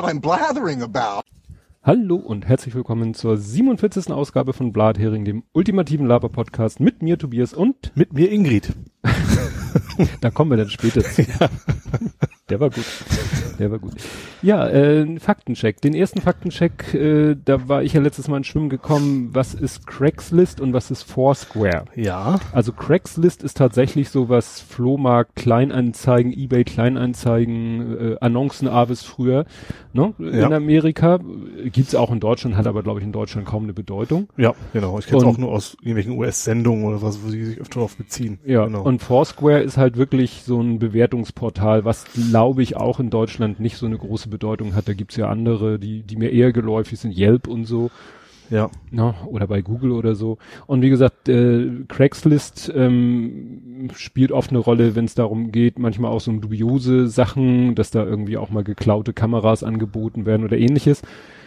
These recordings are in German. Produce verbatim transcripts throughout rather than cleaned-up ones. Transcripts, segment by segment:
I'm blathering about. Hallo und herzlich willkommen zur siebenundvierzigsten Ausgabe von Blathering, dem ultimativen Laber-Podcast mit mir, Tobias, und mit mir, Ingrid. Da kommen wir dann später zu. Ja. Der war gut. Der war gut. Ja, äh, Faktencheck. Den ersten Faktencheck, äh, da war ich ja letztes Mal ins Schwimmen gekommen. Was ist Craigslist und was ist Foursquare? Ja. Also Craigslist ist tatsächlich sowas Flohmarkt, Kleinanzeigen, eBay Kleinanzeigen, äh, Annoncen-Avis früher, ne? Ja. In Amerika. Gibt's auch in Deutschland, hat aber, glaube ich, in Deutschland kaum eine Bedeutung. Ja, genau. Ich kenne es auch nur aus irgendwelchen U S-Sendungen oder was, wo sie sich öfter darauf beziehen. Ja, genau. Und Foursquare ist halt wirklich so ein Bewertungsportal, was, glaube ich, auch in Deutschland nicht so eine große Bedeutung hat. Da gibt's ja andere, die die mir eher geläufig sind, Yelp und so. Ja. No, oder bei Google oder so. Und wie gesagt, äh, Craigslist ähm, spielt oft eine Rolle, wenn es darum geht, manchmal auch so um dubiose Sachen, dass da irgendwie auch mal geklaute Kameras angeboten werden oder ähnliches.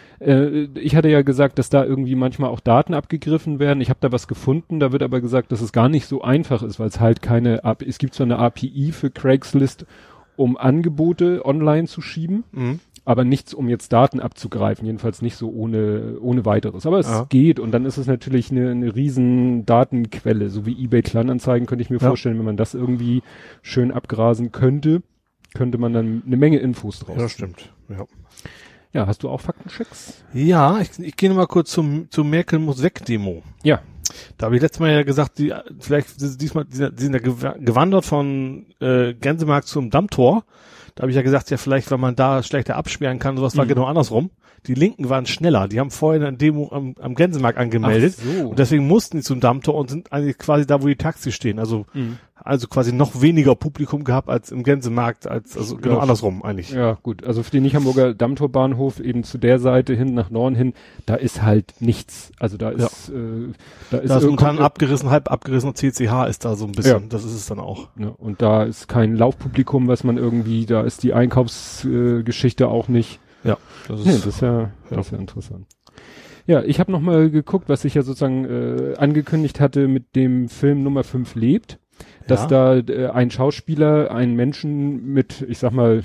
Äh, ich hatte ja gesagt, dass da irgendwie manchmal auch Daten abgegriffen werden. Ich habe da was gefunden, da wird aber gesagt, dass es gar nicht so einfach ist, weil es halt keine, A P I, es gibt zwar eine A P I für Craigslist, um Angebote online zu schieben, mhm. aber nichts, um jetzt Daten abzugreifen, jedenfalls nicht so ohne ohne weiteres. Aber es ja. geht, und dann ist es natürlich eine, eine riesen Datenquelle, so wie eBay Kleinanzeigen, könnte ich mir ja. vorstellen, wenn man das irgendwie schön abgrasen könnte, könnte man dann eine Menge Infos draus. Ja, stimmt. Ja. Ja, hast du auch Faktenchecks? Ja, ich, ich gehe nochmal kurz zum zur Merkel muss weg Demo. Ja. Da habe ich letztes Mal ja gesagt, die vielleicht diesmal die sind ja gewandert von äh, Gänsemarkt zum Dammtor. Da habe ich ja gesagt, ja vielleicht, weil man da schlechter absperren kann, sowas war mhm. genau andersrum. Die Linken waren schneller, die haben vorher eine Demo am, am Gänsemarkt angemeldet. Ach so. Und deswegen mussten die zum Dammtor und sind eigentlich quasi da, wo die Taxis stehen. Also mhm. also quasi noch weniger Publikum gehabt als im Gänsemarkt, als also genau ja, andersrum eigentlich. Ja, gut. Also für den Nicht-Hamburger Dammtorbahnhof eben zu der Seite hin, nach Norden hin, da ist halt nichts. Also da ist ja. äh, da ist, da ist momentan abgerissen, halb abgerissener C C H ist da so ein bisschen. Ja. Das ist es dann auch. Ja, und da ist kein Laufpublikum, was man irgendwie, da ist die Einkaufsgeschichte äh, auch nicht. Ja, das ist, nee, das ist ja, ja. Das ist ja interessant. Ja, ich habe noch mal geguckt, was ich ja sozusagen äh, angekündigt hatte mit dem Film Nummer fünf lebt, dass ja. da äh, ein Schauspieler einen Menschen mit, ich sag mal,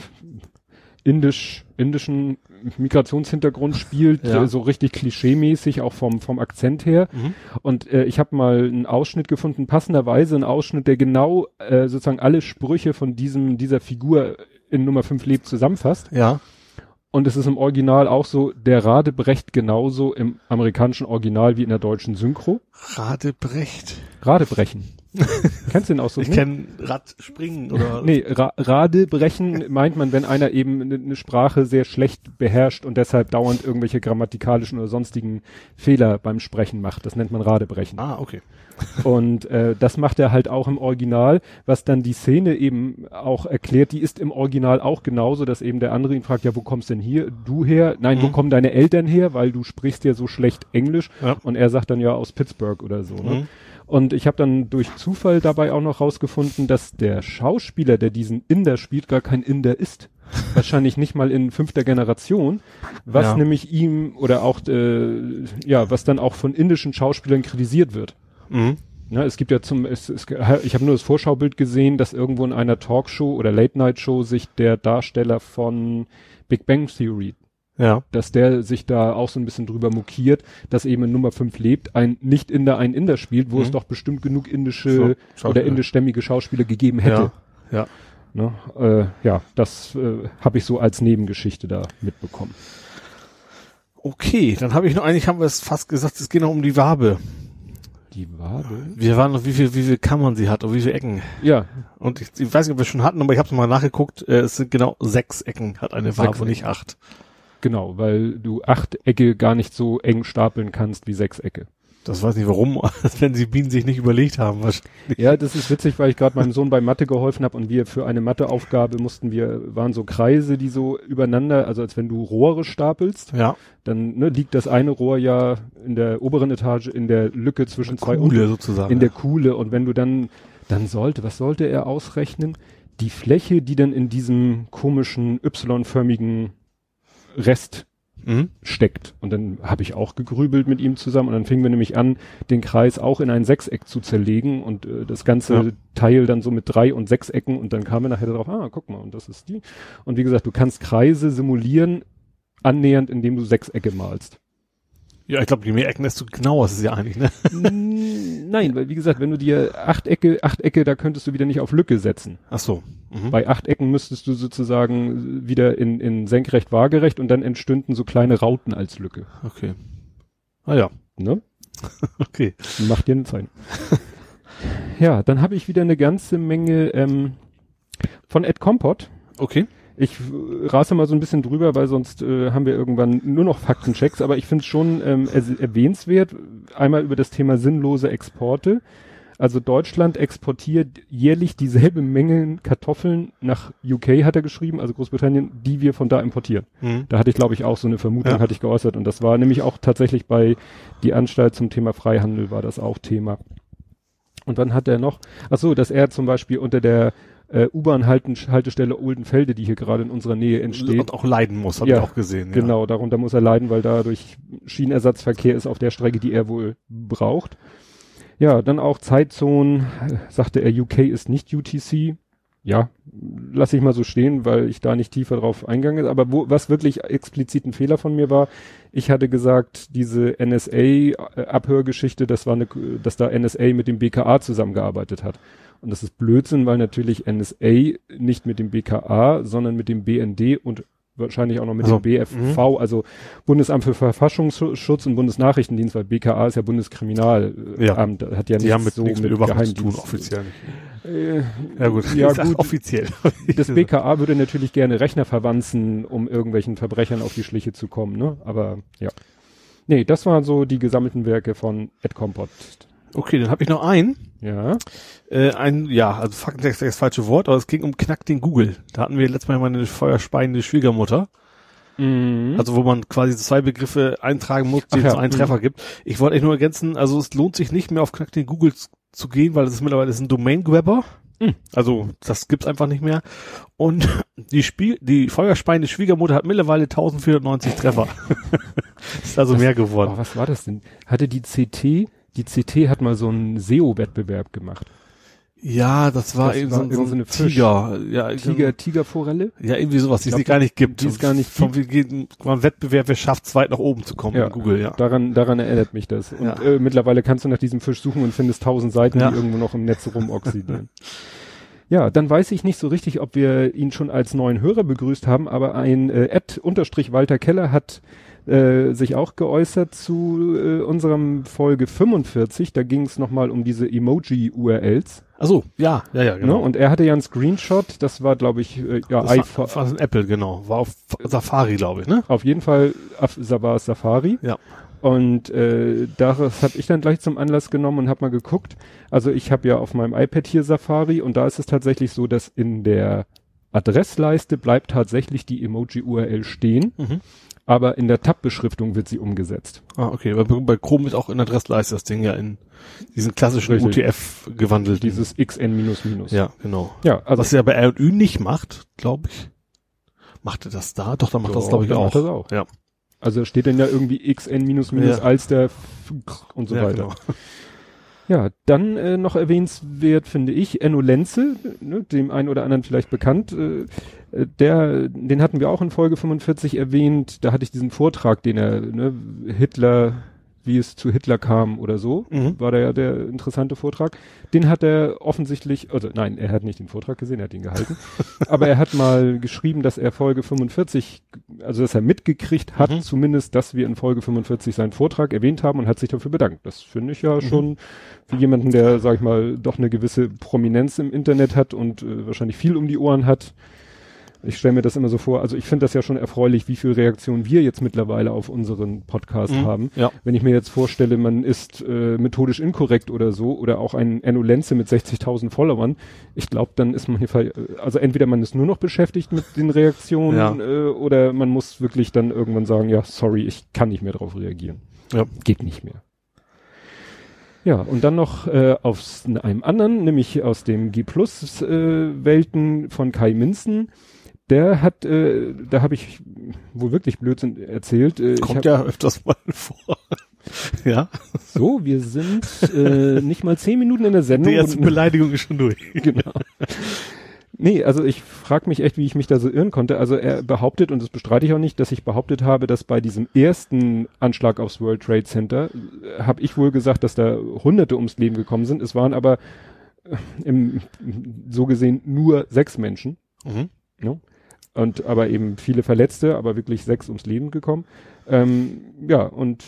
indisch indischen Migrationshintergrund spielt, ja. äh, so richtig klischeemäßig, auch vom vom Akzent her. Mhm. Und äh, ich habe mal einen Ausschnitt gefunden, passenderweise einen Ausschnitt, der genau äh, sozusagen alle Sprüche von diesem dieser Figur in Nummer fünf lebt zusammenfasst. Ja. Und es ist im Original auch so, der Radebrecht genauso im amerikanischen Original wie in der deutschen Synchro. Radebrecht? Radebrechen. Kennst du den Ausdruck? Ich kenne Radspringen oder? Nee, Ra Radebrechen meint man, wenn einer eben eine ne Sprache sehr schlecht beherrscht und deshalb dauernd irgendwelche grammatikalischen oder sonstigen Fehler beim Sprechen macht. Das nennt man Radebrechen. Ah, okay. Und äh, das macht er halt auch im Original, was dann die Szene eben auch erklärt, die ist im Original auch genauso, dass eben der andere ihn fragt, ja, wo kommst denn hier du her? Nein, mhm. wo kommen deine Eltern her? Weil du sprichst ja so schlecht Englisch. Ja. Und er sagt dann ja aus Pittsburgh oder so. Ne? Mhm. Und ich habe dann durch Zufall dabei auch noch rausgefunden, dass der Schauspieler, der diesen Inder spielt, gar kein Inder ist. Wahrscheinlich nicht mal in fünfter Generation, was ja. nämlich ihm oder auch, äh, ja, was dann auch von indischen Schauspielern kritisiert wird. Mhm. Ja, es gibt ja zum, es, es, ich habe nur das Vorschaubild gesehen, dass irgendwo in einer Talkshow oder Late-Night-Show sich der Darsteller von Big Bang Theory, ja, dass der sich da auch so ein bisschen drüber mokiert, dass eben in Nummer fünf lebt, ein Nicht-Inder ein Inder spielt, wo mhm. es doch bestimmt genug indische so, oder indischstämmige Schauspieler gegeben hätte. Ja, ja. Ne, äh, ja, das äh, habe ich so als Nebengeschichte da mitbekommen. Okay, dann habe ich noch, eigentlich haben wir es fast gesagt, es geht noch um die Wabe. Die Wabe? Wir waren noch, wie viel, wie viel Kammern sie hat und wie viele Ecken. Ja. Und ich, ich weiß nicht, ob wir schon hatten, aber ich habe es mal nachgeguckt, äh, es sind genau sechs Ecken, hat eine Wabe und nicht acht. Genau, weil du acht Ecke gar nicht so eng stapeln kannst wie sechs Ecke. Das weiß nicht warum, als wenn die Bienen sich nicht überlegt haben. Wahrscheinlich. Ja, das ist witzig, weil ich gerade meinem Sohn bei Mathe geholfen habe und wir für eine Matheaufgabe mussten wir, waren so Kreise, die so übereinander, also als wenn du Rohre stapelst, ja, dann ne, liegt das eine Rohr ja in der oberen Etage in der Lücke zwischen zwei Kuhle und sozusagen, in der Kuhle, und wenn du dann, dann sollte, was sollte er ausrechnen? Die Fläche, die dann in diesem komischen Y-förmigen Rest Mhm. steckt. Und dann habe ich auch gegrübelt mit ihm zusammen und dann fingen wir nämlich an, den Kreis auch in ein Sechseck zu zerlegen und äh, das ganze ja. Teil dann so mit drei und sechs Ecken, und dann kamen wir nachher darauf, ah, guck mal, und das ist die. Und wie gesagt, du kannst Kreise simulieren annähernd, indem du Sechsecke malst. Ja, ich glaube, je mehr Ecken, desto genauer ist es ja eigentlich, ne? Nein, weil wie gesagt, wenn du dir Achtecke, Achtecke, da könntest du wieder nicht auf Lücke setzen. Ach so. Mhm. Bei Achtecken müsstest du sozusagen wieder in, in senkrecht, waagerecht und dann entstünden so kleine Rauten als Lücke. Okay. Ah ja. Ne? Okay. Macht dir eine Zeit. Ja, dann habe ich wieder eine ganze Menge ähm, von Ed Kompott. Okay. Ich äh, rase mal so ein bisschen drüber, weil sonst äh, haben wir irgendwann nur noch Faktenchecks, aber ich finde es schon ähm, er erwähnenswert. Einmal über das Thema sinnlose Exporte. Also Deutschland exportiert jährlich dieselbe Menge Kartoffeln nach U K, hat er geschrieben, also Großbritannien, die wir von da importieren. Mhm. Da hatte ich, glaube ich, auch so eine Vermutung, ja. hatte ich geäußert. Und das war nämlich auch tatsächlich bei die Anstalt zum Thema Freihandel war das auch Thema. Und dann hat er noch, ach so, dass er zum Beispiel unter der äh, U-Bahn-Haltestelle Oldenfelde, die hier gerade in unserer Nähe entsteht. Und auch leiden muss, habe ja, ich auch gesehen. Ja. Genau, darunter muss er leiden, weil dadurch Schienenersatzverkehr ist auf der Strecke, die er wohl braucht. Ja, dann auch Zeitzonen, sagte er, U K ist nicht U T C. Ja, lasse ich mal so stehen, weil ich da nicht tiefer drauf eingegangen ist. Aber wo, was wirklich explizit ein Fehler von mir war, ich hatte gesagt, diese N S A-Abhörgeschichte, das war eine, dass da N S A mit dem B K A zusammengearbeitet hat. Und das ist Blödsinn, weil natürlich N S A nicht mit dem B K A, sondern mit dem B N D und wahrscheinlich auch noch mit also, dem B F V, mh. also Bundesamt für Verfassungsschutz und Bundesnachrichtendienst, weil B K A ist ja Bundeskriminalamt, ja. hat ja nichts haben mit, so nichts mit, mit Überwachung zu tun, offiziell nicht. Äh, ja gut, ja, gut. offiziell. Das B K A würde natürlich gerne Rechner verwanzen, um irgendwelchen Verbrechern auf die Schliche zu kommen, ne? Aber ja. Nee, das waren so die gesammelten Werke von Ed Kompott. Okay, dann habe ich noch einen. Ja. Äh, ein, ja, also Faktentext ist das falsche Wort, aber es ging um Knack den Google. Da hatten wir letztes Mal meine feuerspeiende Schwiegermutter. Mhm. Also wo man quasi zwei Begriffe eintragen muss, die es ja. einen Treffer mhm. gibt. Ich wollte euch nur ergänzen, also es lohnt sich nicht mehr auf Knack den Google zu gehen, weil es ist mittlerweile ist ein Domain-Grabber. Mhm. Also das gibt's einfach nicht mehr. Und die Spiel, die feuerspeiende Schwiegermutter hat mittlerweile eintausendvierhundertneunzig Treffer. Ist also das, mehr geworden. Oh, was war das denn? Hatte die C T Die C T hat mal so einen S E O-Wettbewerb gemacht. Ja, das war, das eben, war so, so eine Tiger. Ja, Tiger, Tigerforelle? Ja, irgendwie sowas, die es gar nicht gibt. Die es gar nicht Vom, gibt. Vom Wettbewerb, wer schafft es weit nach oben zu kommen ja, in Google, ja. Daran, daran erinnert mich das. Und ja. äh, mittlerweile kannst du nach diesem Fisch suchen und findest tausend Seiten, ja. die irgendwo noch im Netz rumoxidieren. Ja, dann weiß ich nicht so richtig, ob wir ihn schon als neuen Hörer begrüßt haben, aber ein äh, Ed unterstrich Walter Keller hat Äh, sich auch geäußert zu äh, unserem Folge fünfundvierzig. Da ging es nochmal um diese Emoji-U R Ls. Ach so, ja, ja, ja, genau. Ne? Und er hatte ja einen Screenshot, das war, glaube ich, äh, ja, das iPhone. War, war ein Apple, genau. War auf Safari, glaube ich, ne? Auf jeden Fall auf, war es Safari. Ja. Und äh, das habe ich dann gleich zum Anlass genommen und habe mal geguckt. Also ich habe ja auf meinem iPad hier Safari und da ist es tatsächlich so, dass in der Adressleiste bleibt tatsächlich die Emoji-U R L stehen. Mhm. Aber in der Tab-Beschriftung wird sie umgesetzt. Ah, okay. Bei, bei Chrome ist auch in der Adressleiste das Ding ja in diesen klassischen Richtig. U T F gewandelt. Dieses X N minus minus. Ja, genau. Ja, also was er bei R und Ü nicht macht, glaube ich. Macht er das da? Doch, dann macht Doch, das, glaube ich, auch. Macht das auch. Ja. Also steht dann ja irgendwie X N minus minus ja. als der und so ja, weiter. Genau. Ja, dann äh, noch erwähnenswert finde ich Enno Lenze, ne, dem einen oder anderen vielleicht bekannt. Äh, der, den hatten wir auch in Folge fünfundvierzig erwähnt. Da hatte ich diesen Vortrag, den er, ne, Hitler, wie es zu Hitler kam oder so, mhm. war da ja der interessante Vortrag. Den hat er offensichtlich, also nein, er hat nicht den Vortrag gesehen, er hat ihn gehalten. Aber er hat mal geschrieben, dass er Folge fünfundvierzig, also dass er mitgekriegt hat, mhm. zumindest, dass wir in Folge fünfundvierzig seinen Vortrag erwähnt haben und hat sich dafür bedankt. Das finde ich ja mhm. schon für jemanden, der, sag ich mal, doch eine gewisse Prominenz im Internet hat und äh, wahrscheinlich viel um die Ohren hat. Ich stelle mir das immer so vor, also ich finde das ja schon erfreulich, wie viel Reaktionen wir jetzt mittlerweile auf unseren Podcast mhm, haben. Ja. Wenn ich mir jetzt vorstelle, man ist äh, methodisch inkorrekt oder so, oder auch ein Enno Lenze mit sechzigtausend Followern, ich glaube, dann ist man hier, also entweder man ist nur noch beschäftigt mit den Reaktionen ja. äh, oder man muss wirklich dann irgendwann sagen, ja, sorry, ich kann nicht mehr darauf reagieren. Ja. Geht nicht mehr. Ja, und dann noch äh, aus einem anderen, nämlich aus dem G Plus äh, Welten von Kai Minzen. Der hat, äh, da habe ich wohl wirklich Blödsinn erzählt. Äh, Kommt hab, ja öfters mal vor. Ja. So, wir sind äh, nicht mal zehn Minuten in der Sendung. Die erste Beleidigung ist schon durch. Genau. Nee, also ich frage mich echt, wie ich mich da so irren konnte. Also er behauptet, und das bestreite ich auch nicht, dass ich behauptet habe, dass bei diesem ersten Anschlag aufs World Trade Center, äh, habe ich wohl gesagt, dass da Hunderte ums Leben gekommen sind. Es waren aber äh, im, so gesehen nur sechs Menschen. Mhm. Ne? Und aber eben viele Verletzte, aber wirklich sechs ums Leben gekommen. Ähm, ja, und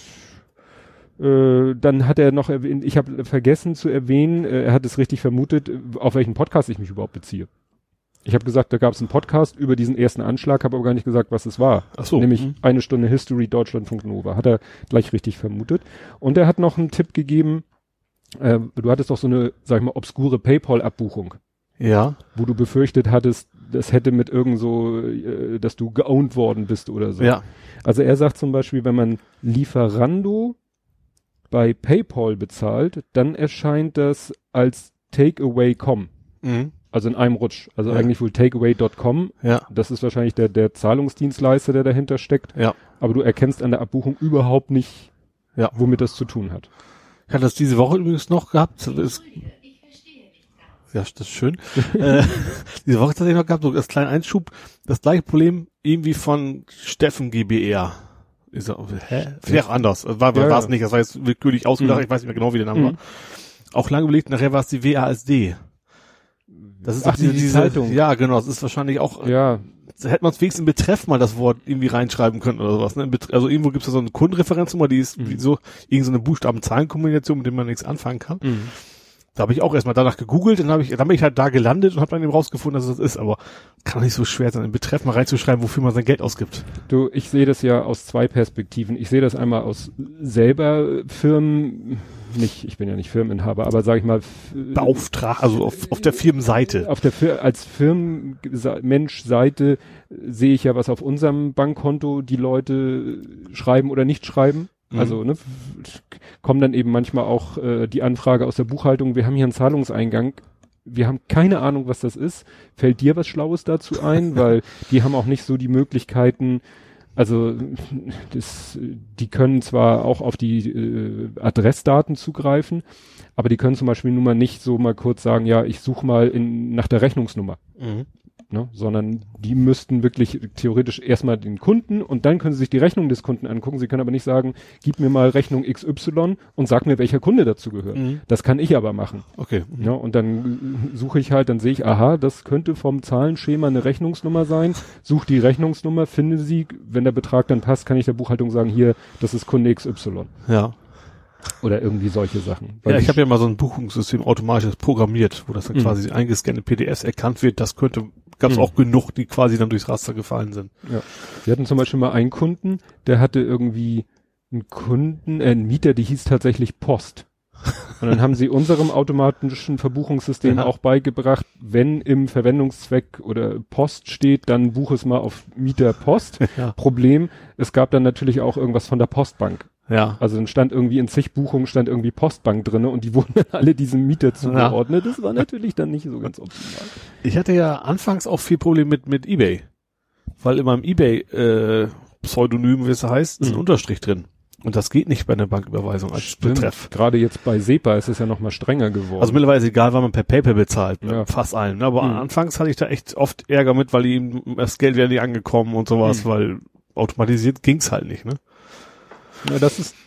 äh, dann hat er noch erwähnt, ich habe vergessen zu erwähnen, äh, er hat es richtig vermutet, auf welchen Podcast ich mich überhaupt beziehe. Ich habe gesagt, da gab es einen Podcast über diesen ersten Anschlag, habe aber gar nicht gesagt, was es war. Ach so. Nämlich Mhm. eine Stunde History Deutschlandfunk Nova. Hat er gleich richtig vermutet. Und er hat noch einen Tipp gegeben, äh, du hattest doch so eine, sag ich mal, obskure PayPal-Abbuchung, Ja. wo du befürchtet hattest, das hätte mit irgend so, äh, dass du geowned worden bist oder so. Ja. Also er sagt zum Beispiel, wenn man Lieferando bei PayPal bezahlt, dann erscheint das als Takeaway Punkt com. Mhm. Also in einem Rutsch. Also Ja. eigentlich wohl takeaway Punkt com. Ja. Das ist wahrscheinlich der, der Zahlungsdienstleister, der dahinter steckt. Ja. Aber du erkennst an der Abbuchung überhaupt nicht, Ja. womit das zu tun hat. Ich hatte das diese Woche übrigens noch gehabt. Das, ja, das ist schön. äh, diese Woche tatsächlich noch gehabt, so als kleinen Einschub. Das gleiche Problem irgendwie von Steffen G B R. Ich so, hä? Vielleicht auch anders. War, war Ja, es ja. nicht. Das war jetzt willkürlich ausgedacht. Mhm. Ich weiß nicht mehr genau, wie der Name Mhm. war. Auch lange überlegt. Nachher war es die W A S D. Das ist Ach, doch diese, die- die diese Zeitung. Ja, genau. Das ist wahrscheinlich auch. Ja, Da hätte man es wenigstens im Betreff mal das Wort irgendwie reinschreiben können oder sowas. Ne? Im Bet- Also irgendwo gibt es da so eine Kundenreferenznummer, die ist Mhm. wie so irgend so eine Buchstaben-Zahlen-Kombination, mit der man nichts anfangen kann. mhm. Da habe ich auch erstmal danach gegoogelt, dann habe ich, dann bin ich halt da gelandet und habe dann eben rausgefunden, dass es das ist. Aber kann nicht so schwer sein, im Betreff mal reinzuschreiben, wofür man sein Geld ausgibt. Du, ich sehe das ja aus zwei Perspektiven. Ich sehe das einmal aus selber Firmen, nicht, ich bin ja nicht Firmeninhaber, aber sage ich mal, f- Beauftragt, also auf, auf der Firmenseite. auf der Fir als Firmenmensch-Seite sehe ich ja, was auf unserem Bankkonto die Leute schreiben oder nicht schreiben. Mhm. Also ne, f- kommen dann eben manchmal auch äh, die Anfrage aus der Buchhaltung, wir haben hier einen Zahlungseingang, wir haben keine Ahnung, was das ist. Fällt dir was Schlaues dazu ein? Weil die haben auch nicht so die Möglichkeiten, also das, die können zwar auch auf die äh, Adressdaten zugreifen, aber die können zum Beispiel nun mal nicht so mal kurz sagen, ja, ich suche mal in, nach der Rechnungsnummer. Mhm. Ne, sondern die müssten wirklich theoretisch erstmal den Kunden und dann können sie sich die Rechnung des Kunden angucken. Sie können aber nicht sagen, gib mir mal Rechnung X Y und sag mir, welcher Kunde dazu gehört. Mhm. Das kann ich aber machen. Okay. Mhm. Ne, und dann äh, suche ich halt, dann sehe ich, aha, das könnte vom Zahlenschema eine Rechnungsnummer sein. Such die Rechnungsnummer, finde sie. Wenn der Betrag dann passt, kann ich der Buchhaltung sagen, hier, das ist Kunde X Y. Ja. Oder irgendwie solche Sachen. Weil Ja, ich die- habe ja mal so ein Buchungssystem automatisch programmiert, wo das dann Mhm. quasi eingescannte P D Fs erkannt wird. Das könnte, gab es Mhm. auch genug, die quasi dann durchs Raster gefallen sind. Ja. Wir hatten zum Beispiel mal einen Kunden, der hatte irgendwie einen Kunden, äh, einen Mieter, die hieß tatsächlich Post. Und dann haben sie unserem automatischen Verbuchungssystem Ja. auch beigebracht, wenn im Verwendungszweck oder Post steht, dann buche es mal auf Mieter Post. Ja. Problem, es gab dann natürlich auch irgendwas von der Postbank. Ja. Also dann stand irgendwie in zig Buchungen stand irgendwie Postbank drinne und die wurden dann alle diesem Mieter zugeordnet. Das war natürlich dann nicht so ganz optimal. Ich hatte ja anfangs auch viel Probleme mit, mit eBay. Weil in meinem eBay, äh, Pseudonym, wie es heißt, ist ein Mhm. Unterstrich drin. Und das geht nicht bei einer Banküberweisung als Betreff. Gerade jetzt bei SEPA ist es ja noch mal strenger geworden. Also mittlerweile ist egal, wann man per PayPal bezahlt, Ja. fast allen. Ne? Aber Mhm. anfangs hatte ich da echt oft Ärger mit, weil ihm das Geld wäre nicht angekommen und sowas, Mhm. weil automatisiert ging's halt nicht. Ne? Ja, das ist,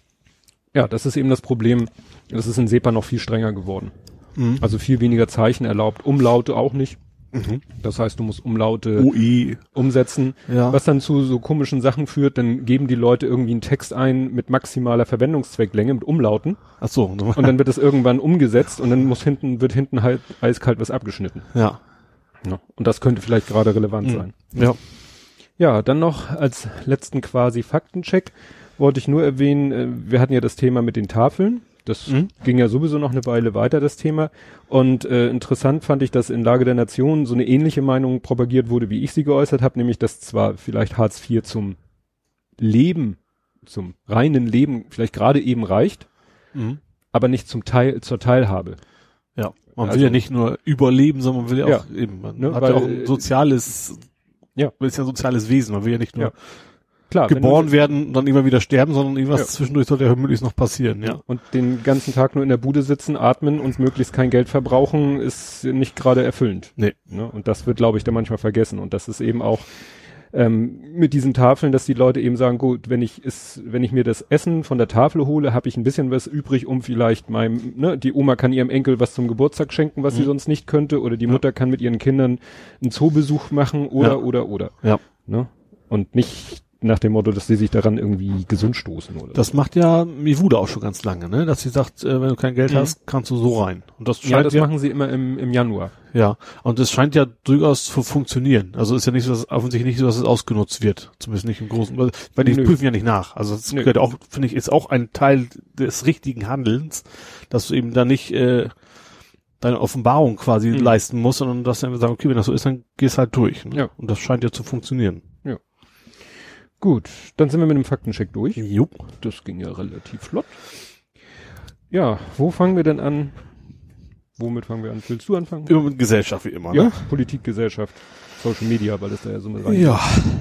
ja, das ist eben das Problem. Das ist in SEPA noch viel strenger geworden. Mhm. Also viel weniger Zeichen erlaubt, Umlaute auch nicht. Mhm. Das heißt, du musst Umlaute O I. umsetzen, Ja. was dann zu so komischen Sachen führt. Dann geben die Leute irgendwie einen Text ein mit maximaler Verwendungszwecklänge, mit Umlauten. Ach so. Und dann wird es irgendwann umgesetzt und dann muss hinten, wird hinten halt eiskalt was abgeschnitten. Ja. Ja. Und das könnte vielleicht gerade relevant Mhm. sein. Ja. Ja, dann noch als letzten quasi Faktencheck wollte ich nur erwähnen, äh, wir hatten ja das Thema mit den Tafeln. Das Mhm. ging ja sowieso noch eine Weile weiter, das Thema. Und äh, interessant fand ich, dass in Lage der Nation so eine ähnliche Meinung propagiert wurde, wie ich sie geäußert habe, nämlich dass zwar vielleicht Hartz vier zum Leben, zum reinen Leben vielleicht gerade eben reicht, Mhm. aber nicht zum Teil, zur Teilhabe. Ja. Man Also- will ja nicht nur überleben, sondern man will ja Ja. auch eben, man Ne, hat weil, ja auch ein soziales, ja. man ist ja ein soziales Wesen, man will ja nicht nur, Ja. klar, geboren du, werden und dann immer wieder sterben, sondern irgendwas ja. zwischendurch sollte ja möglichst noch passieren, ja. Und den ganzen Tag nur in der Bude sitzen, atmen und möglichst kein Geld verbrauchen, ist nicht gerade erfüllend. Nee. Ne? Und das wird, glaube ich, da manchmal vergessen. Und das ist eben auch ähm, mit diesen Tafeln, dass die Leute eben sagen, gut, wenn ich es, wenn ich mir das Essen von der Tafel hole, habe ich ein bisschen was übrig, um vielleicht meinem, ne, die Oma kann ihrem Enkel was zum Geburtstag schenken, was mhm. sie sonst nicht könnte, oder die ja. Mutter kann mit ihren Kindern einen Zoobesuch machen, oder, ja. oder, oder. Ja. Ne? Und nicht nach dem Motto, dass sie sich daran irgendwie gesund stoßen, oder? Das macht ja Mivuda auch schon ganz lange, ne? Dass sie sagt, äh, wenn du kein Geld mhm. hast, kannst du so rein. Und das scheint ja, das ja, machen sie immer im, im Januar. Ja, und das scheint ja durchaus zu funktionieren. Also ist ja nicht so, dass offensichtlich nicht so, dass es ausgenutzt wird. Zumindest nicht im Großen, weil, weil die Nö. prüfen ja nicht nach. Also das Nö. gehört auch, finde ich, ist auch ein Teil des richtigen Handelns, dass du eben da nicht äh, deine Offenbarung quasi mhm. leisten musst, sondern dass du einfach sagst, okay, wenn das so ist, dann gehst halt durch. Ne? Ja. Und das scheint ja zu funktionieren. Ja. Gut, dann sind wir mit dem Faktencheck durch. Jupp. Das ging ja relativ flott. Ja, wo fangen wir denn an? Womit fangen wir an? Willst du anfangen? Immer mit Gesellschaft, wie immer, ja, ne? Politik, Gesellschaft, Social Media, weil das da ja so mit rein Ja.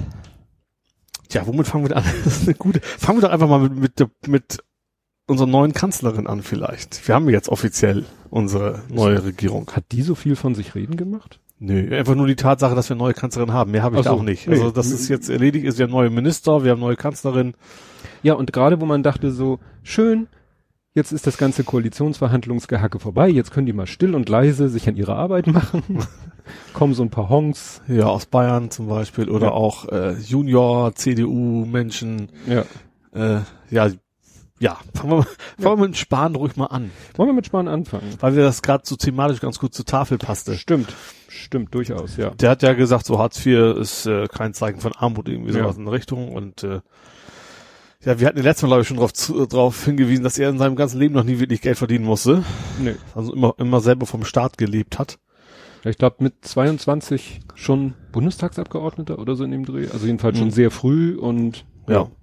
Tja, womit fangen wir denn an? Das ist eine gute. Fangen wir doch einfach mal mit, mit, mit unserer neuen Kanzlerin an vielleicht. Wir haben jetzt offiziell unsere neue Regierung. Hat die so viel von sich reden gemacht? Nö, einfach nur die Tatsache, dass wir eine neue Kanzlerin haben. Mehr habe ich Ach so, da auch nicht. nee. Also das ist jetzt erledigt, ist ja neue Minister, wir haben neue Kanzlerin. Ja, und gerade wo man dachte so, schön, jetzt ist das ganze Koalitionsverhandlungsgehacke vorbei, jetzt können die mal still und leise sich an ihre Arbeit machen. Kommen so ein paar Honks. Ja, aus Bayern zum Beispiel oder ja. auch äh, Junior, C D U-Menschen. Ja. Äh, ja, ja, fangen wir, mal, fangen wir mit Spahn ruhig mal an. Wollen wir mit Spahn anfangen? Weil wir das gerade so thematisch ganz gut zur Tafel passte. Stimmt, stimmt, durchaus, ja. Der hat ja gesagt, so Hartz vier ist äh, kein Zeichen von Armut, irgendwie ja. sowas in der Richtung. Und äh, ja, wir hatten ja letztes Mal, glaube ich, schon drauf, zu, drauf hingewiesen, dass er in seinem ganzen Leben noch nie wirklich Geld verdienen musste. Nee. Also immer, immer selber vom Staat gelebt hat. Ja, ich glaube mit zweiundzwanzig schon Bundestagsabgeordneter oder so in dem Dreh. Also jedenfalls mhm. schon sehr früh und ja. ja.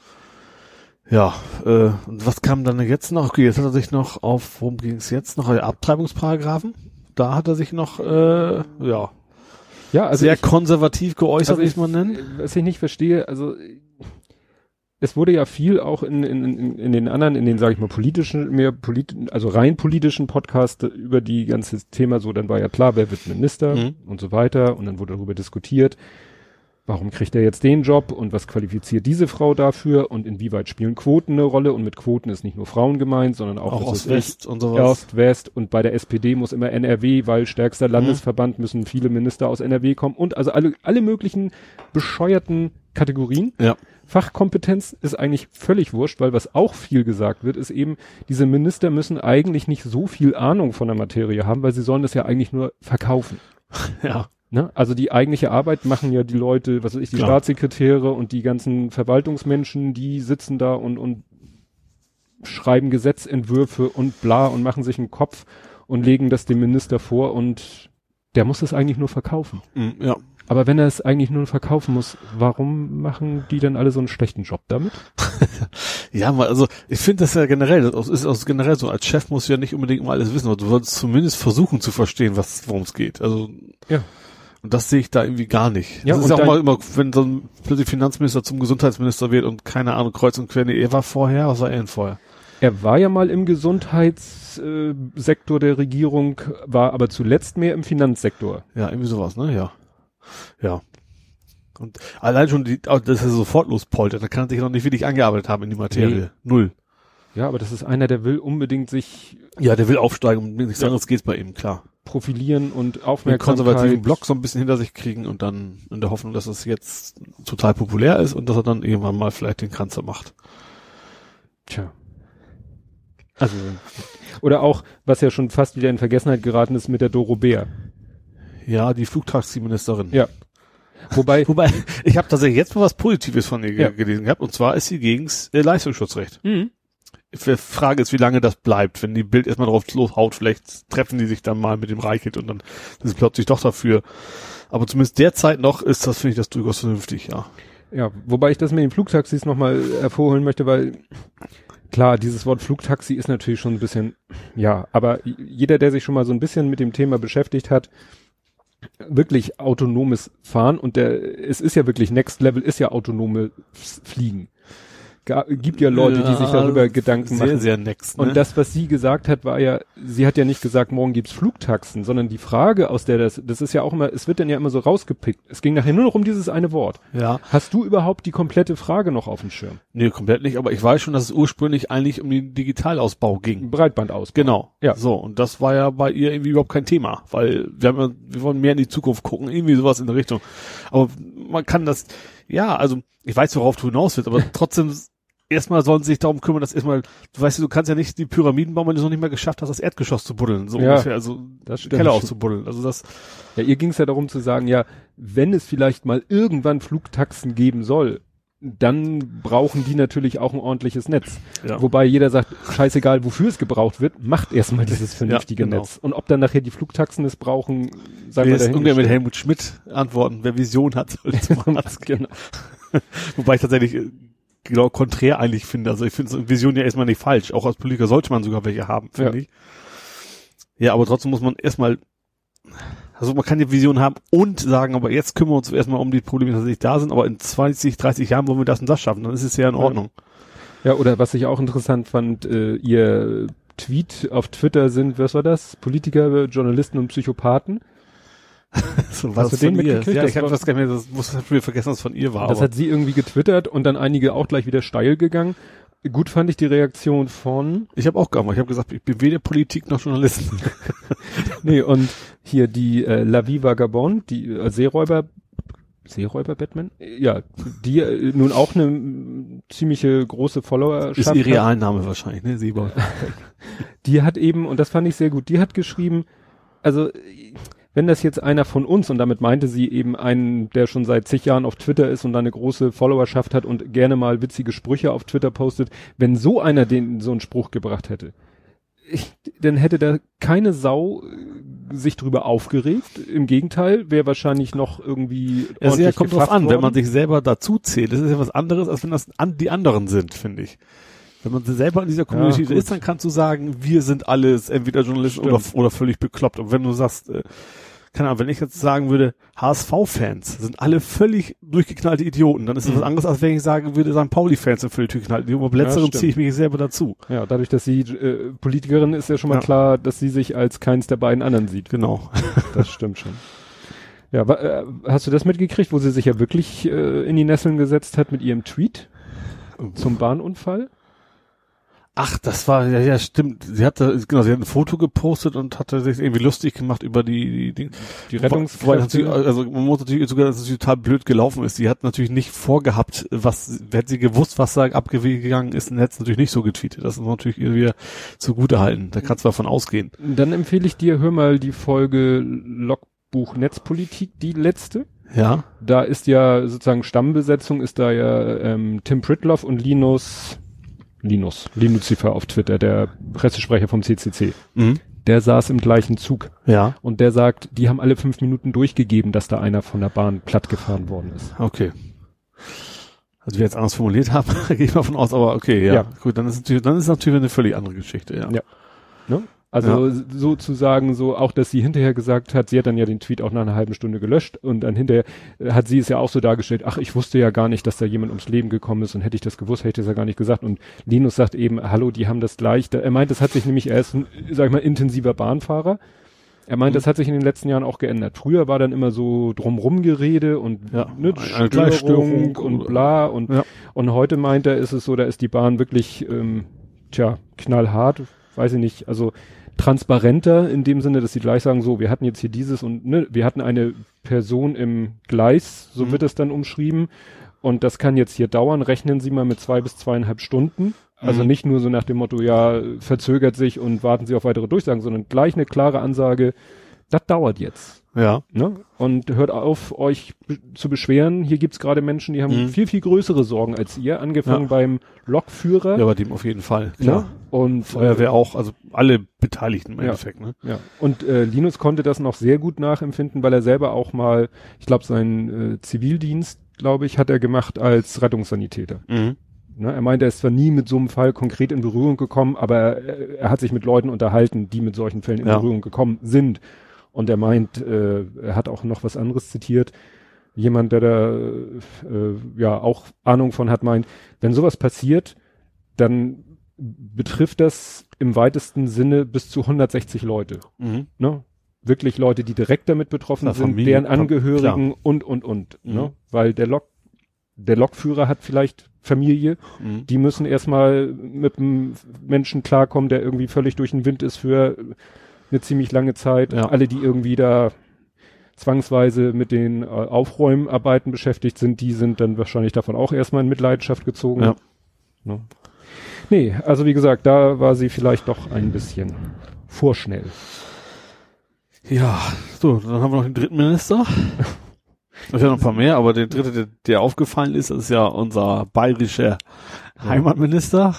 Ja, äh, und was kam dann jetzt noch? Okay, jetzt hat er sich noch auf, worum ging es jetzt noch? Abtreibungsparagraphen. Da hat er sich noch, äh, ja, ja also sehr ich, konservativ geäußert, also wie ich es mal nennen. Was ich nicht verstehe, also es wurde ja viel auch in, in, in, in den anderen, in den, sage ich mal, politischen, mehr polit, also rein politischen Podcasts über die ganze Thema so, dann war ja klar, wer wird Minister mhm. und so weiter und dann wurde darüber diskutiert. Warum kriegt er jetzt den Job und was qualifiziert diese Frau dafür und inwieweit spielen Quoten eine Rolle? Und mit Quoten ist nicht nur Frauen gemeint, sondern auch, auch Ost-West und sowas. Ost-West und bei der S P D muss immer N R W, weil stärkster Landesverband, mhm. müssen viele Minister aus N R W kommen und also alle, alle möglichen bescheuerten Kategorien. Ja. Fachkompetenz ist eigentlich völlig wurscht, weil was auch viel gesagt wird, ist eben, diese Minister müssen eigentlich nicht so viel Ahnung von der Materie haben, weil sie sollen das ja eigentlich nur verkaufen. Ja. Ne? Also die eigentliche Arbeit machen ja die Leute, was weiß ich, die Klar. Staatssekretäre und die ganzen Verwaltungsmenschen, die sitzen da und, und schreiben Gesetzentwürfe und bla und machen sich einen Kopf und legen das dem Minister vor und der muss es eigentlich nur verkaufen. Mhm, ja. Aber wenn er es eigentlich nur verkaufen muss, warum machen die dann alle so einen schlechten Job damit? Ja, mal, also ich finde das ja generell, das ist auch generell so, als Chef musst du ja nicht unbedingt immer alles wissen, aber du solltest zumindest versuchen zu verstehen, was worum es geht. Also ja. Und das sehe ich da irgendwie gar nicht. Ja, das ist ja auch mal immer, wenn so ein plötzlich Finanzminister zum Gesundheitsminister wird und keine Ahnung, kreuz und quer, nee, er war vorher, was war er denn vorher? Er war ja mal im Gesundheitssektor der Regierung, war aber zuletzt mehr im Finanzsektor. Ja, irgendwie sowas, ne? Ja. Ja. Und allein schon, die, dass er sofort lospoltert, da kann er sich noch nicht wirklich angearbeitet haben in die Materie. Nee. Null. Ja, aber das ist einer, der will unbedingt sich... Ja, der will aufsteigen und nichts ja. anderes geht's bei ihm, klar. Profilieren und Aufmerksamkeit. Den konservativen Block so ein bisschen hinter sich kriegen und dann in der Hoffnung, dass es jetzt total populär ist und dass er dann irgendwann mal vielleicht den Kanzler macht. Tja. Also, oder auch, was ja schon fast wieder in Vergessenheit geraten ist mit der Doro Bär. Ja, die Flugtaxi-Ministerin. Ja. Wobei, Wobei, ich habe tatsächlich jetzt mal was Positives von ihr ja. gelesen gehabt, und zwar ist sie gegens äh, Leistungsschutzrecht. Mhm. Die Frage ist, wie lange das bleibt. Wenn die Bild erstmal drauf loshaut, vielleicht treffen die sich dann mal mit dem Reichelt und dann sind sie plötzlich doch dafür. Aber zumindest derzeit noch ist das, finde ich, das durchaus vernünftig, ja. Ja, wobei ich das mit den Flugtaxis nochmal hervorholen möchte, weil klar, dieses Wort Flugtaxi ist natürlich schon ein bisschen, ja, aber jeder, der sich schon mal so ein bisschen mit dem Thema beschäftigt hat, wirklich autonomes Fahren und der, es ist ja wirklich Next Level, ist ja autonomes Fliegen. Ga, gibt ja Leute, ja, die sich darüber Gedanken sehr, machen. Sehr next, ne? Und das, was sie gesagt hat, war ja, sie hat ja nicht gesagt, morgen gibt's Flugtaxen, sondern die Frage, aus der das, das ist ja auch immer, es wird dann ja immer so rausgepickt. Es ging nachher nur noch um dieses eine Wort. Ja. Hast du überhaupt die komplette Frage noch auf dem Schirm? Nee, komplett nicht, aber ich weiß schon, dass es ursprünglich eigentlich um den Digitalausbau ging. Breitbandausbau. Genau. Ja. So, und das war ja bei ihr irgendwie überhaupt kein Thema, weil wir haben ja, wir wollen mehr in die Zukunft gucken, irgendwie sowas in der Richtung. Aber man kann das, ja, also, ich weiß, worauf du hinaus willst, aber trotzdem, erstmal sollen sie sich darum kümmern, dass erstmal, du weißt, du kannst ja nicht die Pyramiden bauen, wenn du es noch nicht mal geschafft hast, das Erdgeschoss zu buddeln, so ja, ungefähr, also das Keller auszubuddeln. Also das. Ja, ihr ging es ja darum zu sagen, ja, wenn es vielleicht mal irgendwann Flugtaxen geben soll, dann brauchen die natürlich auch ein ordentliches Netz. Ja. Wobei jeder sagt, scheißegal, wofür es gebraucht wird, macht erstmal dieses vernünftige ja, genau. Netz. Und ob dann nachher die Flugtaxen es brauchen, sagen wir dahin. Irgendwer mit Helmut Schmidt antworten, wer Vision hat, soll es machen. Genau. Wobei ich tatsächlich genau konträr eigentlich finde. Also ich finde so Vision ja erstmal nicht falsch. Auch als Politiker sollte man sogar welche haben, finde ja. ich. Ja, aber trotzdem muss man erstmal, also man kann die Vision haben und sagen, aber jetzt kümmern wir uns erstmal um die Probleme, die tatsächlich da sind, aber in zwanzig, dreißig Jahren wollen wir das und das schaffen, dann ist es ja in Ordnung. Ja, ja, oder was ich auch interessant fand, äh, ihr Tweet auf Twitter sind, was war das? Politiker, Journalisten und Psychopathen. So, was hast du den mitgekriegt? Ja, ich habe das gar nicht mehr, das muss ich vergessen, was von ihr war. Das aber. hat sie irgendwie getwittert und dann einige auch gleich wieder steil gegangen. Gut fand ich die Reaktion von... Ich habe auch gemacht. Ich habe gesagt, ich bin weder Politik noch Journalisten. Nee, und hier die äh, La Vie Vagabond, die äh, Seeräuber... Seeräuber-Batman? Ja, die äh, nun auch eine ziemliche große Followerschaft ist ihr Realname wahrscheinlich, ne? Seeräuber. Die hat eben, und das fand ich sehr gut, die hat geschrieben, also... Wenn das jetzt einer von uns, und damit meinte sie eben einen, der schon seit zig Jahren auf Twitter ist und da eine große Followerschaft hat und gerne mal witzige Sprüche auf Twitter postet, wenn so einer den so einen Spruch gebracht hätte, ich, dann hätte da keine Sau sich drüber aufgeregt. Im Gegenteil, wäre wahrscheinlich noch irgendwie ordentlich ja, kommt drauf an, worden. Wenn man sich selber dazu zählt. Das ist ja was anderes, als wenn das an, die anderen sind, finde ich. Wenn man selber in dieser Community ja, ist, dann kannst du sagen, wir sind alles entweder Journalisten oder, oder völlig bekloppt. Und wenn du sagst, äh, keine Ahnung, wenn ich jetzt sagen würde, H S V-Fans sind alle völlig durchgeknallte Idioten, dann ist das mhm. was anderes, als wenn ich sagen würde, Sankt Pauli-Fans sind völlig durchgeknallte Idioten. Aber letzterem ja, ziehe ich mich selber dazu. Ja, dadurch, dass sie äh, Politikerin ist, ja schon mal ja. klar, dass sie sich als keins der beiden anderen sieht. Genau. Das stimmt schon. Ja, wa- äh, hast du das mitgekriegt, wo sie sich ja wirklich äh, in die Nesseln gesetzt hat mit ihrem Tweet zum Bahnunfall? Ach, das war, ja, ja, stimmt. Sie hatte, genau, sie hat ein Foto gepostet und hatte sich irgendwie lustig gemacht über die, die, die, die Rettungskräfte. Also, man muss natürlich sogar, dass es total blöd gelaufen ist. Sie hat natürlich nicht vorgehabt, was, hätte sie gewusst, was da abgegangen ist, dann hätte es natürlich nicht so getweetet. Das muss man natürlich irgendwie zugute halten. Da kannst du davon ausgehen. Dann empfehle ich dir, hör mal die Folge Logbuch Netzpolitik, die letzte. Ja. Da ist ja sozusagen Stammbesetzung, ist da ja, ähm, Tim Pritloff und Linus, Linus, Linuzifer auf Twitter, der Pressesprecher vom C C C. Mhm. Der saß im gleichen Zug. Ja. Und der sagt, die haben alle fünf Minuten durchgegeben, dass da einer von der Bahn plattgefahren worden ist. Okay. Also wir jetzt anders formuliert haben, gehe ich mal von aus, aber okay, ja. ja. Gut, dann ist natürlich, dann ist natürlich eine völlig andere Geschichte, ja. Ja. Ne? Also ja. sozusagen so, auch dass sie hinterher gesagt hat, sie hat dann ja den Tweet auch nach einer halben Stunde gelöscht und dann hinterher hat sie es ja auch so dargestellt, ach, ich wusste ja gar nicht, dass da jemand ums Leben gekommen ist und hätte ich das gewusst, hätte ich das ja gar nicht gesagt. Und Linus sagt eben, hallo, die haben das gleich, er meint, das hat sich nämlich, er ist ein, sag ich mal, intensiver Bahnfahrer. Er meint, mhm. das hat sich in den letzten Jahren auch geändert. Früher war dann immer so drumrum Gerede und ja, ne, Störung, Störung und bla und, ja. und heute meint er, ist es so, da ist die Bahn wirklich, ähm, tja, knallhart, weiß ich nicht, also transparenter in dem Sinne, dass sie gleich sagen, so, wir hatten jetzt hier dieses und ne, wir hatten eine Person im Gleis, so mhm. wird es dann umschrieben und das kann jetzt hier dauern, rechnen Sie mal mit zwei bis zweieinhalb Stunden, also mhm. nicht nur so nach dem Motto, ja, verzögert sich und warten Sie auf weitere Durchsagen, sondern gleich eine klare Ansage, das dauert jetzt. Ja. Ne? Und hört auf, euch be- zu beschweren. Hier gibt's gerade Menschen, die haben mhm. viel, viel größere Sorgen als ihr, angefangen ja. beim Lokführer. Ja, bei dem auf jeden Fall. Klar. Ne? Und Feuerwehr äh, auch, also alle Beteiligten im ja, Endeffekt. Ne? Ja. Und äh, Linus konnte das noch sehr gut nachempfinden, weil er selber auch mal, ich glaube, seinen äh, Zivildienst, glaube ich, hat er gemacht als Rettungssanitäter. Mhm. Ne? Er meinte, er ist zwar nie mit so einem Fall konkret in Berührung gekommen, aber er, er hat sich mit Leuten unterhalten, die mit solchen Fällen in ja. Berührung gekommen sind. Und er meint, äh, er hat auch noch was anderes zitiert. Jemand, der da äh, ja auch Ahnung von hat, meint, wenn sowas passiert, dann betrifft das im weitesten Sinne bis zu hundertsechzig Leute. Mhm. Ne? Wirklich Leute, die direkt damit betroffen sind, Familie, deren Angehörigen klar. und, und, und. Mhm. Ne? Weil der Lok, der Lokführer hat vielleicht Familie, mhm. die müssen erstmal mit einem Menschen klarkommen, der irgendwie völlig durch den Wind ist für eine ziemlich lange Zeit. Ja. Alle, die irgendwie da zwangsweise mit den äh, Aufräumarbeiten beschäftigt sind, die sind dann wahrscheinlich davon auch erstmal in Mitleidenschaft gezogen. Ja. Ne? Nee, also wie gesagt, da war sie vielleicht doch ein bisschen vorschnell. Ja, so, dann haben wir noch den dritten Minister. Ich habe ja noch ein paar mehr, aber der dritte, der, der aufgefallen ist, ist ja unser bayerischer Heimatminister.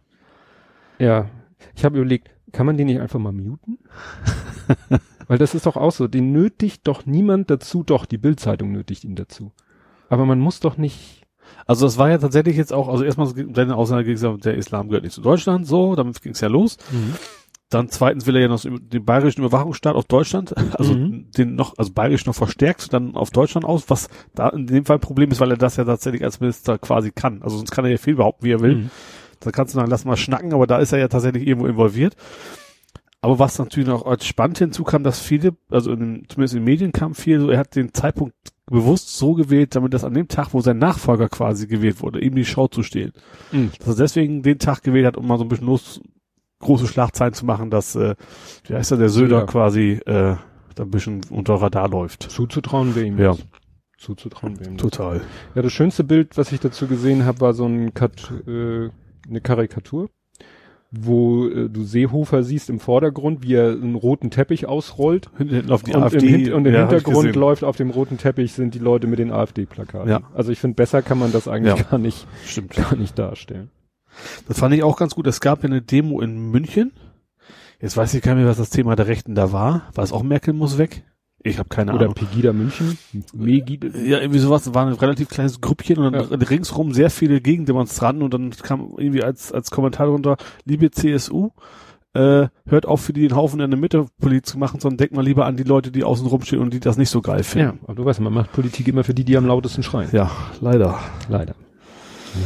Ja, ich habe überlegt, kann man den nicht einfach mal muten? Weil das ist doch auch so, den nötigt doch niemand dazu, doch, die Bild-Zeitung nötigt ihn dazu. Aber man muss doch nicht... Also das war ja tatsächlich jetzt auch, also erstmal seine Aussage ging es ja, der Islam gehört nicht zu Deutschland, so, damit ging es ja los. Mhm. Dann zweitens will er ja noch den bayerischen Überwachungsstaat auf Deutschland, also mhm. den noch, also bayerisch noch verstärkt, dann auf Deutschland aus, was da in dem Fall ein Problem ist, weil er das ja tatsächlich als Minister quasi kann. Also sonst kann er ja viel behaupten, wie er will. Mhm. Da kannst du dann lass mal schnacken, aber da ist er ja tatsächlich irgendwo involviert. Aber was natürlich noch als spannend hinzukam, dass viele, also in den, zumindest in den Medien kam viel, so, er hat den Zeitpunkt bewusst so gewählt, damit das an dem Tag, wo sein Nachfolger quasi gewählt wurde, eben die Show zu stehlen. Mhm. Dass er deswegen den Tag gewählt hat, um mal so ein bisschen los, große Schlagzeilen zu machen, dass, äh, wie heißt er, der Söder ja. quasi, äh, da ein bisschen unter Radar läuft. Zuzutrauen wir ihm. Ja. Zuzutrauen wir ihm. Total. Ja, das schönste Bild, was ich dazu gesehen habe, war so ein Kat, äh, eine Karikatur, wo äh, du Seehofer siehst im Vordergrund, wie er einen roten Teppich ausrollt. Hinten auf die und AfD. Im Hin- und im ja, Hintergrund läuft auf dem roten Teppich sind die Leute mit den AfD-Plakaten. Ja. Also ich finde, besser kann man das eigentlich ja. gar nicht, Stimmt. gar nicht darstellen. Das fand ich auch ganz gut. Es gab ja eine Demo in München. Jetzt weiß ich gar nicht mehr, was das Thema der Rechten da war. War es auch Merkel muss weg? Ich habe keine Oder Ahnung. Oder Pegida München? Megida? Ja, irgendwie sowas. Das war ein relativ kleines Grüppchen und dann ja. ringsrum sehr viele Gegendemonstranten und dann kam irgendwie als als Kommentar drunter, liebe C S U, äh, hört auf, für die den Haufen in der Mitte Politik zu machen, sondern denkt mal lieber an die Leute, die außen rumstehen und die das nicht so geil finden. Ja, aber du weißt, man macht Politik immer für die, die am lautesten schreien. Ja, leider. Leider. Ja.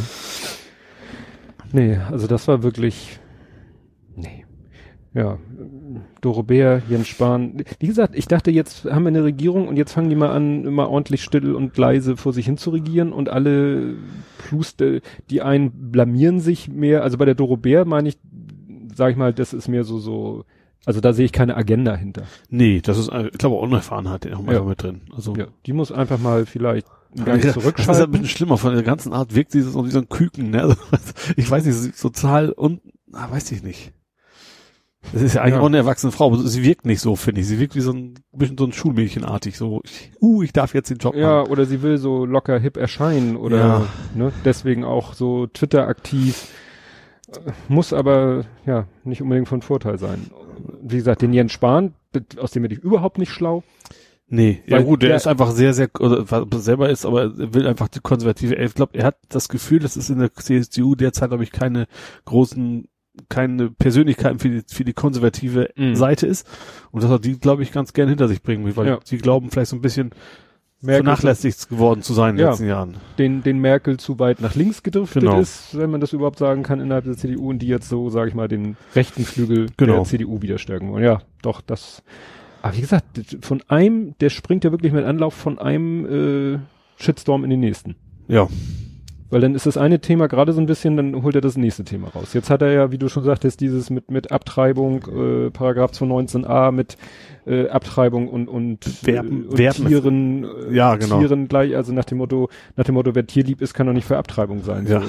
Nee, also das war wirklich, nee. Ja, Doro Bär, Jens Spahn. Wie gesagt, ich dachte, jetzt haben wir eine Regierung und jetzt fangen die mal an, immer ordentlich still und leise vor sich hin zu regieren und alle Pluste, die einen blamieren sich mehr. Also bei der Doro Bär meine ich, sag ich mal, das ist mehr so, so, also da sehe ich keine Agenda hinter. Nee, das ist, ich glaube, Unerfahrenheit auch mal ja. mit drin. Also ja, die muss einfach mal vielleicht gar nicht ja, zurückschalten. Das ist ein bisschen schlimmer. Von der ganzen Art wirkt sie so wie so ein Küken, ne? Also, ich weiß nicht, sozial und, ah, weiß ich nicht. Das ist ja eigentlich ja. auch eine erwachsene Frau, aber sie wirkt nicht so, finde ich. Sie wirkt wie so ein bisschen so ein Schulmädchenartig, so, ich, uh, ich darf jetzt den Job ja, machen. Oder sie will so locker hip erscheinen oder, ja. ne, deswegen auch so Twitter aktiv. Muss aber, ja, nicht unbedingt von Vorteil sein. Wie gesagt, den Jens Spahn, aus dem bin ich überhaupt nicht schlau. Nee, ja gut, der, der ist einfach sehr, sehr, oder selber ist, aber er will einfach die konservative, ich glaube, er hat das Gefühl, dass es in der C S U derzeit, glaube ich, keine großen, keine Persönlichkeiten für die, für die konservative mm. Seite ist. Und dass er die, glaube ich, ganz gern hinter sich bringen will, weil ja. sie glauben vielleicht so ein bisschen Merkel vernachlässigt geworden zu sein in den ja, letzten Jahren. Den, den Merkel zu weit nach links gedriftet genau. ist, wenn man das überhaupt sagen kann, innerhalb der C D U und die jetzt so, sage ich mal, den rechten Flügel genau. der C D U wieder stärken wollen. Ja, doch, das, aber wie gesagt, von einem, der springt ja wirklich mit Anlauf von einem äh, Shitstorm in den nächsten. Ja. Weil dann ist das eine Thema gerade so ein bisschen, dann holt er das nächste Thema raus. Jetzt hat er ja, wie du schon sagtest, dieses mit mit Abtreibung, äh, Paragraph zweihundertneunzehn a mit äh, Abtreibung und und, Werben, äh, und Werben. Tieren, äh, ja, genau. Tieren gleich, also nach dem Motto, nach dem Motto, wer tierlieb ist, kann doch nicht für Abtreibung sein. Ja. So,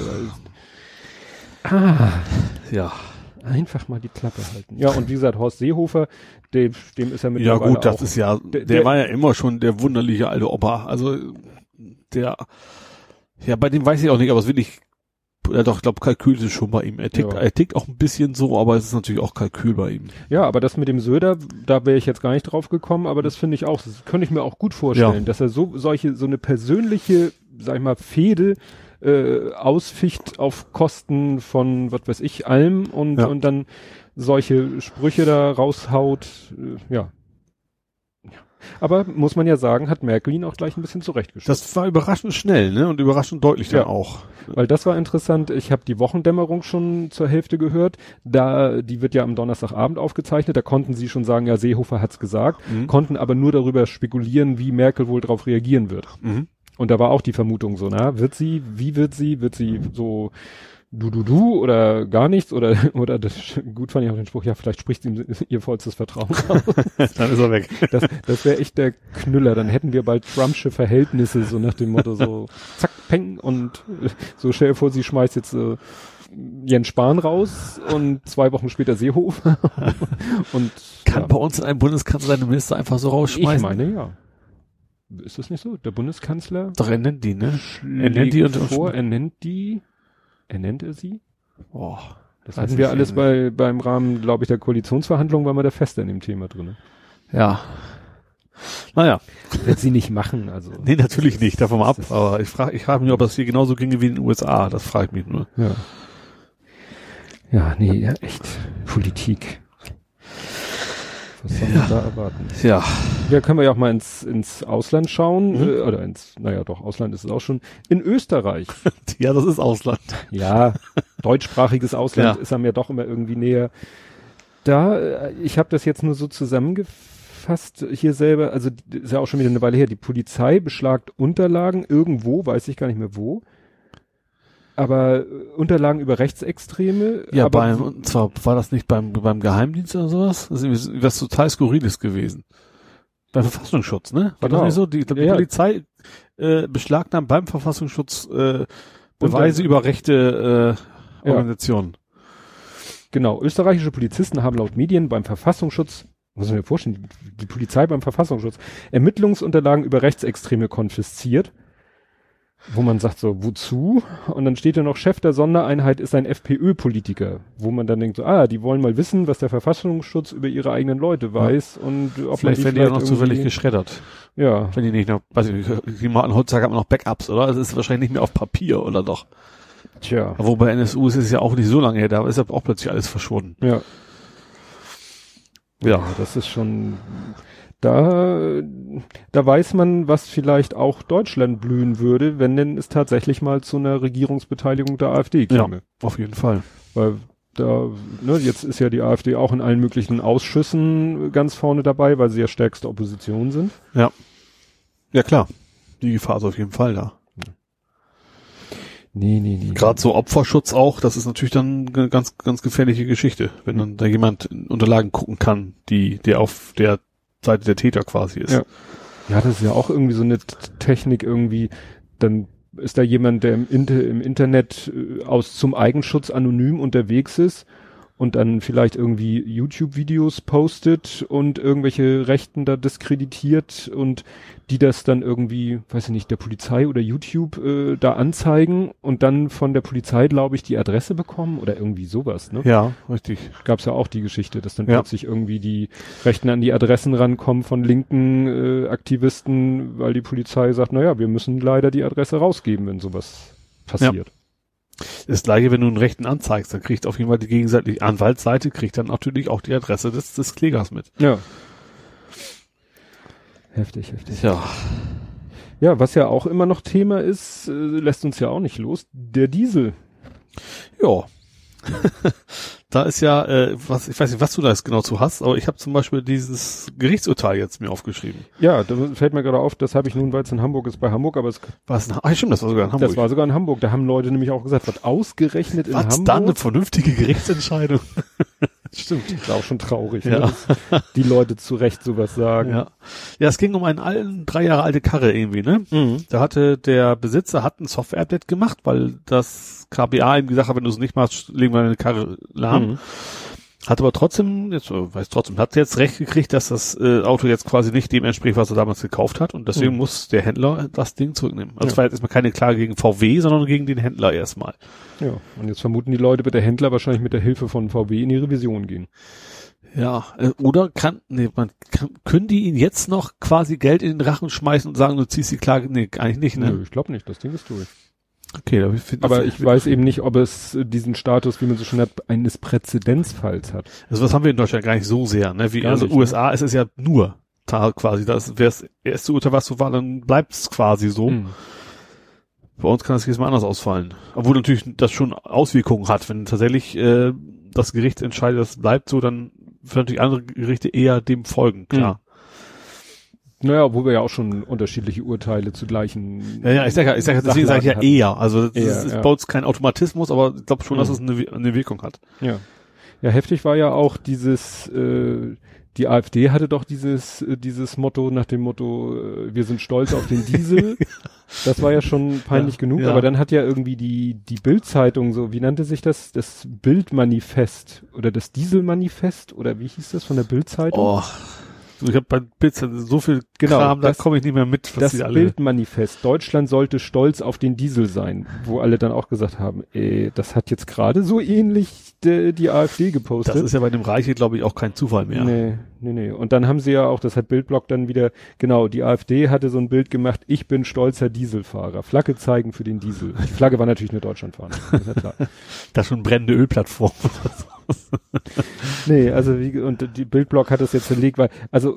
also, ah, ja. Einfach mal die Klappe halten. Ja, und wie gesagt, Horst Seehofer, dem, dem ist er mittlerweile Ja gut, das auch, ist ja, der, der, der war ja immer schon der wunderliche alte Opa. Also der, ja, bei dem weiß ich auch nicht, aber es wirklich, ja doch, ich glaube, Kalkül ist schon bei ihm. Er tickt, ja. er tickt auch ein bisschen so, aber es ist natürlich auch Kalkül bei ihm. Ja, aber das mit dem Söder, da wäre ich jetzt gar nicht drauf gekommen, aber das finde ich auch, das könnte ich mir auch gut vorstellen, ja. dass er so solche, so eine persönliche, sag ich mal, Fehde äh, ausficht auf Kosten von, was weiß ich, allem und, ja. und dann solche Sprüche da raushaut, äh, ja. Aber muss man ja sagen, hat Merkel ihn auch gleich ein bisschen zurechtgestellt. Das war überraschend schnell, ne? Und überraschend deutlich dann ja. auch. Weil das war interessant. Ich habe die Wochendämmerung schon zur Hälfte gehört. Da, die wird ja am Donnerstagabend aufgezeichnet. Da konnten sie schon sagen, ja, Seehofer hat's gesagt, mhm. konnten aber nur darüber spekulieren, wie Merkel wohl darauf reagieren wird. Mhm. Und da war auch die Vermutung so, na, wird sie, wie wird sie, wird sie so du, du, du oder gar nichts oder, oder das, gut fand ich auch den Spruch, ja, vielleicht spricht sie ihm ihr vollstes Vertrauen aus. Dann ist er weg. Das, das wäre echt der Knüller. Dann hätten wir bald Trumpsche Verhältnisse, so nach dem Motto so zack, peng und so stell dir vor, sie schmeißt jetzt äh, Jens Spahn raus und zwei Wochen später Seehofer. und Kann ja. bei uns in einem Bundeskanzler seine Minister einfach so rausschmeißen? Ich meine, ja. Ist das nicht so? Der Bundeskanzler? Doch, er nennt die, ne? Er nennt die und vor, er nennt die, er nennt er sie? Boah. Das hatten wir alles bei, beim Rahmen, glaube ich, der Koalitionsverhandlungen, waren wir da fester in dem Thema drin. Ja. Naja. Wird sie nicht machen, also. Nee, natürlich nicht, davon ab. Aber ich frage, ich frage mich, ob das hier genauso ginge wie in den U S A. Das frage ich mich nur. Ja. Ja, nee, ja, echt. Politik. Was soll man ja. da erwarten? Ja. Ja, können wir ja auch mal ins, ins Ausland schauen, mhm. äh, oder ins, naja doch, Ausland ist es auch schon, in Österreich. Ja, das ist Ausland. Ja, deutschsprachiges Ausland ja. ist einem ja doch immer irgendwie näher. Da, ich habe das jetzt nur so zusammengefasst hier selber, also ist ja auch schon wieder eine Weile her, die Polizei beschlagt Unterlagen irgendwo, weiß ich gar nicht mehr wo, aber Unterlagen über Rechtsextreme. Ja, aber beim, und zwar war das nicht beim, beim Geheimdienst oder sowas? Das ist was total Skurriles gewesen. Beim Verfassungsschutz, ne? War genau. das nicht so? Die, die ja, Polizei äh, beschlagnahmt beim Verfassungsschutz äh, Beweise über rechte äh, Organisationen. Ja. Genau, österreichische Polizisten haben laut Medien beim Verfassungsschutz, muss ich mir vorstellen, die, die Polizei beim Verfassungsschutz, Ermittlungsunterlagen über Rechtsextreme konfisziert. Wo man sagt so, wozu? Und dann steht ja noch, Chef der Sondereinheit ist ein FPÖ-Politiker, wo man dann denkt so, ah, die wollen mal wissen, was der Verfassungsschutz über ihre eigenen Leute weiß ja. und ob vielleicht man werden die auch noch zufällig geschreddert. Ja. Wenn die nicht noch, weiß ich nicht, die machen heutzutage hat man noch Backups, oder? Es ist wahrscheinlich nicht mehr auf Papier, oder doch? Tja. Aber bei N S U ist es ja auch nicht so lange her, da ist ja auch plötzlich alles verschwunden. Ja. Ja, das ist schon, da, da weiß man, was vielleicht auch Deutschland blühen würde, wenn denn es tatsächlich mal zu einer Regierungsbeteiligung der AfD käme. Ja, auf jeden Fall. Weil da, ne, jetzt ist ja die AfD auch in allen möglichen Ausschüssen ganz vorne dabei, weil sie ja stärkste Opposition sind. Ja. Ja, klar. Die Gefahr ist auf jeden Fall da. Nee, nee, nee. Gerade so Opferschutz auch, das ist natürlich dann eine ganz, ganz gefährliche Geschichte, wenn dann da jemand in Unterlagen gucken kann, die, der auf der Seite der Täter quasi ist. Ja. Ja, das ist ja auch irgendwie so eine Technik irgendwie, dann ist da jemand, der im, Inter, im Internet äh, aus zum Eigenschutz anonym unterwegs ist und dann vielleicht irgendwie YouTube-Videos postet und irgendwelche Rechten da diskreditiert und die das dann irgendwie, weiß ich nicht, der Polizei oder YouTube äh, da anzeigen und dann von der Polizei, glaube ich, die Adresse bekommen oder irgendwie sowas, ne? Ja, richtig. Gab's ja auch die Geschichte, dass dann ja. plötzlich irgendwie die Rechten an die Adressen rankommen von linken äh, Aktivisten, weil die Polizei sagt, naja, wir müssen leider die Adresse rausgeben, wenn sowas passiert. Ja. Das gleiche, wenn du einen Rechten anzeigst, dann kriegt auf jeden Fall die gegenseitige Anwaltsseite, kriegt dann natürlich auch die Adresse des, des Klägers mit. Ja. Heftig, heftig. Ja. Ja, was ja auch immer noch Thema ist, äh, lässt uns ja auch nicht los, der Diesel. Ja. Da ist ja, äh, was, ich weiß nicht, was du da jetzt genau zu hast, aber ich habe zum Beispiel dieses Gerichtsurteil jetzt mir aufgeschrieben. Ja, da fällt mir gerade auf, das habe ich nun, weil es in Hamburg ist, bei Hamburg, aber es... Was? Ah, stimmt, das war sogar in Hamburg. Das war sogar in Hamburg, da haben Leute nämlich auch gesagt, was ausgerechnet in was Hamburg... Was dann eine vernünftige Gerichtsentscheidung? Stimmt, ist auch schon traurig, ja. ne, dass die Leute zu Recht sowas sagen. Ja. Ja, es ging um einen alten, drei Jahre alte Karre irgendwie, ne? Mhm. Da hatte der Besitzer hat ein Software-Update gemacht, weil das K B A ihm gesagt hat, wenn du es nicht machst, legen wir deine Karre lahm. Mhm. Hat aber trotzdem, jetzt weiß trotzdem, hat jetzt recht gekriegt, dass das äh, Auto jetzt quasi nicht dem entspricht, was er damals gekauft hat und deswegen mhm. muss der Händler das Ding zurücknehmen. Also es ja. war jetzt erstmal keine Klage gegen V W, sondern gegen den Händler erstmal. Ja, und jetzt vermuten die Leute, wird der Händler wahrscheinlich mit der Hilfe von V W in die Revision gehen. Ja, äh, oder kann, nee, man kann, können die ihn jetzt noch quasi Geld in den Rachen schmeißen und sagen, du ziehst die Klage? Nee, eigentlich nicht, ne? Nö, ich glaube nicht, das Ding ist durch. Okay, da find, aber ich weiß eben nicht, ob es diesen Status, wie man so schon hat, eines Präzedenzfalls hat. Also was haben wir in Deutschland gar nicht so sehr, ne? Wie gar also nicht, U S A ne? Ist es ja nur. Tat quasi. Das wäre das erste Urteil, was so war, dann bleibt es quasi so. Mhm. Bei uns kann das jetzt mal anders ausfallen. Obwohl natürlich das schon Auswirkungen hat. Wenn tatsächlich äh, das Gericht entscheidet, das bleibt so, dann werden natürlich andere Gerichte eher dem folgen, klar. Mhm. Naja, wo wir ja auch schon unterschiedliche Urteile zu gleichen. Ja, ja, ich sage ja, ich sage deswegen sage ich ja eher. Also das eher, ist, ist ja. bei uns kein Automatismus, aber ich glaube schon, mhm. dass es eine, eine Wirkung hat. Ja. Ja, heftig war ja auch dieses, äh, die AfD hatte doch dieses, äh, dieses Motto nach dem Motto, äh, wir sind stolz auf den Diesel. Das war ja schon peinlich ja, genug, ja. Aber dann hat ja irgendwie die, die Bild-Zeitung so, wie nannte sich das? Das Bild-Manifest oder das Diesel-Manifest oder wie hieß das von der Bild-Zeitung? Oh. Ich habe bei Bild so viel genau, Kram, das, da komme ich nicht mehr mit. Was das die alle Bildmanifest. Deutschland sollte stolz auf den Diesel sein, wo alle dann auch gesagt haben, ey, das hat jetzt gerade so ähnlich de, die AfD gepostet. Das ist ja bei dem Reiche, glaube ich, auch kein Zufall mehr. Nee, nee, nee. Und dann haben sie ja auch, das hat Bildblock dann wieder, genau, die AfD hatte so ein Bild gemacht, ich bin stolzer Dieselfahrer. Flagge zeigen für den Diesel. Die Flagge war natürlich nur Deutschlandfahne. Das ist ja klar. Das ist schon brennende Ölplattform. Nee, also wie, und die Bildblock hat das jetzt verlegt, weil, also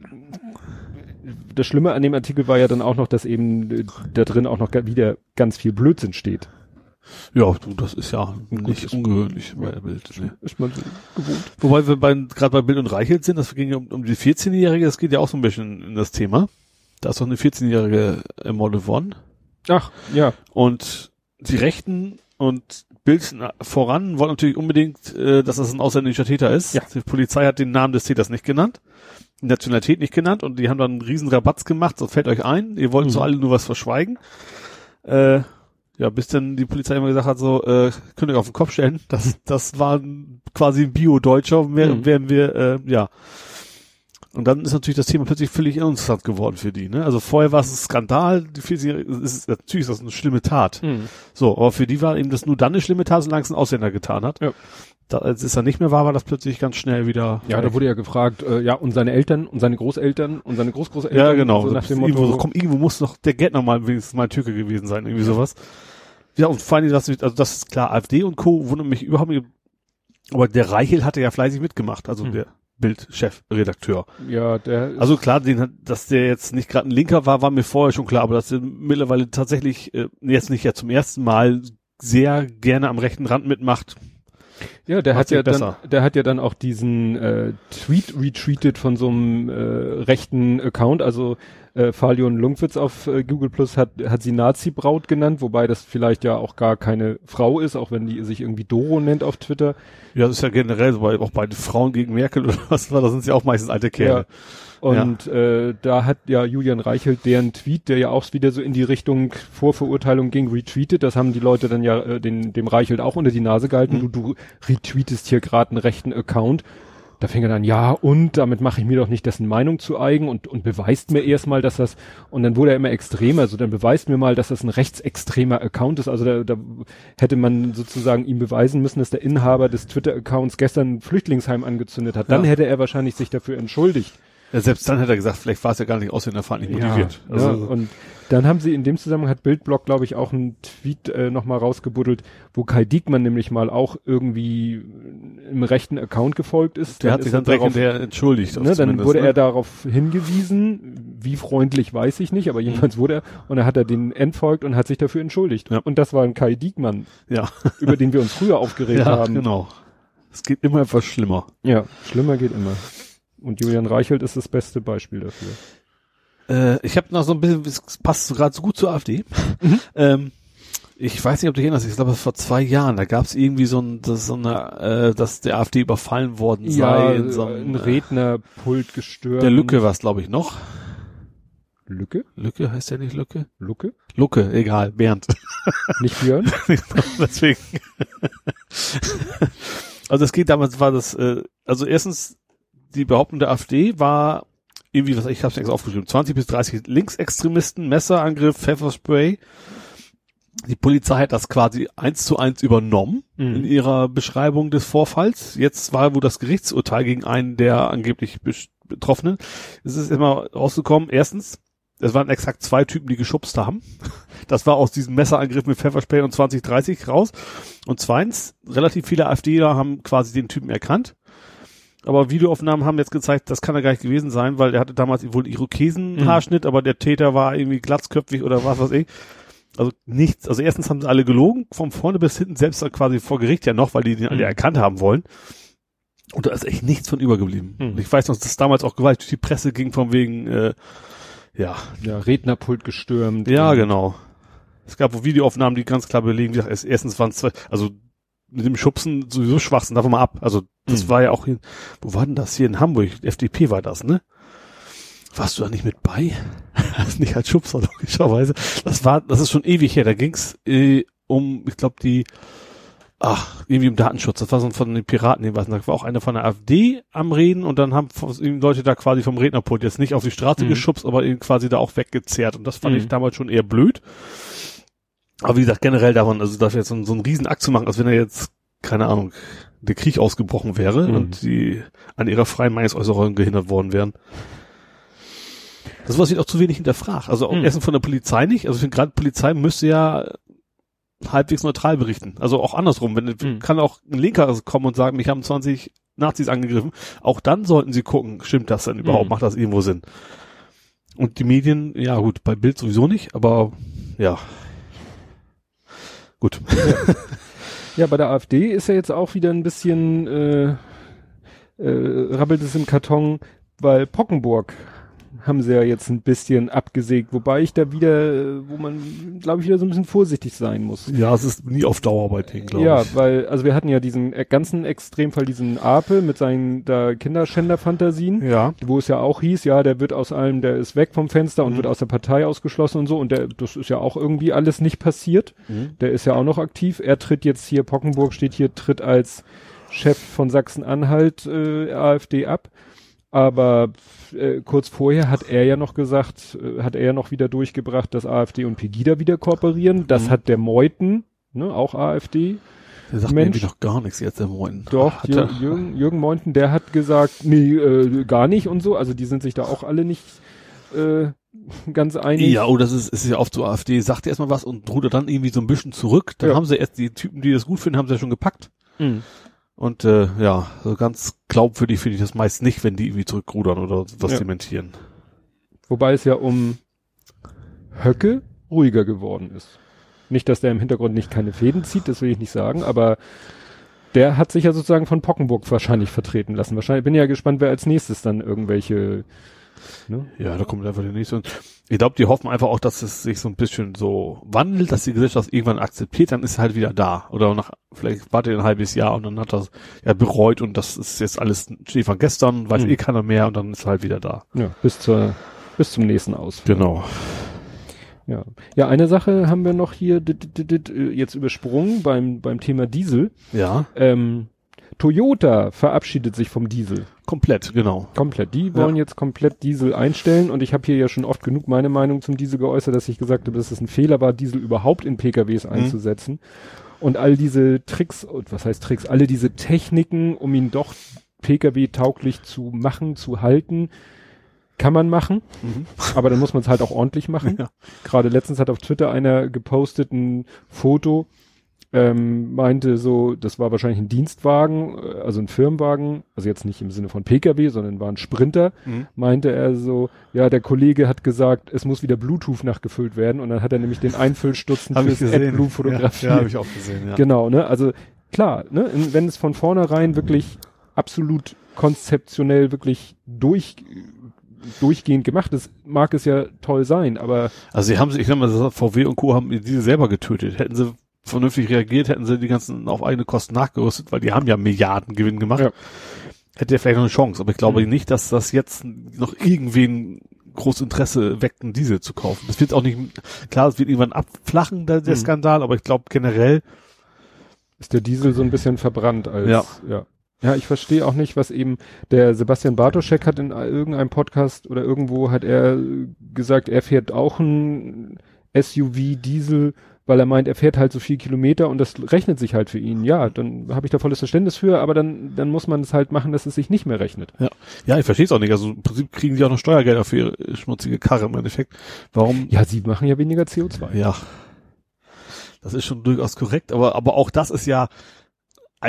das Schlimme an dem Artikel war ja dann auch noch, dass eben da drin auch noch wieder ganz viel Blödsinn steht. Ja, du, das ist ja nicht ist ungewöhnlich bei der Bild. Nee. Ist man so gewohnt. Wobei wir bei, gerade bei Bild und Reichelt sind, das ging ja um, um die vierzehnjährige, das geht ja auch so ein bisschen in das Thema. Da ist doch eine vierzehnjährige ermordet worden. Ach, ja. Und die Rechten und Bild voran wollen natürlich unbedingt, äh, dass das ein ausländischer Täter ist. Ja. Die Polizei hat den Namen des Täters nicht genannt, die Nationalität nicht genannt und die haben dann einen riesen Rabatz gemacht, so fällt euch ein, ihr wollt mhm. so alle nur was verschweigen. Äh, ja, bis dann die Polizei immer gesagt hat, so, äh, könnt ihr auf den Kopf stellen, das, das war quasi ein Bio-Deutscher, wär, mhm. wären wir, äh, ja. Und dann ist natürlich das Thema plötzlich völlig uninteressant geworden für die, ne? Also vorher war es ein Skandal, die vierzehnjährige, ist, natürlich ist das eine schlimme Tat. Mhm. So, aber für die war eben das nur dann eine schlimme Tat, solange es ein Ausländer getan hat. Ja. Da, als es dann nicht mehr war, war das plötzlich ganz schnell wieder. Ja, weg. Da wurde ja gefragt, äh, ja, und seine Eltern und seine Großeltern und seine Großgroßeltern. Ja, genau. So so nach dem irgendwo, Motto, so, komm, irgendwo muss doch der Gärtner mal wenigstens mal ein Türke gewesen sein, irgendwie ja. sowas. Ja, und vor allem, das, also das ist klar, AfD und Co. wundert mich überhaupt nicht, aber der Reichel hatte ja fleißig mitgemacht, also mhm. der Bild-Chefredakteur. Ja, der. Also klar, den, dass der jetzt nicht gerade ein Linker war, war mir vorher schon klar, aber dass der mittlerweile tatsächlich äh, jetzt nicht ja zum ersten Mal sehr gerne am rechten Rand mitmacht. Ja, der hat ja besser. dann, der hat ja dann auch diesen äh, Tweet retweetet von so einem äh, rechten Account, also äh, Falion Lungwitz auf äh, Google Plus hat hat sie Nazi-Braut genannt, wobei das vielleicht ja auch gar keine Frau ist, auch wenn die sich irgendwie Doro nennt auf Twitter. Ja, das ist ja generell so, weil auch bei Frauen gegen Merkel oder was war, da sind sie auch meistens alte Kerle. Ja. Und ja. äh, da hat ja Julian Reichelt deren Tweet, der ja auch wieder so in die Richtung Vorverurteilung ging, retweetet. Das haben die Leute dann ja äh, den, dem Reichelt auch unter die Nase gehalten. Mhm. Du, du retweetest hier gerade einen rechten Account. Da fing er dann, ja, und damit mache ich mir doch nicht dessen Meinung zu eigen und, und beweist mir erstmal, dass das, und dann wurde er immer extremer, also dann beweist mir mal, dass das ein rechtsextremer Account ist. Also da, da hätte man sozusagen ihm beweisen müssen, dass der Inhaber des Twitter-Accounts gestern ein Flüchtlingsheim angezündet hat. Dann ja. hätte er wahrscheinlich sich dafür entschuldigt. Ja, selbst dann hätte er gesagt, vielleicht war es ja gar nicht ausländerfeindlich motiviert. Ja, also ja, und dann haben sie in dem Zusammenhang, hat Bildblock, glaube ich, auch einen Tweet äh, nochmal rausgebuddelt, wo Kai Diekmann nämlich mal auch irgendwie im rechten Account gefolgt ist. Der dann hat sich dann direkt entschuldigt. Ne, dann wurde ne? er darauf hingewiesen, wie freundlich weiß ich nicht, aber jedenfalls mhm. wurde er, und dann hat er den entfolgt und hat sich dafür entschuldigt. Ja. Und das war ein Kai Diekmann, ja. über den wir uns früher aufgeregt ja, haben. Genau. Es geht immer etwas schlimmer. Ja, schlimmer geht immer. Und Julian Reichelt ist das beste Beispiel dafür. Äh, ich habe noch so ein bisschen, es passt gerade so gut zur AfD. Mhm. Ähm, ich weiß nicht, ob du dich erinnerst, ich glaube, vor zwei Jahren, da gab es irgendwie so ein, das, so eine, äh, dass der AfD überfallen worden sei. Ja, in so einem, ein Rednerpult gestört. Der Lücke war es, glaube ich, noch. Lücke? Lücke, heißt der nicht Lücke? Lucke? Lucke, egal, Bernd. Nicht Björn? Deswegen. Also es geht damals, war das, äh, also erstens, die Behauptung der AfD war irgendwie, was ich hab's extra aufgeschrieben, zwanzig bis dreißig Linksextremisten, Messerangriff, Pfefferspray. Die Polizei hat das quasi eins zu eins übernommen mhm. in ihrer Beschreibung des Vorfalls. Jetzt war wohl das Gerichtsurteil gegen einen der angeblich Betroffenen. Es ist immer rausgekommen, erstens, es waren exakt zwei Typen, die geschubst haben. Das war aus diesem Messerangriff mit Pfefferspray und zwanzig dreißig raus. Und zweitens, relativ viele AfDler haben quasi den Typen erkannt. Aber Videoaufnahmen haben jetzt gezeigt, das kann er gar nicht gewesen sein, weil er hatte damals wohl Irokesen-Haarschnitt, mhm. aber der Täter war irgendwie glatzköpfig oder was weiß ich. Also nichts, also erstens haben sie alle gelogen, von vorne bis hinten, selbst quasi vor Gericht ja noch, weil die den alle mhm. erkannt haben wollen. Und da ist echt nichts von übergeblieben. Mhm. Ich weiß noch, dass damals auch Gewalt durch die Presse ging, von wegen, äh, ja. Ja, Rednerpult gestürmt. Ja, genau. Es gab Videoaufnahmen, die ganz klar belegen, wie gesagt, erstens waren es zwei, also mit dem Schubsen sowieso Schwachsinn, davon mal ab. Also das mhm. war ja auch hier, wo war denn das? Hier in Hamburg, F D P war das, ne? Warst du da nicht mit bei? Nicht als Schubser, logischerweise. Das war, das ist schon ewig her, da ging's äh, um, ich glaube die, ach, irgendwie um Datenschutz, das war so von den Piraten, da war auch einer von der AfD am Reden und dann haben Leute da quasi vom Rednerpult jetzt nicht auf die Straße mhm. geschubst, aber eben quasi da auch weggezerrt und das fand mhm. ich damals schon eher blöd. Aber wie gesagt, generell davon, also dafür jetzt so, so einen Riesenakt zu machen, als wenn er jetzt, keine Ahnung, der Krieg ausgebrochen wäre mhm. und die an ihrer freien Meinungsäußerung gehindert worden wären. Das was wird auch zu wenig hinterfragt. Also auch mhm. erstens von der Polizei nicht. Also ich finde gerade Polizei müsste ja halbwegs neutral berichten. Also auch andersrum. Wenn mhm. kann auch ein Linker kommen und sagen, mich haben zwanzig Nazis angegriffen. Auch dann sollten sie gucken, stimmt das denn überhaupt? Mhm. Macht das irgendwo Sinn? Und die Medien, ja gut, bei Bild sowieso nicht, aber ja. Gut. Ja. Ja, bei der AfD ist ja jetzt auch wieder ein bisschen äh, äh, rabbelt es im Karton, weil Pockenburg haben sie ja jetzt ein bisschen abgesägt, wobei ich da wieder, wo man, glaube ich, wieder so ein bisschen vorsichtig sein muss. Ja, es ist nie auf Dauer bei denen, glaube ja, ich. Ja, weil, also wir hatten ja diesen ganzen Extremfall, diesen Ape mit seinen da Kinderschänder-Fantasien, ja. wo es ja auch hieß, ja, der wird aus allem, der ist weg vom Fenster und mhm. wird aus der Partei ausgeschlossen und so und der, das ist ja auch irgendwie alles nicht passiert. Mhm. Der ist ja auch noch aktiv. Er tritt jetzt hier, Pockenburg steht hier, tritt als Chef von Sachsen-Anhalt äh, AfD ab. Aber äh, kurz vorher hat er ja noch gesagt, äh, hat er ja noch wieder durchgebracht, dass AfD und Pegida wieder kooperieren. Das mhm. hat der Meuthen, ne, auch AfD. Der sagt Mensch, mir doch gar nichts jetzt, der Meuthen. Doch, Jür, Jürgen, Jürgen Meuthen, der hat gesagt, nee, äh, gar nicht und so. Also die sind sich da auch alle nicht äh, ganz einig. Ja, oh, das ist, ist ja oft so, AfD sagt erstmal was und rudert dann irgendwie so ein bisschen zurück. Dann ja. haben sie erst die Typen, die das gut finden, haben sie ja schon gepackt. Mhm. Und äh, ja, so ganz glaubwürdig finde ich das meist nicht, wenn die irgendwie zurückrudern oder was ja. dementieren. Wobei es ja um Höcke ruhiger geworden ist. Nicht, dass der im Hintergrund nicht keine Fäden zieht, das will ich nicht sagen, aber der hat sich ja sozusagen von Pockenburg wahrscheinlich vertreten lassen. Wahrscheinlich bin ja gespannt, wer als nächstes dann irgendwelche... Ne? Ja, da kommt einfach der nächste. Ich glaube, die hoffen einfach auch, dass es sich so ein bisschen so wandelt, dass die Gesellschaft irgendwann akzeptiert, dann ist es halt wieder da. Oder nach, vielleicht wartet ein halbes Jahr und dann hat das ja bereut und das ist jetzt alles Schnee von gestern, weiß mhm. eh keiner mehr und dann ist es halt wieder da. Ja, bis zur, bis zum nächsten Ausflug. Genau. Ja. Ja, eine Sache haben wir noch hier dit, dit, dit, jetzt übersprungen beim, beim Thema Diesel. Ja. Ähm, Toyota verabschiedet sich vom Diesel. Komplett, genau. Komplett. Die wollen ja. jetzt komplett Diesel einstellen und ich habe hier ja schon oft genug meine Meinung zum Diesel geäußert, dass ich gesagt habe, dass es ein Fehler war, Diesel überhaupt in P K Ws mhm. einzusetzen. Und all diese Tricks, was heißt Tricks, alle diese Techniken, um ihn doch P K W-tauglich zu machen, zu halten, kann man machen, mhm. aber dann muss man es halt auch ordentlich machen. Ja. Gerade letztens hat auf Twitter einer gepostet ein Foto, Ähm, meinte so, das war wahrscheinlich ein Dienstwagen, also ein Firmenwagen, also jetzt nicht im Sinne von P K W, sondern war ein Sprinter, mhm. meinte er so, ja, der Kollege hat gesagt, es muss wieder Bluetooth nachgefüllt werden und dann hat er nämlich den Einfüllstutzen fürs AdBlue fotografiert. Ja, ja habe ich auch gesehen, ja. Genau, ne, also klar, ne, wenn es von vornherein wirklich absolut konzeptionell wirklich durch durchgehend gemacht ist, mag es ja toll sein, aber... Also sie haben sich, ich sag mal, V W und Co. haben diese selber getötet, hätten sie vernünftig reagiert, hätten sie die ganzen auf eigene Kosten nachgerüstet, weil die haben ja Milliarden Gewinn gemacht. Ja. Hätte er vielleicht noch eine Chance, aber ich glaube mhm. nicht, dass das jetzt noch irgendwen groß Interesse weckt, einen Diesel zu kaufen. Das wird auch nicht, klar, es wird irgendwann abflachen, der, der mhm. Skandal, aber ich glaube generell ist der Diesel so ein bisschen verbrannt als, ja. ja. Ja, ich verstehe auch nicht, was eben der Sebastian Bartoschek hat in irgendeinem Podcast oder irgendwo hat er gesagt, er fährt auch ein S U V Diesel, weil er meint, er fährt halt so viel Kilometer und das rechnet sich halt für ihn. Ja, dann habe ich da volles Verständnis für, aber dann dann muss man es halt machen, dass es sich nicht mehr rechnet. Ja, ja, ich verstehe es auch nicht. Also im Prinzip kriegen die auch noch Steuergelder für ihre schmutzige Karre im Endeffekt. Warum? Ja, sie machen ja weniger C O zwei. Ja, das ist schon durchaus korrekt, aber aber auch das ist ja ein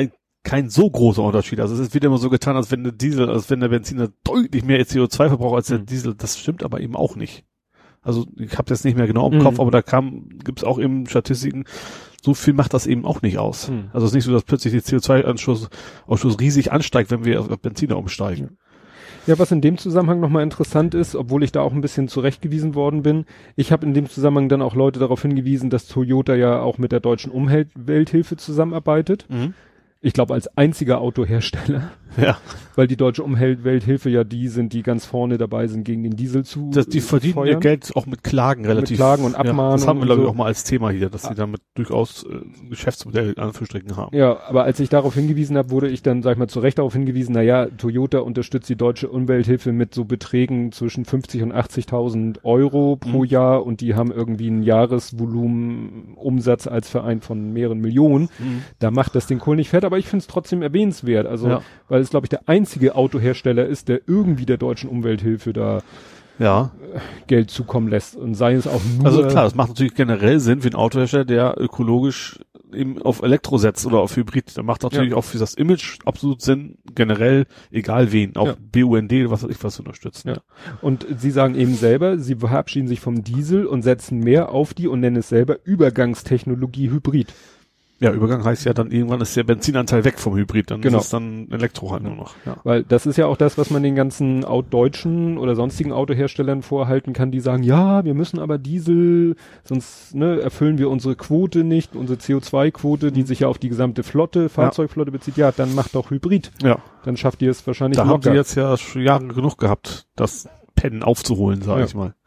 kein so großer Unterschied. Also es ist wieder immer so getan, als wenn der Diesel, als wenn der Benziner deutlich mehr C O zwei verbraucht als der mhm. Diesel. Das stimmt aber eben auch nicht. Also ich habe jetzt nicht mehr genau im mhm. Kopf, aber da kam, gibt's auch eben Statistiken, so viel macht das eben auch nicht aus. Mhm. Also es ist nicht so, dass plötzlich die C O zwei Ausstoß Ausstoß riesig ansteigt, wenn wir auf Benziner umsteigen. Ja, was in dem Zusammenhang nochmal interessant ist, obwohl ich da auch ein bisschen zurechtgewiesen worden bin, ich habe in dem Zusammenhang dann auch Leute darauf hingewiesen, dass Toyota ja auch mit der deutschen Umwelthilfe zusammenarbeitet. Mhm. Ich glaube als einziger Autohersteller. Ja. Weil die deutsche Umwelthilfe ja die sind, die ganz vorne dabei sind, gegen den Diesel zu Das, die verdienen feuern. ihr Geld auch mit Klagen relativ. Mit Klagen und Abmahnungen. Ja, das haben wir, glaube ich, so. auch mal als Thema hier, dass sie damit durchaus äh, ein Geschäftsmodell in Anführungsstrichen haben. Ja, aber als ich darauf hingewiesen habe, wurde ich dann, sag ich mal, zu Recht darauf hingewiesen, naja, Toyota unterstützt die deutsche Umwelthilfe mit so Beträgen zwischen fünfzig und achtzigtausend Euro pro mhm. Jahr und die haben irgendwie ein Jahresvolumen Umsatz als Verein von mehreren Millionen. Mhm. Da macht das den Kohl nicht fett, aber ich finde es trotzdem erwähnenswert. Also, ja. weil es, glaube ich, der einzige Autohersteller ist, der irgendwie der deutschen Umwelthilfe da ja. Geld zukommen lässt und sei es auch nur... Also klar, das macht natürlich generell Sinn für einen Autohersteller, der ökologisch eben auf Elektro setzt oder auf Hybrid. Da macht natürlich ja. auch für das Image absolut Sinn, generell, egal wen, auch ja. B U N D oder was weiß ich was zu unterstützen. Ja. Und sie sagen eben selber, sie verabschieden sich vom Diesel und setzen mehr auf die und nennen es selber Übergangstechnologie Hybrid. Ja, Übergang heißt ja dann, irgendwann ist der Benzinanteil weg vom Hybrid, dann genau. ist es dann Elektro halt nur noch. Ja. Weil das ist ja auch das, was man den ganzen deutschen oder sonstigen Autoherstellern vorhalten kann, die sagen, ja, wir müssen aber Diesel, sonst ne, erfüllen wir unsere Quote nicht, unsere C O zwei Quote, die sich ja auf die gesamte Flotte, Fahrzeugflotte bezieht. Ja, dann macht doch Hybrid. Ja. Dann schafft ihr es wahrscheinlich da locker. Da haben sie jetzt ja schon Jahre genug gehabt, das Pennen aufzuholen, sage ja. ich mal.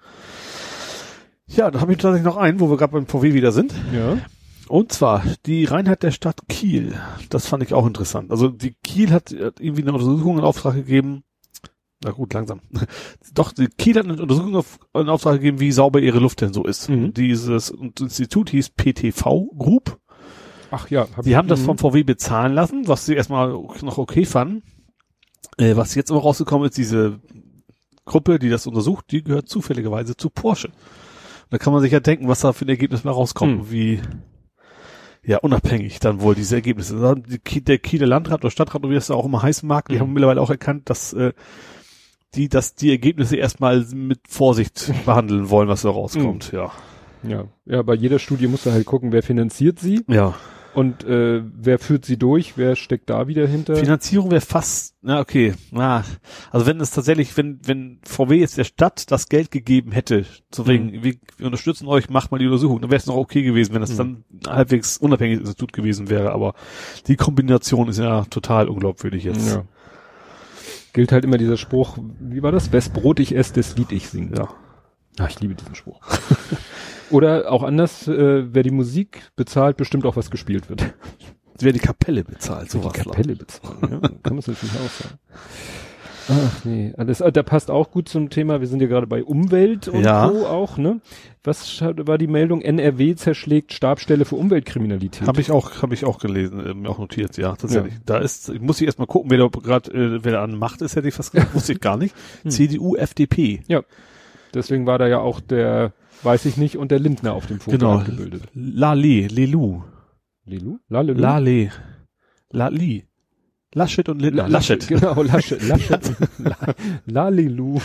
Ja, da habe ich tatsächlich noch einen, wo wir gerade beim V W wieder sind. Ja. Und zwar die Reinheit der Stadt Kiel. Das fand ich auch interessant. Also die Kiel hat irgendwie eine Untersuchung in Auftrag gegeben. Na gut, langsam. Doch, die Kiel hat eine Untersuchung auf, in Auftrag gegeben, wie sauber ihre Luft denn so ist. Mhm. Dieses Institut hieß P T V Group. Ach ja. Hab die ich, haben das m- vom V W bezahlen lassen, was sie erstmal noch okay fanden. Äh, was jetzt aber rausgekommen ist, diese Gruppe, die das untersucht, die gehört zufälligerweise zu Porsche. Da kann man sich ja denken, was da für ein Ergebnis mal rauskommt, mhm. wie ja, unabhängig dann wohl diese Ergebnisse. Die, der Kieler Landrat oder Stadtrat, wie es da auch immer heißen mag, die mhm. haben mittlerweile auch erkannt, dass äh, die, dass die Ergebnisse erstmal mit Vorsicht behandeln wollen, was da rauskommt. Mhm. Ja. Ja. Ja, bei jeder Studie musst du halt gucken, wer finanziert sie. Ja. Und äh, wer führt sie durch? Wer steckt da wieder hinter? Finanzierung wäre fast, na okay, na, also wenn es tatsächlich, wenn wenn V W jetzt der Stadt das Geld gegeben hätte, so wegen, mhm. wir, wir unterstützen euch, macht mal die Untersuchung, dann wäre es noch okay gewesen, wenn das mhm. dann ein halbwegs unabhängiges Institut gewesen wäre, aber die Kombination ist ja total unglaubwürdig jetzt. Ja. Gilt halt immer dieser Spruch, wie war das? Wes Brot ich esse, des Lied ich singe. Ja. Ach, ich liebe diesen Spruch. Oder auch anders, äh, wer die Musik bezahlt, bestimmt auch was gespielt wird. Wer die Kapelle bezahlt, sowas. Die Kapelle bezahlt, ja. Kann man es natürlich auch sagen. Ach nee, alles, da passt auch gut zum Thema, wir sind ja gerade bei Umwelt und ja. so auch, ne? Was war die Meldung? N R W zerschlägt Stabsstelle für Umweltkriminalität. Habe ich auch, habe ich auch gelesen, äh, mir auch notiert, ja, tatsächlich. Ja. Da ist, ich muss ich erstmal gucken, wer da gerade, äh, wer da an Macht ist, hätte ich fast gesagt, wusste ich gar nicht. Hm. C D U, F D P. Ja. Deswegen war da ja auch der, weiß ich nicht, und der Lindner auf dem Foto genau. abgebildet. Lale, Lelu. Lelu? Lale, Lale. Lali. Laschet und Lindner. Laschet. Genau, Laschet. Laschet. Lalelu.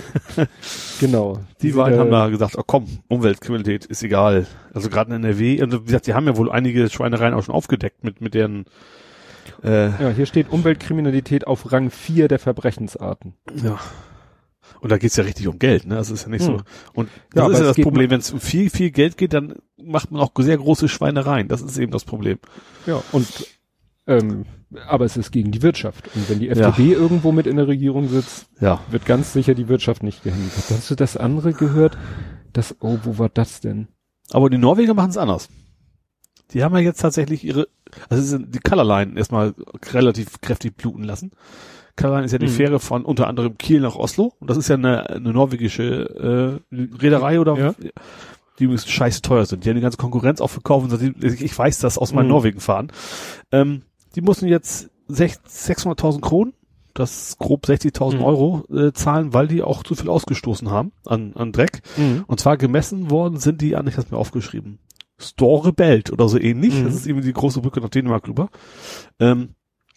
Genau. Die, die beiden haben da gesagt, oh komm, Umweltkriminalität ist egal. Also gerade in N R W, und wie gesagt, die haben ja wohl einige Schweinereien auch schon aufgedeckt mit, mit deren, äh, ja, hier steht Umweltkriminalität auf Rang vier der Verbrechensarten. Ja. Und da geht's ja richtig um Geld, ne? Das ist ja nicht hm. so. Und das ja, ist ja das Problem, wenn es um viel, viel Geld geht, dann macht man auch sehr große Schweinereien. Das ist eben das Problem. Ja, und ähm, aber es ist gegen die Wirtschaft. Und wenn die F D P ja. irgendwo mit in der Regierung sitzt, ja. wird ganz sicher die Wirtschaft nicht gehindert. Hast du das andere gehört? Das, oh, wo war das denn? Aber die Norweger machen es anders. Die haben ja jetzt tatsächlich ihre, also die Colorline erstmal relativ kräftig bluten lassen. Colorline ist ja die mhm. Fähre von unter anderem Kiel nach Oslo. Und das ist ja eine, eine norwegische äh, Reederei oder ja. die übrigens scheiße teuer sind. Die haben die ganze Konkurrenz auch verkauft. Ich weiß das aus meinen mhm. Norwegen fahren. Ähm, die mussten jetzt sechshunderttausend Kronen, das ist grob sechzigtausend mhm. Euro, äh, zahlen, weil die auch zu viel ausgestoßen haben an, an Dreck. Mhm. Und zwar gemessen worden sind die an, ich hab's mir aufgeschrieben, Store Belt oder so ähnlich. Mhm. Das ist eben die große Brücke nach Dänemark rüber. Ähm,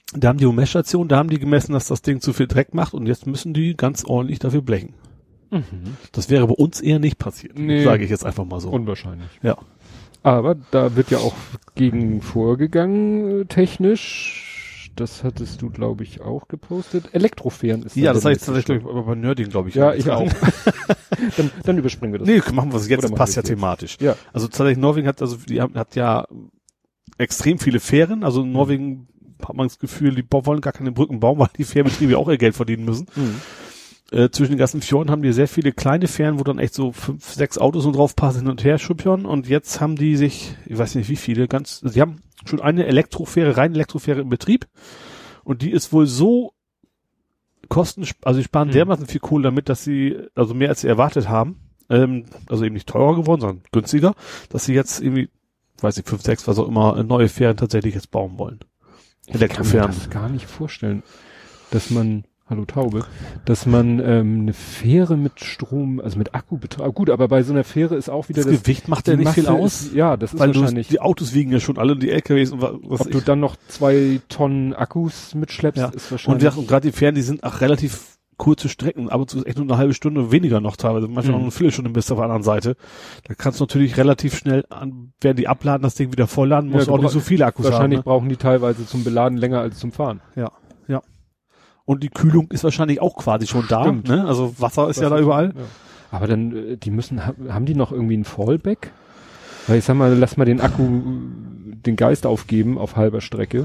Da haben die Messstationen, da haben die gemessen, dass das Ding zu viel Dreck macht und jetzt müssen die ganz ordentlich dafür blechen. Mhm. Das wäre bei uns eher nicht passiert, nee. sage ich jetzt einfach mal so. Unwahrscheinlich. Ja. Aber da wird ja auch gegen vorgegangen, äh, technisch. Das hattest du, glaube ich, auch gepostet. Elektrofähren ist Ja, das der habe ich nächste tatsächlich bei Nerding, glaube ich. Ja, ich auch. dann, dann überspringen wir das. Nee, machen wir es jetzt, Oder das passt ja machen wir es thematisch. Ja. Also tatsächlich, Norwegen hat, also die haben, hat ja extrem viele Fähren. Also in Norwegen hat man das Gefühl, die wollen gar keine Brücken bauen, weil die Fährbetriebe auch ihr Geld verdienen müssen. Mhm. Äh, zwischen den ganzen Fjorden haben die sehr viele kleine Fähren, wo dann echt so fünf, sechs Autos und drauf passen hin und her schuppion. Und jetzt haben die sich, ich weiß nicht wie viele, ganz, sie haben schon eine Elektrofähre, rein Elektrofähre im Betrieb. Und die ist wohl so kosten, also sie sparen Hm. dermaßen viel Kohle damit, dass sie, also mehr als sie erwartet haben, ähm, also eben nicht teurer geworden, sondern günstiger, dass sie jetzt irgendwie, weiß ich, fünf, sechs, was auch immer, neue Fähren tatsächlich jetzt bauen wollen. Elektrofähren. Ich kann mir das gar nicht vorstellen, dass man, hallo Taube, dass man ähm, eine Fähre mit Strom, also mit Akku betreibt. Gut, aber bei so einer Fähre ist auch wieder das, das Gewicht macht ja nicht viel aus. Ist, ja, das ist weil wahrscheinlich. Du, die Autos wiegen ja schon alle, die L K Ws und was, was ob du dann noch zwei Tonnen Akkus mitschleppst, ja. ist wahrscheinlich. Und, und gerade die Fähren, die sind auch relativ kurze Strecken, aber zu echt nur eine halbe Stunde weniger noch teilweise, manchmal Mhm. noch eine Viertelstunde bist du auf der anderen Seite. Da kannst du natürlich relativ schnell an, werden die abladen, das Ding wieder vollladen, musst Ja, auch nicht so viele Akkus wahrscheinlich haben. brauchen die teilweise zum Beladen länger als zum Fahren. Ne? Ja, ja. Und die Kühlung ist wahrscheinlich auch quasi schon Stimmt. da, ne? Also Wasser ist Das ja da ist- überall. Ja. Aber dann, äh, die müssen, ha- haben die noch irgendwie ein Fallback? Weil ich sag mal, lass mal den Akku, äh, den Geist aufgeben auf halber Strecke.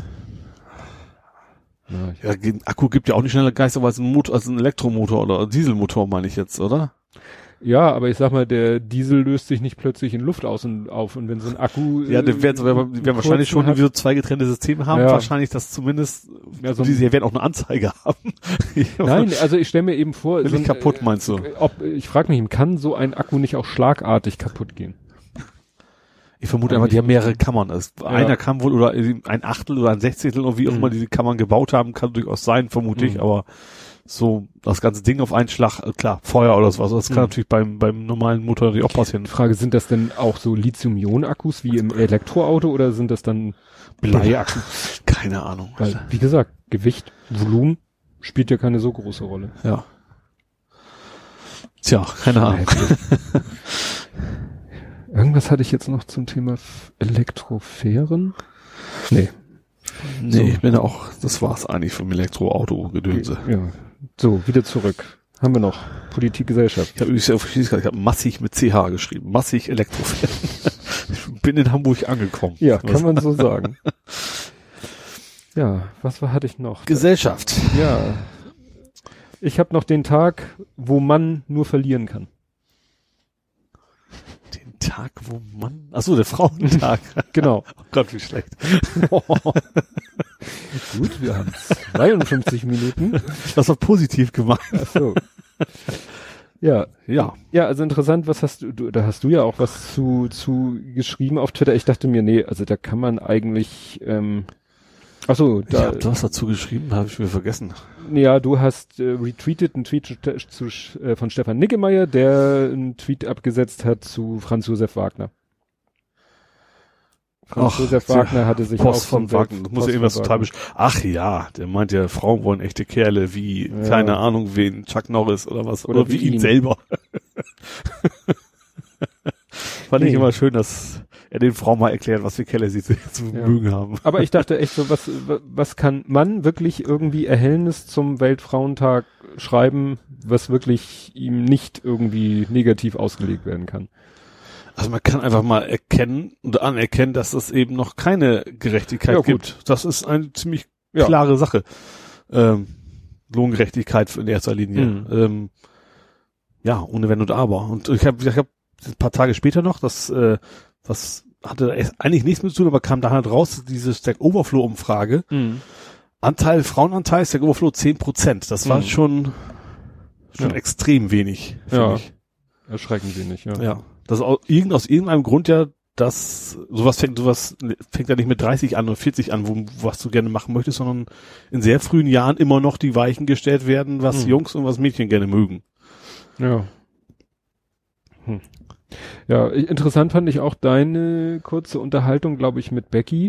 Ja, ich- Ja, ge- Akku gibt ja auch nicht schneller Geist, aber als ein Motor, als ein Elektromotor oder Dieselmotor meine ich jetzt, oder? ja, aber ich sag mal, der Diesel löst sich nicht plötzlich in Luft aus und auf. Und wenn so ein Akku. Ja, die werden, werden, die werden wahrscheinlich schon hat, irgendwie so zwei getrennte Systeme haben, Ja. wahrscheinlich das zumindest, Ja, so ein- die sie werden auch eine Anzeige haben. Nein, also ich stelle mir eben vor, Bin so ich ein, kaputt, meinst du? äh, ob, ich frage mich, kann so ein Akku nicht auch schlagartig kaputt gehen? Ich vermute einfach, die haben mehrere Kammern. Also Ja. einer kann wohl, oder ein Achtel oder ein Sechzehntel, oder wie auch Mhm. immer diese Kammern gebaut haben, kann durchaus sein, vermute ich, Mhm. aber so das ganze Ding auf einen Schlag, äh, klar, Feuer oder sowas, das kann Mhm. natürlich beim beim normalen Motor natürlich auch passieren. Die Frage, sind das denn auch so Lithium-Ionen-Akkus wie im Elektroauto oder sind das dann Bleiakkus? Keine Ahnung. Weil, wie gesagt, Gewicht, Volumen spielt ja keine so große Rolle. Ja. Tja, keine Ahnung. Irgendwas hatte ich jetzt noch zum Thema F- Elektrofähren. Nee. Nee, So. ich bin auch, das war's eigentlich vom Elektroauto-Gedönse. Ja. So, wieder zurück. Haben wir noch Politik, Gesellschaft. Ich habe übrigens auf ich habe massig mit C H geschrieben, massig Elektrofähren. Ich bin in Hamburg angekommen. Ja, kann man so sagen. Ja, was war, hatte ich noch? Gesellschaft. Ja. Ich habe noch den Tag, wo man nur verlieren kann. Den Tag, wo man, ach so, der Frauentag. Genau. Oh Gott, wie schlecht. Gut, wir haben zweiundfünfzig Minuten. Das war positiv gemeint. Ach so. Ja, Ja. ja, also interessant, was hast du, du, da hast du ja auch was zu, zu geschrieben auf Twitter. Ich dachte mir, nee, also da kann man eigentlich, ähm, ach so, Ich da, habe was dazu geschrieben, habe ich mir vergessen. ja, du hast äh, retweetet einen Tweet zu, zu, äh, von Stefan Niggemeier, der einen Tweet abgesetzt hat zu Franz Josef Wagner. Franz Ach, Josef der Wagner hatte sich Post auch von vom Wagner. Welt- Das muss Post ja irgendwas von total Wagner. besch- Ach ja, der meint ja, Frauen wollen echte Kerle wie, Ja. keine Ahnung wen, Chuck Norris oder was. Oder Oder, wie wie ihn ihn. selber. Fand ich Nee. immer schön, dass er den Frauen mal erklärt, was für Kerle sie zu, zu Ja. mögen haben. Aber ich dachte echt so, was, was kann man wirklich irgendwie Erhellendes zum Weltfrauentag schreiben, was wirklich ihm nicht irgendwie negativ ausgelegt werden kann? Also man kann einfach mal erkennen und anerkennen, dass es eben noch keine Gerechtigkeit Ja, gut. gibt. Das ist eine ziemlich Ja. klare Sache. Ähm, Lohngerechtigkeit in erster Linie. Mhm. Ähm, ja, ohne Wenn und Aber. Und ich habe ich hab ein paar Tage später noch, das, äh, das hatte echt eigentlich nichts mit zu tun, aber kam da halt raus, diese Stack Overflow-Umfrage. Anteil, Frauenanteil, Stack Overflow zehn Prozent. Das war Mhm. schon, schon Ja. extrem wenig, finde Ja. ich. Erschreckend wenig, ja. Ja. Das ist aus, irgend, aus irgendeinem Grund ja, dass sowas fängt, sowas fängt ja nicht mit dreißig an oder vierzig an, wo, was du gerne machen möchtest, sondern in sehr frühen Jahren immer noch die Weichen gestellt werden, was Mhm. Jungs und was Mädchen gerne mögen. Ja. Hm. Ja, interessant fand ich auch deine kurze Unterhaltung, glaube ich, mit Becky,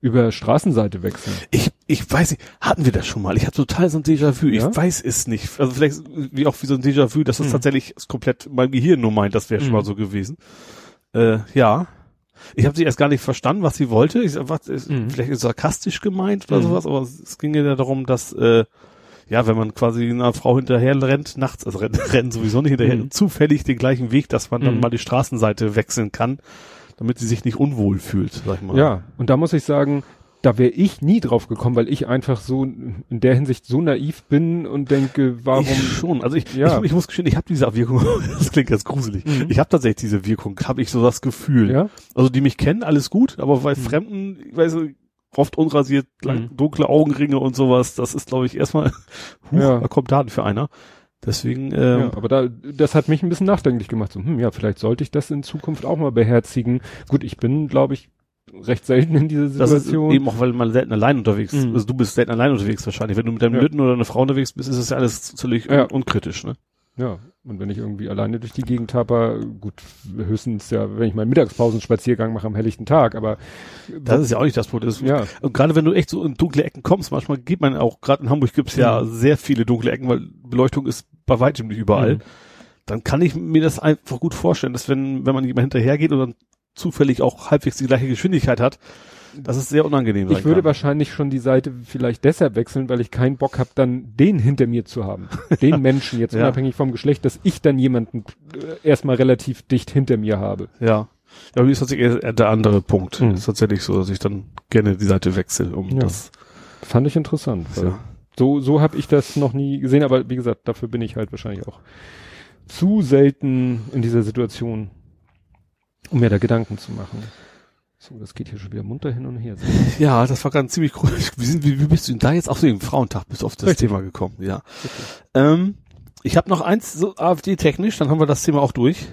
über Straßenseite wechseln. Ich, ich weiß nicht, hatten wir das schon mal? Ich habe total so ein Déjà-vu. Ja? Ich weiß es nicht. Also vielleicht wie auch wie so ein Déjà-vu, dass das hm. tatsächlich komplett mein Gehirn nur meint, das wäre schon hm. mal so gewesen. Äh, ja. Ich habe sie erst gar nicht verstanden, was sie wollte. Ich was, hm. Vielleicht ist sarkastisch gemeint oder hm. sowas, aber es, es ging ja darum, dass äh, ja, wenn man quasi einer Frau hinterher rennt, nachts, also rennen, rennen sowieso nicht hinterher, hm. zufällig den gleichen Weg, dass man dann hm. mal die Straßenseite wechseln kann, damit sie sich nicht unwohl fühlt, sag ich mal. Ja, und da muss ich sagen, da wäre ich nie drauf gekommen, weil ich einfach so in der Hinsicht so naiv bin und denke, warum... Ich schon, also ich, ja. ich, ich muss gestehen, ich habe diese Wirkung, das klingt ganz gruselig, mhm. ich habe tatsächlich diese Wirkung, habe ich so das Gefühl. Ja? Also die mich kennen, alles gut, aber bei mhm. Fremden, ich weiß nicht, oft unrasiert, lang, mhm. dunkle Augenringe und sowas, das ist, glaube ich, erstmal, huch, ja. da kommt Daten für einer. Deswegen, ähm, ja, aber da, das hat mich ein bisschen nachdenklich gemacht. So, hm, ja, vielleicht sollte ich das in Zukunft auch mal beherzigen. Gut, ich bin, glaube ich, recht selten in dieser Situation. Das ist eben auch, weil man selten allein unterwegs ist. Mhm. Also du bist selten allein unterwegs wahrscheinlich. Wenn du mit deinem ja. Lütten oder einer Frau unterwegs bist, ist das ja alles ziemlich ja. un- unkritisch, ne? Ja, und wenn ich irgendwie alleine durch die Gegend taper, gut, höchstens ja, wenn ich meinen Mittagspausenspaziergang mache am helllichten Tag, aber das ist ja auch nicht das Problem. Das ja. Und gerade wenn du echt so in dunkle Ecken kommst, manchmal geht man auch, gerade in Hamburg gibt's ja mhm. sehr viele dunkle Ecken, weil Beleuchtung ist bei weitem nicht überall. Mhm. Dann kann ich mir das einfach gut vorstellen, dass wenn, wenn man jemand hinterhergeht und dann zufällig auch halbwegs die gleiche Geschwindigkeit hat, das ist sehr unangenehm. Ich würde kann. wahrscheinlich schon die Seite vielleicht deshalb wechseln, weil ich keinen Bock habe, dann den hinter mir zu haben. Den Menschen, jetzt ja. unabhängig vom Geschlecht, dass ich dann jemanden äh, erstmal relativ dicht hinter mir habe. Ja. Ja, aber ist tatsächlich eher der andere Punkt. Mhm. Ist tatsächlich so, dass ich dann gerne die Seite wechsle, um ja. das. Fand ich interessant. Weil Ja. So, so habe ich das noch nie gesehen, aber wie gesagt, dafür bin ich halt wahrscheinlich auch zu selten in dieser Situation, um mir da Gedanken zu machen. So, das geht hier schon wieder munter hin und her. Ja, das war ganz ziemlich cool. Wie, sind, wie, wie bist du denn da jetzt auf den Frauentag bist du auf das Richtig. Thema gekommen? Ja. Ähm, ich habe noch eins, so AfD-technisch, dann haben wir das Thema auch durch.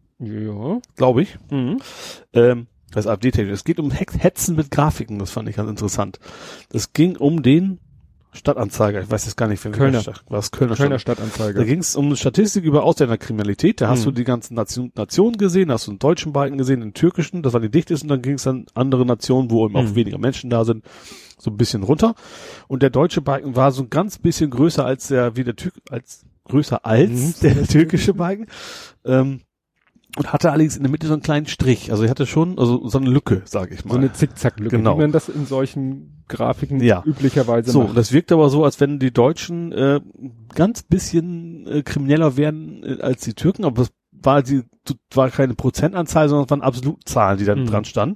Ja. Glaube ich. Mhm. Ähm, das ist AfD-technisch. Es geht um Hetzen mit Grafiken, das fand ich ganz interessant. Das ging um den Stadtanzeiger, ich weiß jetzt gar nicht, wer Kölner. Stadt, was Kölner, Kölner Stadt. Stadtanzeiger. Da ging es um eine Statistik über Ausländerkriminalität. Da hast hm. du die ganzen Nation, Nationen gesehen, hast du einen deutschen Balken gesehen, einen türkischen, das waren die dichtesten, dann ging es an andere Nationen, wo eben hm. auch weniger Menschen da sind, so ein bisschen runter. Und der deutsche Balken war so ein ganz bisschen größer als der, wie der Türk, als größer als hm. der türkische Balken. Ähm, Und hatte allerdings in der Mitte so einen kleinen Strich. Also er hatte schon, also so eine Lücke, sage ich mal. So eine Zickzacklücke, genau. wie man das in solchen Grafiken ja. üblicherweise so, macht. So, das wirkt aber so, als wenn die Deutschen äh, ganz bisschen äh, krimineller wären äh, als die Türken, aber das war die war keine Prozentanzahl, sondern es waren Absolutzahlen, die da mhm. dran standen.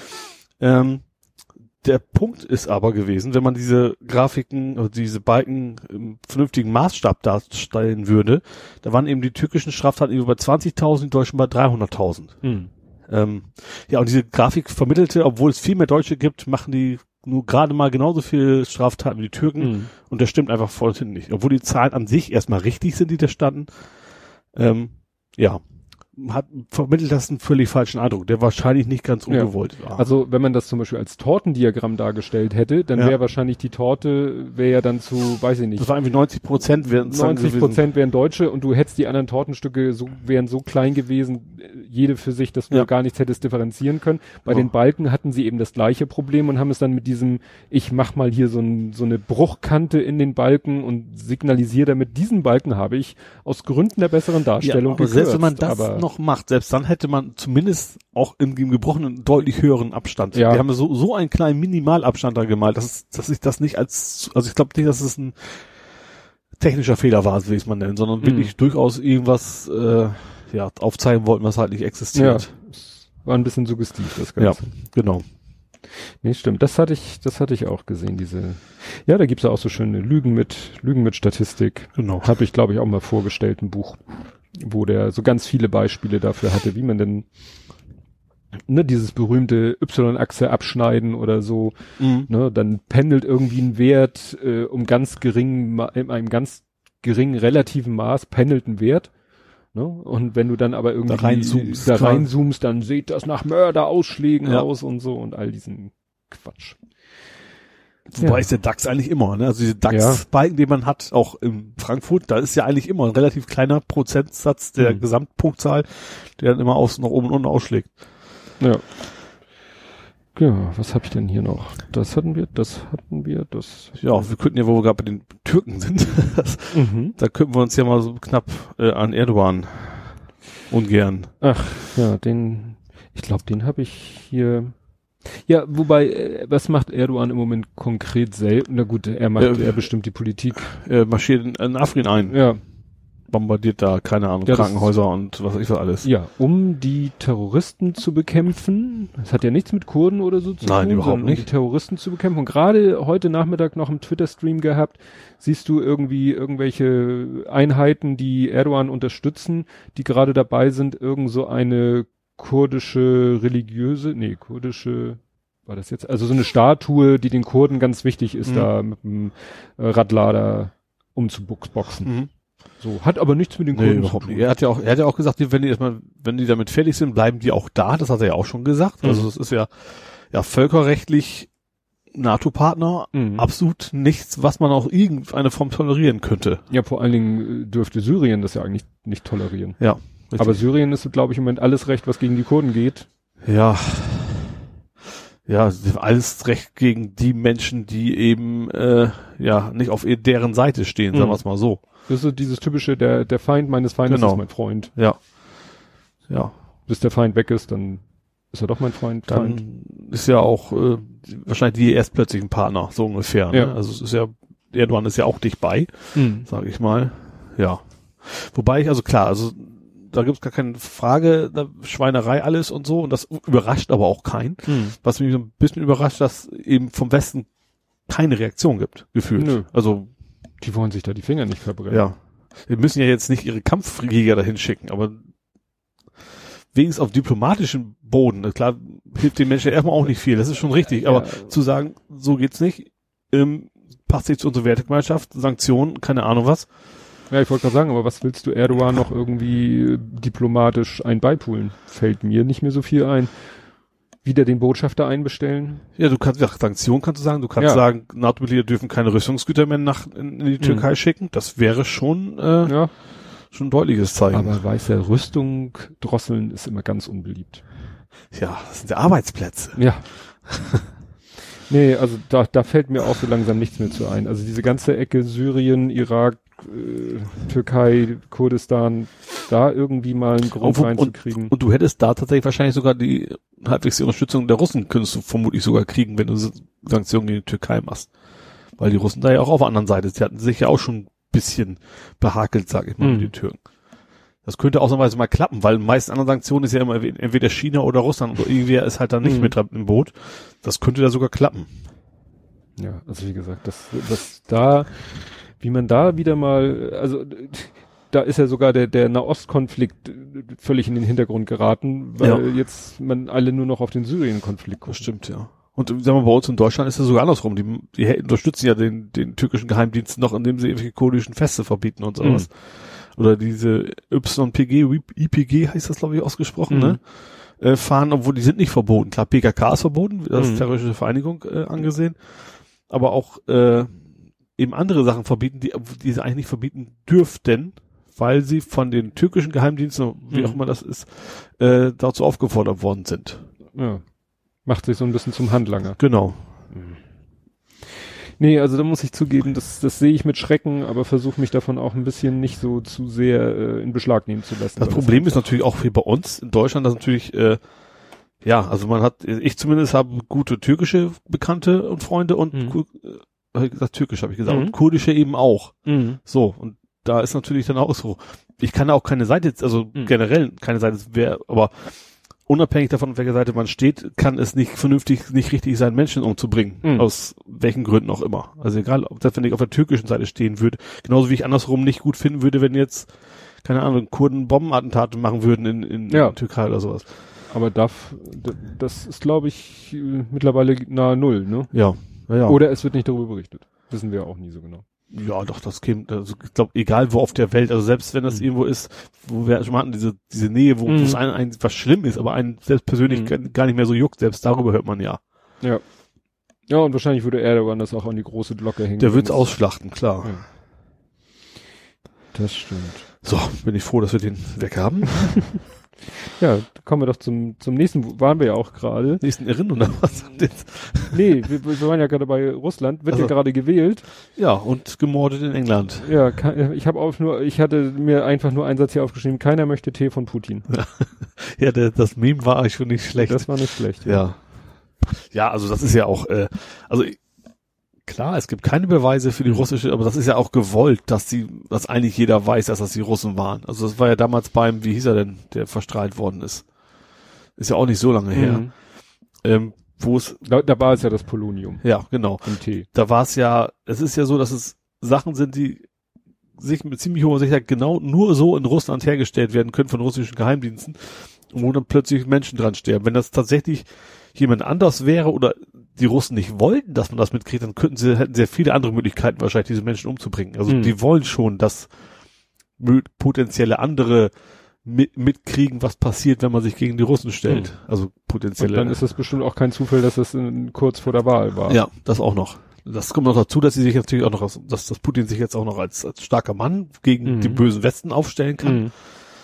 Ähm, der Punkt ist aber gewesen, wenn man diese Grafiken, also diese Balken im vernünftigen Maßstab darstellen würde, da waren eben die türkischen Straftaten über zwanzigtausend, die deutschen bei dreihunderttausend. Mhm. Ähm, ja, und diese Grafik vermittelte, obwohl es viel mehr Deutsche gibt, machen die nur gerade mal genauso viel Straftaten wie die Türken. Mhm. Und das stimmt einfach voll hin nicht. Obwohl die Zahlen an sich erstmal richtig sind, die da standen. Ähm, ja, hat vermittelt das einen völlig falschen Eindruck, der wahrscheinlich nicht ganz ungewollt ja. war. Also wenn man das zum Beispiel als Tortendiagramm dargestellt hätte, dann ja. wäre wahrscheinlich die Torte, wäre ja dann zu, weiß ich nicht. Das war irgendwie neunzig Prozent wären neunzig Prozent wären Deutsche und du hättest die anderen Tortenstücke so, wären so klein gewesen, jede für sich, dass du ja. gar nichts hättest differenzieren können. Bei oh. den Balken hatten sie eben das gleiche Problem und haben es dann mit diesem, ich mach mal hier so, ein, so eine Bruchkante in den Balken und signalisiere damit, diesen Balken habe ich aus Gründen der besseren Darstellung ja, aber gekürzt. Selbst wenn man das aber noch macht, selbst dann hätte man zumindest auch im, im gebrochenen deutlich höheren Abstand. Ja. Wir haben so, so einen kleinen Minimalabstand da gemalt, dass, dass ich das nicht als, also ich glaube nicht, dass es ein technischer Fehler war, wie ich es mal nennen, sondern wirklich mhm. durchaus irgendwas äh, ja, aufzeigen wollten, was halt nicht existiert. Ja, war ein bisschen suggestiv, das Ganze. Ja, genau. Nee, stimmt. Das hatte ich, das hatte ich auch gesehen, diese, ja, da gibt's ja auch so schöne Lügen mit, Lügen mit Statistik. Genau. Habe ich, glaube ich, auch mal vorgestellt, ein Buch, wo der so ganz viele Beispiele dafür hatte, wie man denn, ne, dieses berühmte Y-Achse abschneiden oder so, mhm. ne, dann pendelt irgendwie ein Wert, äh, um ganz geringen, in einem ganz geringen relativen Maß pendelt ein Wert. Ne? Und wenn du dann aber irgendwie da reinzoomst, da reinzoomst, dann sieht das nach Mörderausschlägen ja. aus und so und all diesen Quatsch. Wobei ja. ist der DAX eigentlich immer, ne? Also diese DAX-Balken, ja. den man hat, auch in Frankfurt, da ist ja eigentlich immer ein relativ kleiner Prozentsatz der mhm. Gesamtpunktzahl, der dann immer aus nach oben und unten ausschlägt. Ja. Ja, was habe ich denn hier noch? Das hatten wir, das hatten wir, das... Ja, wir könnten ja, wo wir gerade bei den Türken sind, das, mhm. da könnten wir uns ja mal so knapp äh, an Erdogan ungern. Ach, ja, den, ich glaube, den habe ich hier... Ja, wobei, äh, was macht Erdogan im Moment konkret selten? Na gut, er macht, äh, er bestimmt die Politik. Er marschiert in, in Afrin ein. Ja. Bombardiert da, keine Ahnung, ja, Krankenhäuser und was weiß ich was alles. Ja, um die Terroristen zu bekämpfen. Das hat ja nichts mit Kurden oder so zu Nein, tun, überhaupt sondern nicht. Um die Terroristen zu bekämpfen. Und gerade heute Nachmittag noch im Twitter-Stream gehabt, siehst du irgendwie irgendwelche Einheiten, die Erdogan unterstützen, die gerade dabei sind, irgend so eine kurdische religiöse, nee, kurdische, war das jetzt, also so eine Statue, die den Kurden ganz wichtig ist, mhm. da mit dem äh, Radlader umzuboxen. Mhm. So, hat aber nichts mit den Kurden nee, zu tun. Er hat ja auch, er hat ja auch gesagt, wenn die erstmal, wenn die damit fertig sind, bleiben die auch da. Das hat er ja auch schon gesagt. Mhm. Also es ist ja, ja völkerrechtlich NATO-Partner, mhm. absolut nichts, was man auch irgendeine Form tolerieren könnte. Ja, vor allen Dingen dürfte Syrien das ja eigentlich nicht tolerieren. Ja. Richtig. Aber Syrien ist, glaube ich, im Moment alles Recht, was gegen die Kurden geht. Ja. Ja, alles Recht gegen die Menschen, die eben, äh, ja, nicht auf deren Seite stehen, mhm. sagen wir es mal so. Das ist dieses typische, der, der Feind meines Feindes genau. ist mein Freund. Ja. Ja. Bis der Feind weg ist, dann ist er doch mein Freund. Dann Feind. Ist ja auch, äh, wahrscheinlich die erst plötzlich ein Partner, so ungefähr. Ne? Ja. Also es ist ja, Erdogan ist ja auch dicht bei, mhm. sage ich mal. Ja. Wobei ich, also klar, also da gibt's gar keine Frage, da Schweinerei alles und so, und das überrascht aber auch keinen. Mhm. Was mich so ein bisschen überrascht, dass eben vom Westen keine Reaktion gibt, gefühlt. Nö. Also die wollen sich da die Finger nicht verbrennen. Ja. Wir müssen ja jetzt nicht ihre Kampfflieger dahin schicken, aber wenigstens auf diplomatischem Boden, klar, hilft den Menschen erstmal auch nicht viel, das ist schon richtig, aber ja. zu sagen, so geht's nicht, ähm, passt sich zu unserer Wertegemeinschaft, Sanktionen, keine Ahnung was. Ja, ich wollte gerade sagen, aber was willst du Erdogan noch irgendwie diplomatisch einbeipulen? Fällt mir nicht mehr so viel ein. Wieder den Botschafter einbestellen? Ja, du kannst, ja, Sanktionen kannst du sagen, du kannst ja. sagen, NATO-Mitglieder dürfen keine Rüstungsgüter mehr nach, in, in die Türkei mhm. schicken, das wäre schon, äh, ja. schon ein deutliches Zeichen. Aber weiß ja, Rüstung drosseln ist immer ganz unbeliebt. Ja, das sind ja Arbeitsplätze. Ja. Nee, also da, da fällt mir auch so langsam nichts mehr zu ein. Also diese ganze Ecke Syrien, Irak, äh, Türkei, Kurdistan, da irgendwie mal einen Grund und, reinzukriegen. Und, und du hättest da tatsächlich wahrscheinlich sogar die halbwegs die Unterstützung der Russen könntest du vermutlich sogar kriegen, wenn du Sanktionen gegen die Türkei machst. Weil die Russen da ja auch auf der anderen Seite, sie hatten sich ja auch schon ein bisschen behakelt, sag ich mal, mhm. mit den Türken. Das könnte ausnahmsweise mal klappen, weil die meisten anderen Sanktionen ist ja immer entweder China oder Russland oder irgendwer ist halt dann nicht mhm. mit im Boot. Das könnte da sogar klappen. Ja, also wie gesagt, das, das da, wie man da wieder mal, also da ist ja sogar der, der Nahostkonflikt völlig in den Hintergrund geraten, weil ja. jetzt man alle nur noch auf den Syrien-Konflikt guckt. Das stimmt, ja. Und sagen wir, bei uns in Deutschland ist es sogar andersrum. Die, die unterstützen ja den, den türkischen Geheimdienst noch, indem sie irgendwelche kurdischen Feste verbieten und sowas. Mhm. Oder diese Y P G, I P G heißt das, glaube ich, ausgesprochen, mhm. ne? Äh, fahren, obwohl die sind nicht verboten. Klar, P K K ist verboten, das ist mhm. terroristische Vereinigung äh, angesehen. Aber auch äh, eben andere Sachen verbieten, die, die sie eigentlich nicht verbieten dürften, weil sie von den türkischen Geheimdiensten, wie mhm. auch immer das ist, äh, dazu aufgefordert worden sind. Ja. Macht sich so ein bisschen zum Handlanger. Genau. Mhm. Nee, also da muss ich zugeben, das, das sehe ich mit Schrecken, aber versuche mich davon auch ein bisschen nicht so zu sehr äh, in Beschlag nehmen zu lassen. Das Problem ist natürlich auch hier bei uns in Deutschland, dass natürlich, äh, ja, also man hat, ich zumindest habe gute türkische Bekannte und Freunde und, mhm. äh, hab ich gesagt, türkisch habe ich gesagt, mhm. und kurdische eben auch. Mhm. So, und da ist natürlich dann auch so, ich kann auch keine Seite, also mhm. generell keine Seite, wer, aber unabhängig davon, auf welcher Seite man steht, kann es nicht vernünftig, nicht richtig sein, Menschen umzubringen. Mhm. Aus welchen Gründen auch immer. Also egal, ob das, wenn ich auf der türkischen Seite stehen würde, genauso wie ich andersrum nicht gut finden würde, wenn jetzt, keine Ahnung, Kurden Bombenattentate machen würden in, in, ja. in Türkei oder sowas. Aber darf, das ist, glaube ich, mittlerweile nahe Null, ne? Ja. Ja, ja. Oder es wird nicht darüber berichtet. Wissen wir auch nie so genau. Ja, doch, das käme, also ich glaube, egal wo auf der Welt, also selbst wenn das mhm. irgendwo ist, wo wir schon mal hatten, diese, diese Nähe, wo mhm. es ein, ein, was schlimm ist, aber einen selbst persönlich mhm. gar nicht mehr so juckt, selbst darüber hört man ja. Ja. Ja, und wahrscheinlich würde Erdogan das auch an die große Glocke hängen. Der wird's ausschlachten, klar. Ja. Das stimmt. So, bin ich froh, dass wir den weg haben. Ja, kommen wir doch zum zum nächsten, wo waren wir ja auch gerade. Nächsten Erinnerung oder was? Nee, wir, wir waren ja gerade bei Russland, wird also, ja gerade gewählt. Ja, und gemordet in England. Ja, ich habe auch nur, ich hatte mir einfach nur einen Satz hier aufgeschrieben, keiner möchte Tee von Putin. Ja, der, das Meme war eigentlich schon nicht schlecht. Das war nicht schlecht. Ja. Ja, ja, also das ist ja auch, äh, also klar, es gibt keine Beweise für die russische, aber das ist ja auch gewollt, dass die, dass eigentlich jeder weiß, dass das die Russen waren. Also das war ja damals beim, wie hieß er denn, der verstrahlt worden ist. Ist ja auch nicht so lange her. Mhm. Ähm, wo es, da, da war es ja das Polonium. Ja, genau. Im Tee. Da war es ja, es ist ja so, dass es Sachen sind, die sich mit ziemlich hoher Sicherheit genau nur so in Russland hergestellt werden können von russischen Geheimdiensten, wo dann plötzlich Menschen dran sterben. Wenn das tatsächlich jemand anders wäre oder die Russen nicht wollten, dass man das mitkriegt, dann könnten sie, hätten sehr viele andere Möglichkeiten wahrscheinlich, diese Menschen umzubringen. Also mhm. die wollen schon, dass potenzielle andere mit, mitkriegen, was passiert, wenn man sich gegen die Russen stellt. Mhm. Also potenzielle. Und dann ist es bestimmt auch kein Zufall, dass es in, kurz vor der Wahl war. Ja, das auch noch. Das kommt noch dazu, dass sie sich natürlich auch noch, als, dass das Putin sich jetzt auch noch als, als starker Mann gegen mhm. den bösen Westen aufstellen kann. Mhm.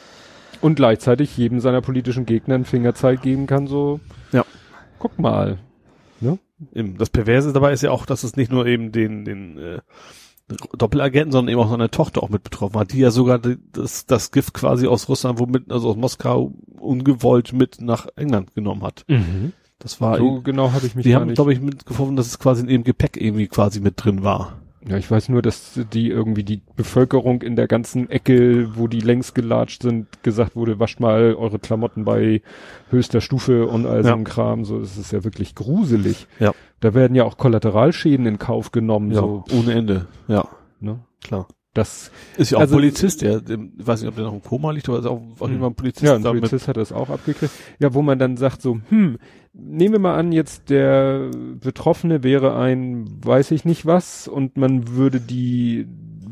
Und gleichzeitig jedem seiner politischen Gegner einen Fingerzeig geben kann, so, ja, guck mal. Ne? Das Perverse dabei ist ja auch, dass es nicht nur eben den, den äh, Doppelagenten, sondern eben auch seine Tochter auch mit betroffen hat, die ja sogar die, das, das Gift quasi aus Russland, womit, also aus Moskau ungewollt mit nach England genommen hat. Mhm. Das war, so genau habe ich mich die gar haben, nicht. glaube ich, mitgefunden, dass es quasi in ihrem Gepäck irgendwie quasi mit drin war. Ja, ich weiß nur, dass die irgendwie die Bevölkerung in der ganzen Ecke, wo die längs gelatscht sind, gesagt wurde, wascht mal eure Klamotten bei höchster Stufe und all so ein Kram. So, das ist ja wirklich gruselig. Ja. Da werden ja auch Kollateralschäden in Kauf genommen. Ja, so. ohne Ende. Ja. Ne? Klar. Das ist ja auch also, Polizist, der, der, ich weiß nicht, ob der noch im Koma liegt, aber ist auch auf jeden Fall ein Polizist. Ja, ein Polizist hat das auch abgekriegt. Ja, wo man dann sagt so, hm, nehmen wir mal an, jetzt der Betroffene wäre ein, weiß ich nicht was, und man würde die,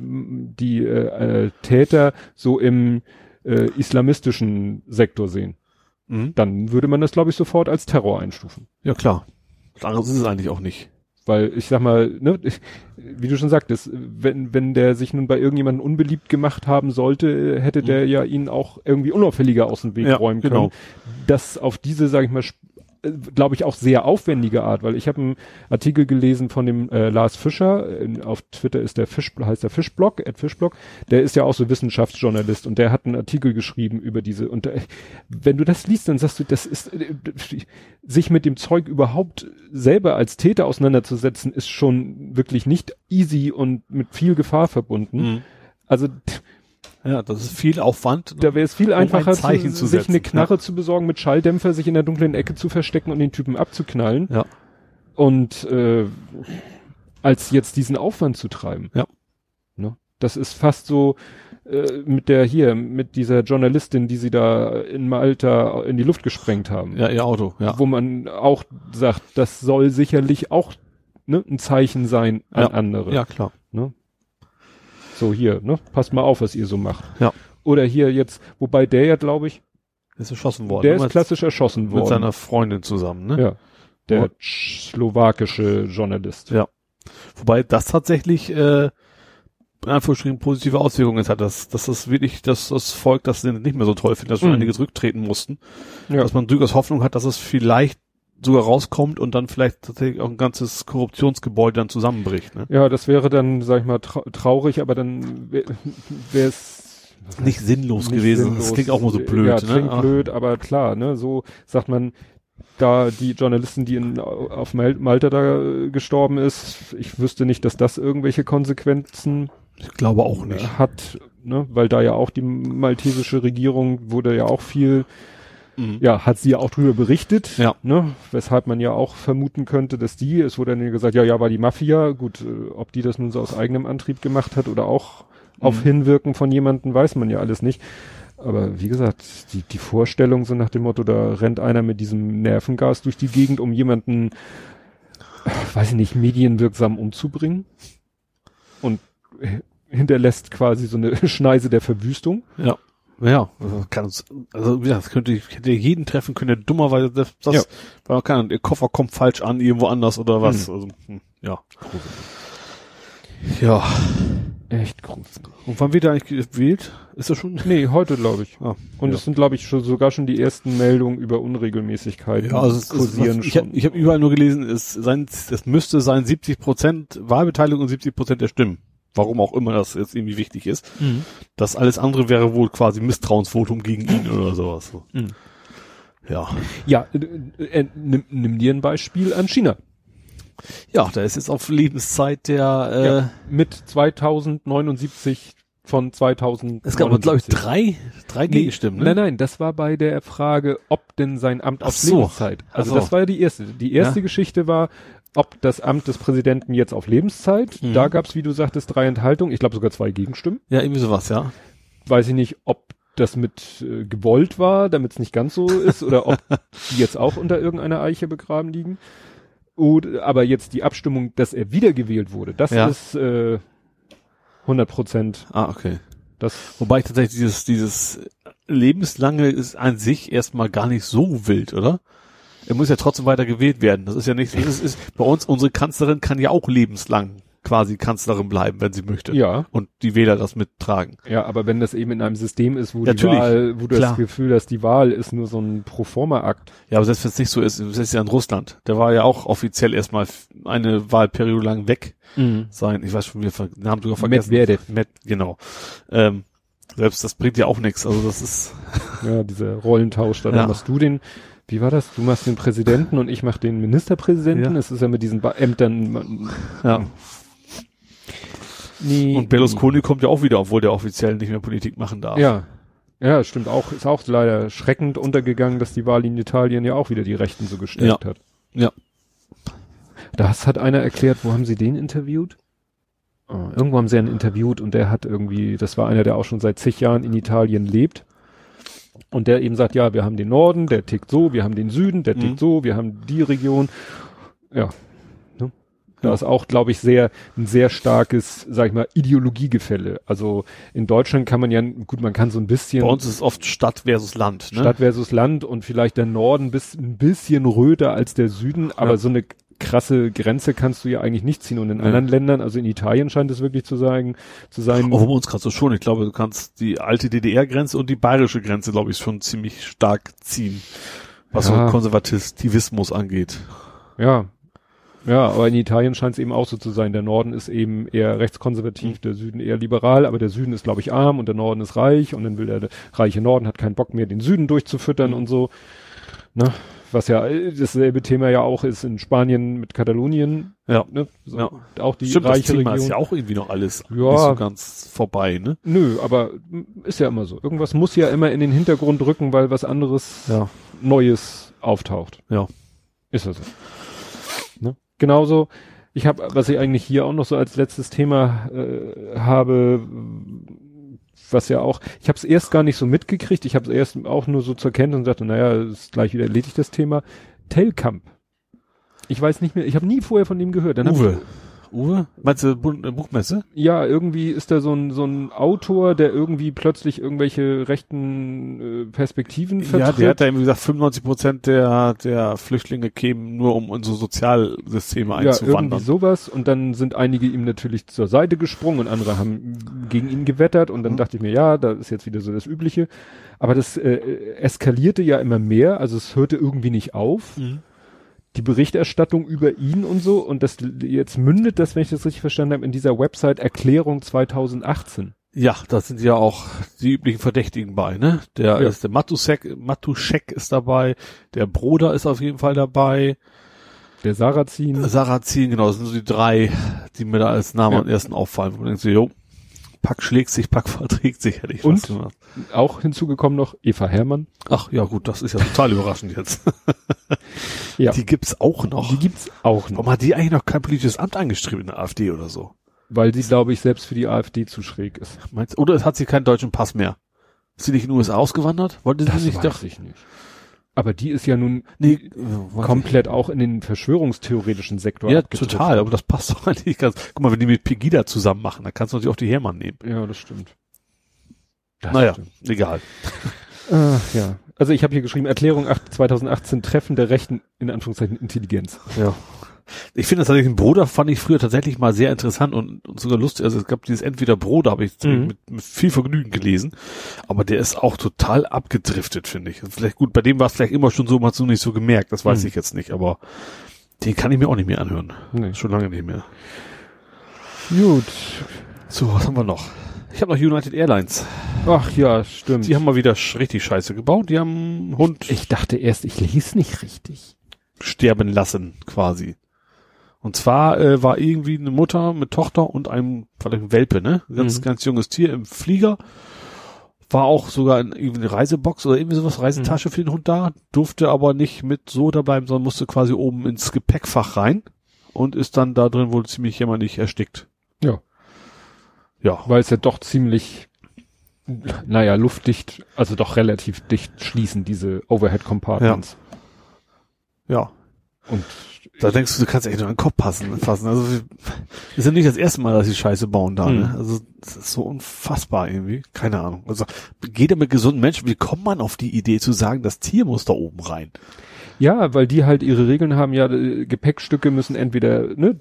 die äh, äh, Täter so im äh, islamistischen Sektor sehen. Mhm. Dann würde man das, glaube ich, sofort als Terror einstufen. Ja, klar. Was anderes ist es eigentlich auch nicht. Weil ich sag mal, ne, ich, wie du schon sagtest, wenn, wenn der sich nun bei irgendjemandem unbeliebt gemacht haben sollte, hätte mhm. der ja ihn auch irgendwie unauffälliger aus dem Weg ja, räumen können. Genau. Das auf diese, sag ich mal, glaube ich, auch sehr aufwendige Art, weil ich habe einen Artikel gelesen von dem äh, Lars Fischer, auf Twitter ist der Fisch, heißt der Fischblog, at Fischblog, der ist ja auch so Wissenschaftsjournalist und der hat einen Artikel geschrieben über diese, und äh, wenn du das liest, dann sagst du, das ist, äh, sich mit dem Zeug überhaupt selber als Täter auseinanderzusetzen, ist schon wirklich nicht easy und mit viel Gefahr verbunden. Mhm. Also ja, das ist viel Aufwand. Da wäre es viel einfacher, um ein zu, zu sich eine Knarre ja. zu besorgen mit Schalldämpfer, sich in der dunklen Ecke zu verstecken und den Typen abzuknallen. Ja. Und äh, als jetzt diesen Aufwand zu treiben. Ja. Ne? Das ist fast so äh, mit der hier, mit dieser Journalistin, die sie da in Malta in die Luft gesprengt haben. Ja, ihr Auto, ja. Wo man auch sagt, das soll sicherlich auch ne, ein Zeichen sein an ja. andere. Ja, klar. Ne? So hier, ne? Passt mal auf, was ihr so macht. Ja. Oder hier jetzt, wobei der ja, glaube ich, ist erschossen worden. Der ist klassisch erschossen worden. Mit seiner Freundin zusammen, ne? Ja. Der oh. slowakische Journalist. Ja. Wobei das tatsächlich, äh, in Anführungsstrichen positive Auswirkungen hat, dass, dass das wirklich, dass das Volk das nicht mehr so toll findet, dass schon mhm. einige zurücktreten mussten. Ja. Dass man durchaus Hoffnung hat, dass es vielleicht sogar rauskommt und dann vielleicht tatsächlich auch ein ganzes Korruptionsgebäude dann zusammenbricht. Ne? Ja, das wäre dann, sag ich mal, tra- traurig, aber dann wäre es nicht sinnlos nicht gewesen. Sinnlos. Das klingt auch mal so blöd. Ja, ne? klingt Ach. blöd, aber klar, ne, so sagt man, da die Journalisten, die in, auf Mal- Malta da gestorben ist, ich wüsste nicht, dass das irgendwelche Konsequenzen ich glaube auch nicht hat, ne, weil da ja auch die maltesische Regierung wurde ja auch viel Mhm. Ja, hat sie ja auch drüber berichtet, ja. ne, weshalb man ja auch vermuten könnte, dass die, es wurde dann gesagt, ja, ja, war die Mafia, gut, äh, ob die das nun so aus eigenem Antrieb gemacht hat oder auch mhm. auf Hinwirken von jemandem, weiß man ja alles nicht. Aber wie gesagt, die, die Vorstellung so nach dem Motto, da rennt einer mit diesem Nervengas durch die Gegend, um jemanden, weiß ich nicht, medienwirksam umzubringen und hinterlässt quasi so eine Schneise der Verwüstung. Ja. Ja, also, kann uns, also wie gesagt, das könnte ich hätte jeden treffen können, der dummerweise das, das ja. weil man kann, ihr Koffer kommt falsch an, irgendwo anders oder was. Hm. Also, hm, ja. Ja. Echt gruselig. Und wann wird er eigentlich gewählt? Ist das schon? Nee, heute glaube ich. Ah, Und ja. es sind, glaube ich, schon, sogar schon die ersten Meldungen über Unregelmäßigkeiten. Ja, also es kursieren ist, was, ich schon. habe ich hab überall nur gelesen, es, sein, es müsste sein siebzig Prozent Wahlbeteiligung und siebzig Prozent der Stimmen. Warum auch immer das jetzt irgendwie wichtig ist. Mhm. Das alles andere wäre wohl quasi Misstrauensvotum gegen ihn oder sowas. So. Mhm. Ja. Ja, äh, äh, nimm, nimm dir ein Beispiel an China. Ja, da ist jetzt auf Lebenszeit der, äh, Ja, mit zweitausendneunundsiebzig von zweitausend. es gab aber, glaube ich, drei, drei Gegenstimmen, ne? Nein, nein, das war bei der Frage, ob denn sein Amt Ach auf so. Lebenszeit. Also Ach so. das war ja die erste. Die erste Ja. Geschichte war, ob das Amt des Präsidenten jetzt auf Lebenszeit. Mhm. Da gab's, wie du sagtest, drei Enthaltungen. Ich glaube sogar zwei Gegenstimmen. Ja, irgendwie sowas, ja. Weiß ich nicht, ob das mit äh, gewollt war, damit es nicht ganz so ist, oder ob die jetzt auch unter irgendeiner Eiche begraben liegen. Oder, aber jetzt die Abstimmung, dass er wiedergewählt wurde, das Ja. ist äh, hundert Prozent. Ah, okay. Das, Wobei ich tatsächlich dieses, dieses lebenslange ist an sich erstmal gar nicht so wild, oder? Er muss ja trotzdem weiter gewählt werden. Das ist ja nicht, das ist, ist bei uns, unsere Kanzlerin kann ja auch lebenslang quasi Kanzlerin bleiben, wenn sie möchte. ja. Und die Wähler das mittragen. Ja, aber wenn das eben in einem System ist, wo die Natürlich, Wahl, wo du klar. das Gefühl hast, die Wahl ist nur so ein Proforma-Akt. Ja, aber selbst wenn es nicht so ist, das ist ja in Russland. Der war ja auch offiziell erstmal eine Wahlperiode lang weg sein. Ich weiß schon, wir ver- Namen sogar vergessen. Medvedev. Med, genau. Ähm, selbst das bringt ja auch nichts. Also das ist, Ja, dieser Rollentausch, da Ja. dann machst du den, wie war das? Du machst den Präsidenten und ich mach den Ministerpräsidenten. Ja. Es ist ja mit diesen Ba- Ämtern, man, ja. nie. Und Berlusconi kommt ja auch wieder, obwohl der offiziell nicht mehr Politik machen darf. Ja. Ja, stimmt auch. Ist auch leider schreckend untergegangen, dass die Wahl in Italien ja auch wieder die Rechten so gestärkt Ja. hat. Ja. Das hat einer erklärt, wo haben sie den interviewt? Oh, irgendwo haben sie einen interviewt und der hat irgendwie, das war einer, der auch schon seit zig Jahren in Italien lebt. Und der eben sagt, ja, wir haben den Norden, der tickt so, wir haben den Süden, der tickt Mhm. so, wir haben die Region. Ja. Ne? Da Ja. ist auch, glaube ich, sehr, ein sehr starkes, sag ich mal, Ideologiegefälle. Also in Deutschland kann man ja, gut, man kann so ein bisschen Bei uns ist es oft Stadt versus Land, ne? Stadt versus Land und vielleicht der Norden bis, ein bisschen röter als der Süden, aber Ja. so eine krasse Grenze kannst du ja eigentlich nicht ziehen. Und in Ja. anderen Ländern, also in Italien scheint es wirklich zu sagen, zu sein. Auch bei uns kannst du schon. Ich glaube, du kannst die alte D D R-Grenze und die bayerische Grenze, glaube ich, schon ziemlich stark ziehen, was Ja. so Konservativismus angeht. Ja. Ja, aber in Italien scheint es eben auch so zu sein. Der Norden ist eben eher rechtskonservativ, der Süden eher liberal, aber der Süden ist, glaube ich, arm und der Norden ist reich und dann will der, der reiche Norden hat keinen Bock mehr, den Süden durchzufüttern Mhm. und so. Ne? Was ja dasselbe Thema ja auch ist in Spanien mit Katalonien. Ja. Ne? So, Ja. Auch die Stimmt, das reiche Thema Region. ist ja auch irgendwie noch alles Ja. nicht so ganz vorbei, ne? Nö, aber ist ja immer so. Irgendwas muss ja immer in den Hintergrund rücken, weil was anderes Ja. Neues auftaucht. Ja. Ist ja so. Ne? Genauso, ich habe, was ich eigentlich hier auch noch so als letztes Thema äh, habe, was ja auch, ich habe es erst gar nicht so mitgekriegt, ich habe es erst auch nur so zur Kenntnis und dachte, naja, ist gleich wieder erledigt das Thema. Telkamp. Ich weiß nicht mehr, ich habe nie vorher von dem gehört. Dann hab Uwe. Uwe? Meinst du Bund, äh, Buchmesse? Ja, irgendwie ist da so ein so ein Autor, der irgendwie plötzlich irgendwelche rechten äh, Perspektiven Ja, vertritt. der hat da eben gesagt, fünfundneunzig Prozent der, der Flüchtlinge kämen nur, um unsere Sozialsysteme ja, irgendwie einzuwandern. sowas. Und dann sind einige ihm natürlich zur Seite gesprungen und andere haben gegen ihn gewettert. Und dann Mhm. dachte ich mir, ja, da ist jetzt wieder so das Übliche. Aber das äh, eskalierte ja immer mehr. Also es hörte irgendwie nicht auf. Mhm. Die Berichterstattung über ihn und so. Und das jetzt mündet das, wenn ich das richtig verstanden habe, in dieser Website Erklärung zweitausendachtzehn. Ja, da sind ja auch die üblichen Verdächtigen bei, ne? Der Ja. ist der Matusek, Matuschek ist dabei, der Broder ist auf jeden Fall dabei, Der Sarrazin. Sarrazin, genau, das sind so die drei, die mir da als Name Ja. am ersten auffallen, wo man denkt so, jo, Pack schlägt sich, Pack verträgt sich, hätte ich Und? fast gemacht. Auch hinzugekommen noch Eva Herrmann. Ach ja, gut, das ist ja total überraschend jetzt. Ja. Die gibt's auch noch. Die gibt's auch noch. Warum hat die eigentlich noch kein politisches Amt angestrieben in der AfD oder so? Weil sie, glaube ich, selbst für die AfD zu schräg ist. Meinst, oder es hat sie keinen deutschen Pass mehr? Ist sie nicht in den U S A ausgewandert? Wollte Das sie nicht weiß doch? ich nicht. Aber die ist ja nun Nee, komplett auch in den verschwörungstheoretischen Sektor Ja, abgedriftet. total, aber das passt doch eigentlich ganz. Guck mal, wenn die mit Pegida zusammen machen, dann kannst du natürlich auch die Hermann nehmen. Ja, das stimmt. Das naja, stimmt. egal. Ach, ja. Also ich habe hier geschrieben, Erklärung acht, zweitausendachtzehn, Treffen der rechten, in Anführungszeichen, Intelligenz. Ja. Ich finde das tatsächlich, ein Broder fand ich früher tatsächlich mal sehr interessant und, und sogar lustig. Also es gab dieses Entweder Broder, habe ich Mhm. mit, mit viel Vergnügen gelesen. Aber der ist auch total abgedriftet, finde ich. Vielleicht gut, bei dem war es vielleicht immer schon so, man hat es nur nicht so gemerkt. Das weiß Mhm. ich jetzt nicht, aber den kann ich mir auch nicht mehr anhören. Nee. Schon lange nicht mehr. Gut. So, was haben wir noch? Ich habe noch United Airlines. Ach ja, stimmt. Die haben mal wieder sch- richtig Scheiße gebaut. Die haben einen Hund Ich dachte erst, ich lese nicht richtig. sterben lassen, quasi. Und zwar äh, war irgendwie eine Mutter mit Tochter und einem, vielleicht ein Welpe, ne? Ganz, Mhm. ganz junges Tier im Flieger. War auch sogar in irgendwie eine Reisebox oder irgendwie sowas, Reisetasche für den Hund da. Durfte aber nicht mit so da bleiben, sondern musste quasi oben ins Gepäckfach rein und ist dann da drin wohl ziemlich jämmerlich erstickt. Ja. Ja. Weil es ja doch ziemlich, naja, luftdicht, also doch relativ dicht schließen, diese Overhead Compartments. Ja. Und Da denkst du, du kannst echt nur an den Kopf passen, fassen. Also, das ist ja nicht das erste Mal, dass sie Scheiße bauen da, Mhm. ne? Also, das ist so unfassbar irgendwie. Keine Ahnung. Also, geht ja mit gesunden Menschen, wie kommt man auf die Idee zu sagen, das Tier muss da oben rein? ja, weil die halt ihre Regeln haben, ja, äh, Gepäckstücke müssen entweder, ne,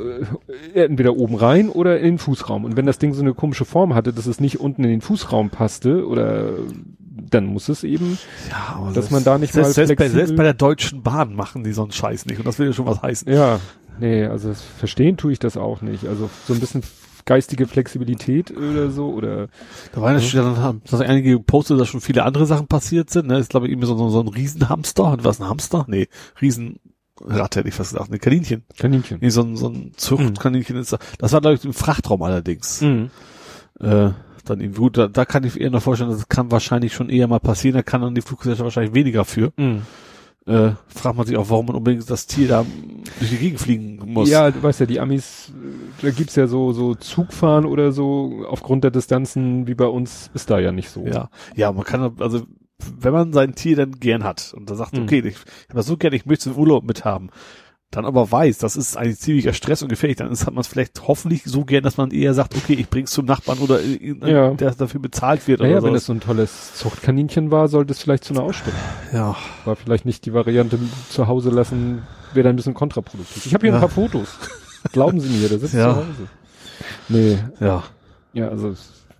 äh, entweder oben rein oder in den Fußraum. Und wenn das Ding so eine komische Form hatte, dass es nicht unten in den Fußraum passte, oder dann muss es eben, Ja, aber dass man da nicht selbst, mal selbst, bei, flexibel- selbst bei der Deutschen Bahn machen die so einen Scheiß nicht. Und das will ja schon was heißen. ja, nee, also das, verstehen tue ich das auch nicht. Also so ein bisschen geistige Flexibilität oder so, oder, Da war ja, dann haben, dass einige gepostet, dass schon viele andere Sachen passiert sind, ne? Ist, glaube ich, irgendwie so, so, so ein Riesenhamster. Was, ein Hamster? Nee, Riesenratte hätte ich fast gesagt. Ne, Kaninchen. Kaninchen. Nee, so ein, so ein Zuchtkaninchen ist da. Das war, glaube ich, im Frachtraum allerdings. Mhm. Äh, dann eben gut, da, da kann ich eher noch vorstellen, das kann wahrscheinlich schon eher mal passieren, da kann dann die Fluggesellschaft wahrscheinlich weniger für. Mhm. Äh, fragt man sich auch, warum man unbedingt das Tier da durch die Gegend fliegen muss. Ja, du weißt ja, die Amis, äh, da gibt's ja so, so Zugfahren oder so, aufgrund der Distanzen, wie bei uns, ist da ja nicht so. Ja, ja, man kann, also, wenn man sein Tier dann gern hat und da sagt, Mhm. okay, ich, ich habe das so gern, ich möchte es im Urlaub mithaben, dann aber weiß, das ist eigentlich ziemlicher Stress und gefährlich, dann ist, hat man es vielleicht hoffentlich so gern, dass man eher sagt, okay, ich bring's zum Nachbarn oder äh, Ja. der dafür bezahlt wird Naja, oder wenn so. es so ein tolles Zuchtkaninchen war, sollte es vielleicht zu einer Ausstellung. Ja, War vielleicht nicht die Variante zu Hause lassen, wäre dann ein bisschen kontraproduktiv. Ich habe hier Ja. ein paar Fotos. Glauben Sie mir, der sitzt Ja. zu Hause. Nee, ja, ja, also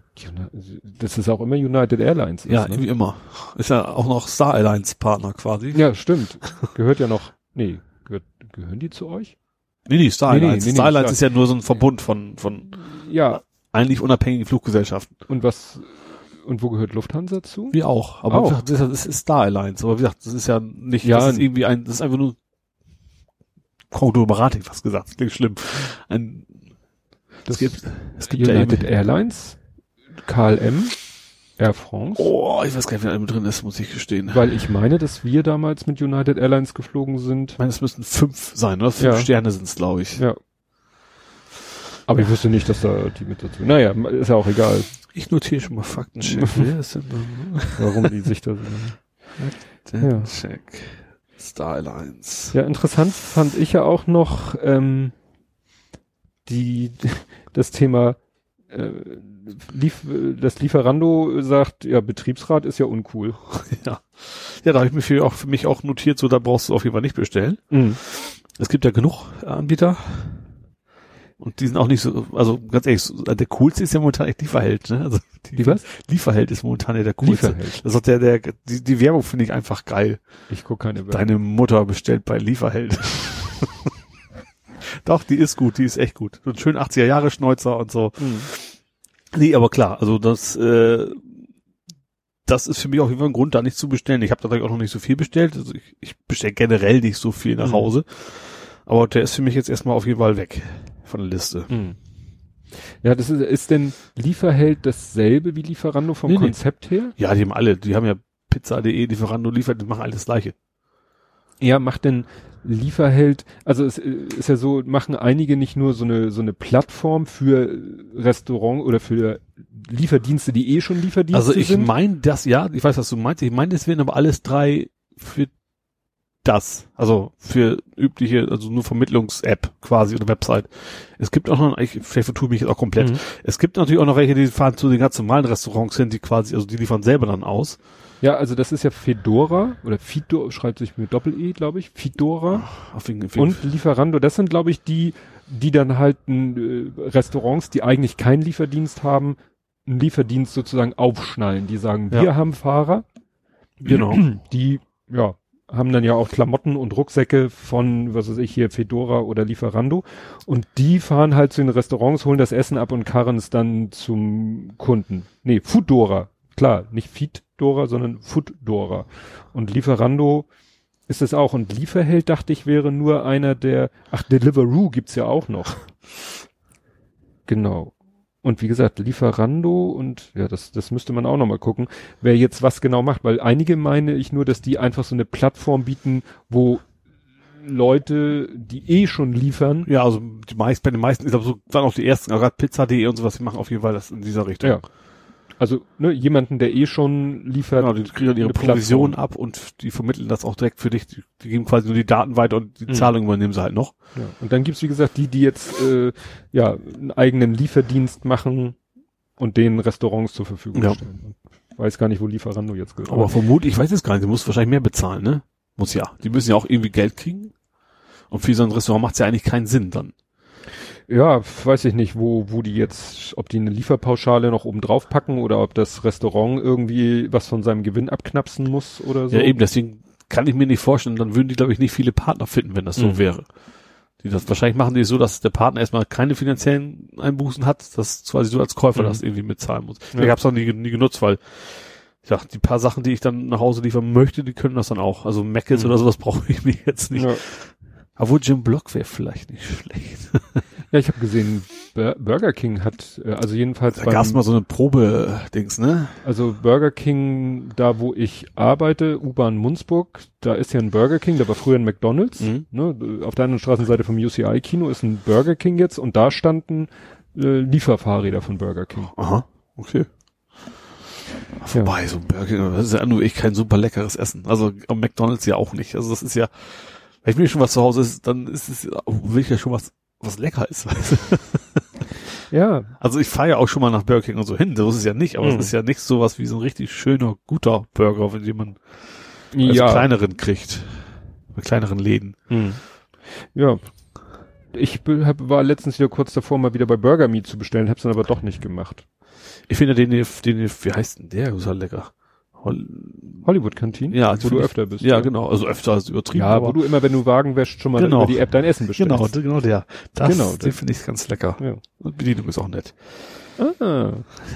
das ist auch immer United Airlines. Ist, ja, ne? wie immer. Ist ja auch noch Star Airlines Partner quasi. Ja, stimmt. Gehört ja noch. Nee, gehört, gehören die zu euch? Nee, nee, Star Nee, nee, Airlines. nee, nee, Star Airlines Star- ist ja nur so ein Verbund von, von Ja, eigentlich unabhängigen Fluggesellschaften. und was, und wo gehört Lufthansa zu? Wir auch. Aber Auch. wie gesagt, das ist, das ist Star Airlines. Aber wie gesagt, das ist ja nicht, Ja. das ist irgendwie ein, das ist einfach nur Konglomerat, was gesagt. Das klingt schlimm. Ein, Das es gibt, es gibt ja United eben, Airlines, K L M, Air France. oh, ich weiß gar nicht, wer da drin ist, muss ich gestehen. Weil ich meine, dass wir damals mit United Airlines geflogen sind. Ich meine, es müssten fünf sein, oder? Fünf Ja. Sterne sind es, glaube ich. Ja. Aber ich wüsste nicht, dass da die mit dazu. Naja, ist ja auch egal, Ich notiere schon mal Faktencheck. Wer ist denn da? warum die sich da so. Ja. Check. Star Airlines. Ja, interessant fand ich ja auch noch ähm, die das Thema äh, lief, das Lieferando sagt, ja, Betriebsrat ist ja uncool. Ja. Ja, da habe ich mir für, auch für mich auch notiert, so da brauchst du auf jeden Fall nicht bestellen. Mhm. Es gibt ja genug Anbieter. Und die sind auch nicht so, also ganz ehrlich, so, der coolste ist ja momentan echt Lieferheld, ne? Also die, Die was? Lieferheld ist momentan ja der coolste. Lieferheld. Das ist auch der, der, die, die Werbung finde ich einfach geil. Ich gucke keine Werbung. Deine Mutter bestellt bei Lieferheld. Doch, die ist gut, die ist echt gut. So ein schön achtziger Jahre Schnäuzer und so. Mhm. Nee, aber klar, also das, äh, das ist für mich auf jeden Fall ein Grund, da nicht zu bestellen. Ich habe tatsächlich auch noch nicht so viel bestellt. Also ich, ich bestelle generell nicht so viel nach Mhm. Hause. Aber der ist für mich jetzt erstmal auf jeden Fall weg von der Liste. Mhm. Ja, das ist, ist denn Lieferheld dasselbe wie Lieferando vom Nee, nee. Konzept her? Ja, die haben alle, die haben ja Pizza punkt de, Lieferando liefert, die machen alles das Gleiche. Ja, macht denn Lieferheld, also es äh, ist ja so, machen einige nicht nur so eine so eine Plattform für Restaurant oder für Lieferdienste, die eh schon Lieferdienste Also ich sind? meine das, ja, ich weiß, was du meinst. Ich meine, das wären aber alles drei für das, also für übliche, also nur Vermittlungs-App quasi oder Website. Es gibt auch noch, ich, vielleicht vertue ich mich jetzt auch komplett. Mhm. Es gibt natürlich auch noch welche, die fahren zu den ganz normalen Restaurants hin, die quasi, also die liefern selber dann aus. Ja, also das ist ja Fedora oder Fidora, schreibt sich mit Doppel-E, glaube ich, Fidora. Auf jeden, auf jeden Und Lieferando, das sind, glaube ich, die, die dann halt äh, Restaurants, die eigentlich keinen Lieferdienst haben, einen Lieferdienst sozusagen aufschnallen. Die sagen, wir Ja. haben Fahrer. Genau. Die, ja, haben dann ja auch Klamotten und Rucksäcke von, was weiß ich hier, Fedora oder Lieferando. Und die fahren halt zu den Restaurants, holen das Essen ab und karren es dann zum Kunden. Nee, Foodora. Klar, nicht Feeddora, sondern Foodora. Und Lieferando ist es auch. Und Lieferheld, dachte ich, wäre nur einer der, ach, Deliveroo gibt's ja auch noch. Genau. Und wie gesagt, Lieferando und ja, das, das müsste man auch nochmal gucken, wer jetzt was genau macht, weil einige meine ich nur, dass die einfach so eine Plattform bieten, wo Leute, die eh schon liefern. Ja, also die meisten, bei den meisten, ich glaube, so waren auch die ersten, gerade Pizza punkt de und sowas, die machen auf jeden Fall das in dieser Richtung. Ja. Also, ne, jemanden, der eh schon liefert. Genau, die kriegen dann ihre Provision ab und die vermitteln das auch direkt für dich. Die, die geben quasi nur die Daten weiter und die mhm. Zahlung übernehmen sie halt noch. Ja. Und dann gibt's wie gesagt, die, die jetzt äh, ja einen eigenen Lieferdienst machen und den Restaurants zur Verfügung ja. stellen. Ich weiß gar nicht, wo Lieferando jetzt gehört. Aber vermutlich, ich weiß es gar nicht, du musst wahrscheinlich mehr bezahlen, ne? Muss ja. Die müssen ja auch irgendwie Geld kriegen. Und für so ein Restaurant macht's ja eigentlich keinen Sinn dann. Ja, weiß ich nicht, wo, wo die jetzt, ob die eine Lieferpauschale noch oben drauf packen oder ob das Restaurant irgendwie was von seinem Gewinn abknapsen muss oder so. Ja, eben, deswegen kann ich mir nicht vorstellen, dann würden die, glaube ich, nicht viele Partner finden, wenn das so mhm. wäre. Die das, wahrscheinlich machen die so, dass der Partner erstmal keine finanziellen Einbußen hat, dass quasi du als Käufer mhm. das irgendwie mitzahlen musst. Ja. Ich hab's noch nie, nie genutzt, weil, ja, die paar Sachen, die ich dann nach Hause liefern möchte, die können das dann auch. Also Mc's mhm. oder sowas brauche ich mir jetzt nicht. Ja. Obwohl Jim Block wäre vielleicht nicht schlecht. Ja, ich habe gesehen, Bur- Burger King hat, äh, also jedenfalls da gab's mal so eine Probe-Dings, ne? Also Burger King, da wo ich arbeite, U-Bahn Munzburg, da ist ja ein Burger King, da war früher ein McDonald's. Mhm. Ne? Auf der anderen Straßenseite vom U C I-Kino ist ein Burger King jetzt und da standen äh, Lieferfahrräder von Burger King. Aha, okay. Vorbei, ja. So ein Burger King, das ist ja nur echt kein super leckeres Essen. Also am McDonald's ja auch nicht. Also das ist ja, wenn ich mir schon was zu Hause ist, dann ist es, will ich ja schon was, was lecker ist. Weißt du? Ja. Also ich fahre ja auch schon mal nach Burger King und so hin, so ist es ja nicht, aber mhm. es ist ja nicht sowas wie so ein richtig schöner, guter Burger, wenn jemand also ja. kleineren kriegt. Bei kleineren Läden. Mhm. Ja. Ich hab, war letztens wieder kurz davor, mal wieder bei Burger Meat zu bestellen, hab's dann aber doch nicht gemacht. Ich finde den, den, den, wie heißt denn der? Das ist halt lecker. Hol- Hollywood Canteen? Ja, wo du ich, öfter bist. Ja, ja, genau. Also öfter als übertrieben. Ja, wo du immer, wenn du Wagen wäschst, schon mal genau. über die App dein Essen bestellst. Genau, genau der. Das, genau, den finde ich ganz lecker. Ja. Und Bedienung ist auch nett. Ah.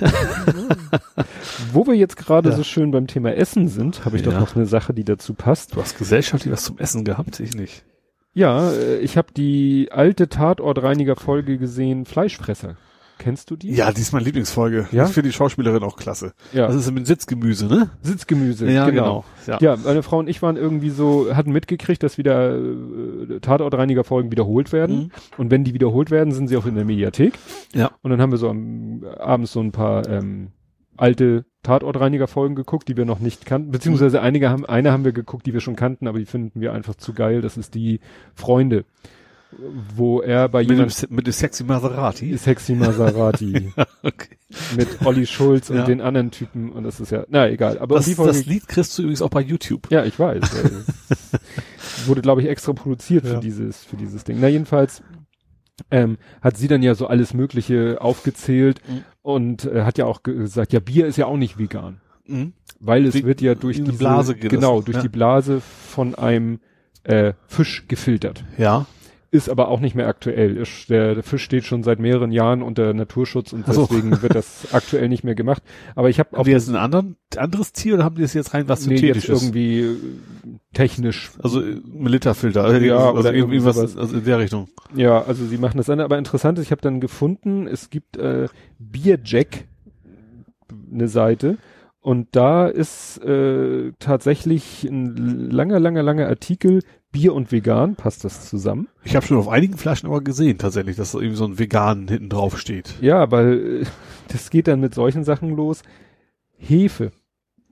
Wo wir jetzt gerade ja. so schön beim Thema Essen sind, habe ich ja. doch noch eine Sache, die dazu passt. Du hast gesellschaftlich was zum Essen gehabt? Ich nicht. Ja, ich habe die alte Tatortreiniger-Folge gesehen, Fleischfresser. Kennst du die? Ja, die ist meine Lieblingsfolge. Ja? Ich finde die Schauspielerin auch klasse. Ja. Das ist mit Sitzgemüse, ne? Sitzgemüse, ja, genau. genau. Ja. ja, meine Frau und ich waren irgendwie so, hatten mitgekriegt, dass wieder äh, Tatortreiniger-Folgen wiederholt werden. Mhm. Und wenn die wiederholt werden, sind sie auch in der Mediathek. Ja. Und dann haben wir so am abends so ein paar ähm, alte Tatortreiniger-Folgen geguckt, die wir noch nicht kannten. Beziehungsweise einige haben, eine haben wir geguckt, die wir schon kannten, aber die finden wir einfach zu geil. Das ist die Freunde. Wo er bei mit jemand dem, mit dem Sexy Maserati. Sexy Maserati. Ja, okay. Mit Olli Schulz und ja. den anderen Typen und das ist ja, na egal. Aber das, die Folge, das Lied kriegst du übrigens auch bei YouTube. Ja, ich weiß. Wurde, glaube ich, extra produziert für ja. dieses, für dieses Ding. Na jedenfalls ähm, hat sie dann ja so alles Mögliche aufgezählt mhm. und äh, hat ja auch gesagt, ja, Bier ist ja auch nicht vegan. Mhm. Weil es Wie, wird ja durch die Blase geht genau, das, durch ja. die Blase von einem äh, Fisch gefiltert. Ja. Ist aber auch nicht mehr aktuell. Ist, der, der Fisch steht schon seit mehreren Jahren unter Naturschutz und so. deswegen wird das aktuell nicht mehr gemacht. Aber ich habe auch. Haben die jetzt ein anderen, anderes Tier oder haben die das jetzt rein was synthetisches? Nee, jetzt irgendwie äh, technisch. Also Militerfilter. Ja, also oder irgendwie was also in der Richtung. Ja, also sie machen das an. Aber interessant ist, ich habe dann gefunden, es gibt äh, Bierjack, eine Seite. Und da ist äh, tatsächlich ein langer, langer, langer Artikel, Bier und Vegan, passt das zusammen? Ich habe schon auf einigen Flaschen aber gesehen, tatsächlich, dass da irgendwie so ein Vegan hinten drauf steht. Ja, weil äh, das geht dann mit solchen Sachen los. Hefe.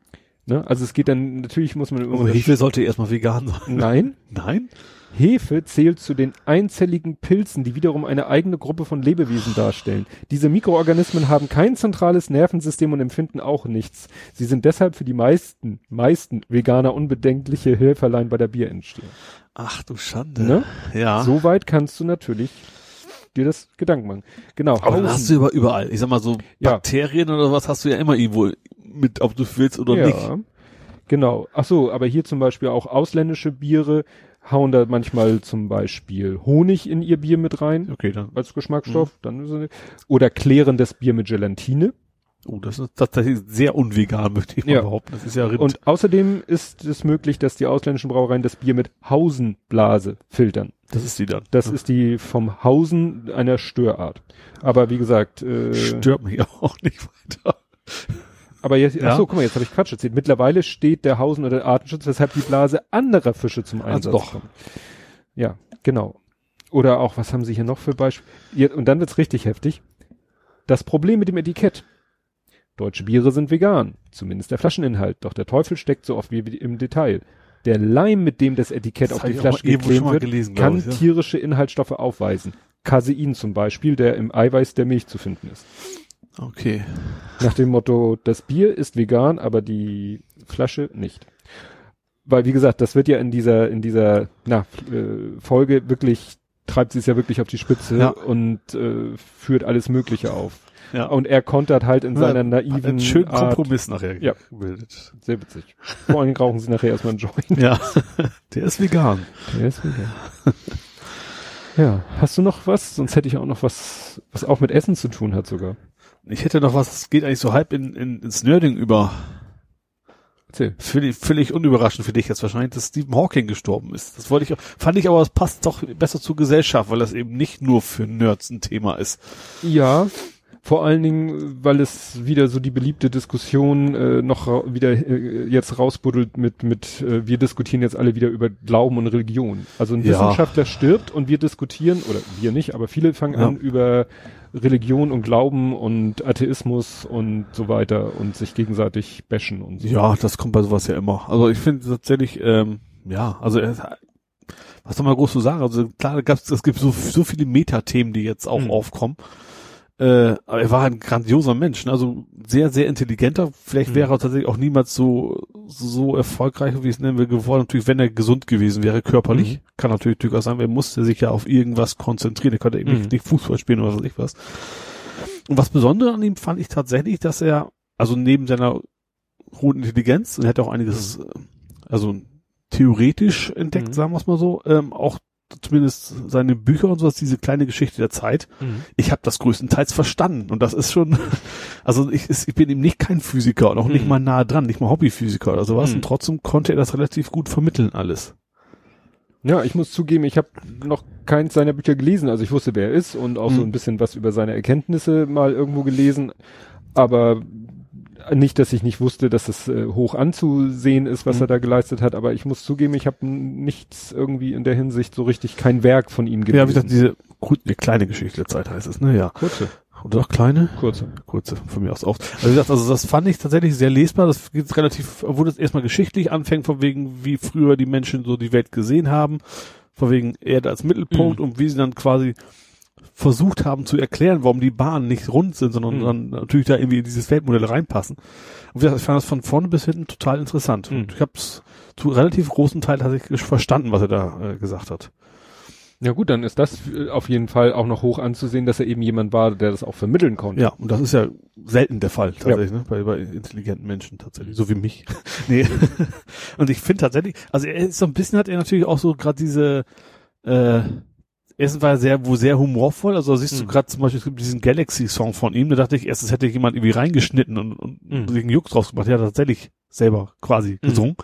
Ne? Also es geht dann, natürlich muss man... Aber Hefe sollte erstmal vegan sein. Nein. Nein? Hefe zählt zu den einzelligen Pilzen, die wiederum eine eigene Gruppe von Lebewesen darstellen. Diese Mikroorganismen haben kein zentrales Nervensystem und empfinden auch nichts. Sie sind deshalb für die meisten, meisten Veganer unbedenkliche Helferlein bei der Bierentstehung. Ach du Schande. Ne? Ja. Soweit kannst du natürlich dir das Gedanken machen. Genau. Aber das hast du über, überall. Ich sag mal so, Ja. Bakterien oder was hast du ja immer irgendwo mit, ob du willst oder ja, nicht. Genau. Ach so, aber hier zum Beispiel auch ausländische Biere hauen da manchmal zum Beispiel Honig in ihr Bier mit rein. Okay, dann. Als Geschmacksstoff. Dann ist es, oder klärendes Bier mit Gelatine. Oh, das ist tatsächlich sehr unvegan, möchte ich mal Ja. behaupten. Das ist ja Rind. Und außerdem ist es möglich, dass die ausländischen Brauereien das Bier mit Hausenblase filtern. das ist die dann. Das ja. ist die vom Hausen einer Störart. Aber wie gesagt, äh, Stört mich auch nicht weiter. aber jetzt, Ja. ach so, guck mal, jetzt habe ich Quatsch erzählt. Mittlerweile steht der Hausen unter Artenschutz, weshalb die Blase anderer Fische zum Also Einsatz doch. kommt. Ja, genau. Oder auch, was haben Sie hier noch für Beispiele? Und dann wird's richtig heftig. Das Problem mit dem Etikett. Deutsche Biere sind vegan, zumindest der Flascheninhalt, doch der Teufel steckt so oft wie im Detail. Der Leim, mit dem das Etikett Das auf hab die die ich auch Flasche mal irgendwo schon geklebt mal wird, gelesen, kann glaub ich, ja. tierische Inhaltsstoffe aufweisen. Casein zum Beispiel, der im Eiweiß der Milch zu finden ist. Okay. Nach dem Motto, das Bier ist vegan, aber die Flasche nicht. Weil, wie gesagt, das wird ja in dieser, in dieser, na, äh, Folge wirklich, treibt sie es ja wirklich auf die Spitze Ja. und äh, führt alles Mögliche auf. Ja. Und er kontert halt in seiner Hat naiven einen schönen Art. Kompromiss nachher Ja. gebildet. Sehr witzig. Vor allen Dingen rauchen sie nachher erstmal einen Joint. Ja. Der ist vegan. Der ist vegan. Ja, hast du noch was? Sonst hätte ich auch noch was, was auch mit Essen zu tun hat sogar. Ich hätte noch was, das geht eigentlich so halb in, in, ins Nerding über. Erzähl. Völlig, völlig unüberraschend für dich jetzt wahrscheinlich, dass Stephen Hawking gestorben ist. Das wollte ich auch, fand ich aber, es passt doch besser zur Gesellschaft, weil das eben nicht nur für Nerds ein Thema ist. Ja, vor allen Dingen, weil es wieder so die beliebte Diskussion äh, noch ra wieder äh, jetzt rausbuddelt mit, mit äh, wir diskutieren jetzt alle wieder über Glauben und Religion. Also ein Ja. Wissenschaftler stirbt und wir diskutieren, oder wir nicht, aber viele fangen Ja. an über Religion und Glauben und Atheismus und so weiter und sich gegenseitig bashen und so. Ja, das kommt bei sowas ja immer. Also ich finde tatsächlich, ähm, ja, also er, was soll man groß zu sagen? Also klar, gab's, es gibt so, so viele Metathemen, die jetzt auch Mhm. aufkommen. Äh, aber er war ein grandioser Mensch, ne? Also sehr, sehr intelligenter. Vielleicht Mhm. wäre er tatsächlich auch niemals so so erfolgreich, wie es nennen wir, geworden. Natürlich, wenn er gesund gewesen wäre, körperlich. Mhm. Kann natürlich durchaus sein, er musste sich ja auf irgendwas konzentrieren. Er konnte eben Mhm. nicht, nicht Fußball spielen oder was weiß ich was. Und was Besonderes an ihm fand ich tatsächlich, dass er, also neben seiner hohen Intelligenz, und er hat auch einiges, äh, also theoretisch entdeckt, Mhm. sagen wir es mal so, ähm, auch zumindest seine Bücher und sowas, diese kleine Geschichte der Zeit. Mhm. Ich habe das größtenteils verstanden und das ist schon, also ich, ich bin eben nicht kein Physiker und auch nicht Mhm. mal nahe dran, nicht mal Hobbyphysiker oder sowas Mhm. und trotzdem konnte er das relativ gut vermitteln alles. Ja, ich muss zugeben, ich habe noch keins seiner Bücher gelesen. Also ich wusste, wer er ist und auch so Mhm. ein bisschen was über seine Erkenntnisse mal irgendwo gelesen. Aber nicht, dass ich nicht wusste, dass es äh, hoch anzusehen ist, was Mhm. er da geleistet hat. Aber ich muss zugeben, ich habe nichts irgendwie in der Hinsicht so richtig, kein Werk von ihm gelesen. Ja, wie gesagt, diese kur- eine kleine Geschichte der Zeit heißt es, ne, ja. Kurze. Oder doch kleine? Kurze. Kurze, von mir aus auch. Also wie gesagt, also das fand ich tatsächlich sehr lesbar. Das geht relativ, obwohl das erstmal geschichtlich anfängt, von wegen, wie früher die Menschen so die Welt gesehen haben, von wegen Erde als Mittelpunkt Mhm. und wie sie dann quasi versucht haben zu erklären, warum die Bahnen nicht rund sind, sondern Mhm. dann natürlich da irgendwie in dieses Weltmodell reinpassen. Und wie gesagt, ich fand das von vorne bis hinten total interessant. Mhm. Und ich habe es zu relativ großen Teil tatsächlich verstanden, was er da äh, gesagt hat. Ja gut, dann ist das äh, auf jeden Fall auch noch hoch anzusehen, dass er eben jemand war, der das auch vermitteln konnte. Ja, und das ist ja selten der Fall, tatsächlich, ne? Bei, bei intelligenten Menschen tatsächlich, so wie mich. Nee. Und ich finde tatsächlich, also er ist so ein bisschen, hat er natürlich auch so gerade diese, äh, erstens war er sehr, wo sehr humorvoll, also siehst du Mhm. gerade zum Beispiel, es gibt diesen Galaxy-Song von ihm, da dachte ich, erstens hätte jemand irgendwie reingeschnitten und, und Mhm. sich einen Jux draus gemacht, der hat tatsächlich selber quasi Mhm. gesungen.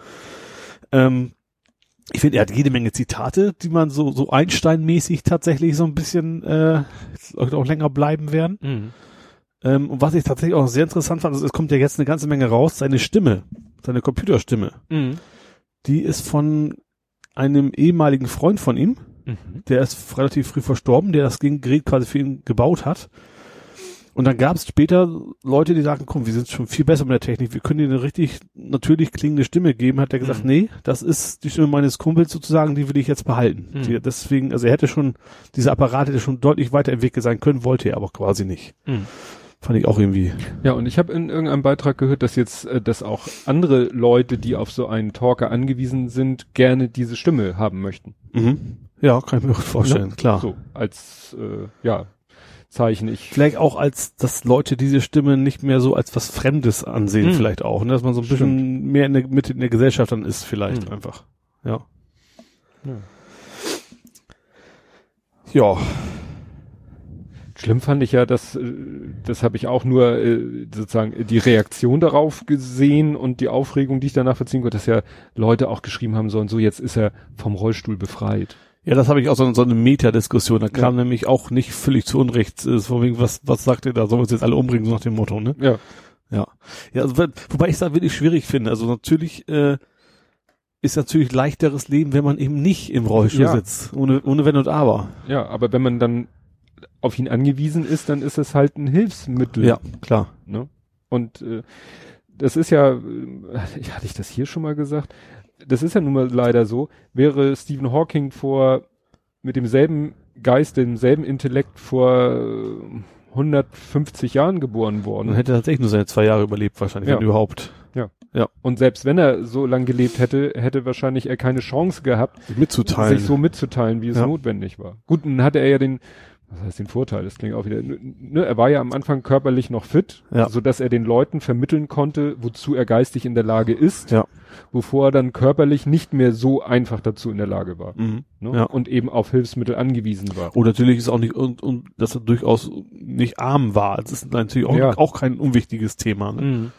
Ähm, ich finde, er hat jede Menge Zitate, die man so, so Einstein-mäßig tatsächlich so ein bisschen, äh, auch länger bleiben werden. Mhm. Ähm, und was ich tatsächlich auch sehr interessant fand, also es kommt ja jetzt eine ganze Menge raus, seine Stimme, seine Computerstimme, Mhm. die ist von einem ehemaligen Freund von ihm, Mhm. der ist relativ früh verstorben, der das Gerät quasi für ihn gebaut hat. Und dann gab es später Leute, die sagten, komm, wir sind schon viel besser mit der Technik, wir können dir eine richtig natürlich klingende Stimme geben. Hat er gesagt, mhm. nee, das ist die Stimme meines Kumpels sozusagen, die will ich jetzt behalten. Mhm. Die, deswegen, also er hätte schon, dieser Apparat hätte schon deutlich weiterentwickelt sein können, wollte er aber quasi nicht. Mhm. Fand ich auch irgendwie. Ja, und ich habe in irgendeinem Beitrag gehört, dass jetzt, äh, dass auch andere Leute, die auf so einen Talker angewiesen sind, gerne diese Stimme haben möchten. Mhm. Ja, kann ich mir gut vorstellen, ja, klar. So, als, äh, ja, Zeichen. Ich vielleicht auch als, dass Leute diese Stimme nicht mehr so als was Fremdes ansehen, mhm. vielleicht auch, ne? Dass man so ein Stimmt. bisschen mehr in der, mit in der Gesellschaft dann ist, vielleicht mhm. einfach. Ja. Ja. Ja. Schlimm fand ich ja, dass, das habe ich auch nur sozusagen die Reaktion darauf gesehen und die Aufregung, die ich danach verziehen konnte, dass ja Leute auch geschrieben haben sollen, so jetzt ist er vom Rollstuhl befreit. Ja, das habe ich auch so, so eine Metadiskussion, da kam ja. nämlich auch nicht völlig zu Unrecht, von wegen, was, was sagt ihr da, sollen wir uns jetzt alle umbringen, so nach dem Motto, ne? Ja. Ja. Ja, also, wobei ich es da wirklich schwierig finde, also natürlich, äh, ist natürlich leichteres Leben, wenn man eben nicht im Rollstuhl ja. sitzt, ohne, ohne Wenn und Aber. Ja, aber wenn man dann auf ihn angewiesen ist, dann ist es halt ein Hilfsmittel. Ja, klar. Ne? Und, äh, das ist ja, äh, hatte ich das hier schon mal gesagt? Das ist ja nun mal leider so, wäre Stephen Hawking vor, mit demselben Geist, demselben Intellekt vor hundertfünfzig Jahren geboren worden. Dann hätte er tatsächlich nur seine zwei Jahre überlebt, wahrscheinlich, ja. wenn überhaupt. Ja. Ja. Und selbst wenn er so lang gelebt hätte, hätte wahrscheinlich er keine Chance gehabt, sich mitzuteilen. sich so mitzuteilen, wie es ja. notwendig war. Gut, dann hatte er ja den, was heißt den Vorteil, das klingt auch wieder, ne, er war ja am Anfang körperlich noch fit, ja. so dass er den Leuten vermitteln konnte, wozu er geistig in der Lage ist, ja. bevor er dann körperlich nicht mehr so einfach dazu in der Lage war. Mhm. Ne? Ja. Und eben auf Hilfsmittel angewiesen war. Und natürlich ist auch nicht, und, und dass er durchaus nicht arm war. Das ist natürlich auch, ja. auch kein unwichtiges Thema. Ne? Mhm.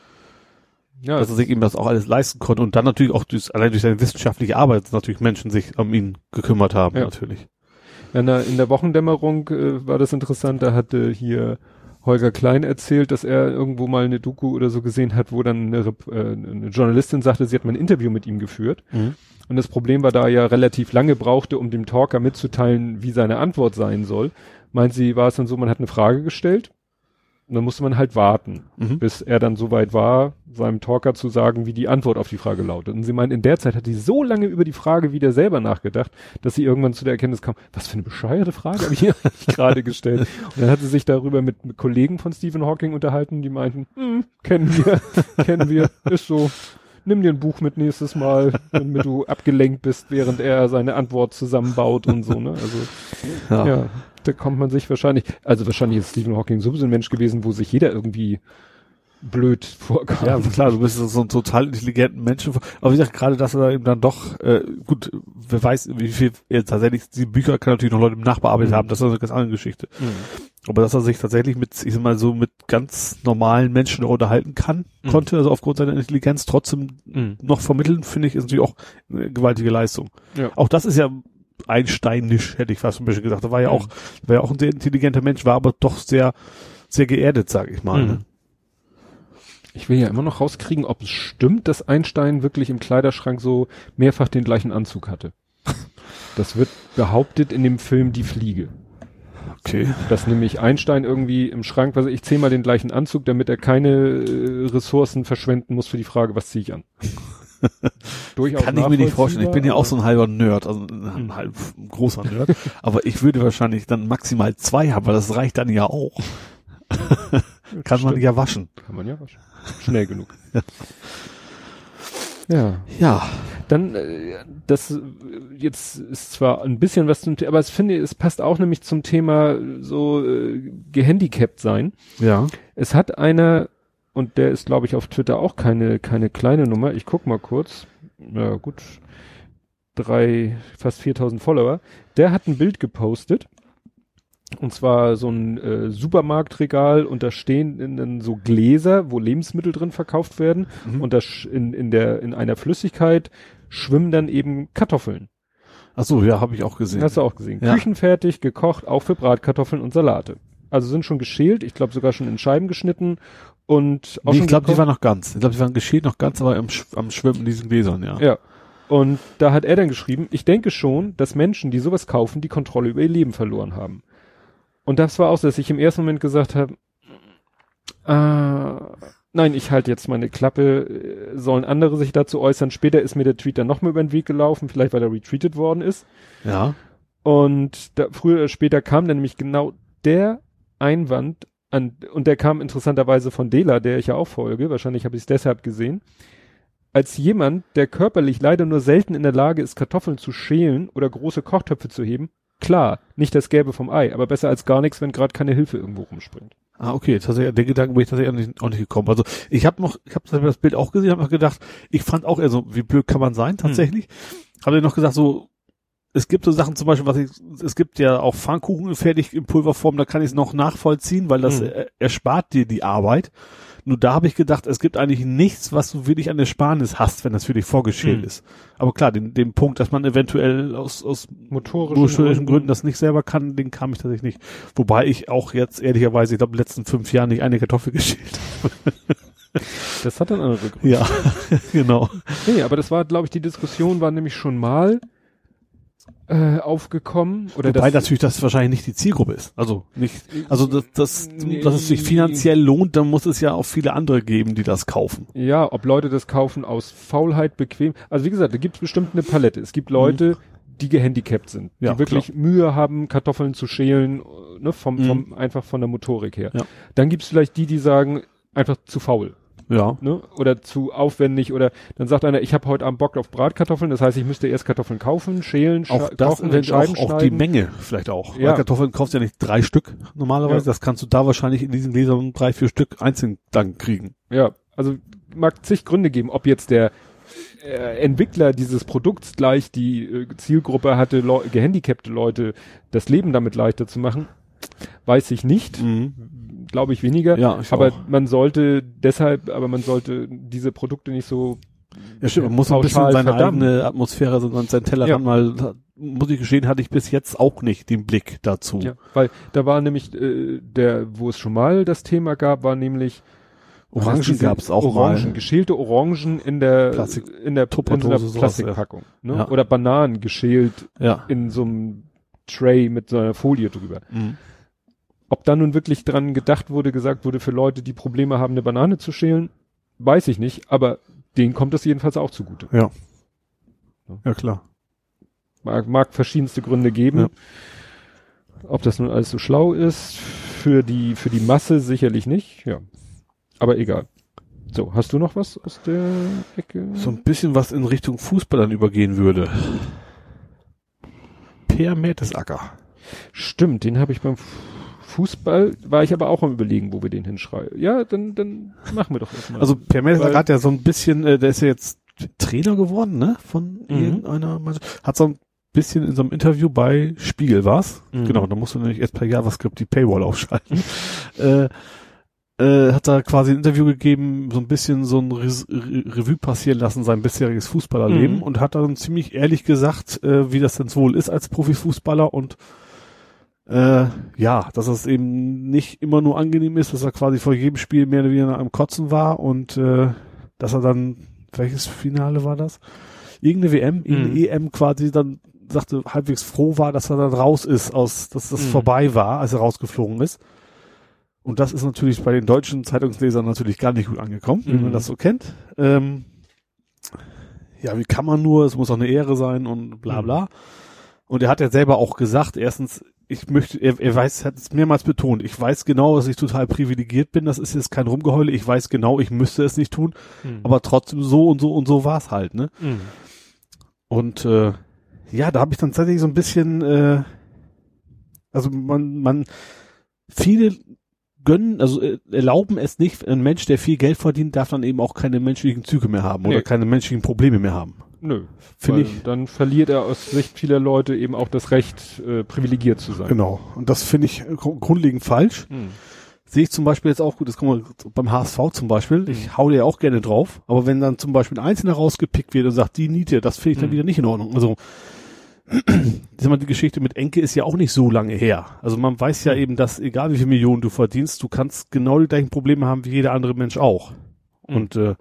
Ja, dass er sich eben das auch alles leisten konnte und dann natürlich auch durch, allein durch seine wissenschaftliche Arbeit natürlich Menschen sich um ihn gekümmert haben, ja. natürlich. In der, in der Wochendämmerung äh, war das interessant, da hatte hier Holger Klein erzählt, dass er irgendwo mal eine Doku oder so gesehen hat, wo dann eine, äh, eine Journalistin sagte, sie hat mal ein Interview mit ihm geführt. Mhm. Und das Problem war, da er ja relativ lange brauchte, um dem Talker mitzuteilen, wie seine Antwort sein soll. Meint sie, war es dann so, man hat eine Frage gestellt und dann musste man halt warten, mhm. bis er dann soweit war, seinem Talker zu sagen, wie die Antwort auf die Frage lautet. Und sie meint, in der Zeit hat sie so lange über die Frage wieder selber nachgedacht, dass sie irgendwann zu der Erkenntnis kam, was für eine bescheuerte Frage habe ich hier gerade gestellt. Und dann hat sie sich darüber mit, mit Kollegen von Stephen Hawking unterhalten, die meinten, hm, kennen wir, kennen wir, ist so. Nimm dir ein Buch mit nächstes Mal, damit du abgelenkt bist, während er seine Antwort zusammenbaut und so, ne? Also, ja. ja, da kommt man sich wahrscheinlich, also wahrscheinlich ist Stephen Hawking sowieso ein Mensch gewesen, wo sich jeder irgendwie blöd vorkam. Ja, klar, du bist so ein total intelligenten Menschen. Aber wie gesagt, gerade, dass er eben dann doch, äh, gut, wer weiß, wie viel er tatsächlich, die Bücher kann natürlich noch Leute nachbearbeitet mhm. haben, das ist eine ganz andere Geschichte. Mhm. Aber dass er sich tatsächlich mit, ich sag mal so, mit ganz normalen Menschen unterhalten kann, mhm. konnte, also aufgrund seiner Intelligenz trotzdem mhm. noch vermitteln, finde ich, ist natürlich auch eine gewaltige Leistung. Ja. Auch das ist ja einsteinisch, hätte ich fast ein bisschen gesagt. Er war ja mhm. auch, war ja auch ein sehr intelligenter Mensch, war aber doch sehr, sehr geerdet, sag ich mal. Mhm. Ne? Ich will ja immer noch rauskriegen, ob es stimmt, dass Einstein wirklich im Kleiderschrank so mehrfach den gleichen Anzug hatte. Das wird behauptet in dem Film Die Fliege. Okay. Dass nämlich Einstein irgendwie im Schrank, also ich ziehe mal den gleichen Anzug, damit er keine äh, Ressourcen verschwenden muss für die Frage, was ziehe ich an. Durchaus kann ich mir nicht vorstellen. Ich bin ja auch so ein halber Nerd, also ein halb ein großer Nerd. Aber ich würde wahrscheinlich dann maximal zwei haben, weil das reicht dann ja auch. Kann man ja waschen. Kann man ja waschen. Schnell genug. Ja. Ja. Ja. Dann, äh, das jetzt ist zwar ein bisschen was zum Thema, aber ich finde, es passt auch nämlich zum Thema so äh, gehandicapt sein. Ja. Es hat einer, und der ist, glaube ich, auf Twitter auch keine keine kleine Nummer. Ich guck mal kurz. Ja, gut. Drei, fast viertausend Follower. Der hat ein Bild gepostet. Und zwar so ein äh, Supermarktregal und da stehen in, in so Gläser, wo Lebensmittel drin verkauft werden mhm. und das in, in der in einer Flüssigkeit schwimmen dann eben Kartoffeln. Ach so, ja, habe ich auch gesehen. Hast du auch gesehen. Ja. Küchenfertig, gekocht, auch für Bratkartoffeln und Salate. Also sind schon geschält, ich glaube sogar schon in Scheiben geschnitten und auch nee, schon ich glaube, die waren noch ganz. Ich glaube, die waren geschält noch ganz, aber am, am Schwimmen in diesen Gläsern, ja. Ja. Und da hat er dann geschrieben, ich denke schon, dass Menschen, die sowas kaufen, die Kontrolle über ihr Leben verloren haben. Und das war auch so, dass ich im ersten Moment gesagt habe, Äh, nein, ich halte jetzt meine Klappe, sollen andere sich dazu äußern. Später ist mir der Tweet dann nochmal über den Weg gelaufen, vielleicht weil er retweetet worden ist. Ja. Und da, früher oder später kam dann nämlich genau der Einwand an, und der kam interessanterweise von Dela, der ich ja auch folge, wahrscheinlich habe ich es deshalb gesehen. Als jemand, der körperlich leider nur selten in der Lage ist, Kartoffeln zu schälen oder große Kochtöpfe zu heben, klar, nicht das Gelbe vom Ei, aber besser als gar nichts, wenn gerade keine Hilfe irgendwo rumspringt. Ah, okay, tatsächlich, den Gedanken bin ich tatsächlich auch nicht, auch nicht gekommen. Also ich habe noch, ich habe das Bild auch gesehen, habe noch gedacht, ich fand auch eher so, wie blöd kann man sein, tatsächlich. Hm. Habe noch gesagt, so, es gibt so Sachen zum Beispiel, was ich, es gibt ja auch Pfannkuchen fertig in Pulverform, da kann ich es noch nachvollziehen, weil das hm. er, erspart dir die Arbeit. Nur da habe ich gedacht, es gibt eigentlich nichts, was du wirklich an Ersparnis hast, wenn das für dich vorgeschält hm. ist. Aber klar, den, den Punkt, dass man eventuell aus, aus motorischen, motorischen Gründen das nicht selber kann, den kam ich tatsächlich nicht. Wobei ich auch jetzt ehrlicherweise, ich glaube, in den letzten fünf Jahren nicht eine Kartoffel geschält habe. Das hat dann andere Gründe. Ja, genau. Nee, aber das war, glaube ich, die Diskussion war nämlich schon mal äh, aufgekommen. Oder Wobei das, natürlich das wahrscheinlich nicht die Zielgruppe ist. Also nicht, also das, das, dass es sich finanziell lohnt, dann muss es ja auch viele andere geben, die das kaufen. Ja, ob Leute das kaufen aus Faulheit, bequem. Also wie gesagt, da gibt es bestimmt eine Palette. Es gibt Leute, mhm. die gehandicapt sind, ja, die wirklich klar. Mühe haben, Kartoffeln zu schälen, ne, vom, mhm. vom, einfach von der Motorik her. Ja. Dann gibt es vielleicht die, die sagen, einfach zu faul. Ja. Ne? Oder zu aufwendig, oder dann sagt einer, ich habe heute Abend Bock auf Bratkartoffeln, das heißt, ich müsste erst Kartoffeln kaufen, schälen, auch das kochen, in Scheiben auch, auch die Menge vielleicht auch. Ja. Weil Kartoffeln kaufst du ja nicht drei Stück normalerweise, Ja. das kannst du da wahrscheinlich in diesen Gläsern drei, vier Stück einzeln dann kriegen. Ja, also mag zig Gründe geben, ob jetzt der äh, Entwickler dieses Produkts gleich die äh, Zielgruppe hatte, Leu- gehandicapte Leute das Leben damit leichter zu machen, weiß ich nicht. Mhm. Glaube ich weniger. Ja, ich aber auch. man sollte deshalb, aber man sollte diese Produkte nicht so Ja, stimmt, man muss ein bisschen seine verdammen. eigene Atmosphäre, so sein Tellerrand ja. mal, muss ich gestehen, hatte ich bis jetzt auch nicht den Blick dazu. Ja, weil da war nämlich äh, der, wo es schon mal das Thema gab, war nämlich Orangen gab es auch Orangen, mal. geschälte Orangen in der Plastik, in der, in so einer Plastikpackung, ja. Ne? Ja. Oder Bananen geschält ja. in so einem Tray mit so einer Folie drüber. Mhm. Ob da nun wirklich dran gedacht wurde, gesagt wurde, für Leute, die Probleme haben, eine Banane zu schälen, weiß ich nicht, aber denen kommt das jedenfalls auch zugute. Ja. Ja, klar. Mag, mag verschiedenste Gründe geben. Ja. Ob das nun alles so schlau ist, für die, für die Masse sicherlich nicht, ja. Aber egal. So, hast du noch was aus der Ecke? So ein bisschen was in Richtung Fußball dann übergehen würde. Per Mertesacker. Stimmt, den habe ich beim Fußball, war ich aber auch am Überlegen, wo wir den hinschreiben. Ja, dann, dann machen wir doch erstmal. Also Per Mertesacker hat ja so ein bisschen, äh, der ist ja jetzt Trainer geworden, ne, von mhm. irgendeiner Mannschaft. Hat so ein bisschen in so einem Interview bei Spiegel war's. Mhm. Genau, da musst du nämlich erst per JavaScript die Paywall aufschalten. äh, äh, hat da quasi ein Interview gegeben, so ein bisschen so ein Re- Re- Revue passieren lassen, sein bisheriges Fußballerleben mhm. und hat dann ziemlich ehrlich gesagt, äh, wie das denn wohl ist als Profifußballer und Äh, ja, dass es eben nicht immer nur angenehm ist, dass er quasi vor jedem Spiel mehr oder weniger am Kotzen war und äh, dass er dann, welches Finale war das? Irgendeine W M, irgendeine Mhm. E M quasi dann sagte, halbwegs froh war, dass er dann raus ist, aus, dass das mhm. vorbei war, als er rausgeflogen ist. Und das ist natürlich bei den deutschen Zeitungslesern natürlich gar nicht gut angekommen, mhm. wie man das so kennt. Ähm, ja, wie kann man nur, es muss auch eine Ehre sein und bla bla. Mhm. Und er hat ja selber auch gesagt, erstens, ich möchte, er, er weiß, hat es mehrmals betont, ich weiß genau, dass ich total privilegiert bin, das ist jetzt kein Rumgeheule, ich weiß genau, ich müsste es nicht tun, mhm. aber trotzdem so und so und so war es halt, ne? Mhm. Und äh, ja, da habe ich dann tatsächlich so ein bisschen, äh, also man, man, viele gönnen, also äh, erlauben es nicht, ein Mensch, der viel Geld verdient, darf dann eben auch keine menschlichen Züge mehr haben nee. oder keine menschlichen Probleme mehr haben. Nö, finde ich. Dann verliert er aus Sicht vieler Leute eben auch das Recht, äh, privilegiert zu sein. Genau. Und das finde ich grundlegend falsch. Hm. Sehe ich zum Beispiel jetzt auch gut, das kommen wir beim H S V zum Beispiel. Hm. Ich hau dir ja auch gerne drauf. Aber wenn dann zum Beispiel ein Einzelner rausgepickt wird und sagt, die Niete, das finde ich dann hm. wieder nicht in Ordnung. Also, ich sag mal, die Geschichte mit Enke ist ja auch nicht so lange her. Also man weiß ja hm. eben, dass egal wie viele Millionen du verdienst, du kannst genau die gleichen Probleme haben wie jeder andere Mensch auch. Hm. Und äh,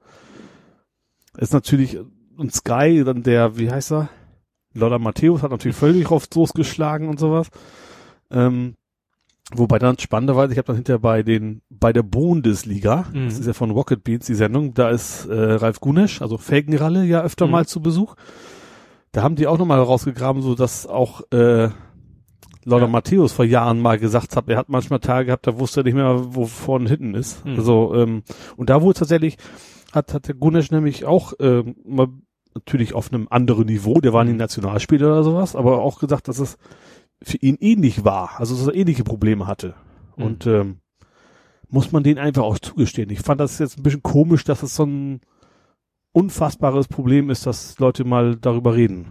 ist natürlich und Sky, dann der, wie heißt er? Lothar Matthäus hat natürlich völlig auf losgeschlagen und sowas. Ähm, Wobei dann spannenderweise, ich habe dann hinterher bei den bei der Bundesliga, Mhm. das ist ja von Rocket Beans die Sendung, da ist äh, Ralf Gunesch, also Felgenralle, ja öfter Mhm. mal zu Besuch. Da haben die auch nochmal rausgegraben, so dass auch äh, Lothar Ja. Matthäus vor Jahren mal gesagt hat, er hat manchmal Tage gehabt, da wusste er nicht mehr, wo vorne und hinten ist. Mhm. Also ähm, und da wurde tatsächlich hat hat der Gunesch nämlich auch ähm, mal natürlich auf einem anderen Niveau, der war nie Nationalspieler oder sowas, aber auch gesagt, dass es für ihn ähnlich war, also dass er ähnliche Probleme hatte. Mhm. Und ähm, muss man denen einfach auch zugestehen. Ich fand das jetzt ein bisschen komisch, dass es so ein unfassbares Problem ist, dass Leute mal darüber reden.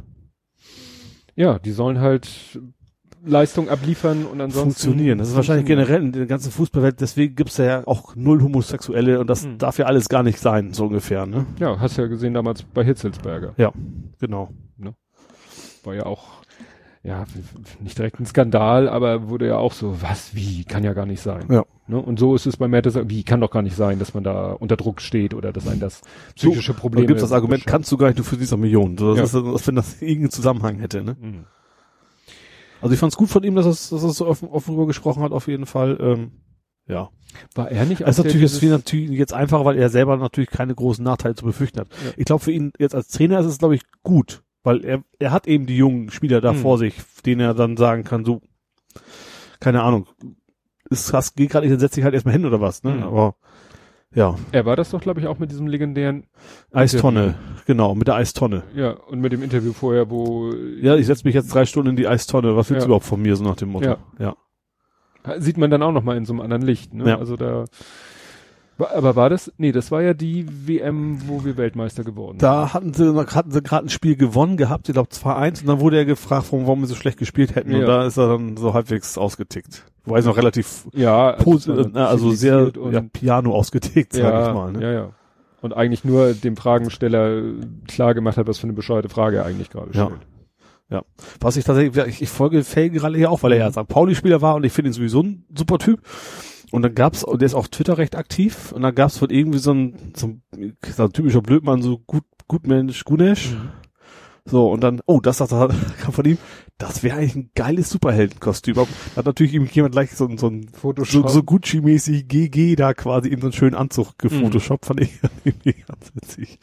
Ja, die sollen halt Leistung abliefern und ansonsten Funktionieren. Das ist wahrscheinlich funktionieren. generell in der ganzen Fußballwelt, deswegen gibt's ja auch null Homosexuelle und das Mhm. darf ja alles gar nicht sein, so ungefähr, ne? Ja, hast ja gesehen damals bei Hitzelsberger. Ja, genau. War ja auch, ja, nicht direkt ein Skandal, aber wurde ja auch so, was, wie, kann ja gar nicht sein. Ja. Ne? Und so ist es bei Mertesacker, wie, kann doch gar nicht sein, dass man da unter Druck steht oder dass ein das psychische Da Probleme gibt's das Argument, beschafft. kannst du gar nicht, du verdienst doch Millionen. So, das Ja. ist, als wenn das irgendeinen Zusammenhang hätte, ne? Mhm. Also ich fand's gut von ihm, dass er dass er so offen, offen drüber gesprochen hat, auf jeden Fall. Ähm, ja. War er nicht Es ist auch der natürlich, ist dieses- natürlich jetzt einfacher, weil er selber natürlich keine großen Nachteile zu befürchten hat. Ja. Ich glaube, für ihn jetzt als Trainer ist es, glaube ich, gut, weil er, er hat eben die jungen Spieler da Hm. vor sich, denen er dann sagen kann, so, keine Ahnung, ist, hast, geht gerade nicht, dann setz dich halt erstmal hin oder was, ne? Hm. Aber, ja, Er war das doch, glaube ich, auch mit diesem legendären, Eistonne, genau, mit der Eistonne. ja, und mit dem Interview vorher, wo, Ja, ich setz mich jetzt drei Stunden in die Eistonne, was willst Ja. du überhaupt von mir, so nach dem Motto. Ja. Ja. sieht man dann auch nochmal in so einem anderen Licht, ne? Ja. Also da, wa- aber war das, nee, das war ja die W M, wo wir Weltmeister geworden Da hatten sie, hatten sie gerade ein Spiel gewonnen gehabt, ich glaube zwei eins, und dann wurde er gefragt, warum, warum wir so schlecht gespielt hätten, Ja. und da ist er dann so halbwegs ausgetickt. Wobei es noch relativ sind. Ja, Pos also, äh, also sehr und, ja, Piano ausgetickt, sag ja, ich mal. Ne? ja, ja. Und eigentlich nur dem Fragensteller klar gemacht hat, was für eine bescheuerte Frage er eigentlich gerade Ja. stellt. Ja. Was ich tatsächlich, ich, ich folge Felgenralle ja auch, weil er ja Sankt Pauli-Spieler war und ich finde ihn sowieso ein super Typ. Und dann gab's, und der ist auf Twitter recht aktiv, und dann gab's von irgendwie so ein, so ein, so ein typischer Blödmann, so gut, Gutmensch, Gunesch. Mhm. So, und dann, oh, das, das, das kam von ihm, das wäre eigentlich ein geiles Superheldenkostüm. Da hat natürlich ihm jemand gleich so, ein so ein so, Photoshop. so Gucci-mäßig G G da quasi in so einen schönen Anzug gefotoshoppt, fand ich irgendwie ganz witzig.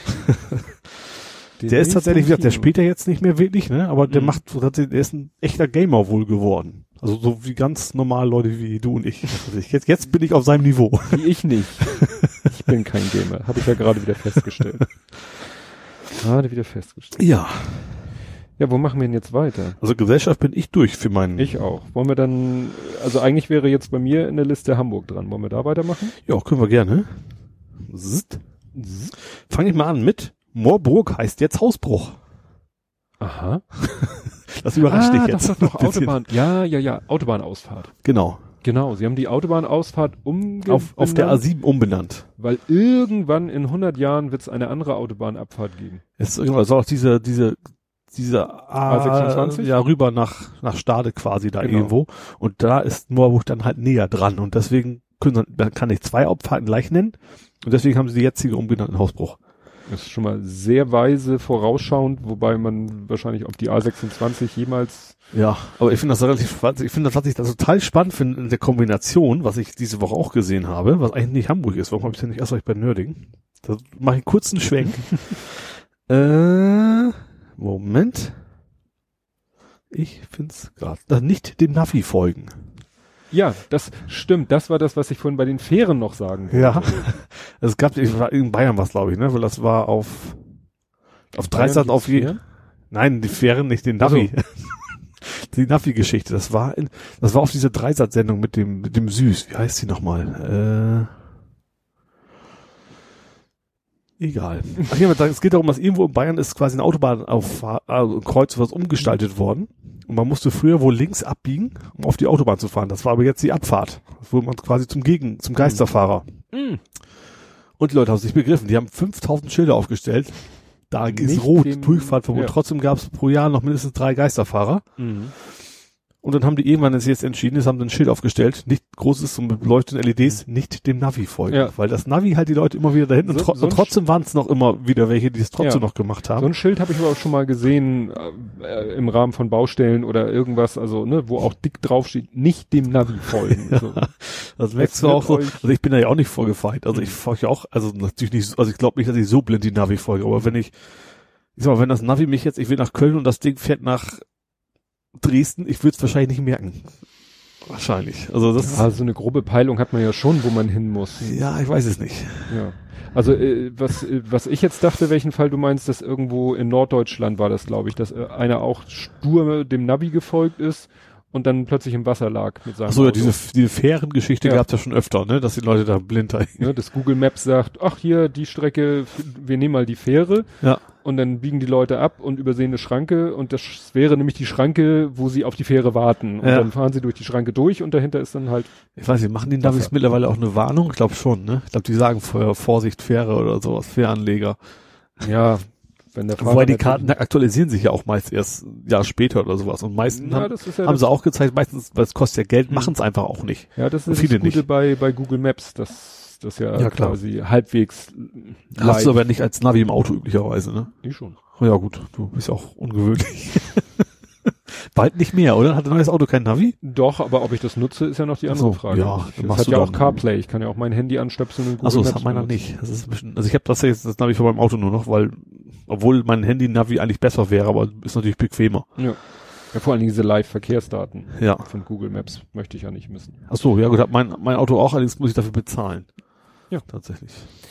Den Der ist nächsten tatsächlich, wie gesagt, der Kino. spielt ja jetzt nicht mehr wirklich, ne, aber der Mhm. macht, so tatsächlich, der ist ein echter Gamer wohl geworden. Also so wie ganz normal Leute wie du und ich. Also ich jetzt, jetzt bin ich auf seinem Niveau. Wie ich nicht. Ich bin kein Gamer. Habe ich ja gerade wieder festgestellt. Gerade wieder festgestellt. Ja. Ja, wo machen wir denn jetzt weiter? Also Gesellschaft bin ich durch für meinen. Ich auch. Wollen wir dann, also eigentlich wäre jetzt bei mir in der Liste Hamburg dran. Wollen wir da weitermachen? Ja, können wir gerne. Zzt. Fange ich mal an mit Moorburg heißt jetzt Hausbruch. Aha. Das überrascht ah, dich jetzt. das ist doch ein bisschen. Autobahn. Ja, ja, ja. Autobahnausfahrt. Genau. Genau. Sie haben die Autobahnausfahrt umgenannt. Auf, auf der A sieben umbenannt. Weil irgendwann in hundert Jahren wird es eine andere Autobahnabfahrt geben. Es ist irgendwann, soll auch diese, diese, diese A, A sechsundzwanzig? ja, rüber nach, nach Stade quasi da Genau. irgendwo. Und da ist Moorburg dann halt näher dran. Und deswegen können, man kann ich zwei Abfahrten gleich nennen. Und deswegen haben sie die jetzige umbenannt in Hausbruch. Das ist schon mal sehr weise vorausschauend, wobei man wahrscheinlich, ob die A sechsundzwanzig jemals, Ja, aber ich finde das relativ spannend. Ich finde das, was ich da total spannend finde in der Kombination, was ich diese Woche auch gesehen habe, was eigentlich nicht Hamburg ist. Warum habe ich denn nicht erst euch bei Nörding? Da mache ich einen kurzen Schwenk. äh, Moment. Ich find's gerade. Nicht dem Navi folgen. ja, das stimmt, das war das, was ich vorhin bei den Fähren noch sagen wollte. Ja. Es gab, ich war in Bayern was, glaube ich, ne? Weil das war auf, auf Dreisat auf je, Fähren? nein, die Fähren, nicht den Navi. Die Navi-Geschichte, das war in, das war auf dieser Dreisat-Sendung mit dem, mit dem Süß. Wie heißt die nochmal? Äh, egal. Ach ja, es geht darum, dass irgendwo in Bayern ist quasi eine Autobahn auf, also ein Kreuz was umgestaltet worden. Und man musste früher wohl links abbiegen, um auf die Autobahn zu fahren. Das war aber jetzt die Abfahrt. Das wurde man quasi zum Gegen, zum Geisterfahrer. Mhm. Und die Leute haben sich begriffen. Die haben fünftausend Schilder aufgestellt. Da ist Nicht rot, dem- Durchfahrtverbot. ja. Trotzdem gab es pro Jahr noch mindestens drei Geisterfahrer. Mhm. Und dann haben die irgendwann jetzt entschieden, es haben sie ein Schild aufgestellt, nicht großes und mit beleuchteten L E Ds, nicht dem Navi folgen. Ja. Weil das Navi halt die Leute immer wieder dahin So- und, tro so und trotzdem waren es noch immer wieder welche, die es trotzdem Ja. noch gemacht haben. So ein Schild habe ich aber auch schon mal gesehen äh, im Rahmen von Baustellen oder irgendwas, also ne, wo auch dick draufsteht, nicht dem Navi folgen. So. Das merkst du wird auch so. euch- Also ich bin da ja auch nicht vorgefeit. Also ich folge ja auch, also natürlich nicht, so- also ich glaube nicht, dass ich so blind die Navi folge, aber wenn ich, ich sag mal, wenn das Navi mich jetzt, ich will nach Köln und das Ding fährt nach Dresden, ich würde es wahrscheinlich nicht merken. Wahrscheinlich. Also das, Ja, so eine grobe Peilung hat man ja schon, wo man hin muss. ja, ich weiß es nicht. Ja. Also äh, was äh, was ich jetzt dachte, welchen Fall du meinst, dass irgendwo in Norddeutschland war das, glaube ich, dass äh, einer auch stur dem Navi gefolgt ist und dann plötzlich im Wasser lag mit seinem Ach so, ja, Auto. diese, diese Fährengeschichte Ja. gab's ja schon öfter, ne, dass die Leute da blind da. Ne, dass Google Maps sagt, ach hier, die Strecke, wir nehmen mal die Fähre Ja. und dann biegen die Leute ab und übersehen eine Schranke und das wäre nämlich die Schranke, wo sie auf die Fähre warten. Und Ja. dann fahren sie durch die Schranke durch und dahinter ist dann halt, Ich weiß nicht, machen die Navis mittlerweile auch eine Warnung? Ich glaube schon, ne? Ich glaube, die sagen vorher Vorsicht, Fähre oder sowas, Fähranleger. ja, wenn der Fahrer Wobei die natürlich- Karten aktualisieren sich ja auch meist erst ein Jahr später oder sowas. Und meistens Ja, haben, das ist ja haben das- sie auch gezeigt, meistens, weil es kostet ja Geld, Hm. machen es einfach auch nicht. Ja, das Und ist viele das Gute nicht. bei, bei Google Maps, dass das ja, Ja, klar. quasi halbwegs Hast du aber nicht als Navi im Auto üblicherweise, ne? Die schon. Ja gut, du bist ja auch ungewöhnlich. Bald nicht mehr, oder? Hat ein neues Auto kein Navi? Doch, aber ob ich das nutze, ist ja noch die andere Ach so, Frage. ja, Ich, dann es machst hat du ja dann- auch CarPlay. Ich kann ja auch mein Handy anstöpseln und Google Achso, das Maps hat meiner benutzen. nicht. Das ist ein bisschen, also ich habe das jetzt das Navi von meinem Auto nur noch, weil, obwohl mein Handy-Navi eigentlich besser wäre, aber ist natürlich bequemer. Ja. Ja, vor allen Dingen diese Live-Verkehrsdaten Ja. von Google Maps möchte ich ja nicht missen. Ach so, ja gut, hat mein, mein Auto auch, allerdings muss ich dafür bezahlen. Ja. Tatsächlich.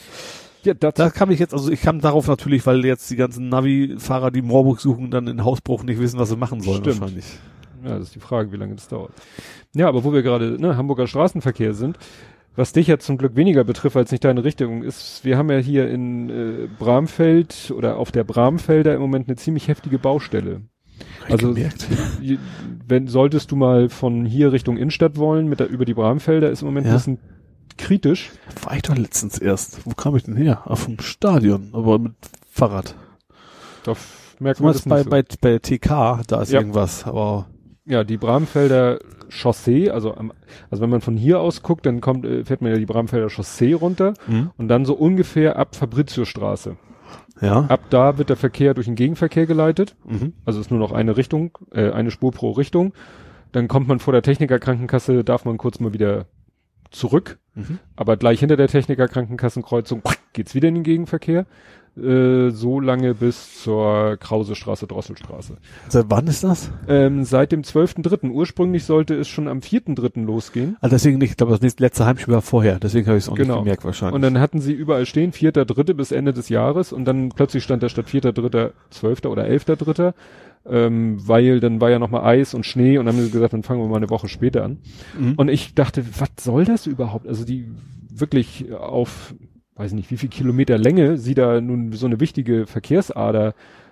Ja, das, Da kam ich jetzt, also ich kam darauf natürlich, weil jetzt die ganzen Navi-Fahrer, die Moorburg suchen, dann in Hausbruch nicht wissen, was sie machen sollen. Stimmt. Wahrscheinlich. ja, das ist die Frage, wie lange das dauert. Ja, aber wo wir gerade, ne, Hamburger Straßenverkehr sind, was dich ja zum Glück weniger betrifft, als nicht deine Richtung ist, wir haben ja hier in äh, Bramfeld oder auf der Bramfelder im Moment eine ziemlich heftige Baustelle. Hab ich Also gemerkt. je- wenn solltest du mal von hier Richtung Innenstadt wollen, mit der über die Bramfelder ist im Moment Ja. ein bisschen kritisch. War ich doch letztens erst. Wo kam ich denn her? Auf dem Stadion, aber mit Fahrrad. Da f- merkt Du man meinst das bei, nicht so. bei, bei T K, da ist Ja. irgendwas, aber Ja, die Bramfelder Chaussee, also am, also wenn man von hier aus guckt, dann kommt äh, fährt man ja die Bramfelder Chaussee runter hm? und dann so ungefähr ab Fabritiusstraße. ja. Ab da wird der Verkehr durch den Gegenverkehr geleitet. Mhm. Also ist nur noch eine Richtung, äh, eine Spur pro Richtung. Dann kommt man vor der Technikerkrankenkasse, darf man kurz mal wieder zurück. Mhm. Aber gleich hinter der Technikerkrankenkassenkreuzung geht's wieder in den Gegenverkehr. Äh, so lange bis zur Krausestraße, Drosselstraße. Seit wann ist das? Ähm, seit dem zwölften dritten Ursprünglich sollte es schon am vierten dritten losgehen. Also deswegen nicht, ich glaube, das nächste, letzte Heimspiel war vorher, deswegen habe ich es auch Genau. nicht gemerkt wahrscheinlich. Und dann hatten sie überall stehen, vierter dritte bis Ende des Jahres. Und dann plötzlich stand da statt vierter dritter zwölfter oder elfter dritter Ähm, weil dann war ja noch mal Eis und Schnee und dann haben sie gesagt, dann fangen wir mal eine Woche später an. mhm. Und ich dachte, was soll das überhaupt? Also die wirklich auf, weiß nicht, wie viel Kilometer Länge sie da nun so eine wichtige Verkehrsader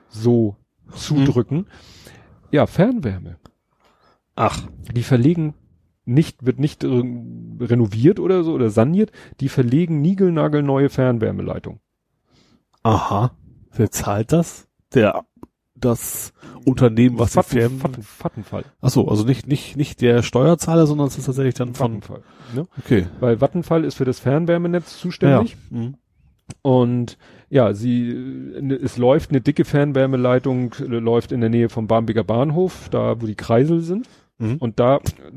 so zudrücken. Ja, Fernwärme. Ach, Die verlegen nicht, wird nicht äh, renoviert oder so oder saniert, die verlegen niegelnagelneue Fernwärmeleitung. aha. Wer zahlt das? Der, das Unternehmen, was die Fatten, Firmen... Fatten, Vattenfall. Ach so, also nicht, nicht, nicht der Steuerzahler, sondern es ist tatsächlich dann von... Vattenfall. Ne? Okay. Weil Vattenfall ist für das Fernwärmenetz zuständig. Ja. Mhm. Und ja, sie, äh, es läuft eine dicke Fernwärmeleitung, äh, läuft in der Nähe vom Barmbeker Bahnhof, da wo die Kreisel sind. Mhm. Und da,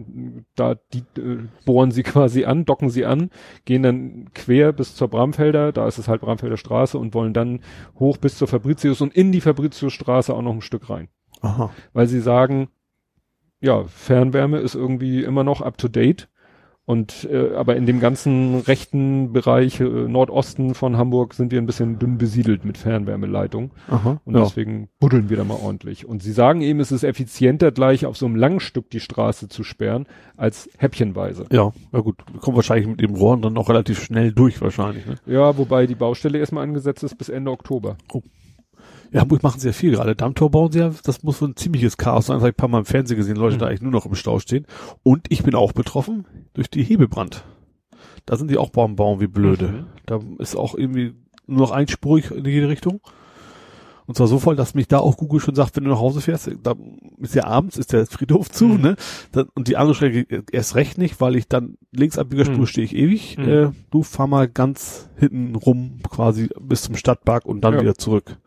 da die, äh, bohren sie quasi an, docken sie an, gehen dann quer bis zur Bramfelder, da ist es halt Bramfelder Straße und wollen dann hoch bis zur Fabritius und in die Fabritiusstraße auch noch ein Stück rein. Aha. Weil sie sagen, ja, Fernwärme ist irgendwie immer noch up to date. Und äh, aber in dem ganzen rechten Bereich äh, Nordosten von Hamburg sind wir ein bisschen dünn besiedelt mit Fernwärmeleitung. Aha. Und ja. deswegen buddeln wir da mal ordentlich. Und sie sagen eben, es ist effizienter, gleich auf so einem langen Stück die Straße zu sperren, als häppchenweise. Ja, ja gut. Wir kommen wahrscheinlich mit dem Rohren dann noch relativ schnell durch wahrscheinlich, ne? Ja, wobei die Baustelle erstmal angesetzt ist bis Ende Oktober. Ja, Hamburg machen sie ja viel gerade. Dammtor bauen sie ja, das muss so ein ziemliches Chaos sein. Das habe ich ein paar Mal im Fernsehen gesehen, Leute Mhm. da eigentlich nur noch im Stau stehen. Und ich bin auch betroffen durch die Hebebrand. Da sind die auch bauen, bauen wie blöde. Mhm. Da ist auch irgendwie nur noch einspurig in jede Richtung. Und zwar so voll, dass mich da auch Google schon sagt, wenn du nach Hause fährst, da ist ja abends, ist der Friedhof zu, mhm. ne? Dann, und die andere Strecke erst recht nicht, weil ich dann Linksabbiegerspur mhm. stehe ich ewig. Mhm. Äh, du fahr mal ganz hinten rum, quasi bis zum Stadtpark und dann ja. wieder zurück.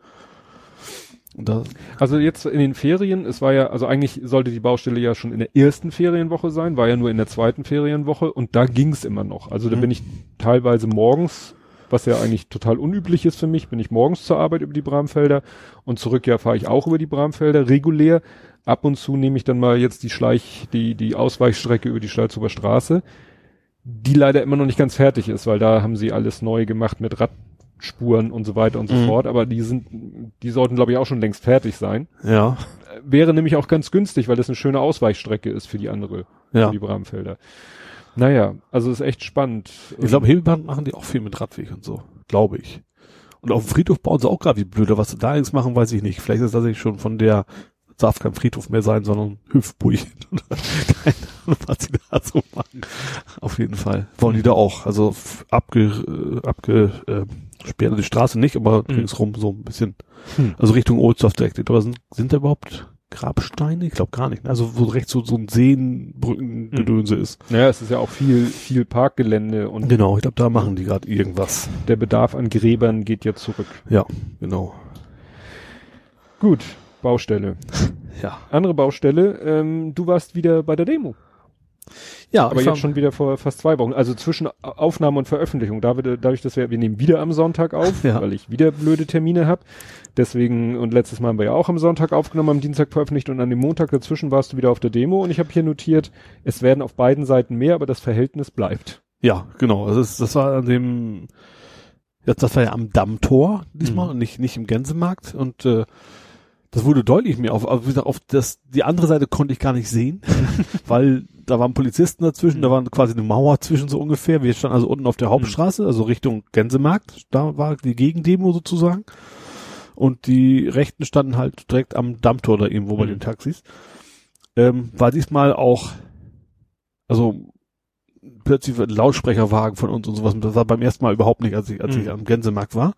Und da, also jetzt in den Ferien, es war ja, also eigentlich sollte die Baustelle ja schon in der ersten Ferienwoche sein, war ja nur in der zweiten Ferienwoche und da ging's immer noch. Also da mhm. bin ich teilweise morgens, was ja eigentlich total unüblich ist für mich, bin ich morgens zur Arbeit über die Bramfelder und zurück ja fahre ich auch über die Bramfelder regulär. Ab und zu nehme ich dann mal jetzt die Schleich, die, die Ausweichstrecke über die Stalzower Straße, die leider immer noch nicht ganz fertig ist, weil da haben sie alles neu gemacht mit Radspuren und so weiter und so mhm. fort, aber die sind, die sollten glaube ich auch schon längst fertig sein. Ja. Wäre nämlich auch ganz günstig, weil das eine schöne Ausweichstrecke ist für die andere, ja. für die Bramfelder. Naja, also ist echt spannend. Ich glaube, Hebelband machen die auch viel mit Radweg und so, glaube ich. Und auf dem Friedhof bauen sie auch gerade wie blöde. Was sie da jetzt machen, weiß ich nicht. Vielleicht ist das tatsächlich schon von der, darf kein Friedhof mehr sein, sondern Hüpfburg. Keine Ahnung, was sie da so machen. Auf jeden Fall. Wollen die da auch. Also abge, äh, abge, äh, sperren die Straße nicht, aber mhm. ringsrum so ein bisschen. Hm. Also Richtung Ohlsdorf direkt. Aber sind, sind da überhaupt Grabsteine? Ich glaube gar nicht. Also wo rechts so, so ein Seenbrückengedönse hm. ist. Naja, es ist ja auch viel, viel Parkgelände und. Genau, ich glaube, da machen die gerade irgendwas. Der Bedarf an Gräbern geht ja zurück. Ja, genau. Gut, Baustelle. Ja. Andere Baustelle, ähm, du warst wieder bei der Demo. Ja, aber jetzt schon wieder vor fast zwei Wochen. Also zwischen Aufnahme und Veröffentlichung. Da wir, dadurch, dass wir, wir nehmen wieder am Sonntag auf, ja. weil ich wieder blöde Termine habe. Deswegen, und letztes Mal haben wir ja auch am Sonntag aufgenommen, am Dienstag veröffentlicht und an dem Montag dazwischen warst du wieder auf der Demo und ich habe hier notiert, es werden auf beiden Seiten mehr, aber das Verhältnis bleibt. Ja, genau. Das ist, das war an dem, jetzt das war ja am Dammtor diesmal mhm. und nicht, nicht im Gänsemarkt und, äh, das wurde deutlich mehr auf, auf, wie gesagt, auf das, die andere Seite konnte ich gar nicht sehen, weil da waren Polizisten dazwischen, mhm. da war quasi eine Mauer zwischen so ungefähr. Wir standen also unten auf der Hauptstraße, also Richtung Gänsemarkt, da war die Gegendemo sozusagen. Und die Rechten standen halt direkt am Dammtor da irgendwo mhm. bei den Taxis. Ähm, war diesmal auch, also plötzlich ein Lautsprecherwagen von uns und sowas, und das war beim ersten Mal überhaupt nicht, als ich, als mhm. ich am Gänsemarkt war.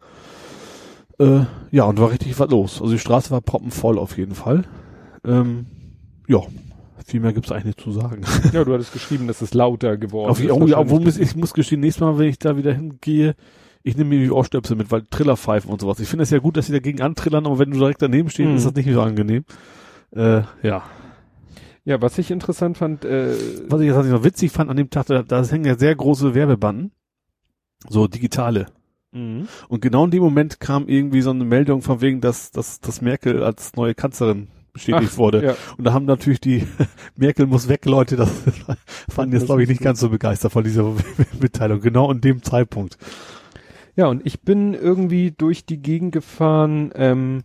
Äh, ja, und war richtig was los. Also die Straße war proppenvoll auf jeden Fall. Ähm, ja, viel mehr gibt's eigentlich nicht zu sagen. Ja, du hattest geschrieben, dass es lauter geworden auf, ist. Oh, ja, wo muss, ich muss gestehen, nächstes Mal, wenn ich da wieder hingehe, ich nehme mir die Ohrstöpsel mit, weil Trillerpfeifen und sowas. Ich finde es ja gut, dass sie dagegen antrillern, aber wenn du direkt daneben stehst, mhm. ist das nicht so angenehm. Äh, ja. Ja, was ich interessant fand, äh, was ich jetzt noch witzig fand an dem Tag, da, da hängen ja sehr große Werbebanden. So digitale. Mhm. Und genau in dem Moment kam irgendwie so eine Meldung von wegen, dass, dass, dass Merkel als neue Kanzlerin bestätigt Ach, wurde. Ja. Und da haben natürlich die Merkel muss weg Leute, das fanden jetzt glaube ich nicht ganz so begeistert von dieser Mitteilung. Genau in dem Zeitpunkt. Ja, und ich bin irgendwie durch die Gegend gefahren, ähm,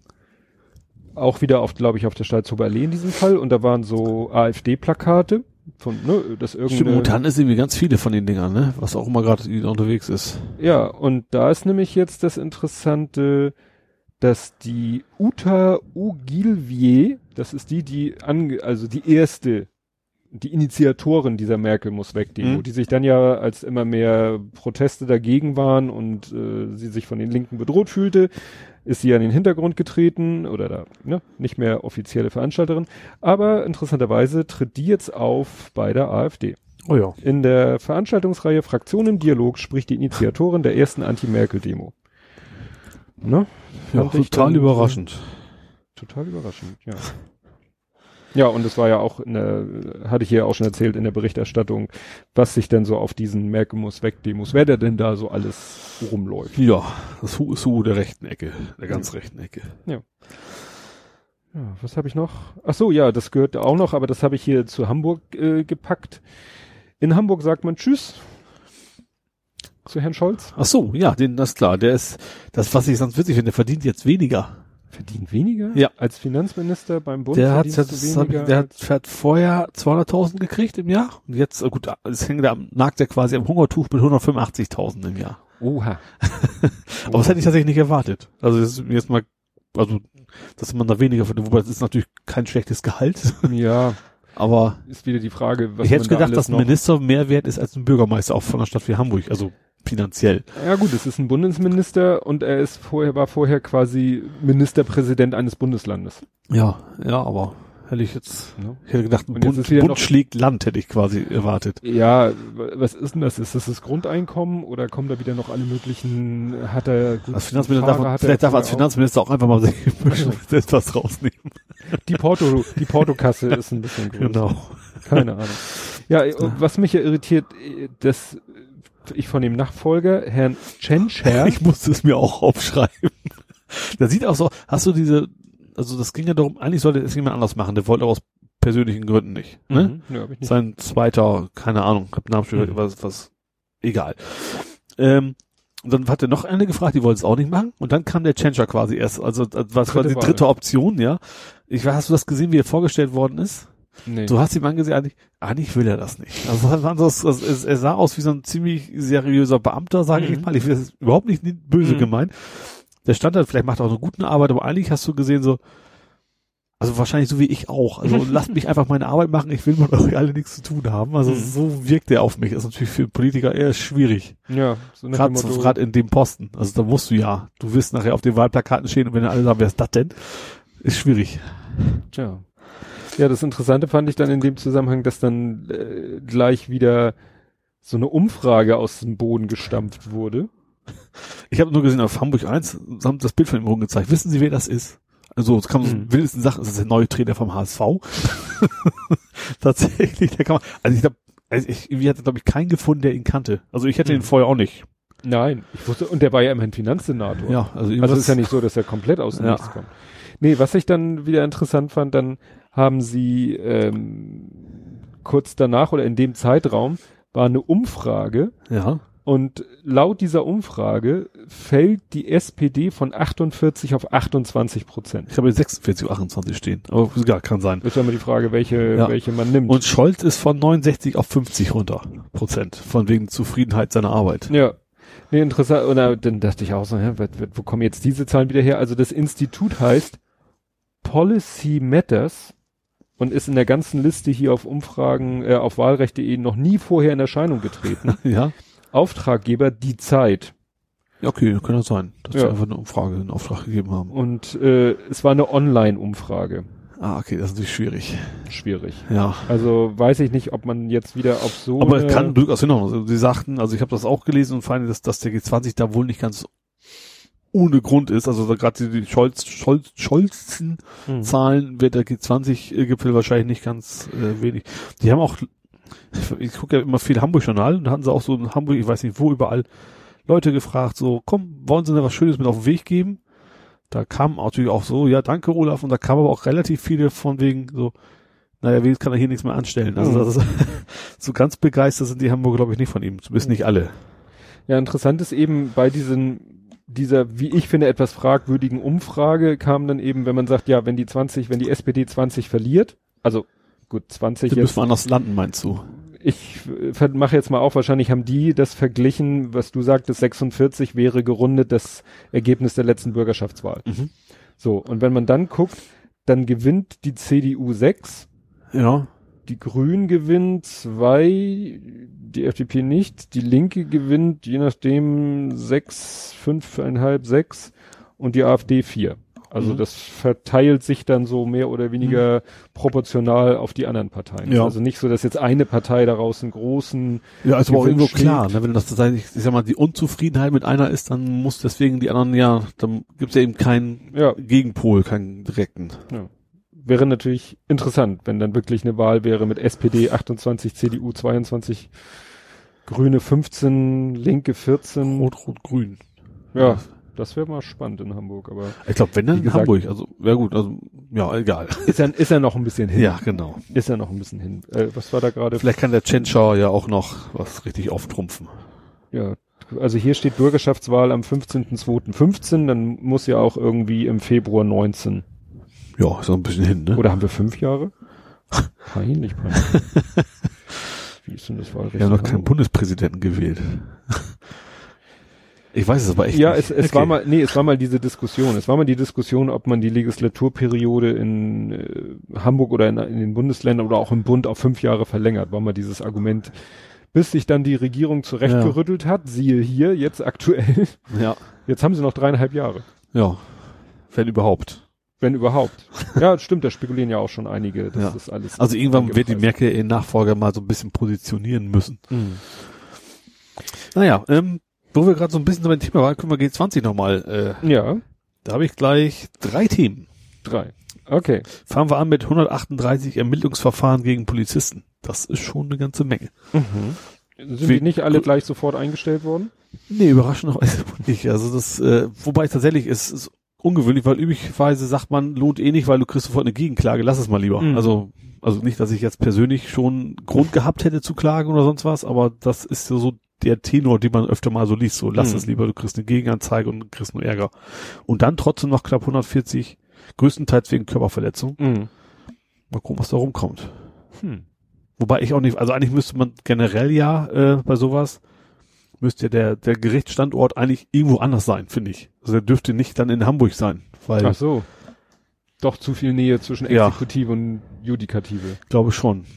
auch wieder auf, glaube ich, auf der Stalzower Allee in diesem Fall. Und da waren so AfD-Plakate. Von, ne, das irgendeine. Stimmt, momentan ist irgendwie ganz viele von den Dingern, ne? Was auch immer gerade unterwegs ist. Ja, und da ist nämlich jetzt das Interessante, dass die Uta Ogilvie, das ist die, die ange, also die erste, die Initiatorin dieser Merkel muss weg Demo, mhm. die sich dann ja als immer mehr Proteste dagegen waren und äh, sie sich von den Linken bedroht fühlte, ist sie an den Hintergrund getreten oder da, ne, nicht mehr offizielle Veranstalterin. Aber interessanterweise tritt die jetzt auf bei der AfD. Oh ja. In der Veranstaltungsreihe Fraktion im Dialog spricht die Initiatorin der ersten Anti-Merkel-Demo. Ne? Ja, total dann, überraschend. Total überraschend, ja. Ja, und es war ja auch, in der, hatte ich ja auch schon erzählt in der Berichterstattung, was sich denn so auf diesen Merkel muss weg Demos, wer der denn da so alles rumläuft. Ja, das Hu ist Hu der rechten Ecke, der ganz ja. rechten Ecke. Ja. Ja, was habe ich noch? Ach so, ja, das gehört auch noch, aber das habe ich hier zu Hamburg äh, gepackt. In Hamburg sagt man Tschüss zu Herrn Scholz. Ach so, ja, den, das ist klar. Der ist, das, was ich sonst witzig finde, der verdient jetzt weniger. Verdient weniger? Ja. Als Finanzminister beim Bund der verdienst hat, du das weniger? Hab, der hat, hat vorher zweihunderttausend gekriegt im Jahr und jetzt, gut, es hängt da, nagt er quasi am Hungertuch mit hundertfünfundachtzigtausend im Jahr. Oha. Aber das hätte ich tatsächlich nicht erwartet. Also das ist jetzt mal, also, dass man da weniger verdient, wobei das ist natürlich kein schlechtes Gehalt. Ja. Aber ist wieder die Frage, was ich hätte man gedacht, da dass ein noch Minister mehr wert ist als ein Bürgermeister, auch von einer Stadt wie Hamburg. Also finanziell. Ja gut, es ist ein Bundesminister und er ist vorher, war vorher quasi Ministerpräsident eines Bundeslandes. Ja, ja, aber hätte ich jetzt, Ja. ich hätte gedacht, ein Und jetzt Bund, ist wieder Bund noch- schlägt Land, hätte ich quasi erwartet. Ja, was ist denn das? Ist das das Grundeinkommen oder kommen da wieder noch alle möglichen, hat er gut, Als Finanzminister darf Fahrer man, hat er vielleicht darf er als vorher Finanzminister auch einfach mal sich selbst was rausnehmen. auch. Die Porto, die Portokasse ist ein bisschen größer. Genau. Keine Ahnung. Ja, und was mich ja irritiert, dass ich von dem Nachfolger, Herrn Tschentscher, Ich musste es mir auch aufschreiben. Der sieht auch so, hast du diese, also das ging ja darum, eigentlich sollte es jemand anders machen, der wollte aber aus persönlichen Gründen nicht. Ne? Mhm, ja, hab ich nicht. Sein zweiter, keine Ahnung, hab den Namen schon gehört, Mhm. was, was, egal. Ähm, und dann hat er noch eine gefragt, die wollte es auch nicht machen. Und dann kam der Tschentscher quasi erst, also das war Dritte die Wahl, dritte ja. Option, ja. Ich weiß, hast du das gesehen, wie er vorgestellt worden ist? Nee. Du hast ihm angesehen, eigentlich, eigentlich will er das nicht. Also, das war so, also es, er sah aus wie so ein ziemlich seriöser Beamter, sage ich Mhm. mal. Ich will das überhaupt nicht böse Mhm. gemeint. Der stand da, vielleicht macht er auch eine gute Arbeit, aber eigentlich hast du gesehen so, also wahrscheinlich so wie ich auch. Also lasst mich einfach meine Arbeit machen, ich will mit euch alle nichts zu tun haben. Also Mhm. so wirkt er auf mich. Das ist natürlich für Politiker eher schwierig. Ja, so nach Gerade dem so, Motto, gerade in dem Posten. Also da musst du ja, du wirst nachher auf den Wahlplakaten stehen und wenn alle sagen, wer ist das denn? Ist schwierig. tja. Ja, das Interessante fand ich dann in dem Zusammenhang, dass dann äh, gleich wieder so eine Umfrage aus dem Boden gestampft wurde. Ich habe nur gesehen, auf Hamburg eins haben das Bild von ihm rumgezeigt. Wissen Sie, wer das ist? Also, es kann man so Mhm. wildesten Sachen, das ist der neue Trainer vom H S V. Tatsächlich, der kann man, also ich glaube, also ich, irgendwie hat er, glaube ich, keinen gefunden, der ihn kannte. Also ich hätte Mhm. ihn vorher auch nicht. Nein, ich wusste, und der war ja immerhin Finanzsenator. Ja, also, Also es ist ja nicht so, dass er komplett aus dem Ja. Nichts kommt. Nee, was ich dann wieder interessant fand, dann haben sie ähm, kurz danach oder in dem Zeitraum war eine Umfrage ja. und laut dieser Umfrage fällt die S P D von achtundvierzig auf achtundzwanzig Prozent. Ich habe jetzt sechsundvierzig oder achtundzwanzig stehen. Aber egal, kann sein. Das ist ja immer die Frage, welche, Ja. welche man nimmt. Und Scholz ist von neunundsechzig auf fünfzig runter. Prozent. Von wegen Zufriedenheit seiner Arbeit. Ja. Nee, interessant. Oder dann dachte ich auch so, hä, wo, wo kommen jetzt diese Zahlen wieder her? Also das Institut heißt Policy Matters und ist in der ganzen Liste hier auf Umfragen, äh, auf wahlrecht punkt de noch nie vorher in Erscheinung getreten. Ja. Auftraggeber Die Zeit. Ja, okay, kann das sein, dass Ja. sie einfach eine Umfrage in Auftrag gegeben haben. Und äh, es war eine Online-Umfrage. Ah, okay, das ist natürlich schwierig. Schwierig. Ja. Also weiß ich nicht, ob man jetzt wieder auf so Aber eine, es kann durchaus hinhauen. Also, sie sagten, also ich habe das auch gelesen und fand, dass, dass der G zwanzig da wohl nicht ganz ohne Grund ist. Also gerade die Scholz, Scholz, Scholzen Hm. Zahlen wird der G zwanzig-Gipfel wahrscheinlich nicht ganz äh, wenig. Die haben auch, ich gucke ja immer viel Hamburg-Journal und da hatten sie auch so in Hamburg, ich weiß nicht wo, überall Leute gefragt, so, komm, wollen Sie mir was Schönes mit auf den Weg geben? Da kam natürlich auch so, ja, danke Olaf, und da kamen aber auch relativ viele von wegen so, naja, wie kann er hier nichts mehr anstellen? Also Mhm. das ist, so ganz begeistert sind die Hamburger, glaube ich, nicht von ihm, zumindest nicht alle. Ja, interessant ist eben bei diesen, dieser, wie ich finde, etwas fragwürdigen Umfrage kam dann eben, wenn man sagt, ja, wenn die zwanzig, wenn die S P D zwanzig verliert, also gut, zwanzig Die jetzt, müssen wir anders landen, meinst du? ich äh, mache jetzt mal auf, wahrscheinlich haben die das verglichen, was du sagtest, sechsundvierzig wäre gerundet das Ergebnis der letzten Bürgerschaftswahl. Mhm. So, und wenn man dann guckt, dann gewinnt die C D U sechs, Ja. die Grünen gewinnen zwei, die F D P nicht, die Linke gewinnt je nachdem sechs, fünfeinhalb, sechs und die AfD vier. Also Mhm. das verteilt sich dann so mehr oder weniger proportional auf die anderen Parteien. Ja. Also nicht so, dass jetzt eine Partei daraus einen großen Ja, ist aber auch Gewinn irgendwo klar, schlägt. ne? Wenn das tatsächlich, ich sag mal, die Unzufriedenheit mit einer ist, dann muss deswegen die anderen ja, dann gibt's ja eben keinen Ja. Gegenpol, keinen direkten. Ja. Wäre natürlich interessant, wenn dann wirklich eine Wahl wäre mit S P D achtundzwanzig, C D U zweiundzwanzig, Grüne fünfzehn, Linke vierzehn. Rot, Rot, Grün. Ja, das wäre mal spannend in Hamburg, aber Ich glaube, wenn dann Wie in gesagt- Hamburg, also, ja gut, also, ja, egal. ist ja, ist ja noch ein bisschen hin. Ja, genau. Ist ja noch ein bisschen hin. Äh, was war da gerade? Vielleicht kann der Tschentscher ja auch noch was richtig auftrumpfen. Ja, also hier steht Bürgerschaftswahl am fünfzehnten zweiten fünfzehn, dann muss ja auch irgendwie im Februar neunzehn. Ja, ist noch ein bisschen hin, ne? Oder haben wir fünf Jahre? Peinlich, peinlich. Wie ist denn das Wahlrecht? Wir haben noch in keinen Hamburg? Bundespräsidenten gewählt. Ich weiß es aber echt Ja, nicht. es, es Okay. war mal, nee, es war mal diese Diskussion. Es war mal die Diskussion, ob man die Legislaturperiode in äh, Hamburg oder in, in den Bundesländern oder auch im Bund auf fünf Jahre verlängert. War mal dieses Argument bis sich dann die Regierung zurechtgerüttelt ja. hat, siehe hier, jetzt aktuell. Ja. Jetzt haben sie noch dreieinhalb Jahre. Ja. Wenn überhaupt. Wenn überhaupt. Ja, stimmt, da spekulieren ja auch schon einige. Das ja. ist alles. Also irgendwann wird die Merkel in Nachfolger mal so ein bisschen positionieren müssen. Mhm. Naja, ähm, wo wir gerade so ein bisschen so beim Thema waren, können wir G zwanzig nochmal. Äh, ja. Da habe ich gleich drei Themen. Drei. Okay. Fangen wir an mit hundertachtunddreißig Ermittlungsverfahren gegen Polizisten. Das ist schon eine ganze Menge. Mhm. Sind die nicht alle gleich sofort eingestellt worden? Nee, überraschenderweise nicht. Also das, äh, wobei tatsächlich ist, ist ungewöhnlich, weil üblicherweise sagt man, lohnt eh nicht, weil du kriegst sofort eine Gegenklage, lass es mal lieber. Mhm. Also, also nicht, dass ich jetzt persönlich schon Grund gehabt hätte zu klagen oder sonst was, aber das ist so, so der Tenor, den man öfter mal so liest, so lass mhm. es lieber, du kriegst eine Gegenanzeige und kriegst nur Ärger. Und dann trotzdem noch knapp hundertvierzig, größtenteils wegen Körperverletzung. Mhm. Mal gucken, was da rumkommt. Hm. Wobei ich auch nicht, also eigentlich müsste man generell ja äh, bei sowas, müsste der der Gerichtsstandort eigentlich irgendwo anders sein, finde ich. Also der dürfte nicht dann in Hamburg sein, weil ach so, doch zu viel Nähe zwischen Exekutive ja. und Judikative. Glaube schon.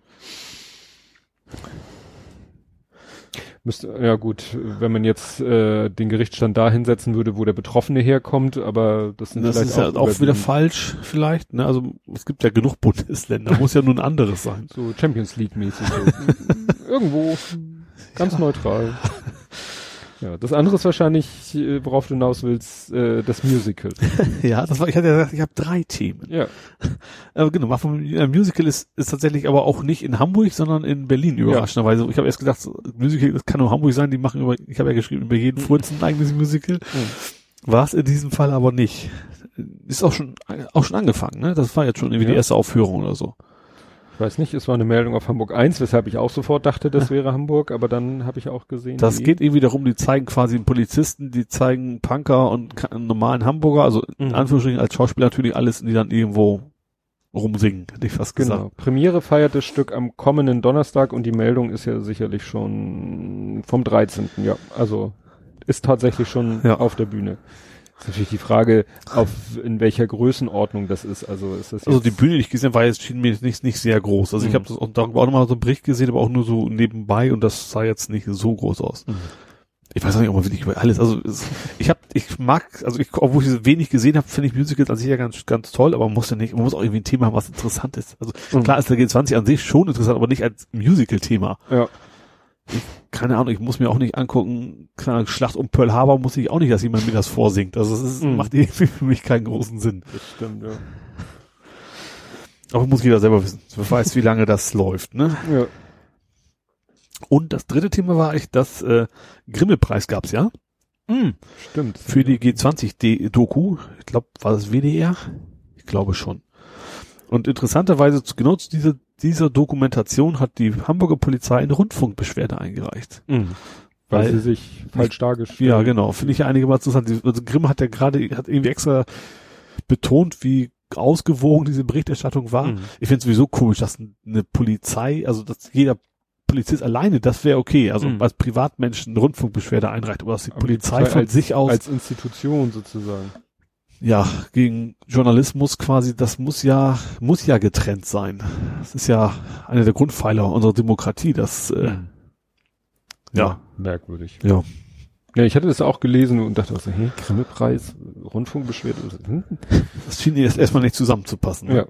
Müsste, ja gut, wenn man jetzt äh, den Gerichtsstand da hinsetzen würde, wo der Betroffene herkommt, aber das sind das vielleicht ist ja auch, auch wieder falsch vielleicht, ne? Also es gibt ja genug Bundesländer, muss ja nun ein anderes sein. So Champions League mäßig. So. Irgendwo ganz ja. neutral. Ja, das andere ist wahrscheinlich, worauf du hinaus willst, äh, das Musical. Ja, das war, ich hatte ja gesagt, ich habe drei Themen. Ja. Aber genau, vom Musical ist, ist tatsächlich aber auch nicht in Hamburg, sondern in Berlin überraschenderweise. Ja. Ich habe erst gedacht, Musical, das kann nur Hamburg sein, die machen über, ich habe ja geschrieben, über jeden Furz ein eigenes Musical. Mhm. War es in diesem Fall aber nicht. Ist auch schon, auch schon angefangen, ne? Das war jetzt schon irgendwie ja. die erste Aufführung oder so. Ich weiß nicht, es war eine Meldung auf Hamburg eins, weshalb ich auch sofort dachte, das wäre Hamburg, aber dann habe ich auch gesehen. Das geht irgendwie darum, die zeigen quasi einen Polizisten, die zeigen Punker und einen normalen Hamburger, also in mhm. Anführungsstrichen als Schauspieler natürlich alles, die dann irgendwo rumsingen, hätte ich fast gesagt. Genau. Premiere feiert das Stück am kommenden Donnerstag und die Meldung ist ja sicherlich schon vom dreizehnten Ja, also ist tatsächlich schon ja. auf der Bühne. Ist natürlich die Frage, auf in welcher Größenordnung das ist. Also ist das jetzt also die Bühne, die ich gesehen habe, war jetzt schien mir nicht nicht sehr groß. Also mhm. ich habe das auch, darüber auch nochmal so einen Bericht gesehen, aber auch nur so nebenbei und das sah jetzt nicht so groß aus. Mhm. Ich weiß auch nicht, ob man wirklich über alles. Also es, ich habe, ich mag, also ich, obwohl ich wenig gesehen habe, finde ich Musicals an sich ja ganz ganz toll, aber man muss ja nicht, man muss auch irgendwie ein Thema haben, was interessant ist. Also mhm. klar ist der G zwanzig an sich schon interessant, aber nicht als Musical-Thema. Ja. Ich, keine Ahnung, ich muss mir auch nicht angucken, keine Ahnung, Schlacht um Pearl Harbor muss ich auch nicht, dass jemand mir das vorsingt. Also es ist, mm. macht irgendwie für mich keinen großen Sinn. Das stimmt, ja. Aber muss jeder selber wissen. Wer weiß, wie lange das läuft, ne? Ja. Und das dritte Thema war echt, das äh, Grimme-Preis gab's, ja? Mm. Stimmt. Für die G zwanzig-Doku. Ich glaube, war das W D R? Ich glaube schon. Und interessanterweise, genau zu dieser dieser Dokumentation hat die Hamburger Polizei eine Rundfunkbeschwerde eingereicht. Mhm. Weil, weil sie sich falsch dargestellt. Ja, genau. Finde ich ja einigermaßen interessant. Also Grimm hat ja gerade, hat irgendwie extra betont, wie ausgewogen diese Berichterstattung war. Mhm. Ich finde es sowieso komisch, dass eine Polizei, also dass jeder Polizist alleine, das wäre okay. Also mhm. als Privatmensch eine Rundfunkbeschwerde einreicht, aber dass die aber Polizei die von als, sich aus als Institution sozusagen. Ja, gegen Journalismus quasi, das muss ja, muss ja getrennt sein. Das ist ja einer der Grundpfeiler unserer Demokratie, das, äh, mhm. ja. ja. Merkwürdig. Ja. Ja, ich hatte das auch gelesen und dachte, so, hey, Grimme-Preis, Rundfunkbeschwerde, hm? Das schien jetzt erstmal nicht zusammenzupassen. Ne? Ja.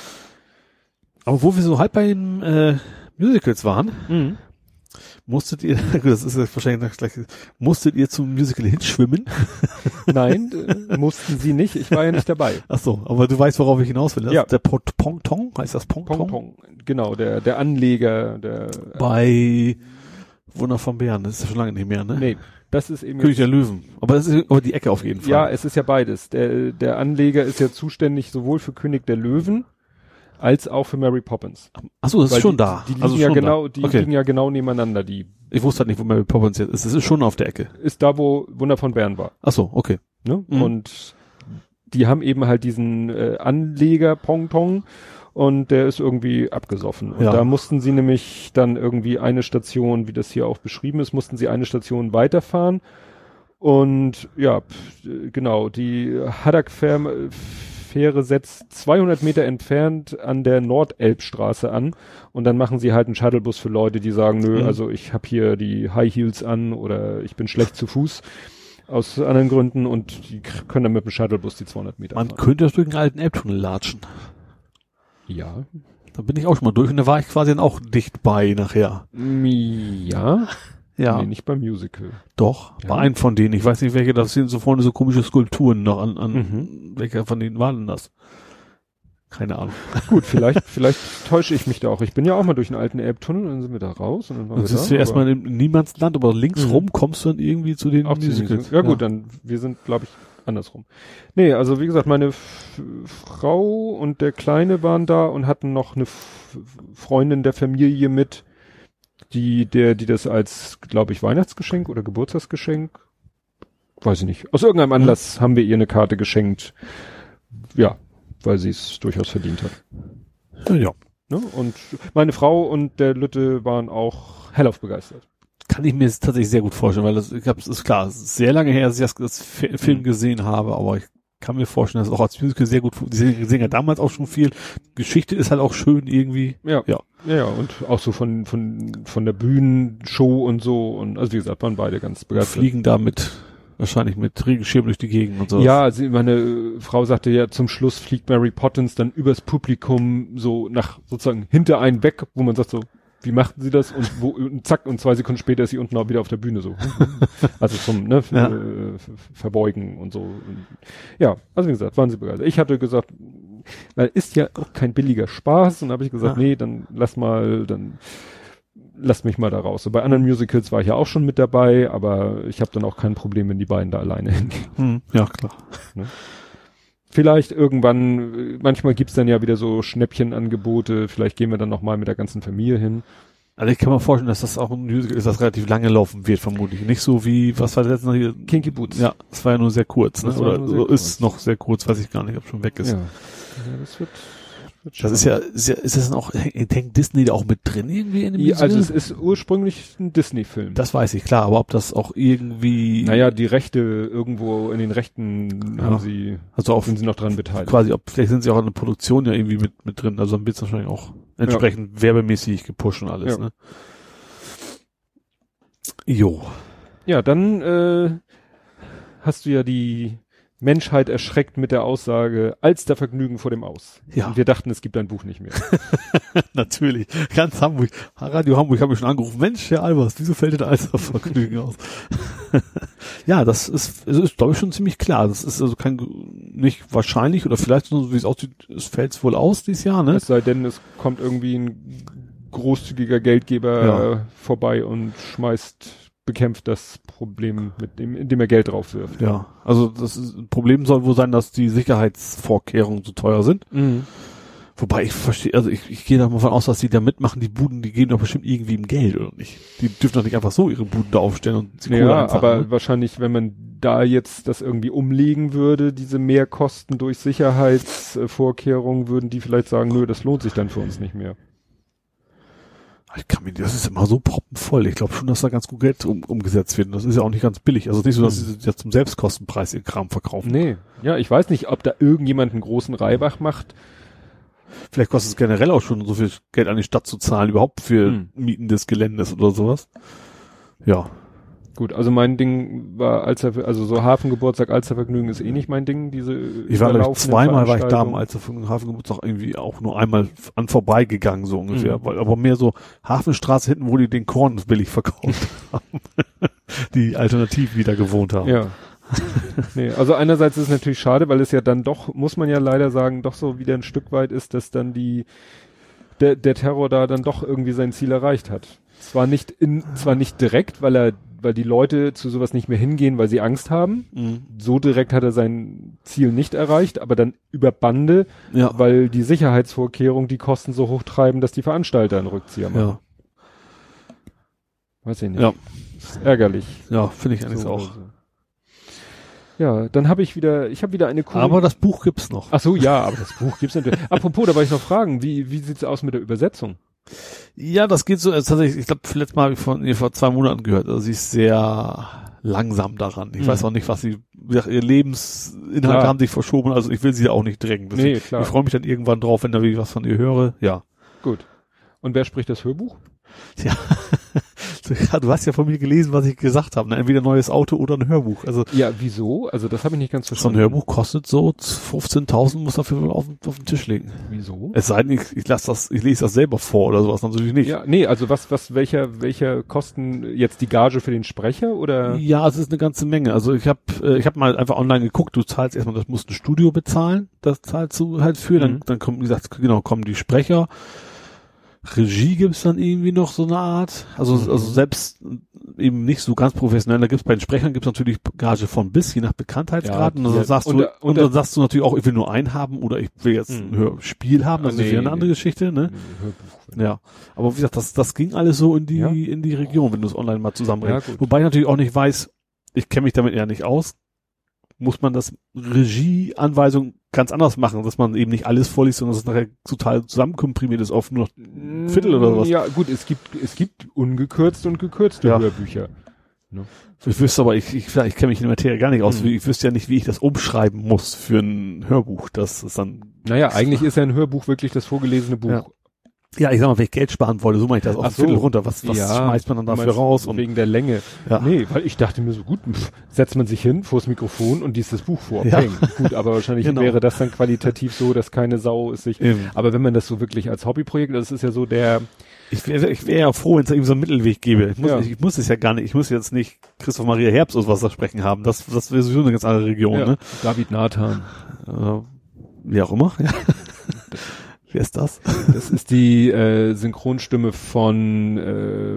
Aber wo wir so halb bei den, äh, Musicals waren, mhm. musstet ihr, das ist jetzt wahrscheinlich gleich, musstet ihr zum Musical hinschwimmen? Nein, äh, mussten sie nicht, ich war ja nicht dabei. Ach so, aber du weißt, worauf ich hinaus will. Das ja. Der Pong-Tong, heißt das Pong-Tong? Pong-Tong, genau, der, der Anleger, der... Bei Wunder von Bären, das ist ja schon lange nicht mehr, ne? Nee, das ist eben... König der Löwen, aber das ist aber die Ecke auf jeden Fall. Ja, es ist ja beides. Der, der Anleger ist ja zuständig sowohl für König der Löwen, als auch für Mary Poppins. Ach so, das Weil ist schon die, da. Die liegen also ja schon genau, da. die okay. liegen ja genau nebeneinander, die. Ich wusste halt nicht, wo Mary Poppins jetzt ist. Es ist schon auf der Ecke. Ist da, wo Wunder von Bern war. Ach so, okay. Ne? Mhm. Und die haben eben halt diesen äh, Anleger Pong-Tong und der ist irgendwie abgesoffen. Und ja. da mussten sie nämlich dann irgendwie eine Station, wie das hier auch beschrieben ist, mussten sie eine Station weiterfahren. Und ja, genau, die Haddock Fähre setzt zweihundert Meter entfernt an der Nordelbstraße an und dann machen sie halt einen Shuttlebus für Leute, die sagen, nö, mhm. also ich habe hier die High Heels an oder ich bin schlecht zu Fuß aus anderen Gründen und die können dann mit dem Shuttlebus die zweihundert Meter Man fahren. könnte das durch einen alten Elbtunnel latschen. Ja. Da bin ich auch schon mal durch und da war ich quasi dann auch dicht bei nachher. Ja. Ja. Nee, nicht beim Musical. Doch, Ja. bei einem von denen. Ich weiß nicht, welche, das sind so vorne so komische Skulpturen noch an, an Mhm. welcher von denen waren denn das? Keine Ahnung. Gut, vielleicht, vielleicht täusche ich mich da auch. Ich bin ja auch mal durch einen alten Elbtunnel, dann sind wir da raus und dann waren Dann wir sitzt da, du erstmal im Niemandsland, aber links Mhm. rum kommst du dann irgendwie zu den auch zu den Musicals. Musicals. Ja gut, dann, wir sind, glaube ich, andersrum. Nee, also wie gesagt, meine F- Frau und der Kleine waren da und hatten noch eine F- Freundin der Familie mit, die, der, die das als, glaube ich, Weihnachtsgeschenk oder Geburtstagsgeschenk, weiß ich nicht, aus irgendeinem Anlass haben wir ihr eine Karte geschenkt. Ja, weil sie es durchaus verdient hat. Ja, ja. Ne? Und meine Frau und der Lütte waren auch hellauf begeistert. Kann ich mir jetzt tatsächlich sehr gut vorstellen, weil das, ich hab, es ist klar, es ist sehr lange her, dass ich das, das Fi- Film Mhm. gesehen habe, aber ich kann mir vorstellen, dass es auch als Musical sehr gut, fu- die singen ja damals auch schon viel. Geschichte ist halt auch schön irgendwie. Ja. Ja. Ja, ja, und auch so von, von, von der Bühnenshow und so. Und also wie gesagt, waren beide ganz begeistert. Fliegen da mit, wahrscheinlich mit Regenschirm durch die Gegend und so. Ja, sie, meine Frau sagte ja, zum Schluss fliegt Mary Poppins dann übers Publikum so nach sozusagen hinter einen weg, wo man sagt so, wie machten sie das? Und wo, und zack, und zwei Sekunden später ist sie unten auch wieder auf der Bühne so. Also zum, ne, Ja. äh, Verbeugen und so. Und, ja, also wie gesagt, waren sie begeistert. Ich hatte gesagt, weil ist ja auch kein billiger Spaß. Und habe ich gesagt, Ja. nee, dann lass mal, dann lass mich mal da raus. So, bei anderen Musicals war ich ja auch schon mit dabei, aber ich habe dann auch kein Problem, wenn die beiden da alleine hingehen. Hm, ja, klar. Vielleicht irgendwann, äh, manchmal gibt's dann ja wieder so Schnäppchenangebote, vielleicht gehen wir dann nochmal mit der ganzen Familie hin. Also ich kann mir vorstellen, dass das auch ein Musical ist, das relativ lange laufen wird, vermutlich. Nicht so wie, was war das jetzt noch hier? Kinky Boots. Ja, das war ja nur sehr kurz, ne? Das war Oder nur sehr so kurz. ist noch sehr kurz, weiß ich gar nicht, ob schon weg ist. Ja, ja das wird, wird Das ist ja, ist ja, ist das dann auch, hängt Disney da auch mit drin irgendwie in dem ja, Musical? also es ist ursprünglich ein Disney-Film. Das weiß ich, klar, aber ob das auch irgendwie, Naja, die Rechte irgendwo in den Rechten Ja. haben sie, also auf sind sie noch dran beteiligt. quasi, ob, vielleicht sind sie auch in der Produktion ja irgendwie mit, mit drin, also dann wird es wahrscheinlich auch entsprechend werbemäßig gepusht und alles, Ja. ne? Jo. Ja, dann äh, hast du ja die Menschheit erschreckt mit der Aussage, Alstervergnügen vor dem Aus. Ja. Und wir dachten, es gibt ein Buch nicht mehr. Natürlich. Ganz Hamburg. Radio Hamburg habe ich schon angerufen. Mensch, Herr Albers, wieso fällt denn da alles auf Vergnügen aus? Ja, das ist, es ist, glaube ich, schon ziemlich klar. Das ist also kein, nicht wahrscheinlich oder vielleicht so, wie es aussieht, es fällt wohl aus dieses Jahr, ne? Es sei denn, es kommt irgendwie ein großzügiger Geldgeber Ja. äh, vorbei und schmeißt, bekämpft das Problem, mit dem, indem er Geld drauf wirft. Ja, also das ist, ein Problem soll wohl sein, dass die Sicherheitsvorkehrungen so teuer sind. Mhm. Wobei ich verstehe, also ich, ich gehe da mal von aus, dass die da mitmachen, die Buden, die geben doch bestimmt irgendwie im Geld, oder nicht? Die dürfen doch nicht einfach so ihre Buden da aufstellen und die Kohle Ja, einfangen, aber ne? wahrscheinlich, wenn man da jetzt das irgendwie umlegen würde, diese Mehrkosten durch Sicherheitsvorkehrungen, würden die vielleicht sagen, nö, das lohnt sich dann für uns nicht mehr. Ich kann mir, das ist immer so proppenvoll. Ich glaube schon, dass da ganz gut Geld um, umgesetzt wird. Und das ist ja auch nicht ganz billig. Also nicht so, dass sie jetzt zum Selbstkostenpreis ihr Kram verkaufen. Nee, ja, ich weiß nicht, ob da irgendjemand einen großen Reibach macht. Vielleicht kostet es generell auch schon so viel Geld an die Stadt zu zahlen, überhaupt für Hm. Mieten des Geländes oder sowas. Ja. Gut, also mein Ding war Alster, also so Hafengeburtstag, Alstervergnügen ist eh nicht mein Ding, diese Ich war, glaube ich, überlaufenden zweimal war ich da am Veranstaltungen. Alster für den Hafengeburtstag irgendwie auch nur einmal an vorbeigegangen, so ungefähr. Mhm. Weil, aber mehr so Hafenstraße hinten, wo die den Korn billig verkauft haben. Die alternativ wieder gewohnt haben. Ja. Nee, also einerseits ist es natürlich schade, weil es ja dann doch, muss man ja leider sagen, doch so wieder ein Stück weit ist, dass dann die, der, der Terror da dann doch irgendwie sein Ziel erreicht hat. Zwar nicht in, zwar nicht direkt, weil er, weil die Leute zu sowas nicht mehr hingehen, weil sie Angst haben. Mhm. So direkt hat er sein Ziel nicht erreicht, aber dann über Bande, Ja. weil die Sicherheitsvorkehrungen die Kosten so hoch treiben, dass die Veranstalter einen Rückzieher machen. Ja. Weiß ich nicht. Ja. Ist ärgerlich. Ja, finde ich eigentlich So auch. oder so. Ja, dann habe ich wieder, ich habe wieder eine coole. Aber das Buch gibt's noch. Ach so, ja, aber das Buch gibt's natürlich. Apropos, da wollte ich noch fragen, wie wie sieht's aus mit der Übersetzung? Ja, das geht so, also tatsächlich, ich glaube, letztes Mal habe ich von ihr vor zwei Monaten gehört. Also sie ist sehr langsam daran. Ich Mhm. weiß auch nicht, was sie, ihr Lebensinhalte Klar. haben sich verschoben, also ich will sie auch nicht drängen. Das Nee, ich, klar. ich freue mich dann irgendwann drauf, wenn da wieder was von ihr höre. Ja. Gut. Und wer spricht das Hörbuch? Ja. Ja, du hast ja von mir gelesen, was ich gesagt habe. Ne? Entweder ein neues Auto oder ein Hörbuch. Also Ja, wieso? Also das habe ich nicht ganz so ein verstanden. Hörbuch kostet so fünfzehntausend, muss dafür auf, auf den Tisch legen. Wieso? Es sei denn, ich, ich lasse das, ich lese das selber vor oder sowas, natürlich nicht. Ja, nee, also was, was, welcher, welcher Kosten jetzt die Gage für den Sprecher oder? Ja, es ist eine ganze Menge. Also ich habe äh, ich habe mal einfach online geguckt, du zahlst erstmal, das musst ein Studio bezahlen, das zahlst du halt für, dann Mhm. dann kommt, wie gesagt, genau, kommen die Sprecher. Regie gibt's dann irgendwie noch so eine Art, also Mhm. also selbst eben nicht so ganz professionell, da gibt's bei den Sprechern gibt's natürlich Gage von bis, je nach Bekanntheitsgrad, Ja, und dann ja, sagst und du da- und und da- dann sagst du natürlich auch, ich will nur einen haben oder ich will jetzt ein Mhm. Hörspiel haben, das Ah, ist wieder nee, eine andere nee. Geschichte, ne? Hörbuch. Ja, aber wie gesagt, das das ging alles so in die Ja. in die Region, wenn du es online mal Ja, zusammenbringst. gut. Wobei ich natürlich auch nicht weiß, ich kenne mich damit ja nicht aus, muss man das Regieanweisung ganz anders machen, dass man eben nicht alles vorliest, sondern dass es nachher total zusammenkomprimiert ist auf nur noch ein Viertel oder was. Ja, gut, es gibt, es gibt ungekürzte und gekürzte Ja. Hörbücher. Ich wüsste aber, ich, ich, ich kenne mich in der Materie gar nicht aus, Hm. ich wüsste ja nicht, wie ich das umschreiben muss für ein Hörbuch, das ist dann, Naja, eigentlich ist ja ein Hörbuch wirklich das vorgelesene Buch. Ja. ja, ich sag mal, wenn ich Geld sparen wollte, so mache ich das auf Ach ein Viertel so. runter, was, was Ja, schmeißt man dann Du dafür meinst raus und, wegen der Länge. ja. Nee, weil ich dachte mir so, gut, pff, setzt man sich hin vors Mikrofon und liest das Buch vor. Ja. Peng. Gut, aber wahrscheinlich Genau. wäre das dann qualitativ so, dass keine Sau es sich... Eben. Aber wenn man das so wirklich als Hobbyprojekt, das ist ja so der... Ich wäre ich wär ja froh, wenn es da irgendwie so einen Mittelweg gäbe. Ich muss, Ja. ich, ich muss es ja gar nicht, ich muss jetzt nicht Christoph Maria Herbst oder was da sprechen haben. Das, das wäre sowieso eine ganz andere Region, ja, ne? David Nathan. Äh, wie auch immer. Ja. Wer ist das? Das ist die äh, Synchronstimme von äh,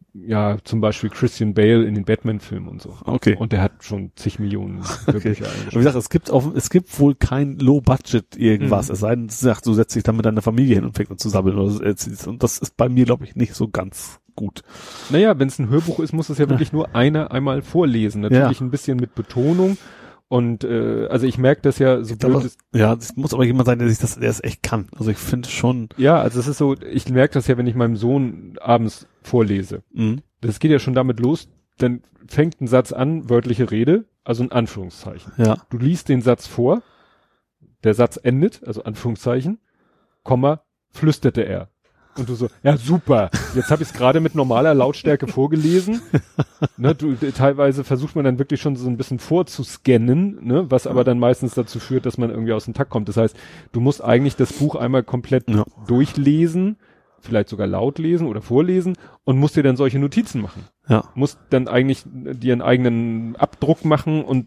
ja zum Beispiel Christian Bale in den Batman-Filmen und so. Okay. Und der hat schon zig Millionen Hörbücher Aber wie eingeschrieben. gesagt, es gibt auf, es gibt wohl kein Low-Budget irgendwas. Mhm. Es sei denn, es sagt, du setzt dich dann mit deiner Familie hin und fängst an zu sammeln. Oder so. Und das ist bei mir, glaube ich, nicht so ganz gut. Naja, wenn es ein Hörbuch ist, muss es ja wirklich nur einer einmal vorlesen. Natürlich ein bisschen mit Betonung. Und äh, also ich merke das ja so blöd Aber, ist, ja, es muss aber jemand sein, der sich das, der es echt kann. Also ich finde schon. ja, also es ist so, ich merke das ja, wenn ich meinem Sohn abends vorlese. Mh. Das geht ja schon damit los, dann fängt ein Satz an, wörtliche Rede, also ein Anführungszeichen. Ja. Du liest den Satz vor, der Satz endet, also Anführungszeichen, Komma, flüsterte er. Und du so, ja super, jetzt habe ich es gerade mit normaler Lautstärke vorgelesen. Ne, du, teilweise versucht man dann wirklich schon so ein bisschen vorzuscannen, ne, was aber dann meistens dazu führt, dass man irgendwie aus dem Takt kommt. Das heißt, du musst eigentlich das Buch einmal komplett Ja. durchlesen, vielleicht sogar laut lesen oder vorlesen und musst dir dann solche Notizen machen. Ja. Musst dann eigentlich dir einen eigenen Abdruck machen und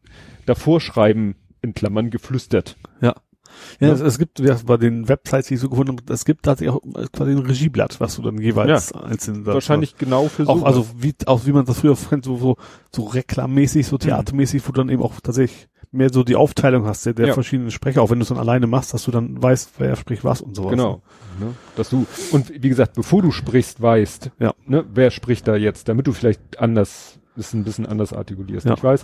davor schreiben, in Klammern geflüstert. Ja. Ja, Ja. Es, es gibt, ja, bei den Websites, die ich so gefunden habe, es gibt tatsächlich auch quasi ein Regieblatt, was du dann jeweils einzeln sagst. Wahrscheinlich genau für auch, so. also wie, auch wie man das früher kennt, so, so, so reklammäßig, so theatermäßig, wo du dann eben auch tatsächlich mehr so die Aufteilung hast, der, der Ja. verschiedenen Sprecher, auch wenn du es dann alleine machst, dass du dann weißt, wer spricht was und sowas. Genau. Ne? Dass du, und wie gesagt, bevor du sprichst, weißt, Ja. ne, wer spricht da jetzt, damit du vielleicht anders, ist ein bisschen anders artikulierst. Ja. Ich weiß,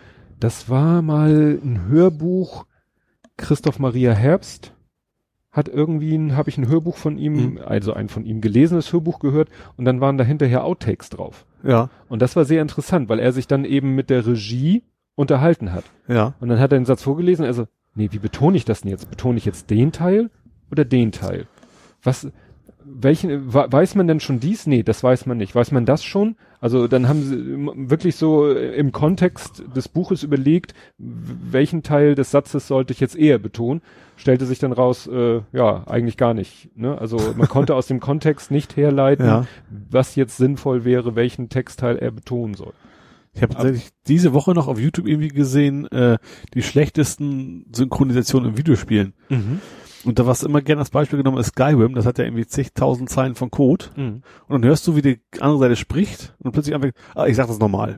das war mal ein Hörbuch, Christoph Maria Herbst hat irgendwie ein, habe ich ein Hörbuch von ihm, Mhm. also ein von ihm gelesenes Hörbuch gehört und dann waren da hinterher Outtakes drauf. Ja, Und das war sehr interessant, weil er sich dann eben mit der Regie unterhalten hat. ja. Und dann hat er den Satz vorgelesen, also, nee, wie betone ich das denn jetzt? Betone ich jetzt den Teil oder den Teil? Was, welchen, weiß man denn schon dies? Nee, das weiß man nicht. Weiß man das schon? Also dann haben sie wirklich so im Kontext des Buches überlegt, welchen Teil des Satzes sollte ich jetzt eher betonen? Stellte sich dann raus, äh, ja, eigentlich gar nicht. Ne? Also man konnte aus dem Kontext nicht herleiten, Ja. was jetzt sinnvoll wäre, welchen Textteil er betonen soll. Ich habe tatsächlich diese Woche noch auf YouTube irgendwie gesehen, äh, die schlechtesten Synchronisationen in Videospielen. Mhm. Und da was immer gerne als Beispiel genommen ist Skyrim, das hat ja irgendwie zigtausend Zeilen von Code. Mhm. Und dann hörst du, wie die andere Seite spricht und plötzlich anfängt, ah, ich sag das normal.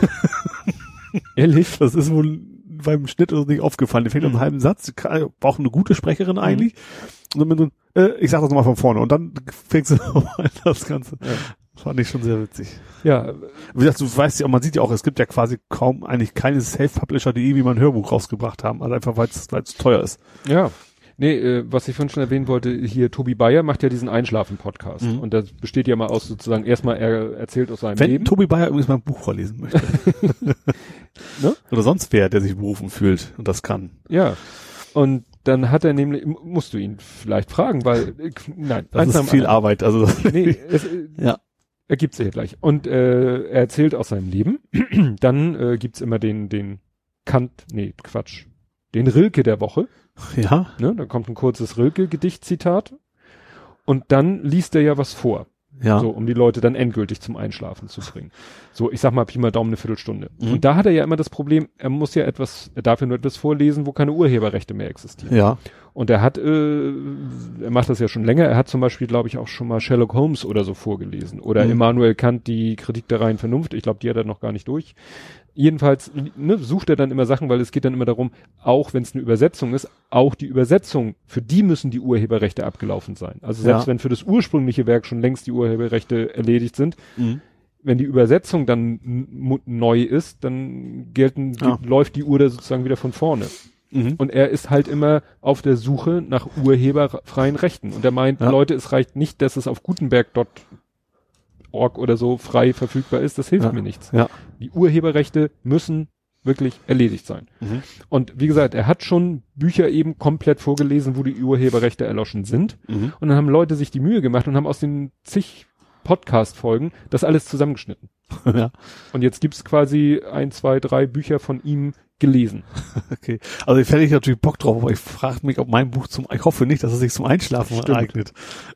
Ehrlich? Das ist wohl beim Schnitt uns nicht aufgefallen. Der fängt Mhm. an einem halben Satz, kann- braucht eine gute Sprecherin eigentlich. Und dann mit so, äh, ich sag das nochmal von vorne. Und dann fängst du nochmal das Ganze. Ja. Fand ich schon sehr witzig. Ja, Wie gesagt, du weißt ja auch, man sieht ja auch, es gibt ja quasi kaum eigentlich keine Self-Publisher, die irgendwie mal ein Hörbuch rausgebracht haben. Also einfach, weil es teuer ist. ja. Nee, äh, was ich vorhin schon erwähnen wollte, hier Tobi Bayer macht ja diesen Einschlafen-Podcast. Mhm. Und das besteht ja mal aus sozusagen, erstmal er erzählt aus seinem Wenn Leben. Wenn Tobi Bayer übrigens mal ein Buch vorlesen möchte. Ne? Oder sonst wer, der sich berufen fühlt und das kann. Ja. Und dann hat er nämlich, musst du ihn vielleicht fragen, weil, äh, nein. Das ist viel anderen. Arbeit, also. Nee, es, ja. Ergibt sich ja gleich. Und äh, er erzählt aus seinem Leben. Dann äh, gibt's immer den, den Kant, nee, Quatsch, den Rilke der Woche. Ja. Ne, da kommt ein kurzes Rilke-Gedichtzitat. Und dann liest er ja was vor. Ja. So, um die Leute dann endgültig zum Einschlafen zu bringen. So, ich sag mal, Pi mal Daumen eine Viertelstunde. Mhm. Und da hat er ja immer das Problem, er muss ja etwas, er darf ja nur etwas vorlesen, wo keine Urheberrechte mehr existieren. Ja. Und er hat, äh, er macht das ja schon länger, er hat zum Beispiel, glaube ich, auch schon mal Sherlock Holmes oder so vorgelesen. Oder mhm. Immanuel Kant, die Kritik der reinen Vernunft, ich glaube, die hat er noch gar nicht durch. Jedenfalls ne, sucht er dann immer Sachen, weil es geht dann immer darum, auch wenn es eine Übersetzung ist, auch die Übersetzung, für die müssen die Urheberrechte abgelaufen sein. Also selbst ja. wenn für das ursprüngliche Werk schon längst die Urheberrechte erledigt sind, mhm. wenn die Übersetzung dann n- neu ist, dann gelten, ja. die, läuft die Uhr da sozusagen wieder von vorne. Mhm. Und er ist halt immer auf der Suche nach urheberfreien Rechten. Und er meint, ja. Leute, es reicht nicht, dass es auf gutenberg Punkt org oder so frei verfügbar ist, das hilft ja. mir nichts. Ja. Die Urheberrechte müssen wirklich erledigt sein. Mhm. Und wie gesagt, er hat schon Bücher eben komplett vorgelesen, wo die Urheberrechte erloschen sind. Mhm. Und dann haben Leute sich die Mühe gemacht und haben aus den zig Podcast-Folgen das alles zusammengeschnitten. Ja. Und jetzt gibt's quasi ein, zwei, drei Bücher von ihm gelesen. Okay. Also ich hätte ich natürlich Bock drauf, aber ich frage mich, ob mein Buch zum, ich hoffe nicht, dass es sich zum Einschlafen Stimmt. eignet.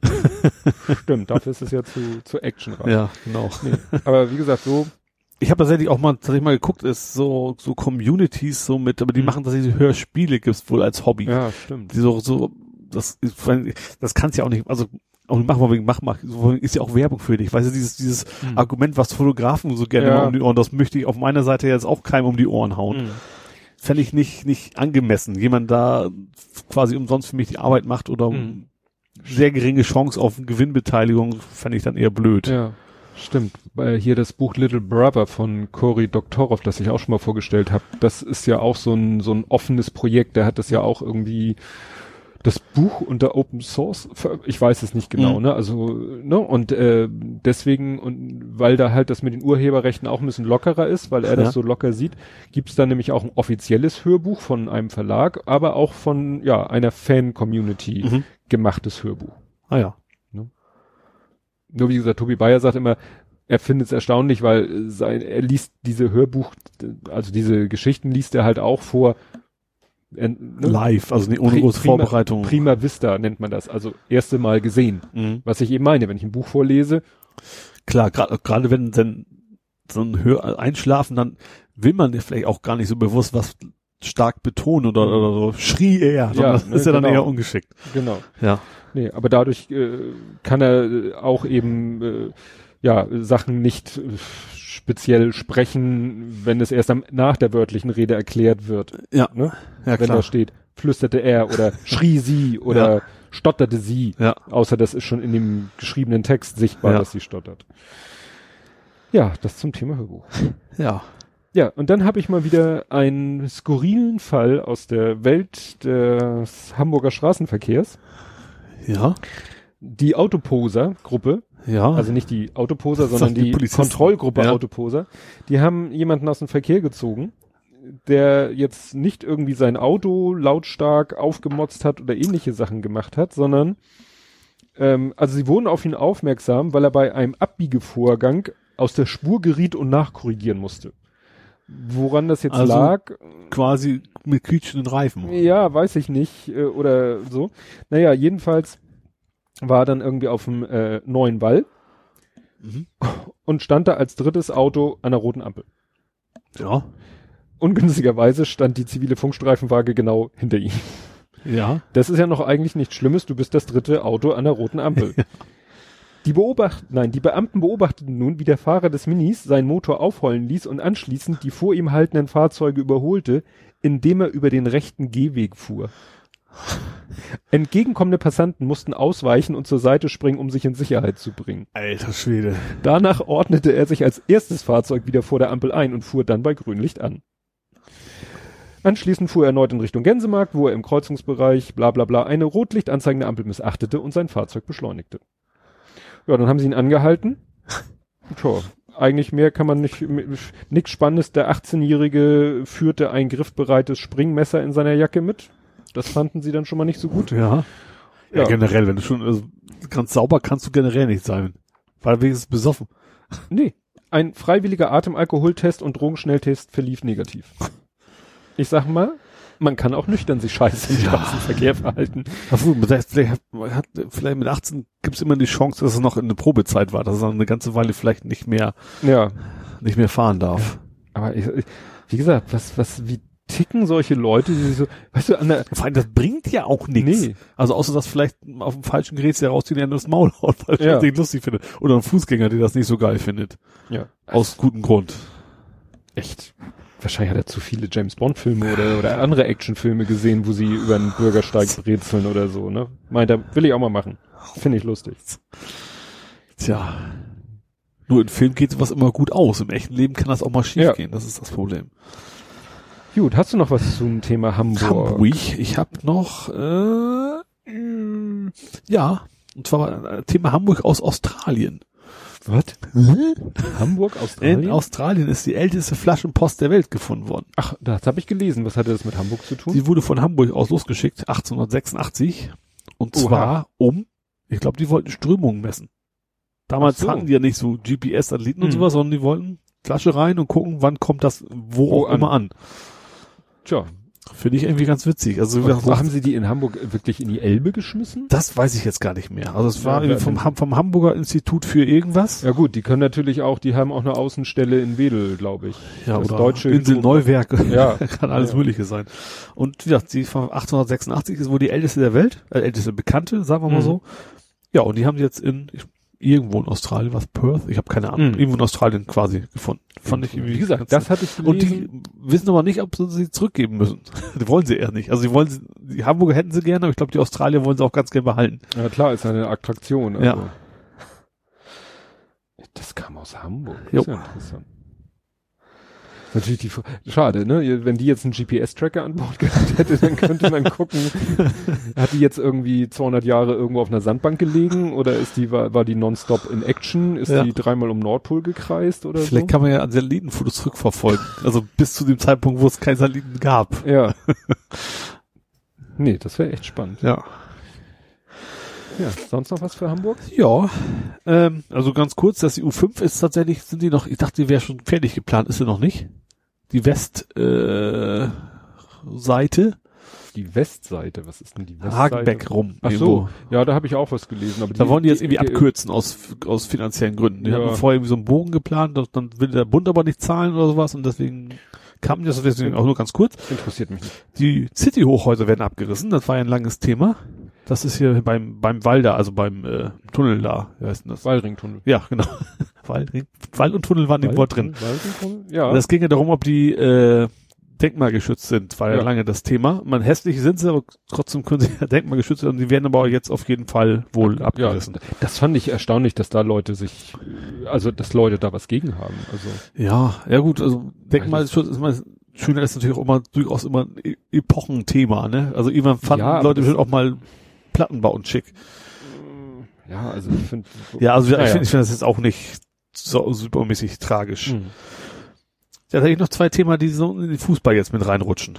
Stimmt, dafür ist es ja zu, zu actionreich. Ja, genau. Nee. Aber wie gesagt, so. Ich habe tatsächlich auch mal, tatsächlich mal geguckt, ist so, so Communities so mit, aber die Mhm. machen tatsächlich Hörspiele, gibt's wohl als Hobby. Ja, stimmt. Die so, so, das, das kann's ja auch nicht, also, auch nicht machen, wegen mach, mach, so ist ja auch Werbung für dich. Weißt du, dieses, dieses mhm. Argument, was Fotografen so gerne ja. mal um die Ohren, das möchte ich auf meiner Seite jetzt auch keinem um die Ohren hauen. Mhm. Fände ich nicht, nicht angemessen. Jemand da quasi umsonst für mich die Arbeit macht oder Mhm. sehr geringe Chance auf Gewinnbeteiligung, fände ich dann eher blöd. Ja, stimmt. Weil hier das Buch Little Brother von Cory Doctorow, das ich auch schon mal vorgestellt habe, das ist ja auch so ein, so ein offenes Projekt. Der hat das ja auch irgendwie das Buch unter Open Source, ich weiß es nicht genau, mhm. ne, also, ne, und äh, deswegen, und weil da halt das mit den Urheberrechten auch ein bisschen lockerer ist, weil er ja. das so locker sieht, gibt's da nämlich auch ein offizielles Hörbuch von einem Verlag, aber auch von, ja, einer Fan-Community mhm. gemachtes Hörbuch. Ah ja. Ne? Nur wie gesagt, Tobi Bayer sagt immer, er findet es erstaunlich, weil sein, er liest diese Hörbuch, also diese Geschichten liest er halt auch vor, Äh, ne? Live, also nicht ohne Pri- große prima, Vorbereitung. Prima Vista nennt man das, also erste Mal gesehen. Mhm. Was ich eben meine, wenn ich ein Buch vorlese. Klar, gerade gerade wenn dann so ein Hör Einschlafen, dann will man ja vielleicht auch gar nicht so bewusst was stark betonen oder, Mhm. oder so, schrie er, Ja, das ne, ist ja dann genau. eher ungeschickt. Genau. Ja. Nee, aber dadurch äh, kann er äh, auch eben äh, ja Sachen nicht äh, speziell sprechen, wenn es erst am, nach der wörtlichen Rede erklärt wird. Ja, ne? ja Wenn klar. da steht, flüsterte er oder schrie sie oder Ja. stotterte sie. Ja. Außer das ist schon in dem geschriebenen Text sichtbar, Ja. dass sie stottert. Ja, das zum Thema Hörbuch. Ja. Ja, und dann habe ich mal wieder einen skurrilen Fall aus der Welt des Hamburger Straßenverkehrs. Ja. Die Autoposer-Gruppe, Ja. also nicht die Autoposer, Das sondern sind die die Polizisten. Kontrollgruppe Ja. Autoposer, die haben jemanden aus dem Verkehr gezogen, der jetzt nicht irgendwie sein Auto lautstark aufgemotzt hat oder ähnliche Sachen gemacht hat, sondern ähm, also sie wurden auf ihn aufmerksam, weil er bei einem Abbiegevorgang aus der Spur geriet und nachkorrigieren musste. Woran das jetzt Also lag? quasi mit quietschenden Reifen. Ja, weiß ich nicht, äh, oder so. Naja, jedenfalls war dann irgendwie auf dem äh, neuen Wall Mhm. und stand da als drittes Auto an der roten Ampel. Ja. Ungünstigerweise stand die zivile Funkstreifenwaage genau hinter ihm. Ja. Das ist ja noch eigentlich nichts Schlimmes, du bist das dritte Auto an der roten Ampel. Die beobacht, nein, die Beamten beobachteten nun, wie der Fahrer des Minis seinen Motor aufheulen ließ und anschließend die vor ihm haltenden Fahrzeuge überholte, indem er über den rechten Gehweg fuhr. Entgegenkommende Passanten mussten ausweichen und zur Seite springen, um sich in Sicherheit zu bringen. Alter Schwede. Danach ordnete er sich als erstes Fahrzeug wieder vor der Ampel ein und fuhr dann bei Grünlicht an. Anschließend fuhr er erneut in Richtung Gänsemarkt, wo er im Kreuzungsbereich bla bla bla eine Rotlicht anzeigende Ampel missachtete und sein Fahrzeug beschleunigte. Ja, dann haben sie ihn angehalten. Tja, eigentlich mehr kann man nicht, nichts Spannendes. Der achtzehnjährige führte ein griffbereites Springmesser in seiner Jacke mit. Das fanden sie dann schon mal nicht so gut. Ja. Ja, ja generell, wenn du schon, also ganz sauber kannst du generell nicht sein. Weil wenigstens besoffen. Nee. Ein freiwilliger Atemalkoholtest und Drogenschnelltest verlief negativ. Ich sag mal, man kann auch nüchtern sich scheiße im ja. Verkehr verhalten. Vielleicht, hat, vielleicht mit achtzehn gibt's immer die Chance, dass es noch in eine Probezeit war, dass er eine ganze Weile vielleicht nicht mehr, ja. nicht mehr fahren darf. Aber ich, wie gesagt, was, was, wie ticken solche Leute, die sich so, weißt du, an der, vor allem, das bringt ja auch nichts. Nee. Also außer, dass vielleicht auf dem falschen Gerät der rausziehen, der das Maul haut, weil er ja. das nicht lustig findet. Oder ein Fußgänger, der das nicht so geil findet. Ja. Aus gutem Grund. Echt. Wahrscheinlich hat er zu viele James-Bond-Filme oder, oder andere Actionfilme gesehen, wo sie über einen Bürgersteig rätseln oder so, ne? Meint er, will ich auch mal machen. Finde ich lustig. Tja. Nur in Film geht sowas immer gut aus. Im echten Leben kann das auch mal schief ja. gehen. Das ist das Problem. Gut, hast du noch was zum Thema Hamburg? Hamburg. Ich habe noch, äh, äh, ja, und zwar Thema Hamburg aus Australien. Was? Hm? Hamburg, Australien? In Australien ist die älteste Flaschenpost der Welt gefunden worden. Ach, das habe ich gelesen. Was hatte das mit Hamburg zu tun? Die wurde von Hamburg aus losgeschickt, achtzehnhundertsechsundachtzig. Und Oha. zwar um, ich glaube, die wollten Strömungen messen. Damals so. hatten die ja nicht so G P S-Satelliten hm. und sowas, sondern die wollten Flasche rein und gucken, wann kommt das wo, wo auch an. immer an. Tja. Finde ich irgendwie ganz witzig. Also und wo haben sie die in Hamburg wirklich in die Elbe geschmissen? Das weiß ich jetzt gar nicht mehr. Also es war ja, vom, vom Hamburger Institut für irgendwas. Ja gut, die können natürlich auch, die haben auch eine Außenstelle in Wedel, glaube ich. Ja, das oder deutsche Insel Neuwerke. Ja. Kann alles ja. Mögliche sein. Und wie gesagt, die von achtzehnhundertsechsundachtzig ist wohl die älteste der Welt, äh, älteste Bekannte, sagen wir mal mhm. so. Ja, und die haben sie jetzt in ich, irgendwo in Australien, was Perth, ich habe keine Ahnung, mhm. irgendwo in Australien quasi gefunden. Fand ich irgendwie, wie gesagt, das hatte ich gelesen. Und die wissen aber nicht, ob sie sie zurückgeben müssen. Die wollen sie eher nicht. Also die wollen sie, die Hamburger hätten sie gerne, aber ich glaube, die Australier wollen sie auch ganz gerne behalten. Ja klar, ist eine Attraktion. Also. Ja. Das kam aus Hamburg. Das jo. ist ja interessant. Natürlich die, schade, ne? Wenn die jetzt einen G P S-Tracker an Bord gehabt hätte, dann könnte man gucken, hat die jetzt irgendwie zweihundert Jahre irgendwo auf einer Sandbank gelegen oder ist die, war, war die nonstop in Action? Ist ja. die dreimal um Nordpol gekreist oder Vielleicht so? Kann man ja an Satellitenfotos zurückverfolgen. Also bis zu dem Zeitpunkt, wo es kein Satelliten gab. Ja. Nee, das wäre echt spannend. Ja. Ja, sonst noch was für Hamburg? Ja, ähm, also ganz kurz, dass die U fünf ist tatsächlich, sind die noch, ich dachte, die wäre schon fertig geplant, ist sie noch nicht. Die Westseite. Äh, die Westseite, was ist denn die Westseite? Hagenbeck rum. Ach irgendwo. so, ja, da habe ich auch was gelesen. Aber da die, wollen die jetzt die, irgendwie die, abkürzen aus aus finanziellen Gründen. Die ja. hatten vorher irgendwie so einen Bogen geplant, dann will der Bund aber nicht zahlen oder sowas und deswegen kam das deswegen auch nur ganz kurz. Interessiert mich nicht. Die City-Hochhäuser werden abgerissen, das war ja ein langes Thema. Das ist hier beim beim Wall da, also beim äh, Tunnel da. Wie heißt denn das? Wallringtunnel. Ja, genau. Wallring, Wall und Tunnel waren im Wort drin. Wallringtunnel? Ja. Das ging ja darum, ob die äh, denkmalgeschützt sind, war ja, ja lange das Thema. Man hässlich sind sie, aber trotzdem können sie ja denkmalgeschützt werden und die werden aber jetzt auf jeden Fall wohl abgerissen. Ja, das fand ich erstaunlich, dass da Leute sich, also dass Leute da was gegen haben. Also ja, ja gut, also Denkmalschutz ist mal schöner, ist natürlich auch immer durchaus immer ein e- Epochenthema, ne? Also irgendwann fanden ja, Leute bestimmt auch mal Plattenbau und schick. Ja, also ich finde. Ja, also ja, ich finde, ich finde das jetzt auch nicht so supermäßig tragisch. Mhm. Ja, da habe ich noch zwei Themen, die so in den Fußball jetzt mit reinrutschen.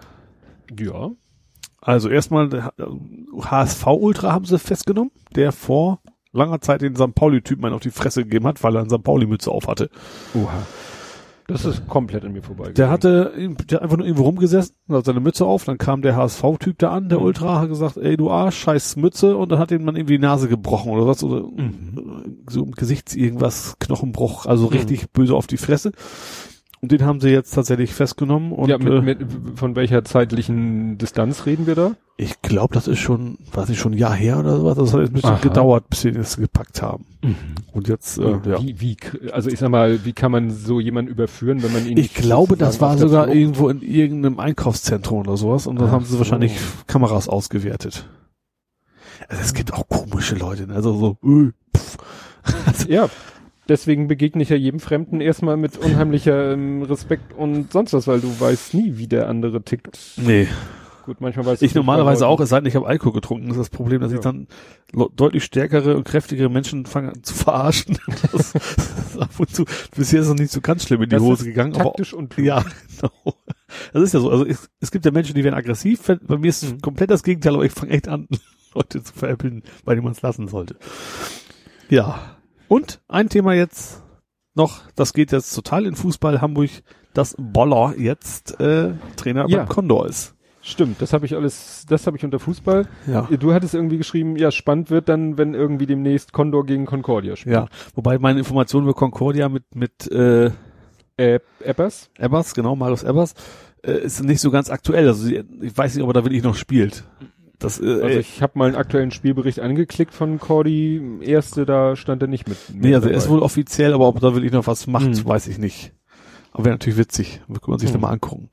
Ja. Also erstmal H S V-Ultra haben sie festgenommen, der vor langer Zeit den Sankt Pauli-Typen einen auf die Fresse gegeben hat, weil er eine Sankt Pauli-Mütze auf hatte. Oha. Das ist komplett an mir vorbei. Der hatte, der hat einfach nur irgendwo rumgesessen, hat seine Mütze auf, dann kam der H S V-Typ da an, der mhm. Ultra, hat gesagt, ey du Arsch, scheiß Mütze, und dann hat ihm man irgendwie die Nase gebrochen oder was, oder mhm. so im Gesicht irgendwas, Knochenbruch, also mhm. richtig böse auf die Fresse. Und den haben sie jetzt tatsächlich festgenommen. Und ja, mit, mit, von welcher zeitlichen Distanz reden wir da? Ich glaube, das ist schon, weiß ich, schon ein Jahr her oder sowas. Das hat jetzt ein bisschen Aha. gedauert, bis sie das gepackt haben. Mhm. Und jetzt, äh, ja. Wie, wie, also ich sag mal, wie kann man so jemanden überführen, wenn man ihn Ich glaube, das war sogar irgendwo in irgendeinem Einkaufszentrum oder sowas. Und dann Ach haben sie so. wahrscheinlich Kameras ausgewertet. Also es gibt auch komische Leute, ne? Also so, öh, pff. Ja. deswegen begegne ich ja jedem Fremden erstmal mit unheimlicher ähm, Respekt und sonst was, weil du weißt nie, wie der andere tickt. Nee. Gut, manchmal weiß ich normalerweise auch, es sei denn, ich habe Alkohol getrunken. Das ist das Problem, dass ja. ich dann lo- deutlich stärkere und kräftigere Menschen fange an zu verarschen. Das, das ist ab und zu, bisher ist es nicht so ganz schlimm in die das Hose gegangen. Taktisch aber und klug. Ja, genau. Das ist ja so. Also es, es gibt ja Menschen, die werden aggressiv. Bei mir ist es mhm. komplett das Gegenteil, aber ich fange echt an, Leute zu veräppeln, bei denen man es lassen sollte. Ja. Und ein Thema jetzt noch, das geht jetzt total in Fußball Hamburg, dass Boller jetzt äh, Trainer ja. beim Condor ist. Stimmt, das habe ich alles, das habe ich unter Fußball. Ja. Du hattest irgendwie geschrieben, ja, spannend wird dann, wenn irgendwie demnächst Condor gegen Concordia spielt. Ja, wobei meine Informationen über Concordia mit mit äh, äh, Ebbers? Ebbers, genau, Marius Ebbers, äh, ist nicht so ganz aktuell. Also sie, ich weiß nicht, ob er da wirklich noch spielt. Das, äh, also ich habe mal einen aktuellen Spielbericht angeklickt von Cordy, erste, da stand er nicht mit. mit nee, also dabei. er ist wohl offiziell, aber ob er da wirklich noch was macht, hm. weiß ich nicht. Aber wäre natürlich witzig. Wir können uns sich hm. da mal angucken.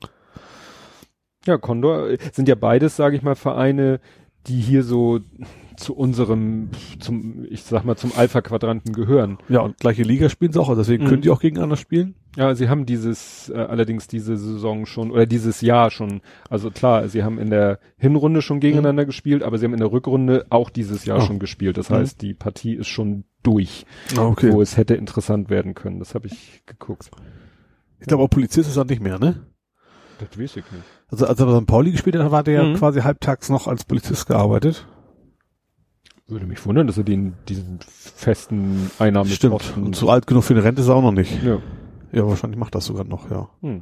Ja, Condor sind ja beides, sage ich mal, Vereine, die hier so zu unserem, zum, ich sag mal, zum Alpha-Quadranten gehören. Ja, und gleiche Liga spielen sie auch, also deswegen mhm. können die auch gegeneinander spielen. Ja, sie haben dieses, äh, allerdings diese Saison schon, oder dieses Jahr schon, also klar, sie haben in der Hinrunde schon gegeneinander mhm. gespielt, aber sie haben in der Rückrunde auch dieses Jahr oh. schon gespielt. Das mhm. heißt, die Partie ist schon durch, ah, okay. wo es hätte interessant werden können. Das habe ich geguckt. Ich glaube, auch Polizist ist dann nicht mehr, ne? Das weiß ich nicht. Also als er bei Sankt Pauli gespielt hat, war der mhm. ja quasi halbtags noch als Polizist gearbeitet. Würde mich wundern, dass er den, diesen festen Einnahmen Stimmt. Und zu alt genug für eine Rente ist er auch noch nicht. Ja. Ja, wahrscheinlich macht das sogar noch, ja. Hm.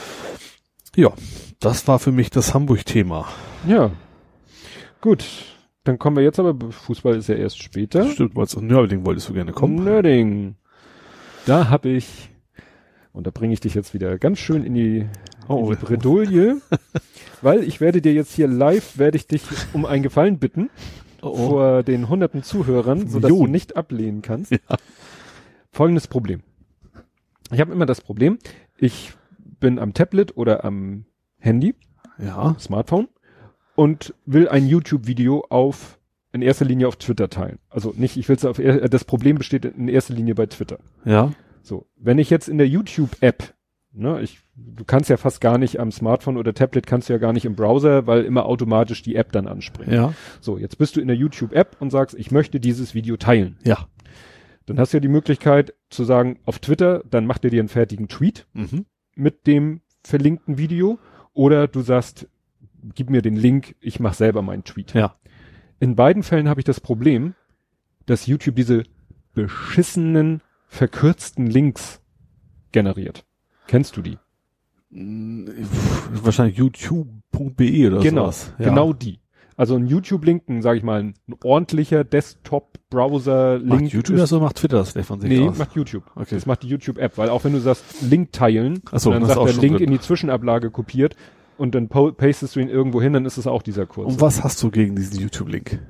Ja, das war für mich das Hamburg-Thema. Ja. Gut. Dann kommen wir jetzt aber, Fußball ist ja erst später. Stimmt, weil aus Nörding wolltest du gerne kommen. Nörding. Da habe ich, und da bringe ich dich jetzt wieder ganz schön in die, oh, in die Bredouille, weil ich werde dir jetzt hier live, werde ich dich um einen Gefallen bitten. Oh, oh. Vor den hunderten Zuhörern, sodass du nicht ablehnen kannst. Ja. Folgendes Problem. Ich habe immer das Problem, ich bin am Tablet oder am Handy, ja, Smartphone, und will ein YouTube-Video auf, in erster Linie auf Twitter teilen. Also nicht, ich will es auf, das Problem besteht in erster Linie bei Twitter. Ja. So, wenn ich jetzt in der YouTube-App, ne, ich, du kannst ja fast gar nicht am Smartphone oder Tablet, kannst du ja gar nicht im Browser, weil immer automatisch die App dann anspringt. Ja. So, jetzt bist du in der YouTube-App und sagst, ich möchte dieses Video teilen. Ja. Dann hast du ja die Möglichkeit zu sagen, auf Twitter, dann macht er dir einen fertigen Tweet mhm. mit dem verlinkten Video, oder du sagst, gib mir den Link, ich mache selber meinen Tweet. Ja. In beiden Fällen habe ich das Problem, dass YouTube diese beschissenen, verkürzten Links generiert. Kennst du die? Wahrscheinlich youtube punkt de oder genau, sowas. Ja. Genau die. Also ein YouTube-Link, sage ich mal, ein ordentlicher Desktop-Browser-Link. Macht YouTube das oder macht Twitter das von sich nee, aus? Nee, macht YouTube. Okay. Das macht die YouTube-App, weil auch wenn du sagst, Link teilen, ach so, dann sagt der Link drin. in die Zwischenablage kopiert und dann po- pastest du ihn irgendwo hin, dann ist es auch dieser Kurs. Und was hast du gegen diesen YouTube-Link?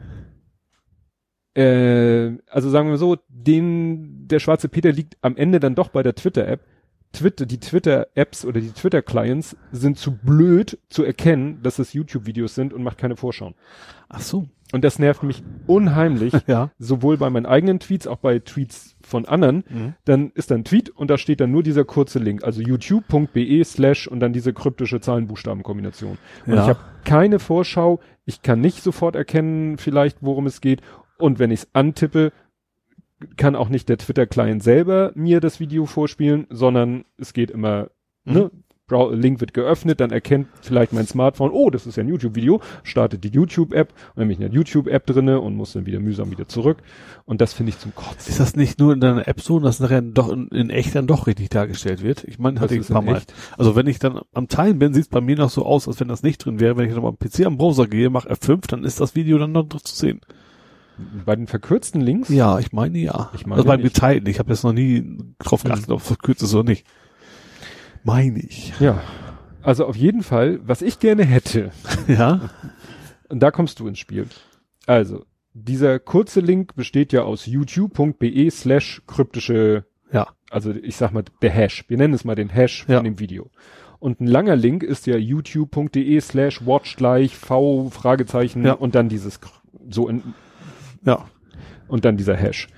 Äh, also sagen wir so, den, der schwarze Peter liegt am Ende dann doch bei der Twitter-App. Twitter, die Twitter-Apps oder die Twitter-Clients sind zu blöd zu erkennen, dass es YouTube-Videos sind und macht keine Vorschauen. Ach so. Und das nervt mich unheimlich, ja. sowohl bei meinen eigenen Tweets, auch bei Tweets von anderen. Mhm. Dann ist da ein Tweet und da steht dann nur dieser kurze Link, also youtube punkt de slash und dann diese kryptische Zahlen-Buchstaben-Kombination. Und ja. ich habe keine Vorschau, ich kann nicht sofort erkennen vielleicht, worum es geht. Und wenn ich es antippe, kann auch nicht der Twitter-Client selber mir das Video vorspielen, sondern es geht immer, mhm. ne, Link wird geöffnet, dann erkennt vielleicht mein Smartphone, oh, das ist ja ein YouTube-Video, startet die YouTube-App und dann bin ich in der YouTube-App drinne und muss dann wieder mühsam wieder zurück. Und das finde ich zum Kotzen. Ist das nicht nur in deiner App so, dass nachher doch in, in echt dann doch richtig dargestellt wird? Ich meine, hatte ich ein paar Mal. Echt? Also wenn ich dann am Teilen bin, sieht es bei mir noch so aus, als wenn das nicht drin wäre. Wenn ich dann am P C am Browser gehe, mache F fünf, dann ist das Video dann noch zu sehen. Bei den verkürzten Links? Ja, ich meine ja. Ich meine also beim nicht. Geteilten. Ich habe jetzt noch nie drauf geachtet, mhm. ob es verkürzt ist oder nicht. Meine ich. Ja, also auf jeden Fall, was ich gerne hätte. Ja. Und da kommst du ins Spiel. Also, dieser kurze Link besteht ja aus youtube punkt de slash kryptische, ja. Also ich sag mal, der Hash. Wir nennen es mal den Hash ja. von dem Video. Und ein langer Link ist ja youtube punkt de slash watch gleich v Fragezeichen ja. und dann dieses so in, ja. und dann dieser Hash.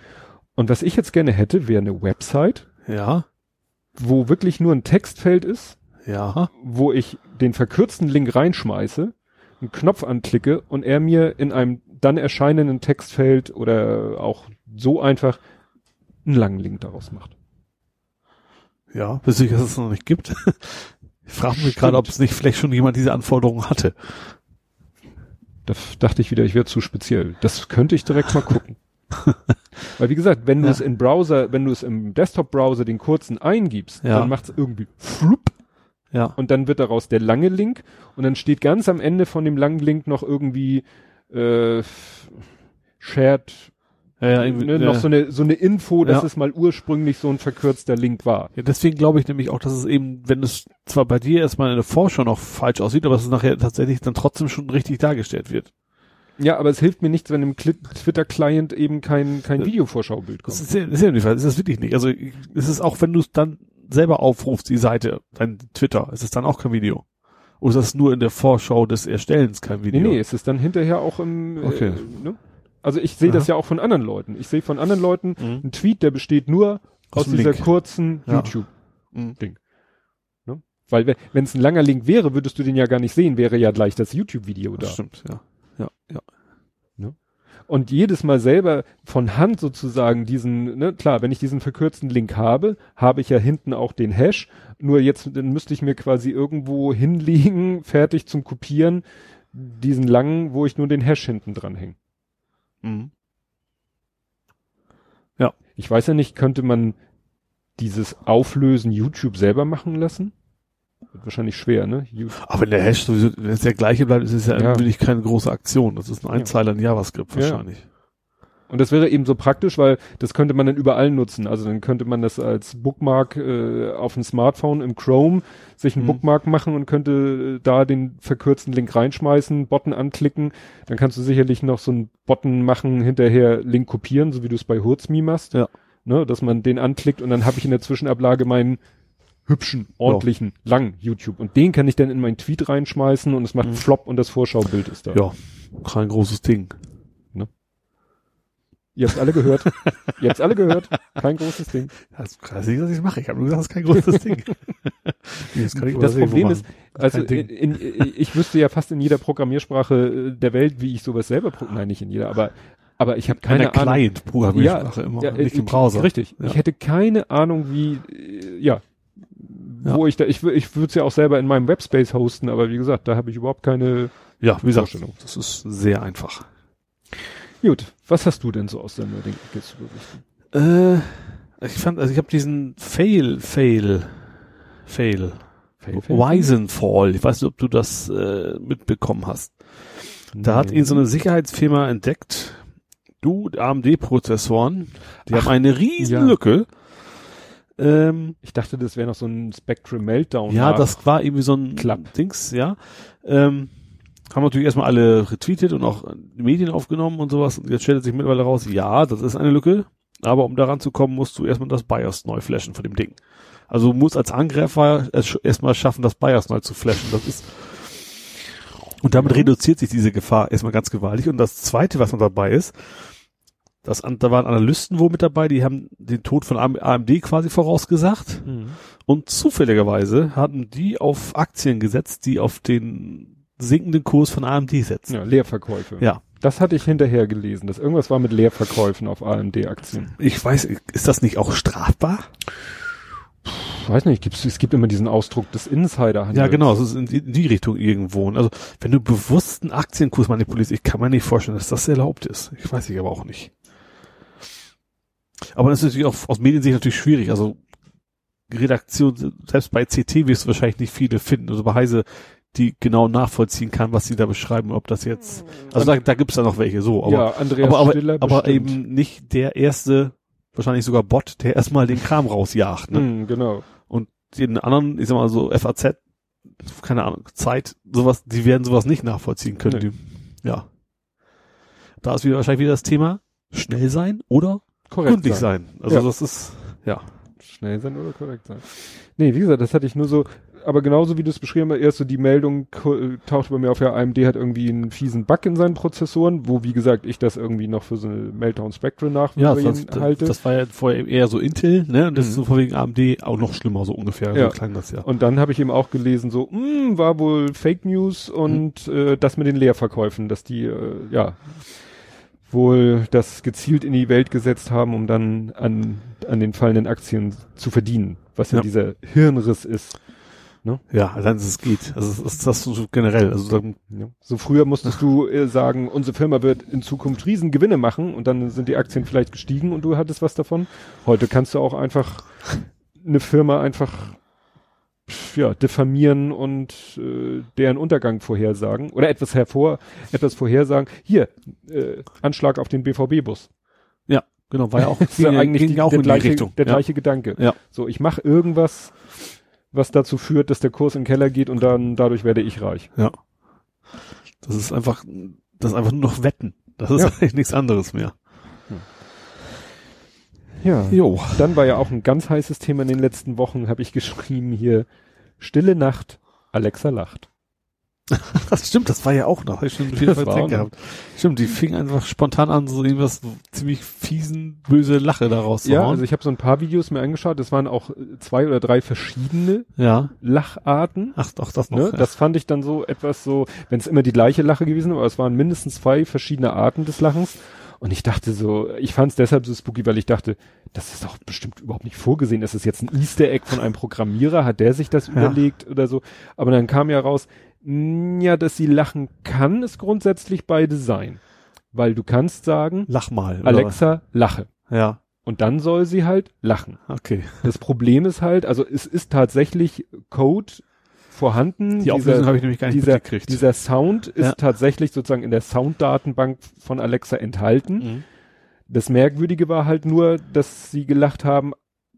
Und was ich jetzt gerne hätte, wäre eine Website, Ja. wo wirklich nur ein Textfeld ist, Ja. wo ich den verkürzten Link reinschmeiße, einen Knopf anklicke und er mir in einem dann erscheinenden Textfeld oder auch so einfach einen langen Link daraus macht. Ja, bis sicher, dass es noch nicht gibt. Ich frage mich gerade, ob es nicht vielleicht schon jemand diese Anforderungen hatte. Da dachte ich wieder, ich wäre zu speziell. Das könnte ich direkt mal gucken. Weil wie gesagt, wenn du Ja. es in Browser, wenn du es im Desktop-Browser den kurzen eingibst, Ja. dann macht es irgendwie flup Ja. und dann wird daraus der lange Link und dann steht ganz am Ende von dem langen Link noch irgendwie äh, Shared, Ja, ja, irgendwie, ne, ja. noch so eine so eine Info, dass Ja. es mal ursprünglich so ein verkürzter Link war. Ja, deswegen glaube ich nämlich auch, dass es eben, wenn es zwar bei dir erstmal in der Vorschau noch falsch aussieht, aber dass es nachher tatsächlich dann trotzdem schon richtig dargestellt wird. Ja, aber es hilft mir nichts, wenn im Cli- Twitter-Client eben kein kein Ja. Videovorschaubild kommt. Das ist ja, das ist ja nicht, das ist das wirklich nicht. Also es ist auch, wenn du es dann selber aufrufst, die Seite, dein Twitter, ist es dann auch kein Video. Oder ist das nur in der Vorschau des Erstellens kein Video? Nee, nee, es ist dann hinterher auch im, Okay. äh, ne? Also ich sehe das ja auch von anderen Leuten. Ich sehe von anderen Leuten Mhm. einen Tweet, der besteht nur aus, Aus dem dieser Link. kurzen Ja. YouTube-Ding. Mhm. Ne? Weil wenn es ein langer Link wäre, würdest du den ja gar nicht sehen, wäre ja gleich das YouTube-Video da. Das stimmt, ja. Ja, ja. Und jedes Mal selber von Hand sozusagen diesen, ne, klar, wenn ich diesen verkürzten Link habe, habe ich ja hinten auch den Hash. Nur jetzt, dann müsste ich mir quasi irgendwo hinlegen, fertig zum Kopieren, diesen langen, wo ich nur den Hash hinten dran hänge. Mhm. Ich weiß ja nicht, könnte man dieses Auflösen YouTube selber machen lassen? Wird wahrscheinlich schwer, ne? You- Aber wenn der Hash sowieso, wenn es der gleiche bleibt, ist es ja, Ja. wirklich keine große Aktion. Das ist ein Ja. Einzeiler in JavaScript Ja. wahrscheinlich. Und das wäre eben so praktisch, weil das könnte man dann überall nutzen. Also dann könnte man das als Bookmark äh, auf dem Smartphone im Chrome sich einen Mhm. Bookmark machen und könnte äh, da den verkürzten Link reinschmeißen, Button anklicken. Dann kannst du sicherlich noch so einen Button machen, hinterher Link kopieren, so wie du es bei Hurzme machst. Ja. Ne, dass man den anklickt und dann habe ich in der Zwischenablage meinen hübschen, ordentlichen, langen YouTube. Und den kann ich dann in meinen Tweet reinschmeißen und es macht Mhm. Flop und das Vorschaubild ist da. Ja, kein großes Ding. Ihr habt's alle gehört. Ihr habt's alle gehört. Kein großes Ding. Das weiß ich, was ich mache. Ich habe nur gesagt, das ist kein großes Ding. Nee, das kann ich Das übersehen, Problem wo ist, man- also kein Ding. in, in, ich wüsste ja fast in jeder Programmiersprache äh, der Welt, wie ich sowas selber, pro nein, nicht in jeder, aber aber ich habe keine Keine Ahnung. Client-Programmiersprache immer, ja, nicht äh, im Browser. Richtig. Ja. Ich hätte keine Ahnung, wie, äh, ja, Ja. wo ich da, ich, wür- ich würde es ja auch selber in meinem Webspace hosten, aber wie gesagt, da habe ich überhaupt keine. Ja, wie gesagt, Vorstellung. das ist sehr einfach. Gut, was hast du denn so aus der Nerding-Ecke zu berichten? Äh, ich fand, also ich habe diesen Fail, Fail, Fail, Fail, fail? Weisenfall. Ich weiß nicht, ob du das äh, mitbekommen hast. Da hat Nee. ihn so eine Sicherheitsfirma entdeckt. Du, A M D-Prozessoren, die Ach, haben eine riesen ja. Lücke. Ähm, Ich dachte, das wäre noch so ein Spectrum Meltdown. ja, nach- das war irgendwie so ein Klapp. Dings, ja. Ähm, haben natürlich erstmal alle retweetet und auch die Medien aufgenommen und sowas. Und jetzt stellt sich mittlerweile raus, ja, das ist eine Lücke. Aber um daran zu kommen, musst du erstmal das BIOS neu flashen von dem Ding. Also du musst als Angreifer es erstmal schaffen, das BIOS neu zu flashen. Das ist und damit Ja. reduziert sich diese Gefahr erstmal ganz gewaltig. Und das Zweite, was noch dabei ist, das, da waren Analysten wohl mit dabei, die haben den Tod von A M D quasi vorausgesagt. Mhm. Und zufälligerweise hatten die auf Aktien gesetzt, die auf den sinkenden Kurs von A M D setzen. Ja, Leerverkäufe. Ja. Das hatte ich hinterher gelesen, dass irgendwas war mit Leerverkäufen auf A M D-Aktien. Ich weiß, ist das nicht auch strafbar? Ich weiß nicht, gibt's, es gibt immer diesen Ausdruck des Insiderhandels. Ja, genau, es ist in die, in die Richtung irgendwo. Also, wenn du bewusst einen Aktienkurs manipulierst, ich kann mir nicht vorstellen, dass das erlaubt ist. Ich weiß ich aber auch nicht. Aber das ist natürlich auch aus Mediensicht natürlich schwierig. Also, Redaktion, selbst bei C T wirst du wahrscheinlich nicht viele finden. Also bei Heise, die genau nachvollziehen kann, was sie da beschreiben, ob das jetzt, also da, da gibt's da noch welche, so, aber, ja, Andreas aber, aber, Stiller aber bestimmt. eben nicht der erste, wahrscheinlich sogar Bot, der erstmal den Kram rausjagt, ne? Mhm, genau. Und den anderen, ich sag mal so, F A Z, keine Ahnung, Zeit, sowas, die werden sowas nicht nachvollziehen können, Nee. die, ja. Da ist wieder wahrscheinlich wieder das Thema, schnell sein oder Korrekt gründlich sein. Also Ja. das ist, ja. Schnell sein oder korrekt sein. Nee, wie gesagt, das hatte ich nur so, aber genauso wie du es beschrieben hast, erst so die Meldung ko- tauchte bei mir auf, ja, A M D hat irgendwie einen fiesen Bug in seinen Prozessoren, wo, wie gesagt, ich das irgendwie noch für so eine Meltdown Spectre nach ja, das, das, halte. das war ja vorher eher so Intel, ne, und das Mhm. ist so vorwiegend A M D auch noch schlimmer, so ungefähr, ja. so klang das ja. Und dann habe ich eben auch gelesen, so, mh, war wohl Fake News und mhm. äh, das mit den Leerverkäufen, dass die, äh, ja, wohl das gezielt in die Welt gesetzt haben, um dann an, an den fallenden Aktien zu verdienen, was ja, ja dieser Hirnriss ist. Ne? Ja, dann ist es geht. Also es ist das so generell. Also dann, ja. So früher musstest du äh, sagen, unsere Firma wird in Zukunft riesen Gewinne machen und dann sind die Aktien vielleicht gestiegen und du hattest was davon. Heute kannst du auch einfach eine Firma einfach ja, diffamieren und äh, deren Untergang vorhersagen oder etwas hervor, etwas vorhersagen. Hier, äh, Anschlag auf den B V B-Bus. Ja, genau, war ja auch, das ist ja eigentlich die, auch der, in gleiche, die Richtung. der ja. gleiche Gedanke. Ja. So, ich mache irgendwas, was dazu führt, dass der Kurs in den Keller geht und dann dadurch werde ich reich. Ja. Das ist einfach, das ist einfach nur noch Wetten. Das ist ja. eigentlich nichts anderes mehr. Ja, jo. Dann war ja auch ein ganz heißes Thema in den letzten Wochen, habe ich geschrieben hier, Stille Nacht, Alexa lacht. Das stimmt, das war ja auch noch. Ich schon viel Zeit gehabt. Stimmt, die fing einfach spontan an, so irgendwas so ziemlich fiesen, böse Lache daraus zu Ja, hauen. also ich habe so ein paar Videos mir angeschaut, das waren auch zwei oder drei verschiedene ja. Lacharten. Ach doch, das noch. Ne? Ja. Das fand ich dann so etwas so, wenn es immer die gleiche Lache gewesen wäre, aber es waren mindestens zwei verschiedene Arten des Lachens. Und ich dachte so, ich fand es deshalb so spooky, weil ich dachte, das ist doch bestimmt überhaupt nicht vorgesehen. Das ist jetzt ein Easter Egg von einem Programmierer, hat der sich das ja. überlegt oder so. Aber dann kam ja raus, mh, ja, dass sie lachen kann, ist grundsätzlich bei Design. Weil du kannst sagen, lach mal. Alexa, oder? lache. Ja. Und dann soll sie halt lachen. Okay. Das Problem ist halt, also es ist tatsächlich Code vorhanden. Die Auflösung habe ich nämlich gar nicht dieser, mitgekriegt. Dieser Sound ist ja. tatsächlich sozusagen in der Sounddatenbank von Alexa enthalten. Mhm. Das Merkwürdige war halt nur, dass sie gelacht haben,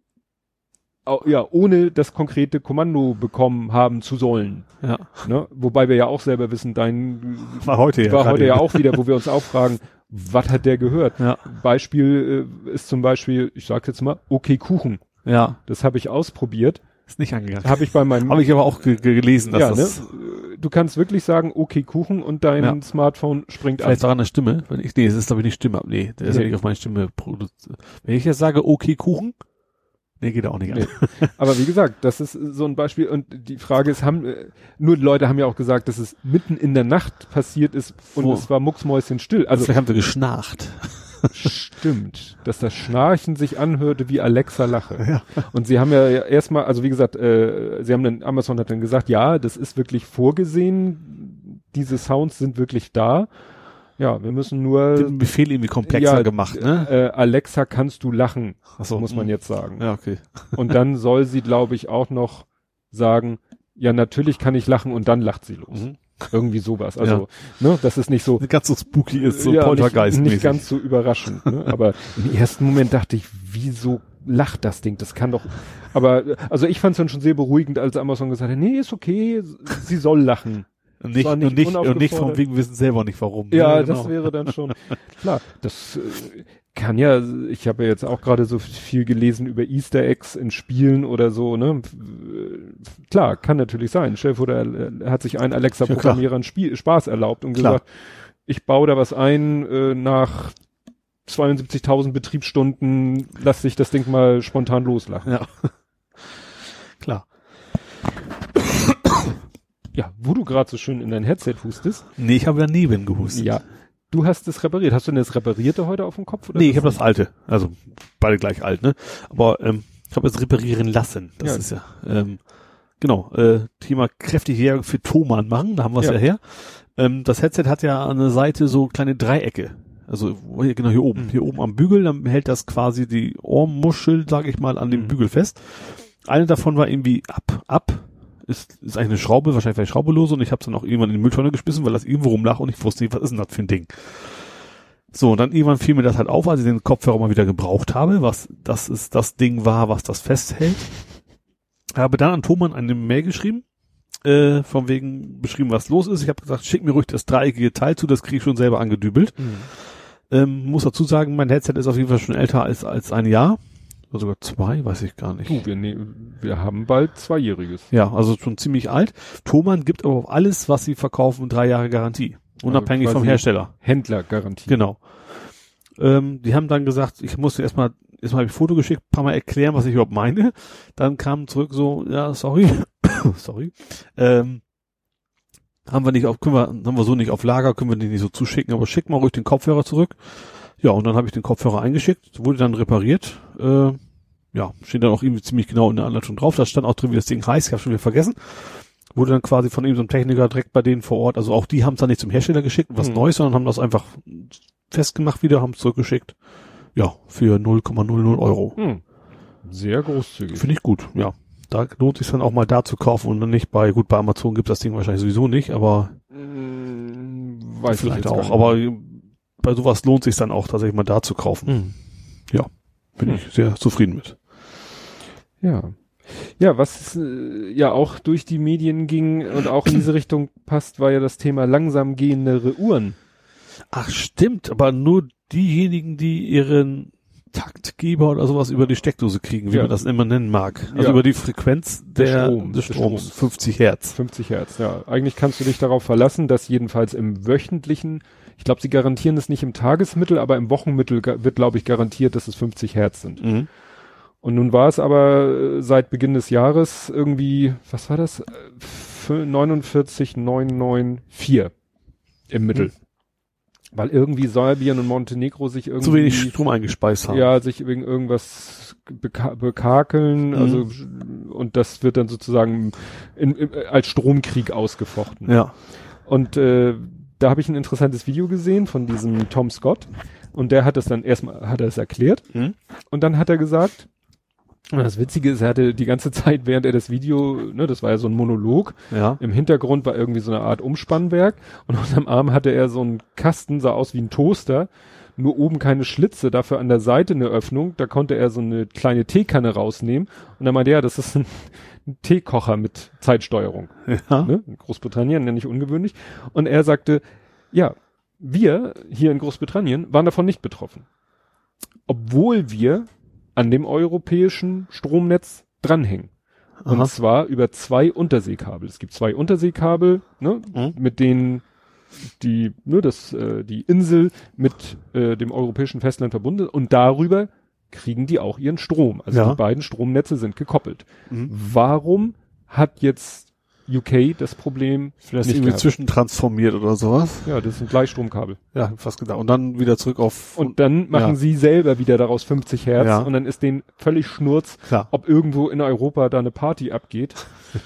au, ja, ohne das konkrete Kommando bekommen haben zu sollen. Ja. Ne? Wobei wir ja auch selber wissen, dein war heute ja, war heute ja auch wieder, wo wir uns auch fragen, was hat der gehört? Ja. Beispiel äh, ist zum Beispiel, ich sag's jetzt mal, okay Kuchen. Ja. Das habe ich ausprobiert. Ist nicht angegangen. Habe ich bei meinem. Habe ich aber auch ge- ge- gelesen, dass ja, das. Ne? Du kannst wirklich sagen, okay Kuchen und dein ja. Smartphone springt an. Vielleicht auch an der Stimme. Wenn ich, nee, es ist aber nicht Stimme. Nee, der ist ja nicht auf meine Stimme produziert. Wenn ich jetzt sage, okay Kuchen, nee, geht auch nicht nee. an. Aber wie gesagt, das ist so ein Beispiel und die Frage ist, haben nur Leute haben ja auch gesagt, dass es mitten in der Nacht passiert ist und oh. es war mucksmäuschenstill. Also vielleicht haben sie geschnarcht. Stimmt, dass das Schnarchen sich anhörte wie Alexa lache. Ja. Und sie haben ja erstmal, also wie gesagt, äh, sie haben dann, Amazon hat dann gesagt, ja, das ist wirklich vorgesehen, diese Sounds sind wirklich da. Ja, wir müssen nur... Den Befehl irgendwie komplexer ja, gemacht, ne? Äh, Alexa, kannst du lachen, Ach so, muss man mh. jetzt sagen. Ja, okay. Und dann soll sie, glaube ich, auch noch sagen, ja, natürlich kann ich lachen und dann lacht sie los. Mhm. Irgendwie sowas. Also, ja. ne, das ist nicht so. Ganz so spooky ist, so ja, Poltergeist. Nicht, nicht ganz so überraschend. Ne? Aber im ersten Moment dachte ich, wieso lacht das Ding? Das kann doch. Aber also ich fand es dann schon sehr beruhigend, als Amazon gesagt hat, nee, ist okay, sie soll lachen. Und nicht, nicht, und nicht, und nicht von wegen, wir wissen selber nicht warum. Ja, ja genau. Das wäre dann schon klar. Das äh, kann ja, ich habe ja jetzt auch gerade so viel gelesen über Easter Eggs in Spielen oder so, ne? Klar, kann natürlich sein. Chef oder er hat sich ein Alexa-Programmierer einen Spiel, Spaß erlaubt und klar. gesagt, ich baue da was ein, äh, nach zweiundsiebzigtausend Betriebsstunden lass sich das Ding mal spontan loslachen. Ja. Klar. Ja, wo du gerade so schön in dein Headset hustest. Nee, ich habe daneben gehustet. Ja. Du hast es repariert. Hast du denn das Reparierte heute auf dem Kopf? Oder nee, ich habe das alte. Also beide gleich alt, ne? Aber ähm, ich habe es reparieren lassen. Das ja. ist ja ähm, genau, äh, Thema kräftig her für Thomann machen, da haben wir es ja. ja her. Ähm, das Headset hat ja an der Seite so kleine Dreiecke. Also hier, genau hier oben. Mhm. Hier oben am Bügel, dann hält das quasi die Ohrmuschel, sage ich mal, an dem mhm. Bügel fest. Eine davon war irgendwie ab, ab. Ist, ist eigentlich eine Schraube, wahrscheinlich war die Schraube los und ich habe es dann auch irgendwann in die Mülltonne geschmissen, weil das irgendwo rumlag und ich wusste nicht, was ist denn das für ein Ding. So, und dann irgendwann fiel mir das halt auf, als ich den Kopfhörer mal wieder gebraucht habe, was das ist das Ding war, was das festhält. Habe dann an Thomann eine Mail geschrieben, äh, von wegen beschrieben, was los ist. Ich habe gesagt, schick mir ruhig das dreieckige Teil zu, das kriege ich schon selber angedübelt. Mhm. Ähm, muss dazu sagen, mein Headset ist auf jeden Fall schon älter als als ein Jahr. Oder sogar zwei, weiß ich gar nicht. Du, wir, ne, wir haben bald Zweijähriges. Ja, also schon ziemlich alt. Thomann gibt aber auf alles, was sie verkaufen, drei Jahre Garantie. Unabhängig also vom Hersteller. Händlergarantie. Genau. Ähm, die haben dann gesagt, ich musste erstmal, erstmal habe ich ein Foto geschickt, ein paar Mal erklären, was ich überhaupt meine. Dann kam zurück so, ja, sorry, sorry, ähm, haben wir nicht auf, können wir, haben wir so nicht auf Lager, können wir den nicht so zuschicken, aber schick mal ruhig den Kopfhörer zurück. Ja, und dann habe ich den Kopfhörer eingeschickt, wurde dann repariert, äh, ja, steht dann auch irgendwie ziemlich genau in der Anleitung drauf, da stand auch drin, wie das Ding heißt, ich habe schon wieder vergessen. Wurde dann quasi von ihm so einem Techniker direkt bei denen vor Ort, also auch die haben es dann nicht zum Hersteller geschickt, was hm. Neues, sondern haben das einfach festgemacht wieder, haben es zurückgeschickt. Ja, für null Komma null null Euro. Hm. Sehr großzügig. Finde ich gut, ja. Da lohnt sich dann auch mal da zu kaufen und dann nicht bei, gut, bei Amazon gibt das Ding wahrscheinlich sowieso nicht, aber hm, weiß vielleicht ich auch, aber bei sowas lohnt sich dann auch tatsächlich mal da zu kaufen. Hm. Ja, bin hm. ich sehr zufrieden mit. Ja. Ja, was äh, ja auch durch die Medien ging und auch in diese Richtung passt, war ja das Thema langsam gehendere Uhren. Ach, stimmt, aber nur diejenigen, die ihren Taktgeber oder sowas über die Steckdose kriegen, wie ja. man das immer nennen mag. Also ja. über die Frequenz der, Strom, des des Stroms, Stroms. fünfzig Hertz. fünfzig Hertz, ja. Eigentlich kannst du dich darauf verlassen, dass jedenfalls im wöchentlichen, ich glaube, sie garantieren es nicht im Tagesmittel, aber im Wochenmittel wird, glaube ich, garantiert, dass es fünfzig Hertz sind. Mhm. Und nun war es aber seit Beginn des Jahres irgendwie, was war das? neunundvierzig Komma neunhundertvierundneunzig im Mittel. Mhm. Weil irgendwie Serbien und Montenegro sich irgendwie... Zu wenig Strom eingespeist haben. Ja, sich wegen irgendwas beka- bekakeln, Mhm. also, und das wird dann sozusagen in, in, als Stromkrieg ausgefochten. Ja. Und äh, da habe ich ein interessantes Video gesehen von diesem Tom Scott und der hat es dann erstmal, hat er es erklärt Mhm. und dann hat er gesagt, und das Witzige ist, er hatte die ganze Zeit, während er das Video, ne, das war ja so ein Monolog, Ja. im Hintergrund war irgendwie so eine Art Umspannwerk und unterm Arm hatte er so einen Kasten, sah aus wie ein Toaster, nur oben keine Schlitze, dafür an der Seite eine Öffnung, da konnte er so eine kleine Teekanne rausnehmen und dann meinte er, ja, das ist ein, ein Teekocher mit Zeitsteuerung. Ja. Ne? In Großbritannien, ja nicht ungewöhnlich. Und er sagte, ja, wir hier in Großbritannien waren davon nicht betroffen. Obwohl wir an dem europäischen Stromnetz dranhängen. Und Aha. zwar über zwei Unterseekabel. Es gibt zwei Unterseekabel, ne, Mhm. mit denen die, ne, das, äh, die Insel mit äh, dem europäischen Festland verbunden und darüber kriegen die auch ihren Strom. Also Ja. die beiden Stromnetze sind gekoppelt. Mhm. Warum hat jetzt U K das Problem Vielleicht nicht irgendwie gehabt? zwischentransformiert oder sowas. Ja, das sind Gleichstromkabel. Ja, fast gedacht. Und dann wieder zurück auf... Und dann machen ja. sie selber wieder daraus fünfzig Hertz Ja. und dann ist denen völlig Schnurz, Klar. ob irgendwo in Europa da eine Party abgeht.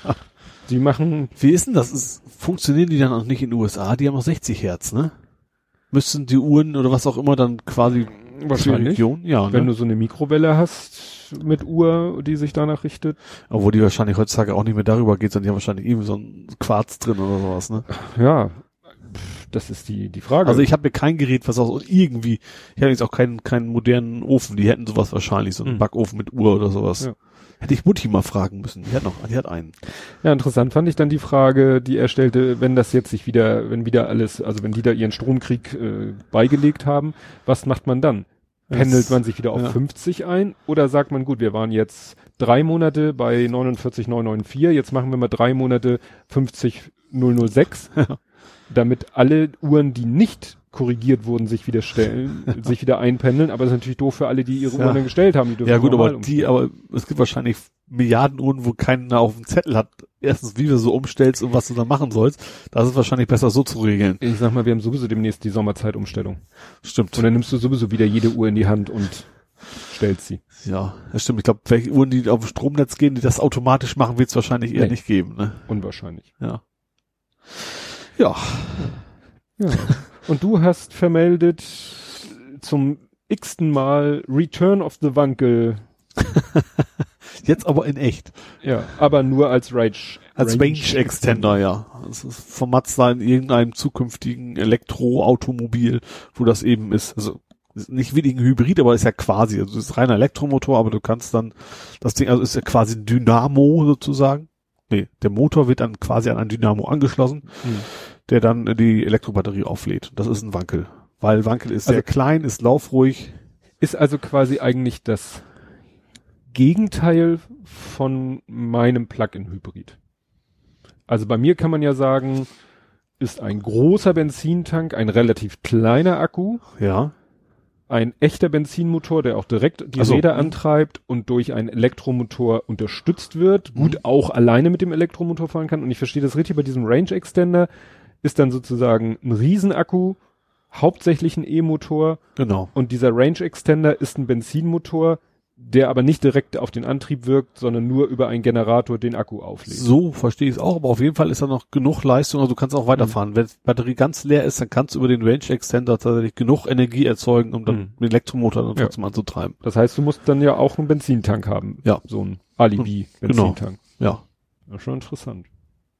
Die machen, Wie ist denn das? Ist, funktionieren die dann auch nicht in den U S A? Die haben auch sechzig Hertz, ne? Müssten die Uhren oder was auch immer dann quasi für die wahrscheinlich, Region? Ja, wenn ne? du so eine Mikrowelle hast mit Uhr, die sich danach richtet. Obwohl die wahrscheinlich heutzutage auch nicht mehr darüber geht, sondern die haben wahrscheinlich irgendwie so ein Quarz drin oder sowas, ne? Ja, pff, das ist die, die Frage. Also ich habe mir kein Gerät, was auch irgendwie, ich habe jetzt auch keinen, keinen modernen Ofen, die hätten sowas wahrscheinlich, so einen Mhm. Backofen mit Uhr oder sowas. Ja. Hätte ich Mutti mal fragen müssen. Die hat noch, die hat einen. Ja, interessant fand ich dann die Frage, die er stellte, wenn das jetzt sich wieder, wenn wieder alles, also wenn die da ihren Stromkrieg äh, beigelegt haben, was macht man dann? Pendelt Das- man sich wieder auf ja. fünfzig ein oder sagt man, gut, wir waren jetzt drei Monate bei neunundvierzig Komma neunhundertvierundneunzig, jetzt machen wir mal drei Monate fünfzig Komma null null sechs, Ja. damit alle Uhren, die nicht korrigiert wurden, sich wieder stellen, sich wieder einpendeln, aber das ist natürlich doof für alle, die ihre Ja. Uhren dann gestellt haben. Die dürfen Ja gut, normal aber umstellen. die, aber es gibt wahrscheinlich Milliarden Uhren, wo keiner auf dem Zettel hat. Erstens, wie du so umstellst und was du da machen sollst. Das ist wahrscheinlich besser so zu regeln. Ich sag mal, wir haben sowieso demnächst die Sommerzeitumstellung. Stimmt. Und dann nimmst du sowieso wieder jede Uhr in die Hand und stellst sie. Ja, das stimmt. Ich glaube, welche Uhren, die auf dem Stromnetz gehen, die das automatisch machen, wird es wahrscheinlich eher Nee. nicht geben, ne? Unwahrscheinlich. Ja. Ja. Ja. Und du hast vermeldet zum x-ten Mal Return of the Wankel. Jetzt aber in echt. Ja, aber nur als Rage. Als Range Extender, ja. Das ist vom Mazda in irgendeinem zukünftigen Elektroautomobil, wo das eben ist. Also ist nicht wirklich ein Hybrid, aber ist ja quasi, also es ist reiner Elektromotor, aber du kannst dann, das Ding, also ist ja quasi ein Dynamo sozusagen. Nee, der Motor wird dann quasi an ein Dynamo angeschlossen, Hm. der dann die Elektrobatterie auflädt. Das ist ein Wankel. Weil Wankel ist sehr Also- klein, ist laufruhig. Ist also quasi eigentlich das Gegenteil von meinem Plug-in-Hybrid. Also bei mir kann man ja sagen, ist ein großer Benzintank, ein relativ kleiner Akku, Ja. ein echter Benzinmotor, der auch direkt die Also, Räder mh. antreibt und durch einen Elektromotor unterstützt wird, gut Mhm. auch alleine mit dem Elektromotor fahren kann. Und ich verstehe das richtig, bei diesem Range Extender ist dann sozusagen ein Riesenakku, hauptsächlich ein E-Motor, Genau. und dieser Range Extender ist ein Benzinmotor, der aber nicht direkt auf den Antrieb wirkt, sondern nur über einen Generator den Akku auflädt. So verstehe ich es auch, aber auf jeden Fall ist da noch genug Leistung, also du kannst auch weiterfahren. Mhm. Wenn die Batterie ganz leer ist, dann kannst du über den Range Extender tatsächlich genug Energie erzeugen, um dann Mhm. den Elektromotor dann Ja. trotzdem anzutreiben. Das heißt, du musst dann ja auch einen Benzintank haben. Ja. So ein Alibi-Benzintank. Ja. Ja, schon interessant.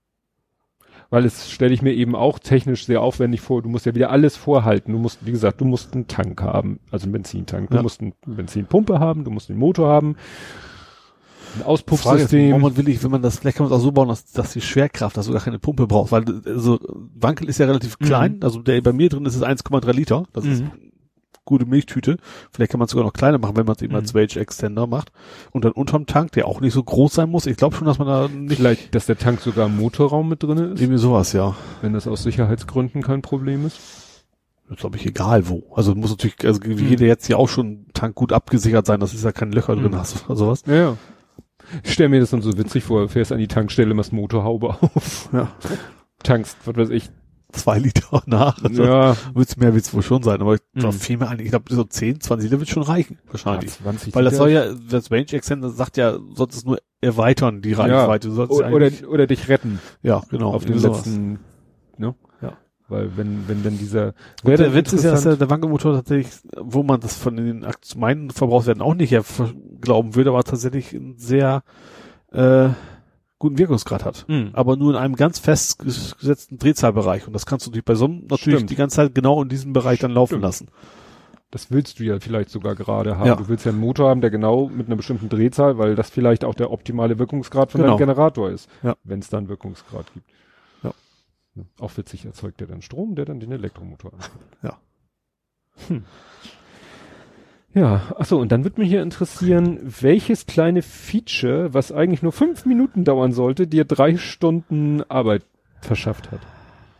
Weil es stelle ich mir eben auch technisch sehr aufwendig vor. Du musst ja wieder alles vorhalten. Du musst, wie gesagt, du musst einen Tank haben, also einen Benzintank. Du Ja. musst eine Benzinpumpe haben, du musst den Motor haben, ein Frage ist, Auspuffsystem. warum man will ich, wenn man das, vielleicht kann man es auch so bauen, dass, dass die Schwerkraft, dass du gar keine Pumpe brauchst, weil, also, Wankel ist ja relativ klein, Mhm. also der bei mir drin ist es eins Komma drei Liter, das ist Mhm. gute Milchtüte. Vielleicht kann man es sogar noch kleiner machen, wenn man es eben Mhm. als Range Extender macht. Und dann unterm Tank, der auch nicht so groß sein muss. Ich glaube schon, dass man da nicht, Vielleicht, dass der Tank sogar im Motorraum mit drin ist, irgendwie sowas, ja. wenn das aus Sicherheitsgründen kein Problem ist. Das ist, glaube ich, egal wo. Also muss natürlich, also wie Mhm. jeder jetzt hier auch schon Tank gut abgesichert sein, dass es ja keine Löcher drin Mhm. hast oder sowas. Ja, ja. Ich stelle mir das dann so witzig vor, fährst an die Tankstelle, machst Motorhaube auf, Ja. tankst, was weiß ich. Zwei Liter nach. Also Ja, wird's mehr, wird's wohl schon sein, aber ich Mhm. glaube viel mehr eigentlich. Ich glaube, so zehn, zwanzig Liter wird schon reichen, wahrscheinlich. zwanzig Weil das Liter. soll ja, das Range Extender sagt ja, sollst es nur erweitern, die Reichweite. Du sollst O- ja oder, eigentlich- oder dich retten ja, genau. auf den irgendwie sowas. letzten, ne? Ja. Weil wenn, wenn dann dieser, Und der dann Witz ist ja, dass der, interessant- der Wankelmotor tatsächlich, wo man das von den Akt- meinen Verbrauchswerten auch nicht ja ver- glauben würde, aber tatsächlich einen sehr äh, guten Wirkungsgrad hat. Mhm. Aber nur in einem ganz festgesetzten Drehzahlbereich. Und das kannst du dich bei so einem natürlich Stimmt. die ganze Zeit genau in diesem Bereich dann laufen Stimmt. lassen. Das willst du ja vielleicht sogar gerade haben. Ja. Du willst ja einen Motor haben, der genau mit einer bestimmten Drehzahl, weil das vielleicht auch der optimale Wirkungsgrad von Genau. deinem Generator ist. Ja. Wenn es da einen Wirkungsgrad gibt. Ja. Ja. Auch witzig, erzeugt der dann Strom, der dann den Elektromotor antreibt. Ja. Hm. Ja, achso, und dann wird mich hier interessieren, welches kleine Feature, was eigentlich nur fünf Minuten dauern sollte, dir drei Stunden Arbeit verschafft hat.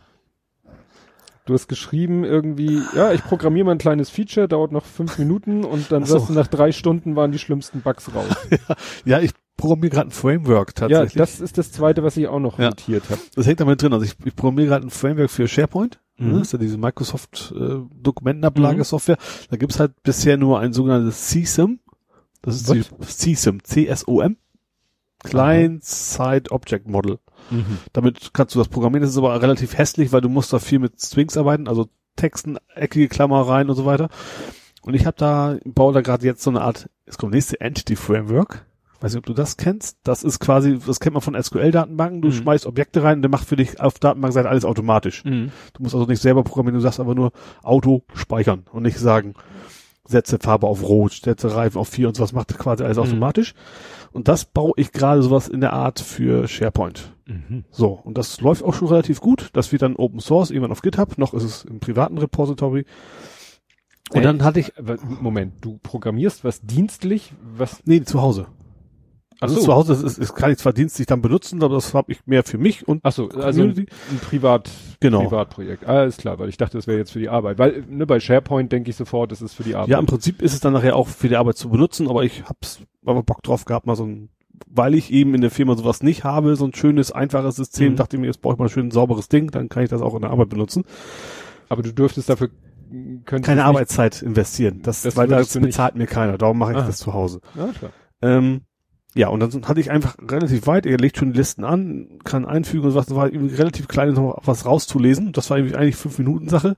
Du hast geschrieben irgendwie, ja, ich programmiere mal ein kleines Feature, dauert noch fünf Minuten und dann Ach so. sagst du, nach drei Stunden waren die schlimmsten Bugs raus. Ja, ich programmiere gerade ein Framework Ja, tatsächlich. das ist das zweite, was ich auch noch Ja. notiert habe. Das hängt damit drin. Also ich, ich programmiere gerade ein Framework für SharePoint. Mhm. Das ist ja diese Microsoft äh, Dokumentenablagesoftware. Da gibt's halt bisher nur ein sogenanntes C S I M. Das ist die C S I M, C S O M. Client Side Object Model. Mhm. Damit kannst du das programmieren. Das ist aber relativ hässlich, weil du musst da viel mit Strings arbeiten, also Texten, eckige Klammer rein und so weiter. Und ich habe da, baue da gerade jetzt so eine Art, es kommt nächste Entity Framework. Weiß nicht, ob du das kennst. Das ist quasi, das kennt man von S Q L-Datenbanken. Du Mhm. schmeißt Objekte rein und der macht für dich auf Datenbankseite alles automatisch. Mhm. Du musst also nicht selber programmieren, du sagst einfach nur Auto speichern und nicht sagen, setze Farbe auf Rot, setze Reifen auf vier und sowas, macht quasi alles Mhm. automatisch. Und das baue ich gerade sowas in der Art für SharePoint. Mhm. So, und das läuft auch schon relativ gut. Das wird dann Open Source, irgendwann auf GitHub, noch ist es im privaten Repository. Und Äh, dann hatte ich, aber Moment, du programmierst was dienstlich, was, nee, zu Hause. ach Also so, zu Hause, das ist, ist kann ich zwar dienstlich dann benutzen, aber das habe ich mehr für mich und ach so, also ein, Community. ein Privat, Genau. Privatprojekt. Alles klar, weil ich dachte, das wäre jetzt für die Arbeit. Weil, ne, bei SharePoint denke ich sofort, das ist für die Arbeit. Ja, im Prinzip ist es dann nachher auch für die Arbeit zu benutzen, aber ich hab's aber Bock drauf gehabt, mal so ein, weil ich eben in der Firma sowas nicht habe, so ein schönes, einfaches System, Mhm. dachte ich mir, jetzt brauche ich mal ein schön sauberes Ding, dann kann ich das auch in der Arbeit benutzen. Aber du dürftest dafür, könntest Keine nicht- Arbeitszeit investieren, das, Das weil das würdest du nicht- bezahlt mir keiner, darum mache ich Ah. das zu Hause. Ja, klar. Ähm, ja, und dann hatte ich einfach relativ weit, er legt schon die Listen an, kann einfügen und was, das war irgendwie relativ klein, noch was rauszulesen. Das war irgendwie eigentlich fünf Minuten Sache.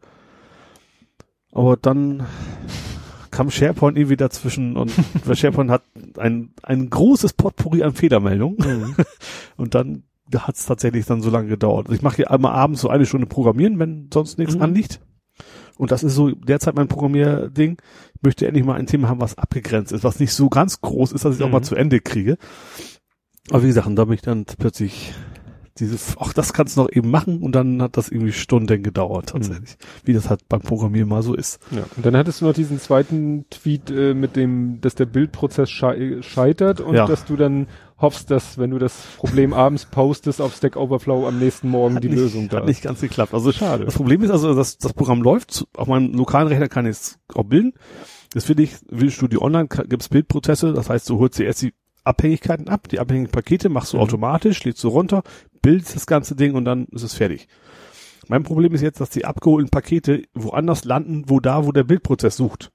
Aber dann kam SharePoint irgendwie dazwischen und weil SharePoint hat ein, ein großes Potpourri an Fehlermeldungen. Mhm. Und dann hat es tatsächlich dann so lange gedauert. Also ich mache hier einmal abends so eine Stunde Programmieren, wenn sonst nichts Mhm. anliegt. Und das ist so derzeit mein Programmierding. Ich möchte endlich mal ein Thema haben, was abgegrenzt ist, was nicht so ganz groß ist, dass ich es Mhm. auch mal zu Ende kriege. Aber wie gesagt, da bin ich dann plötzlich diese, ach, das kannst du noch eben machen und dann hat das irgendwie Stunden gedauert tatsächlich, mhm. wie das halt beim Programmieren mal so ist. Ja. Und dann hattest du noch diesen zweiten Tweet äh, mit dem, dass der Bildprozess schei- scheitert und ja. dass du dann hoffst, dass wenn du das Problem abends postest auf Stack Overflow am nächsten Morgen hat die nicht, Lösung da hat nicht ganz geklappt. Also schade. Das Problem ist also, dass das Programm läuft. Auf meinem lokalen Rechner kann ich es auch bilden. Das finde ich, Visual Studio Online gibt es Bildprozesse. Das heißt, du holst dir erst die Abhängigkeiten ab, die abhängigen Pakete machst du mhm. automatisch, lädst du runter, bildest das ganze Ding und dann ist es fertig. Mein Problem ist jetzt, dass die abgeholten Pakete woanders landen, wo da, wo der Bildprozess sucht.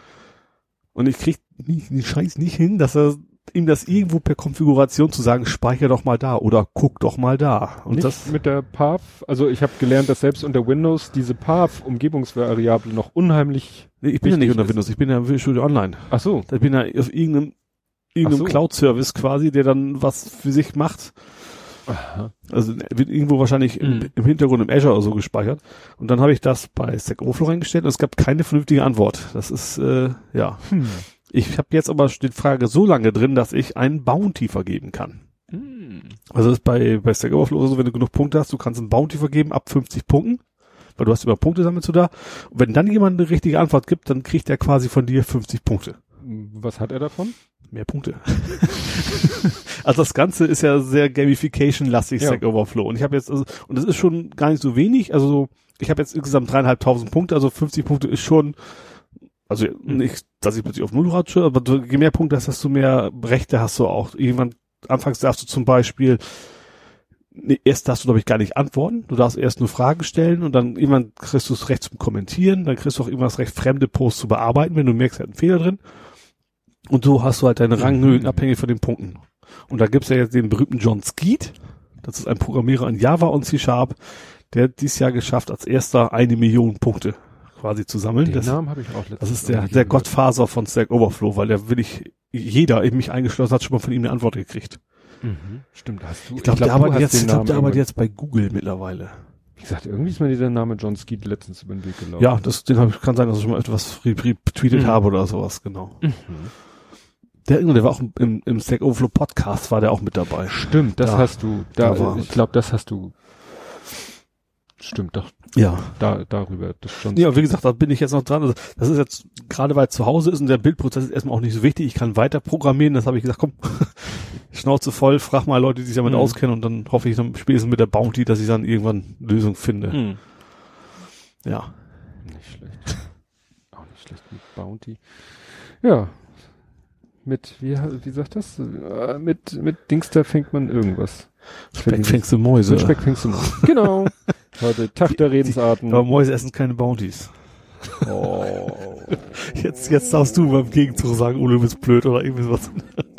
Und ich krieg nicht, den Scheiß nicht hin, dass er ihm das irgendwo per Konfiguration zu sagen, speicher doch mal da oder guck doch mal da. Und nicht das mit der Path, also ich habe gelernt, dass selbst unter Windows diese Path-Umgebungsvariable noch unheimlich nee, ich bin ja nicht unter ist. Windows, ich bin ja Visual Studio Online. Ach so. Ich bin ja auf irgendeinem, irgendeinem so. Cloud-Service quasi, der dann was für sich macht. Aha. Also wird irgendwo wahrscheinlich im, mhm. im Hintergrund im Azure oder so gespeichert. Und dann habe ich das bei Stack Overflow reingestellt und es gab keine vernünftige Antwort. Das ist, äh, ja. Hm. Ich habe jetzt aber die Frage so lange drin, dass ich einen Bounty vergeben kann. Hm. Also das ist bei, bei Stack Overflow so, wenn du genug Punkte hast, du kannst einen Bounty vergeben ab fünfzig Punkten, weil du hast über Punkte sammelst du da. Und wenn dann jemand eine richtige Antwort gibt, dann kriegt er quasi von dir fünfzig Punkte. Was hat er davon? Mehr Punkte. Also das Ganze ist ja sehr Gamification-lastig, ja. Stack Overflow. Und ich habe jetzt, also, und das ist schon gar nicht so wenig, also so, ich habe jetzt insgesamt dreieinhalbtausend Punkte, also fünfzig Punkte ist schon, also nicht, dass ich plötzlich auf Null ratsche, aber du, je mehr Punkte hast, desto mehr Rechte hast du auch. Irgendwann, anfangs darfst du zum Beispiel, nee, erst darfst du, glaube ich, gar nicht antworten. Du darfst erst nur Fragen stellen und dann irgendwann kriegst du das Recht zum Kommentieren, dann kriegst du auch irgendwann das Recht, fremde Posts zu bearbeiten, wenn du merkst, er hat einen Fehler drin. Und so hast du halt deine Ranghöhen abhängig von den Punkten. Und da gibt's ja jetzt den berühmten John Skeet. Das ist ein Programmierer in Java und C Sharp, der dieses Jahr geschafft, als erster eine Million Punkte quasi zu sammeln. Den das, Namen habe ich auch letztens. Das ist der, der Gottfaser von Stack Overflow, weil der will ich, jeder, eben mich eingeschlossen hat, schon mal von ihm eine Antwort gekriegt. Mhm. Stimmt, hast du. Ich glaube, der arbeitet jetzt, ich glaub, der arbeitet jetzt bei Google mittlerweile. Wie gesagt, irgendwie ist mir dieser Name John Skeet letztens über den Weg gelaufen. Ja, das, den hab ich, kann sein, dass ich schon mal etwas retweetet mhm. habe oder sowas, genau. Mhm. Der, der war auch im, im Stack Overflow Podcast, war der auch mit dabei. Stimmt, das da, hast du, da, da ich glaube, das hast du, stimmt doch. Ja. Da, darüber, das schon. Ja, wie gesagt, da bin ich jetzt noch dran. Also, das ist jetzt, gerade weil es zu Hause ist und der Bildprozess ist erstmal auch nicht so wichtig, ich kann weiter programmieren, das habe ich gesagt, komm, Schnauze voll, frag mal Leute, die sich damit mhm. auskennen und dann hoffe ich dann spätestens mit der Bounty, dass ich dann irgendwann eine Lösung finde. Mhm. Ja. Nicht schlecht. Auch nicht schlecht mit Bounty. Ja. Mit, wie, wie sagt das? Äh, mit, mit Dingster fängt man irgendwas. Speck fängst du Mäuse. Mit Speck fängst du Mäuse. Genau. Heute Tag der Redensarten. Aber Mäuse essen keine Bounties. Oh. Jetzt, jetzt darfst du beim Gegenzug sagen, oh, du bist blöd oder irgendwie was.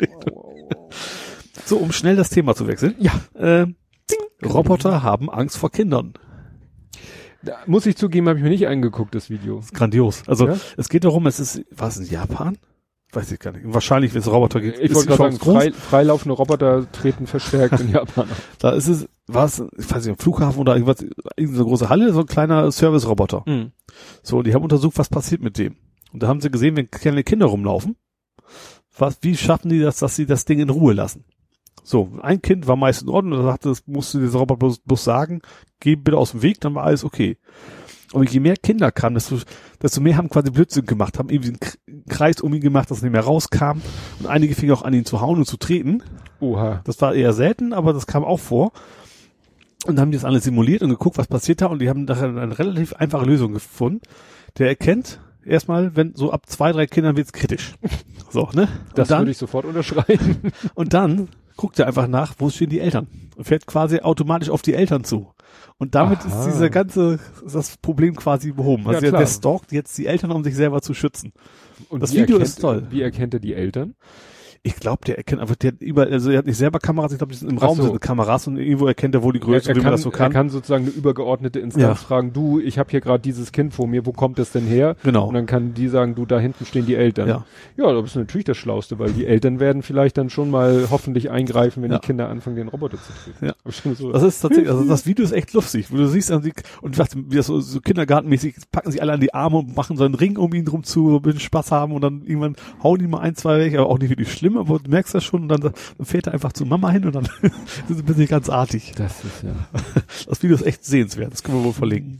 So, um schnell das Thema zu wechseln. Ja. Äh, Roboter haben Angst vor Kindern. Da muss ich zugeben, habe ich mir nicht angeguckt, das Video. Das ist grandios. Also, ja? Es geht darum, es ist, was in Japan? Weiß ich gar nicht. Wahrscheinlich, wenn es Roboter gibt. Ich wollte gerade sagen, frei, freilaufende Roboter treten verstärkt in Japan. Da ist es, was, ich weiß nicht, am Flughafen oder irgendwas, irgendeine große Halle, so ein kleiner Service-Roboter. Mhm. So, und die haben untersucht, was passiert mit dem. Und da haben sie gesehen, wenn kleine Kinder rumlaufen, was, wie schaffen die das, dass sie das Ding in Ruhe lassen? So, ein Kind war meist in Ordnung, da sagte, das musste dieser Roboter bloß, bloß sagen, geh bitte aus dem Weg, dann war alles okay. Und je mehr Kinder kamen, desto, desto mehr haben quasi Blödsinn gemacht, haben irgendwie einen Kreis um ihn gemacht, dass er nicht mehr rauskam. Und einige fingen auch an, ihn zu hauen und zu treten. Oha. Das war eher selten, aber das kam auch vor. Und dann haben die das alles simuliert und geguckt, was passiert da. Und die haben da eine relativ einfache Lösung gefunden. Der erkennt erstmal, wenn so ab zwei, drei Kindern wird's kritisch. So, ne? Das dann, würde ich sofort unterschreiben. Und dann guckt er einfach nach, wo stehen die Eltern. Und fährt quasi automatisch auf die Eltern zu. Und damit Aha. ist dieser ganze, ist das Problem quasi behoben. Also ja, der, der stalkt jetzt die Eltern, um sich selber zu schützen. Und das Video erkennt, ist toll. Wie erkennt er die Eltern? Ich glaube, der erkennt einfach, der hat überall, also er hat nicht selber Kameras, ich glaube, die sind im Raum so. Sind Kameras und irgendwo erkennt er wohl die Größe, er, er wie kann, man das so kann. Er kann sozusagen eine übergeordnete Instanz ja. fragen, du, ich habe hier gerade dieses Kind vor mir, wo kommt das denn her? Genau. Und dann kann die sagen, du, da hinten stehen die Eltern. Ja, ja, das ist natürlich das Schlauste, weil die Eltern werden vielleicht dann schon mal hoffentlich eingreifen, wenn ja. die Kinder anfangen, den Roboter zu treten. Ja. So das ist tatsächlich, also das Video ist echt lustig, wo du siehst, also die, und wie das so, so kindergartenmäßig, packen sich alle an die Arme und machen so einen Ring um ihn drum zu, so ein bisschen Spaß haben und dann irgendwann hauen die mal ein, zwei weg, aber auch nicht wirklich schlimm. schlimm, aber du merkst das schon und dann, dann fährt er einfach zu Mama hin und dann sind sie ein bisschen ganz artig. Das ist ja. Das Video ist echt sehenswert, das können wir wohl verlinken.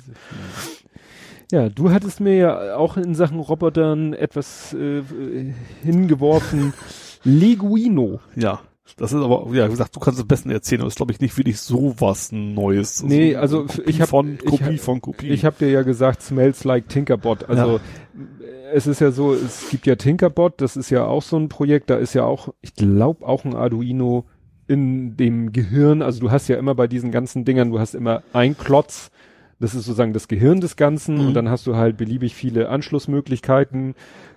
Ja, du hattest mir ja auch in Sachen Robotern etwas äh, hingeworfen. Leguino. Ja. Das ist aber, ja, wie gesagt, du kannst es am besten erzählen, aber es ist, glaube ich, nicht wirklich so was Neues. Nee, also Kopie ich habe von Kopie ich, von Kopie. Ich habe dir ja gesagt, smells like Tinkerbot. Also ja. Es ist ja so, es gibt ja Tinkerbot, das ist ja auch so ein Projekt, da ist ja auch, ich glaube auch ein Arduino in dem Gehirn. Also du hast ja immer bei diesen ganzen Dingern, du hast immer ein Klotz, das ist sozusagen das Gehirn des Ganzen mhm. und dann hast du halt beliebig viele Anschlussmöglichkeiten,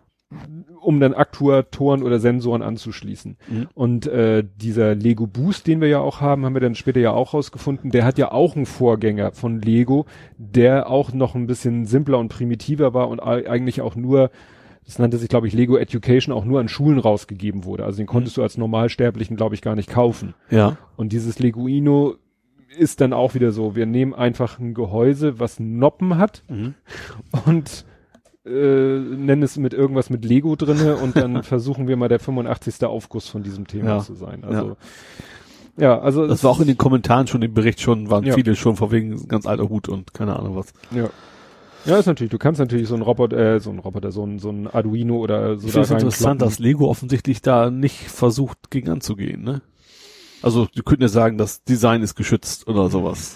um dann Aktuatoren oder Sensoren anzuschließen. Mhm. Und äh, dieser Lego Boost, den wir ja auch haben, haben wir dann später ja auch rausgefunden, der hat ja auch einen Vorgänger von Lego, der auch noch ein bisschen simpler und primitiver war und eigentlich auch nur, das nannte sich, glaube ich, Lego Education, auch nur an Schulen rausgegeben wurde. Also den konntest mhm. du als Normalsterblichen, glaube ich, gar nicht kaufen. Ja. Und dieses Leguino ist dann auch wieder so, wir nehmen einfach ein Gehäuse, was Noppen hat mhm. und Äh, nennen es mit irgendwas mit Lego drinne und dann versuchen wir mal der fünfundachtzigste Aufguss von diesem Thema ja. zu sein. Also ja, ja also das war auch in den Kommentaren schon im Bericht schon, waren ja. viele schon vor wegen ganz alter Hut und keine Ahnung was. Ja. Ja, ist natürlich, du kannst natürlich so ein Roboter, äh, so ein Roboter, so ein, so ein Arduino oder so. Ich finde es interessant, dass Lego offensichtlich da nicht versucht, gegen anzugehen, ne? Also, die könnten ja sagen, das Design ist geschützt oder sowas.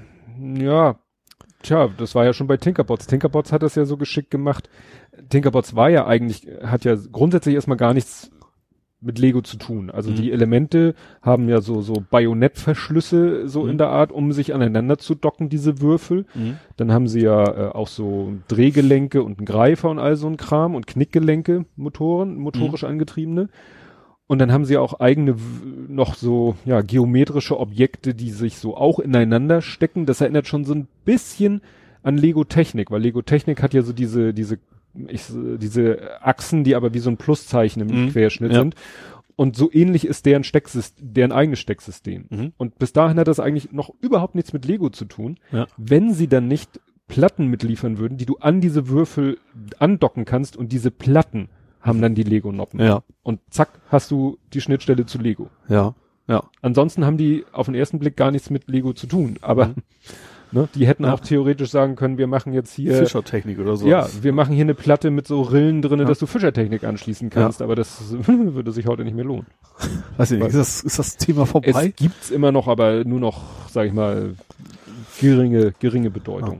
Ja. Tja, das war ja schon bei Tinkerbots. Tinkerbots hat das ja so geschickt gemacht. Tinkerbots war ja eigentlich, hat ja grundsätzlich erstmal gar nichts mit Lego zu tun. Also mhm. die Elemente haben ja so, so Bajonettverschlüsse so mhm. in der Art, um sich aneinander zu docken, diese Würfel. Mhm. Dann haben sie ja äh, auch so Drehgelenke und einen Greifer und all so ein Kram und Knickgelenke, Motoren, motorisch mhm. angetriebene. Und dann haben sie auch eigene noch so, ja, geometrische Objekte, die sich so auch ineinander stecken. Das erinnert schon so ein bisschen an Lego Technik, weil Lego Technik hat ja so diese, diese, ich, diese Achsen, die aber wie so ein Pluszeichen im mhm. Querschnitt ja. sind. Und so ähnlich ist deren Stecksystem, deren eigenes Stecksystem. Mhm. Und bis dahin hat das eigentlich noch überhaupt nichts mit Lego zu tun. Ja. Wenn sie dann nicht Platten mitliefern würden, die du an diese Würfel andocken kannst und diese Platten haben dann die Lego-Noppen. Ja. Und zack, hast du die Schnittstelle zu Lego. Ja, ja. Ansonsten haben die auf den ersten Blick gar nichts mit Lego zu tun. Aber mhm. ne, die hätten ja. auch theoretisch sagen können, wir machen jetzt hier Fischertechnik oder so. Ja, wir machen hier eine Platte mit so Rillen drinne, ja. dass du Fischertechnik anschließen kannst. Ja. Aber das würde sich heute nicht mehr lohnen. Weiß ich nicht, ist das, ist das Thema vorbei? Es gibt's immer noch, aber nur noch, sag ich mal, geringe, geringe Bedeutung.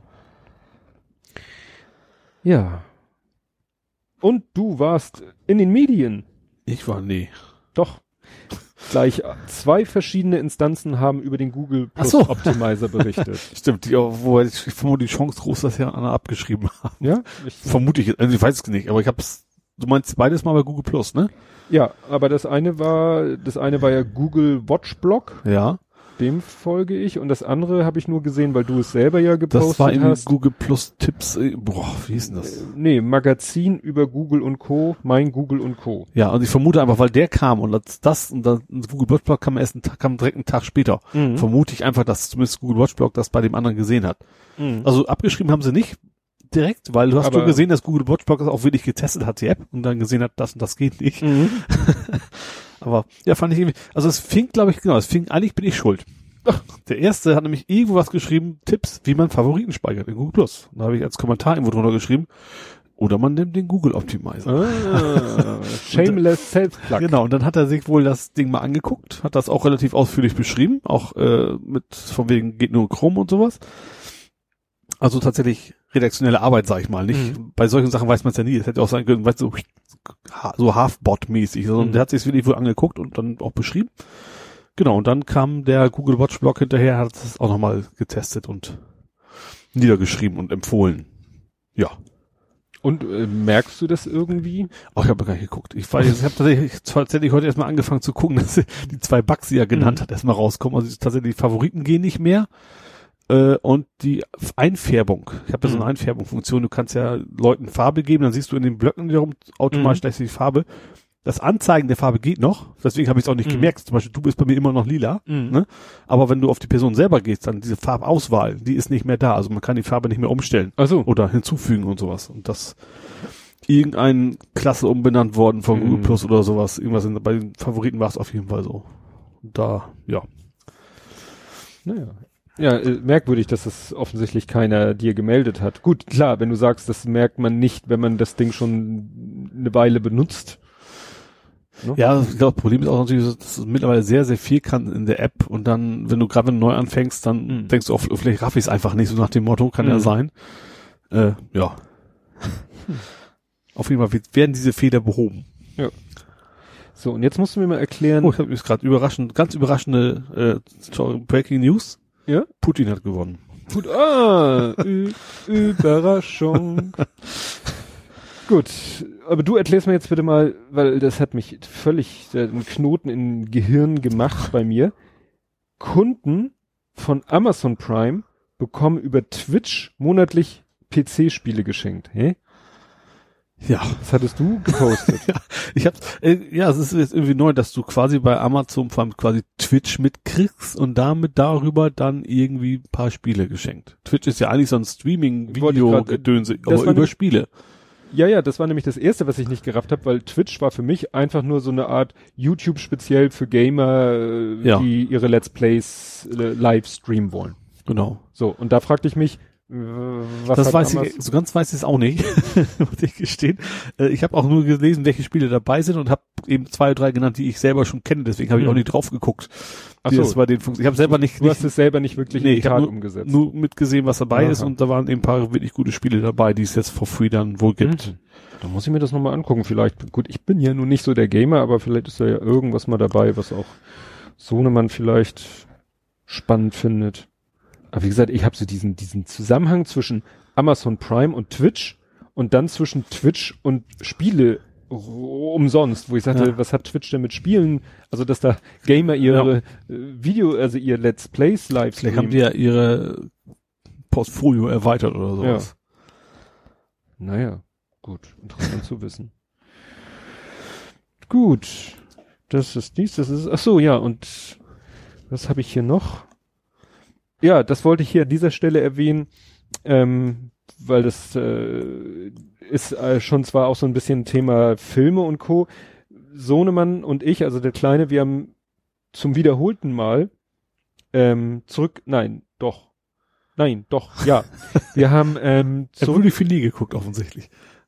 Ja. ja. Und du warst in den Medien. Ich war nie. Doch. Gleich zwei verschiedene Instanzen haben über den Google Plus so. Optimizer berichtet. Stimmt, die, wo ich vermute die Chance groß, dass ja einer abgeschrieben haben. Ja? Ich, vermute ich, also ich weiß es nicht, aber ich hab's, du meinst beides mal bei Google Plus, ne? Ja, aber das eine war, das eine war ja Google Watchblog. Ja. Dem folge ich und das andere habe ich nur gesehen, weil du es selber ja gepostet hast. Das war in hast. Google Plus Tipps, äh, boah, wie hieß denn das? Äh, nee, Magazin über Google und Co., mein Google und Co. Ja, und ich vermute einfach, weil der kam und das, das und dann Google Watchblog kam erst einen Tag, kam direkt einen Tag später. Mhm. Vermute ich einfach, dass zumindest Google Watchblog das bei dem anderen gesehen hat. Mhm. Also abgeschrieben haben sie nicht direkt, weil du hast schon gesehen, dass Google Watchblog das auch wirklich getestet hat, die App, und dann gesehen hat, das und das geht nicht. Mhm. Aber ja, fand ich irgendwie, also es fing, glaube ich, genau, es fing, eigentlich bin ich schuld. Ach, der erste hat nämlich irgendwo was geschrieben, Tipps, wie man Favoriten speichert in Google Plus. Da habe ich als Kommentar irgendwo drunter geschrieben, oder man nimmt den Google Optimizer. Ah, shameless Self-Plug. Genau, und dann hat er sich wohl das Ding mal angeguckt, hat das auch relativ ausführlich beschrieben, auch äh, mit, von wegen geht nur Chrome und sowas. Also tatsächlich redaktionelle Arbeit, sag ich mal, nicht? Mhm. Bei solchen Sachen weiß man es ja nie. Es hätte auch sein können, weißt du, so, so Half-Bot-mäßig, sondern mhm. der hat sich wirklich wohl angeguckt und dann auch beschrieben. Genau, und dann kam der Google Watch Blog hinterher, hat es auch nochmal getestet und niedergeschrieben und empfohlen. Ja. Und äh, merkst du das irgendwie? Ach, ich habe gar nicht geguckt. Ich, weiß, ich habe tatsächlich, tatsächlich heute erstmal angefangen zu gucken, dass die zwei Bugs, die er genannt mhm. hat, erstmal rauskommen. Also tatsächlich die Favoriten gehen nicht mehr. Äh, und die Einfärbung. Ich habe ja mhm. so eine Einfärbungsfunktion. Du kannst ja Leuten Farbe geben, dann siehst du in den Blöcken wiederum automatisch mhm. gleich die Farbe. Das Anzeigen der Farbe geht noch, deswegen habe ich es auch nicht mhm. gemerkt. Zum Beispiel, du bist bei mir immer noch lila, mhm. ne? Aber wenn du auf die Person selber gehst, dann diese Farbauswahl, die ist nicht mehr da. Also man kann die Farbe nicht mehr umstellen Ach so. oder hinzufügen und sowas. Und das irgendeine Klasse umbenannt worden von Mhm. Google Plus oder sowas. Irgendwas in, bei den Favoriten war es auf jeden Fall so. Und da, ja. Naja. Ja, äh, merkwürdig, dass es offensichtlich keiner dir gemeldet hat. Gut, klar, wenn du sagst, das merkt man nicht, wenn man das Ding schon eine Weile benutzt. Ne? Ja, ich glaube, das Problem ist auch natürlich, dass es mittlerweile sehr, sehr viel kann in der App und dann, wenn du gerade wenn du neu anfängst, dann Mhm. denkst du auch, vielleicht raff ich es einfach nicht, so nach dem Motto, kann Mhm. ja sein. Äh, ja. Auf jeden Fall werden diese Fehler behoben. Ja. So, und jetzt musst du mir mal erklären. Oh, ich habe jetzt gerade überraschend, ganz überraschende äh, Breaking News. Ja? Putin hat gewonnen. Gut, ah, Ü Überraschung. Gut, aber du erklärst mir jetzt bitte mal, weil das hat mich völlig äh, einen Knoten im Gehirn gemacht bei mir. Kunden von Amazon Prime bekommen über Twitch monatlich P C-Spiele geschenkt. Hä? Ja. Was hattest du gepostet? ja, ich hab's, äh, ja, es ist jetzt irgendwie neu, dass du quasi bei Amazon Prime quasi Twitch mitkriegst und damit darüber dann irgendwie ein paar Spiele geschenkt. Twitch ist ja eigentlich so ein Streaming-Video-Gedönse, aber war über ne- Spiele. Ja, ja, das war nämlich das Erste, was ich nicht gerafft habe, weil Twitch war für mich einfach nur so eine Art YouTube speziell für Gamer, äh, Ja. die ihre Let's Plays äh, live streamen wollen. Genau. So, und da fragte ich mich, äh, was Das hat weiß Amazon- ich, so ganz weiß ich es auch nicht, muss ich gestehen. Äh, ich habe auch nur gelesen, welche Spiele dabei sind und habe eben zwei oder drei genannt, die ich selber schon kenne, deswegen habe ich Mhm. auch nicht drauf geguckt. Ach wie so. das bei denen funktioniert. Ich habe selber nicht, Du nicht hast es selber nicht wirklich nee, in die ich hab Tat nur, umgesetzt. nur mitgesehen, was dabei Aha. ist und da waren eben ein paar wirklich gute Spiele dabei, die es jetzt for free dann wohl gibt. Mhm. Da muss ich mir das nochmal angucken. Vielleicht, gut, ich bin ja nun nicht so der Gamer, aber vielleicht ist da ja irgendwas mal dabei, was auch Sohnemann vielleicht spannend findet. Aber wie gesagt, ich habe so diesen, diesen Zusammenhang zwischen Amazon Prime und Twitch und dann zwischen Twitch und Spiele r- umsonst, wo ich sagte, Ja. was hat Twitch denn mit Spielen? Also, dass da Gamer ihre äh, Video, also ihr Let's Plays live Vielleicht haben die ja ihre Portfolio erweitert oder sowas. Naja, gut, interessant zu wissen. Gut, das ist dies, das ist, ach so, ja, und was habe ich hier noch? Ja, das wollte ich hier an dieser Stelle erwähnen, ähm, weil das äh, ist äh, schon zwar auch so ein bisschen Thema Filme und Co. Sohnemann und ich, also der Kleine, wir haben zum wiederholten Mal ähm, zurück, nein, doch, nein, doch, ja, wir haben ähm, Er zurück wurde viel nie geguckt, offensichtlich.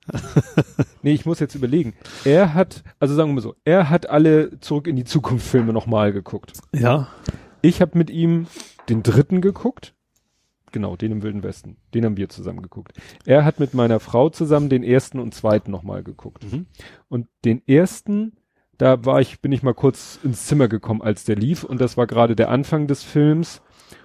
Nee, ich muss jetzt überlegen. Er hat, also sagen wir mal so, er hat alle Zurück in die Zukunft Filme nochmal geguckt. Ja. Ich habe mit ihm den dritten geguckt. Genau, den im Wilden Westen. Den haben wir zusammen geguckt. Er hat mit meiner Frau zusammen den ersten und zweiten nochmal geguckt. Mhm. Und den ersten, da war ich, bin ich mal kurz ins Zimmer gekommen, als der lief. Und das war gerade der Anfang des Films,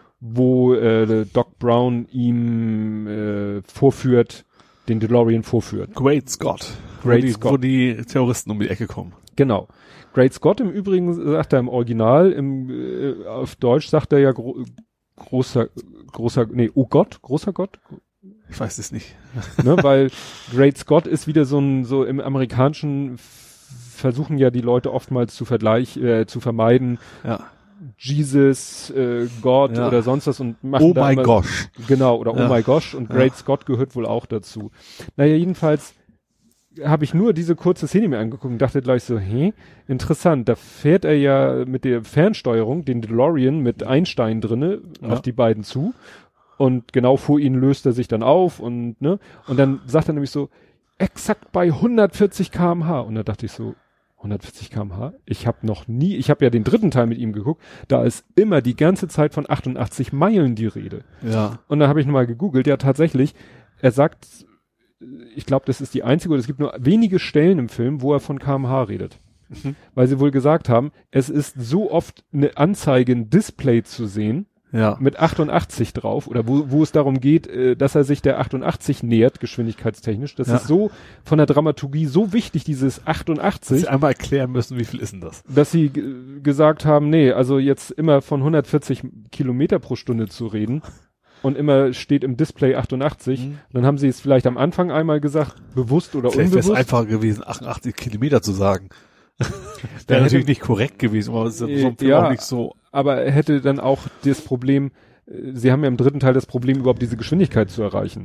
wo äh, Doc Brown ihm äh, vorführt, den DeLorean vorführt. Great Scott. Great wo die, Scott. Wo die Terroristen um die Ecke kommen. Genau. Great Scott im Übrigen sagt er im Original, im, äh, auf Deutsch sagt er ja gro großer, großer, nee, oh Gott, großer Gott, Ich weiß es nicht. ne, weil Great Scott ist wieder so ein, so im amerikanischen f- versuchen ja die Leute oftmals zu vergleich, äh, zu vermeiden, Ja. Jesus, äh, Gott Ja. oder sonst was und machen Oh da my immer, gosh. genau, oder Ja. oh my gosh und Great Ja. Scott gehört wohl auch dazu. Naja, jedenfalls habe ich nur diese kurze Szene mir angeguckt und dachte gleich so, hä, interessant, da fährt er ja mit der Fernsteuerung, den DeLorean mit Einstein drinne, Ja. auf die beiden zu und genau vor ihnen löst er sich dann auf und, ne, und dann sagt er nämlich so, exakt bei hundertvierzig Kilometer pro Stunde und da dachte ich so, hundertvierzig Kilometer pro Stunde? Ich habe noch nie, ich habe ja den dritten Teil mit ihm geguckt, da ist immer die ganze Zeit von achtundachtzig Meilen die Rede. Ja. Und dann habe ich nochmal gegoogelt, ja tatsächlich, er sagt, ich glaube, das ist die einzige, oder es gibt nur wenige Stellen im Film, wo er von Kilometer pro Stunde redet. Mhm. Weil sie wohl gesagt haben, es ist so oft eine Anzeige, ein Display zu sehen, Ja. mit achtundachtzig drauf, oder wo, wo es darum geht, äh, dass er sich der achtundachtzig nähert, geschwindigkeitstechnisch. Das Ja. ist so von der Dramaturgie so wichtig, dieses Dass achtundachtzig, sie einmal erklären müssen, wie viel ist denn das? dass sie g- gesagt haben, nee, also jetzt immer von hundertvierzig Kilometer pro Stunde zu reden und immer steht im Display achtundachtzig. Mhm. Dann haben sie es vielleicht am Anfang einmal gesagt, bewusst oder Vielleicht wäre es unbewusst. einfacher gewesen, achtundachtzig Kilometer zu sagen. Der Wäre hätte- natürlich nicht korrekt gewesen, aber es ist Äh, so ein Film ja. auch nicht so. Aber er hätte dann auch das Problem, äh, sie haben ja im dritten Teil das Problem, überhaupt diese Geschwindigkeit zu erreichen.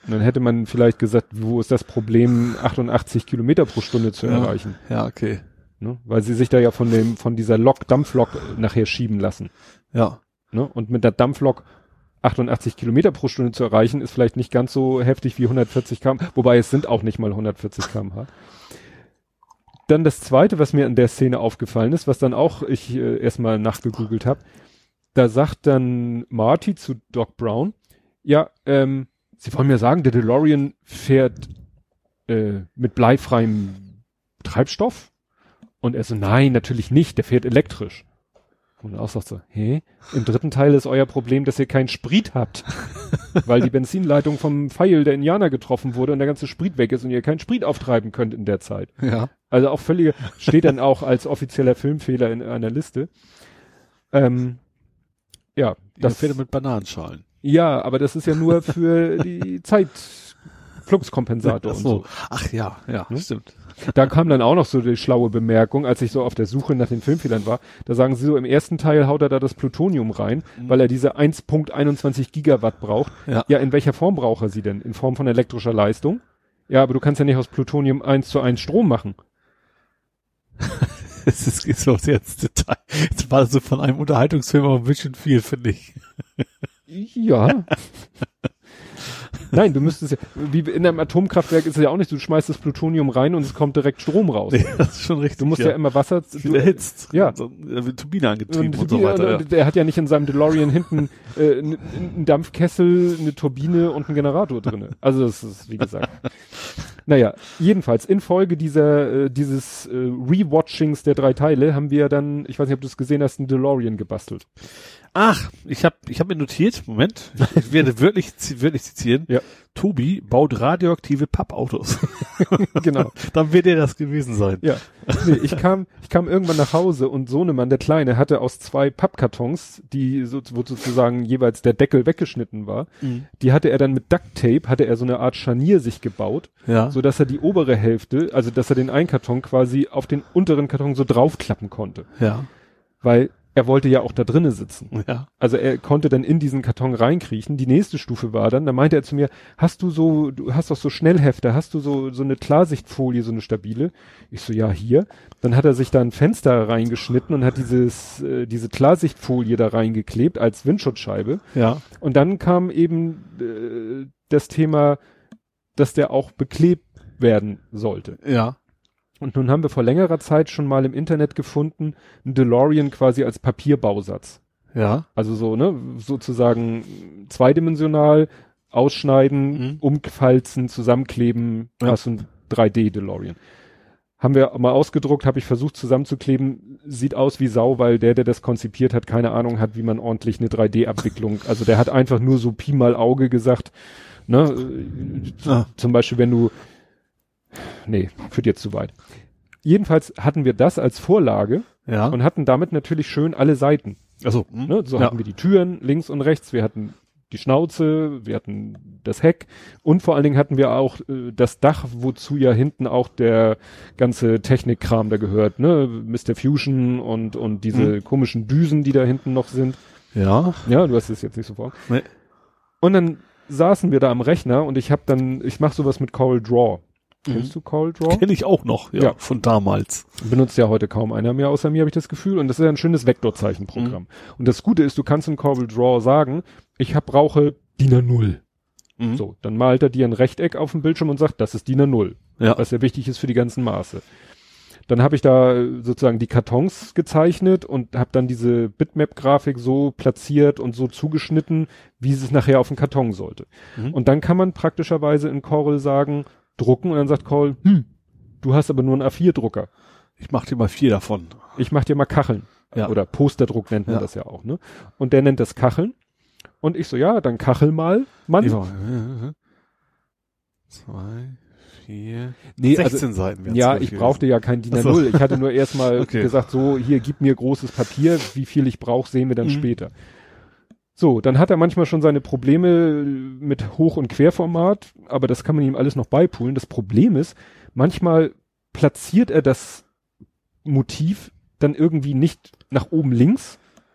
Und dann hätte man vielleicht gesagt, wo ist das Problem, achtundachtzig Kilometer pro Stunde zu ja. erreichen? Ja, okay. Ne? Weil sie sich da ja von dem, von dieser Lok, Dampflok nachher schieben lassen. Ja. Ne? Und mit der Dampflok achtundachtzig Kilometer pro Stunde zu erreichen, ist vielleicht nicht ganz so heftig wie hundertvierzig Kilometer pro Stunde, wobei es sind auch nicht mal hundertvierzig Kilometer pro Stunde. Dann das Zweite, was mir in der Szene aufgefallen ist, was dann auch ich äh, erstmal nachgegoogelt habe, da sagt dann Marty zu Doc Brown, ja, ähm, Sie wollen mir sagen, der DeLorean fährt äh, mit bleifreiem Treibstoff? Und er so, nein, natürlich nicht, der fährt elektrisch. Und auch sagt so, hä? Im dritten Teil ist euer Problem, dass ihr keinen Sprit habt. Weil die Benzinleitung vom Pfeil der Indianer getroffen wurde und der ganze Sprit weg ist und ihr keinen Sprit auftreiben könnt in der Zeit. Ja. Also auch völlig, steht dann auch als offizieller Filmfehler in einer Liste. Ähm, ja. Das fährt mit Bananenschalen. Ja, aber das ist ja nur für die Zeitfluxkompensator Ach und so. so. Ach ja, ja, hm? Stimmt. Da kam dann auch noch so die schlaue Bemerkung, als ich so auf der Suche nach den Filmfehlern war. Da sagen sie so, im ersten Teil haut er da das Plutonium rein, mhm. weil er diese eins Komma einundzwanzig Gigawatt braucht. Ja. ja, in welcher Form braucht er sie denn? In Form von elektrischer Leistung? Ja, aber du kannst ja nicht aus Plutonium eins zu eins Strom machen. Es ist, ist so sehr ins Detail. Jetzt war das so von einem Unterhaltungsfilm aber ein bisschen viel, finde ich. Ja. Nein, du müsstest ja, wie in einem Atomkraftwerk ist es ja auch nicht, du schmeißt das Plutonium rein und es kommt direkt Strom raus. Nee, das ist schon richtig. Du musst ja, ja immer Wasser, du erhitzt. Ja. So, eine Turbine angetrieben und, und so weiter. Und, ja. Der hat ja nicht in seinem DeLorean hinten äh, einen Dampfkessel, eine Turbine und einen Generator drinne. Also das ist, wie gesagt. Naja, jedenfalls, infolge dieser, äh, dieses äh, Rewatchings der drei Teile haben wir dann, ich weiß nicht, ob du es gesehen hast, einen DeLorean gebastelt. Ach, ich habe ich hab mir notiert, Moment, ich werde wirklich, wirklich zitieren. Ja. Tobi baut radioaktive Pappautos. Genau. Dann wird er das gewesen sein. Ja. Nee, ich kam, ich kam irgendwann nach Hause und Sohnemann, der Kleine, hatte aus zwei Pappkartons, die so, wo sozusagen jeweils der Deckel weggeschnitten war, mhm. die hatte er dann mit Ducktape, hatte er so eine Art Scharnier sich gebaut, ja. so dass er die obere Hälfte, also dass er den einen Karton quasi auf den unteren Karton so draufklappen konnte. Ja. Weil er wollte ja auch da drinnen sitzen. Ja. Also er konnte dann in diesen Karton reinkriechen. Die nächste Stufe war dann, da meinte er zu mir, hast du so, du hast doch so Schnellhefter, hast du so, so eine Klarsichtfolie, so eine stabile? Ich so, ja, hier. Dann hat er sich da ein Fenster reingeschnitten und hat dieses, äh, diese Klarsichtfolie da reingeklebt als Windschutzscheibe. Ja. Und dann kam eben äh, das Thema, dass der auch beklebt werden sollte. Ja. Und nun haben wir vor längerer Zeit schon mal im Internet gefunden, einen DeLorean quasi als Papierbausatz. Ja. Also so, ne, sozusagen zweidimensional ausschneiden, mhm. umfalzen, zusammenkleben, ja. hast du ein drei D DeLorean. Haben wir mal ausgedruckt, habe ich versucht zusammenzukleben, sieht aus wie Sau, weil der, der das konzipiert hat, keine Ahnung hat, wie man ordentlich eine drei D Abwicklung, also der hat einfach nur so Pi mal Auge gesagt, ne, ah. zum Beispiel wenn du Nee, führt jetzt zu weit. Jedenfalls hatten wir das als Vorlage ja. und hatten damit natürlich schön alle Seiten. Also ne, so ja. hatten wir die Türen links und rechts, wir hatten die Schnauze, wir hatten das Heck und vor allen Dingen hatten wir auch äh, das Dach, wozu ja hinten auch der ganze Technikkram da gehört, ne, Mister Fusion und und diese mhm. komischen Düsen, die da hinten noch sind. Ja. Ja, du hast es jetzt nicht so vor. Nee. Und dann saßen wir da am Rechner und ich habe dann, ich mache sowas mit Corel Draw. Kennst mhm. du Corel Draw? Kenn ich auch noch, ja, ja, von damals. Benutzt ja heute kaum einer mehr außer mir, habe ich das Gefühl. Und das ist ja ein schönes Vektorzeichenprogramm. Mhm. Und das Gute ist, du kannst in Corel Draw sagen, ich hab, brauche D I N A null. Mhm. So, dann malt er dir ein Rechteck auf dem Bildschirm und sagt, das ist D I N A null. Ja. Was ja wichtig ist für die ganzen Maße. Dann habe ich da sozusagen die Kartons gezeichnet und habe dann diese Bitmap-Grafik so platziert und so zugeschnitten, wie es nachher auf dem Karton sollte. Mhm. Und dann kann man praktischerweise in Corel sagen, drucken und dann sagt Corel, hm, du hast aber nur einen A vier Drucker. Ich mach dir mal vier davon. Ich mach dir mal Kacheln. Ja. Oder Posterdruck nennt man ja. das ja auch, ne? Und der nennt das Kacheln. Und ich so, ja, dann kachel mal, Mann. Zwei, vier, nee, sechzehn also, Seiten. Ja, ich brauchte ja kein D I N A null. Ich hatte nur erstmal okay. gesagt, so, hier, gib mir großes Papier. Wie viel ich brauche, sehen wir dann mhm. später. So, dann hat er manchmal schon seine Probleme mit Hoch- und Querformat, aber das kann man ihm alles noch beipulen. Das Problem ist, manchmal platziert er das Motiv dann irgendwie nicht nach oben links,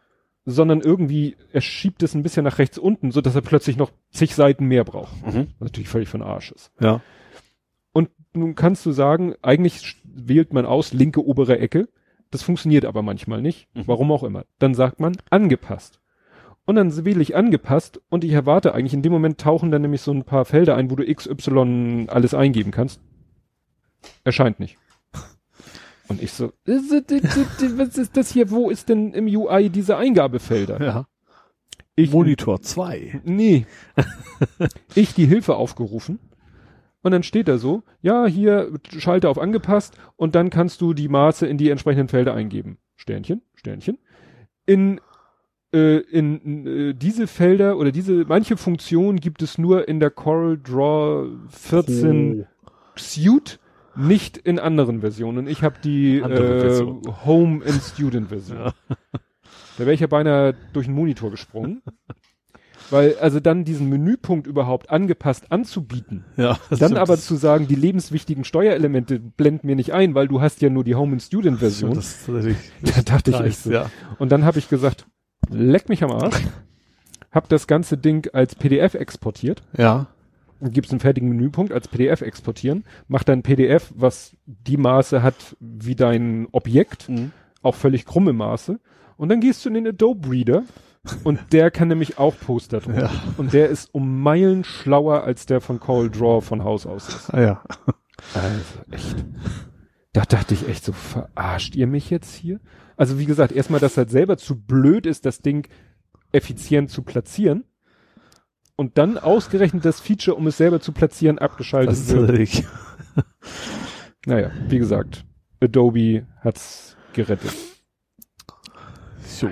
sondern irgendwie, er schiebt es ein bisschen nach rechts unten, so dass er plötzlich noch zig Seiten mehr braucht. Mhm. Was natürlich völlig von Arsch ist. Ja. Und nun kannst du sagen, eigentlich wählt man aus linke obere Ecke. Das funktioniert aber manchmal nicht. Mhm. Warum auch immer. Dann sagt man angepasst. Und dann wähle ich angepasst und ich erwarte eigentlich, in dem Moment tauchen dann nämlich so ein paar Felder ein, wo du X, Y alles eingeben kannst. Erscheint nicht. Und ich so, was ist das hier? Wo ist denn im U I diese Eingabefelder? Ja. Ich, Monitor zwei. Nee. Ich die Hilfe aufgerufen. Und dann steht da so, ja, hier schalte auf angepasst und dann kannst du die Maße in die entsprechenden Felder eingeben. Sternchen, Sternchen. In, äh, in äh, diese Felder oder diese, manche Funktionen gibt es nur in der Corel Draw vierzehn Oh. Suite, nicht in anderen Versionen. Und ich habe die Andere äh, Version. Home and Student Version. Ja. Da wäre ich ja beinahe durch den Monitor gesprungen. Weil, also dann diesen Menüpunkt überhaupt angepasst anzubieten, Ja, das dann stimmt. aber zu sagen, die lebenswichtigen Steuerelemente blenden mir nicht ein, weil du hast ja nur die Home and Student Version. Das ist tatsächlich Da dachte ich nice, echt so. ja. Und dann habe ich gesagt, leck mich am Arsch, hab das ganze Ding als P D F exportiert, Ja. und gibt's einen fertigen Menüpunkt als P D F exportieren, mach dann P D F, was die Maße hat wie dein Objekt, Mhm. auch völlig krumme Maße, und dann gehst du in den Adobe Reader und der kann nämlich auch Poster drucken. Ja. Und der ist um Meilen schlauer als der von Corel Draw von Haus aus ist. Ah, ja. Also echt. Da dachte ich echt so, verarscht ihr mich jetzt hier? Also wie gesagt, erstmal, dass halt selber zu blöd ist, das Ding effizient zu platzieren. Und dann ausgerechnet das Feature, um es selber zu platzieren, abgeschaltet Das ist wird. tatsächlich. Naja, wie gesagt, Adobe hat's gerettet. So.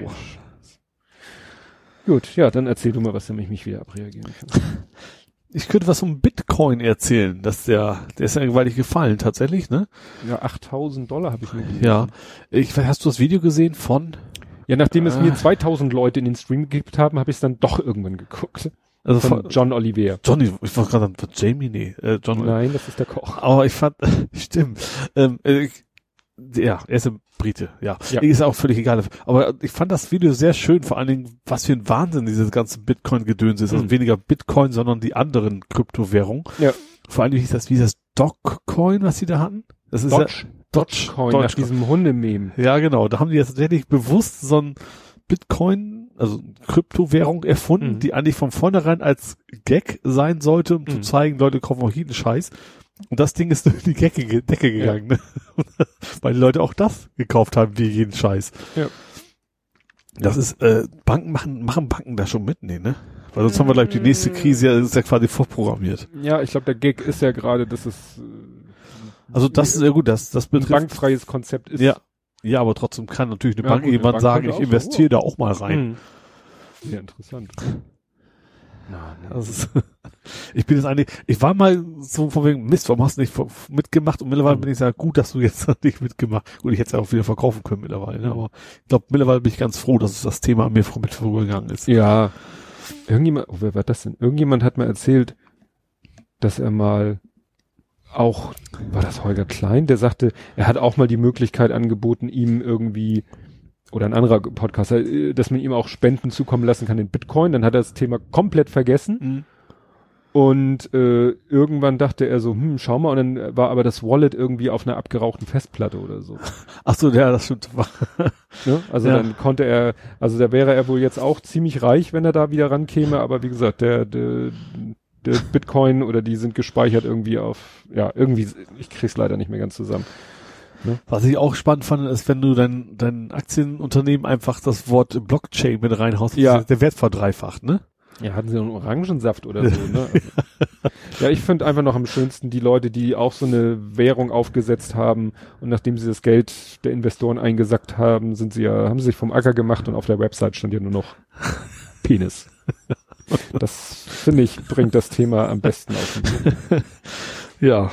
Gut, ja, dann erzähl du mal, was damit ich mich wieder abreagieren kann. Ich könnte was um Bitcoin erzählen, dass der, der ist ja gewaltig gefallen, tatsächlich, ne? Ja, achttausend Dollar habe ich mir gelesen. Ja. Ich, hast du das Video gesehen von? Ja, nachdem es Ah. mir zweitausend Leute in den Stream gegeben haben, habe ich es dann doch irgendwann geguckt. Also Von von, John Oliver. Johnny, ich war gerade von Jamie, nee, äh, John. Nein, das ist der Koch. Aber ich fand, stimmt, ähm, äh, ja, er ist ein Brite, ja. Ja. Ist auch völlig egal. Aber ich fand das Video sehr schön, vor allen Dingen, was für ein Wahnsinn dieses ganze Bitcoin-Gedöns ist. Also Mhm. weniger Bitcoin, sondern die anderen Kryptowährungen. Ja. Vor allem, wie hieß das, wie hieß das Dogecoin, was sie da hatten? Das ist Dodge, ja, Dodge, Coin, nach Dogecoin. diesem Hundememe. Ja, genau. Da haben die jetzt tatsächlich bewusst so ein Bitcoin, also Kryptowährung erfunden, Mhm. die eigentlich von vornherein als Gag sein sollte, um Mhm. zu zeigen, Leute kaufen auch jeden Scheiß. Und das Ding ist durch die Decke, Decke gegangen, ne? Weil die Leute auch das gekauft haben, wie jeden Scheiß. Ja. Das ist, äh, Banken machen, machen Banken da schon mit, nee, ne? Weil sonst haben wir gleich die nächste Krise, ja, das ist ja quasi vorprogrammiert. Ja, ich glaube, der Gag ist ja gerade, dass es äh, Also das ist ja gut, das, das ein betrifft. bankfreies Konzept ist. Ja. Ja, aber trotzdem kann natürlich eine Ja, Bank gut, eine jemand Bank sagen, könnte ich auch so, investiere da auch mal rein. Mhm. Ja, interessant. Na, nee. Das ist, ich bin jetzt eigentlich, ich war mal so von wegen, Mist, warum hast du nicht mitgemacht? Und mittlerweile Mhm. bin ich sagen, gut, dass du jetzt nicht mitgemacht. Gut, ich hätte es ja auch wieder verkaufen können mittlerweile, ne? Aber ich glaube, mittlerweile bin ich ganz froh, dass das Thema an mir vor- mit vorgegangen ist. Ja, irgendjemand, oh, wer war das denn? Irgendjemand hat mir erzählt, dass er mal auch, war das Holger Klein, der sagte, er hat auch mal die Möglichkeit angeboten, ihm irgendwie, oder ein anderer Podcaster, äh, dass man ihm auch Spenden zukommen lassen kann in Bitcoin. Dann hat er das Thema komplett vergessen. Mhm. Und äh, irgendwann dachte er so, hm, schau mal, und dann war aber das Wallet irgendwie auf einer abgerauchten Festplatte oder so. Ach so, ja, das stimmt. Ne? Also Ja. dann konnte er, also da wäre er wohl jetzt auch ziemlich reich, wenn er da wieder rankäme, aber wie gesagt, der, der, der Bitcoin oder die sind gespeichert irgendwie auf, ja, irgendwie, ich krieg's leider nicht mehr ganz zusammen. Was ich auch spannend fand, ist, wenn du dein, dein Aktienunternehmen einfach das Wort Blockchain mit reinhaust, Ja. ist der Wert verdreifacht, ne? Ja, hatten sie einen Orangensaft oder so, ne? Also, ja, ich finde einfach noch am schönsten die Leute, die auch so eine Währung aufgesetzt haben und nachdem sie das Geld der Investoren eingesackt haben, sind sie ja, haben sie sich vom Acker gemacht und auf der Website stand ja nur noch Penis. Das, finde ich, bringt das Thema am besten auf den Punkt. Ja.